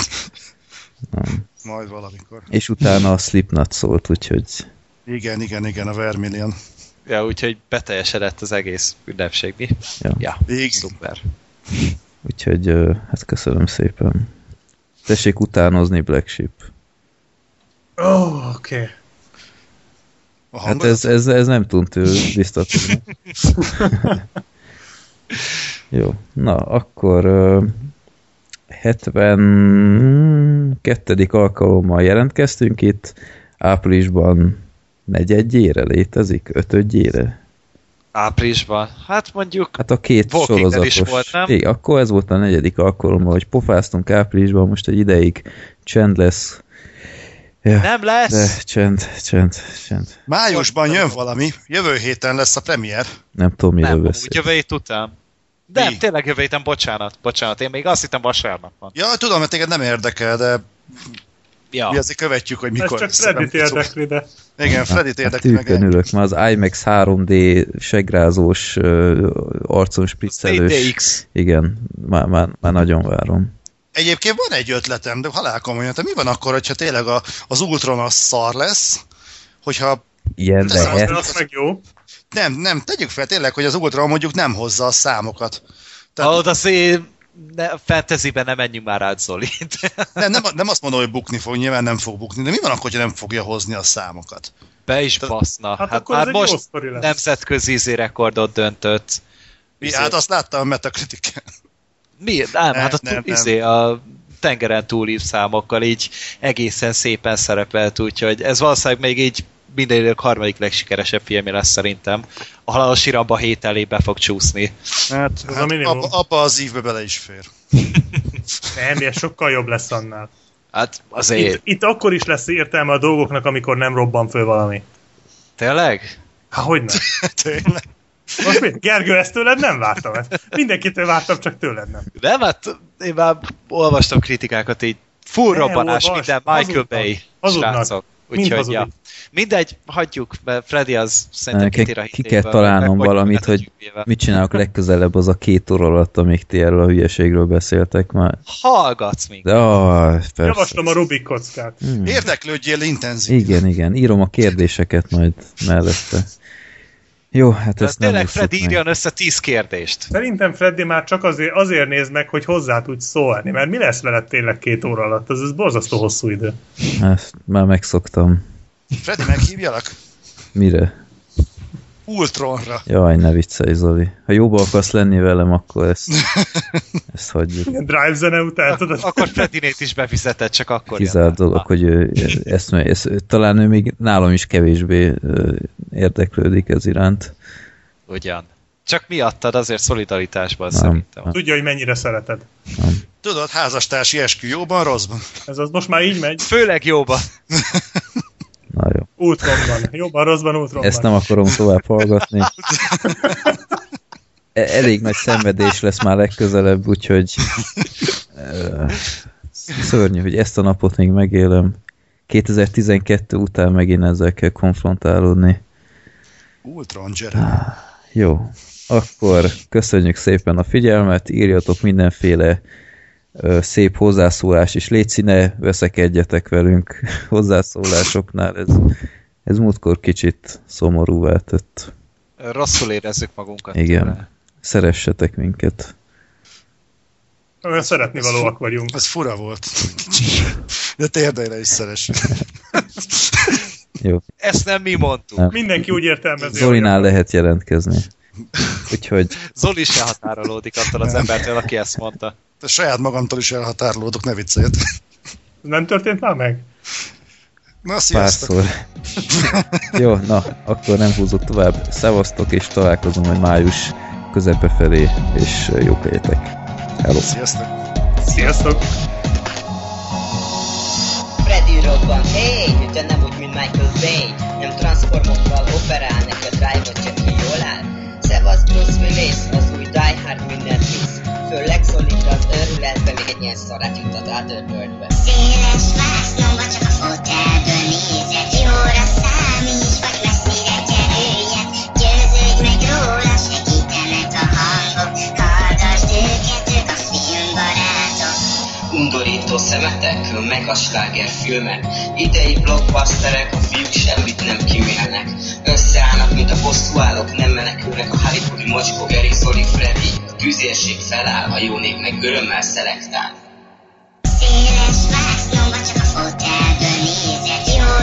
S1: Majd valamikor.
S2: És utána a Slipknot szólt, úgyhogy...
S1: Igen, a Vermilion.
S5: Ja, úgyhogy beteljesedett az egész ünnepség, mi? Ja, szuper.
S2: Úgyhogy hát köszönöm szépen. Tessék utánozni Black Sheep.
S3: Oké.
S2: Hát ez nem tűnt biztatni. Jó, na akkor 72. alkalommal jelentkeztünk itt, áprilisban 4-ére létezik, 5-ére.
S5: Áprilisban? Hát mondjuk...
S2: Hát a két
S5: Walking
S2: sorozatos.
S5: is volt, nem?
S2: Igen, akkor ez volt a 4. alkalommal, hogy pofáztunk áprilisban, most egy ideig csend lesz. Ja,
S5: Nem lesz?
S2: de csend.
S1: Májusban jön valami, jövő héten lesz a premier.
S2: Nem tudom, miről
S5: Nem,
S2: beszél.
S5: úgy jövő hét után. De
S1: Mi?
S5: tényleg jövő héten, bocsánat, én még azt hittem vasárnap van.
S1: Ja, tudom, mert téged nem érdekel, de
S5: Ja.
S1: mi azért követjük, hogy
S3: Ez
S1: mikor.
S3: csak Freddit érdekli, de...
S1: Igen, Freddit
S2: Hát
S1: érdekli meg.
S2: tűkön ülök, már az IMAX 3D segrázós, arcon spriccelős.
S5: 4DX.
S2: Igen, már nagyon várom.
S1: Egyébként van egy ötletem, de halálkomolyan, mi van akkor, hogyha tényleg az Ultron az szar lesz, hogyha
S2: Ilyen
S1: De
S2: lehet.
S3: De az meg jó.
S1: nem, tegyük fel tényleg, hogy az Ultron mondjuk nem hozza a számokat. Tehát
S5: Ahol azért fantasyben nem menjünk már át, Zoli.
S1: nem azt mondom, hogy bukni fog, nyilván nem fog bukni, de mi van akkor, hogyha nem fogja hozni a számokat?
S5: Be is baszna.
S3: Hát
S5: Hát
S3: akkor ez
S5: már
S3: egy jó
S5: most
S3: sztori lesz.
S5: nemzetközi rekordot döntött.
S1: Hát azt láttam a Metacritic-en.
S5: Mi? Nem, hát
S1: nem.
S5: a tengeren túli számokkal így egészen szépen szerepelt, úgyhogy ez valószínűleg még így minden idők harmadik legsikeresebb filmje lesz szerintem. A Halálos Iramba 7 elé be fog csúszni.
S1: Hát,
S3: Ez a minimum.
S1: abba az ívbe bele is fér.
S3: Nem, ez sokkal jobb lesz annál.
S5: Hát azért...
S3: Itt akkor is lesz értelme a dolgoknak, amikor nem robban föl valami.
S5: Tényleg?
S3: Há, hogyne?
S1: Tényleg.
S3: Most mit? Gergő, ezt tőled nem vártam. Mindenkitől vártam, csak tőled nem.
S5: Nem, hát én már olvastam kritikákat így. Full robbanás,
S3: olvasd,
S5: minden Michael
S3: hazudnak.
S5: Bay
S3: Hazudnak.
S5: srácok.
S3: Mind
S5: Úgyhogy,
S3: hazudik.
S5: ja. Mindegy, hagyjuk, mert Freddy az szerintem kitér a
S2: Ki
S5: hitével.
S2: kell találnom
S5: meg
S2: valamit,
S5: vagyunk
S2: hogy
S5: meggyőzve.
S2: mit csinálok legközelebb az a 2 óra alatt, amíg ti erről a hülyeségről beszéltek már.
S5: Hallgatsz még.
S2: De persze.
S3: Javaslom a Rubik kockát.
S1: Érdeklődjél intenzív.
S2: Igen, írom a kérdéseket majd mellette. Jó, hát
S5: Tehát
S2: ezt nem
S5: tényleg
S2: ússzuk
S5: Freddy
S2: meg.
S5: írjon össze 10 kérdést.
S3: Szerintem Freddy már csak azért néz meg, hogy hozzá tudsz szólni, mert mi lesz veled tényleg 2 óra alatt? Ez borzasztó hosszú idő.
S2: Ezt már megszoktam.
S1: Freddy, meghívjalak?
S2: Mire?
S1: Ultronra.
S2: Jaj, ne viccelj, Zoli. Ha jóba akarsz lenni velem, akkor ezt hagyjuk.
S3: Ilyen drive zene után, tudod?
S5: Akkor Freddy-nét is befizetett, csak akkor
S2: Kizárt
S5: jön.
S2: dolog, hogy talán ő még nálam is kevésbé érdeklődik ez iránt.
S5: Ugyan. Csak miattad azért szolidaritásban
S2: Nem.
S5: szerintem.
S3: Tudja, hogy mennyire szereted.
S1: Tudod, házastársi eskü jóban, rosszban.
S3: Ez az most már így megy.
S5: Főleg jóban.
S2: Na jó.
S3: Útronban. Jobban, rosszban, útronban.
S2: Ezt nem akarom tovább hallgatni. Elég nagy szenvedés lesz már legközelebb, úgyhogy szörnyű, hogy ezt a napot még megélem. 2012 után megint ezzel kell konfrontálódni.
S1: Ultron, Jeremy.
S2: Jó, akkor köszönjük szépen a figyelmet, írjatok mindenféle szép hozzászólás, és légy színe, veszekedjetek velünk hozzászólásoknál, ez múltkor kicsit szomorúvá tett.
S5: Rosszul érezzük magunkat.
S2: Igen,
S5: tőle.
S2: szeressetek minket.
S3: Olyan szeretnivalóak vagyunk.
S1: Ez fura volt. De térdeire is szeres.
S2: Jó,
S5: Ezt nem mi mondtuk.
S2: Nem.
S3: Mindenki úgy értelmezi.
S2: Zolinál
S3: ahogy
S2: lehet jelentkezni. Úgyhogy
S5: Zoli se határolódik attól az embertől, aki ezt mondta.
S1: De saját magamtól is elhatárolódok, ne vicceljetek.
S3: nem történt már meg?
S1: Na, sziasztok!
S2: párszor. Jó, na, akkor nem húzok tovább. Szevasztok, és találkozom majd május közepe felé, és jók legyetek. Hello.
S1: Sziasztok!
S3: Sziasztok!
S6: Freddy robban, hey, de nem úgy, mint Michael Bay. Nem transformokkal operál, neki a drive-ot csak ki jól áll. Szevasz Bruce Willis, az új Die Hard mindent visz. Főleg szólít az őrületbe, még egy ilyen szarát jutat Otherworldbe.
S7: Széles vásznomba csak a fotelből nézek. Jóra számíts, vagy messzire kerüljek. Győződj meg róla, segítenek a hangok. Hallgasd őket, ők a filmbarátok.
S6: Undorító szemetek, meg a slágerfilmek. Idei blockbusterek, a fiúk semmit nem kimélnek. Összeállnak, mint a bosszúállók, nem menekülnek a hollywoodi mocskó, Geri, Zoli, Freddy. A tűzérség feláll, a jó nép meg örömmel szelektál.
S7: Széles vásznomba csak a fotelből nézek. Jóra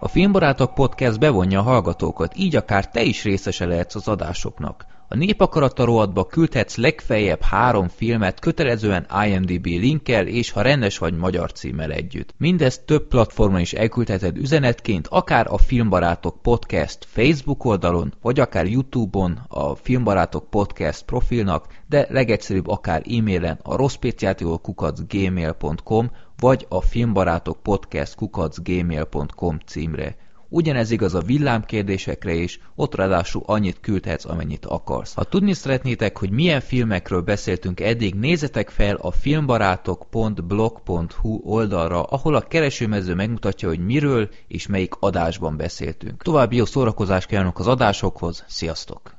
S2: A Filmbarátok Podcast bevonja a hallgatókat, így akár te is részese lehetsz az adásoknak. A Népakarata rovatba küldhetsz legfeljebb 3 filmet kötelezően IMDb linkkel és ha rendes vagy magyar címmel együtt. Mindezt több platformon is elküldheted üzenetként, akár a Filmbarátok Podcast Facebook oldalon, vagy akár YouTube-on a Filmbarátok Podcast profilnak, de legegyszerűbb akár e-mailen a rosszpéciátiol@gmail.com vagy a filmbarátokpodcast@gmail.com címre. Ugyanez igaz a villámkérdésekre is, ott ráadásul annyit küldhetsz, amennyit akarsz. Ha tudni szeretnétek, hogy milyen filmekről beszéltünk eddig, nézzetek fel a filmbarátok.blog.hu oldalra, ahol a keresőmező megmutatja, hogy miről és melyik adásban beszéltünk. További jó szórakozást kívánok az adásokhoz, sziasztok!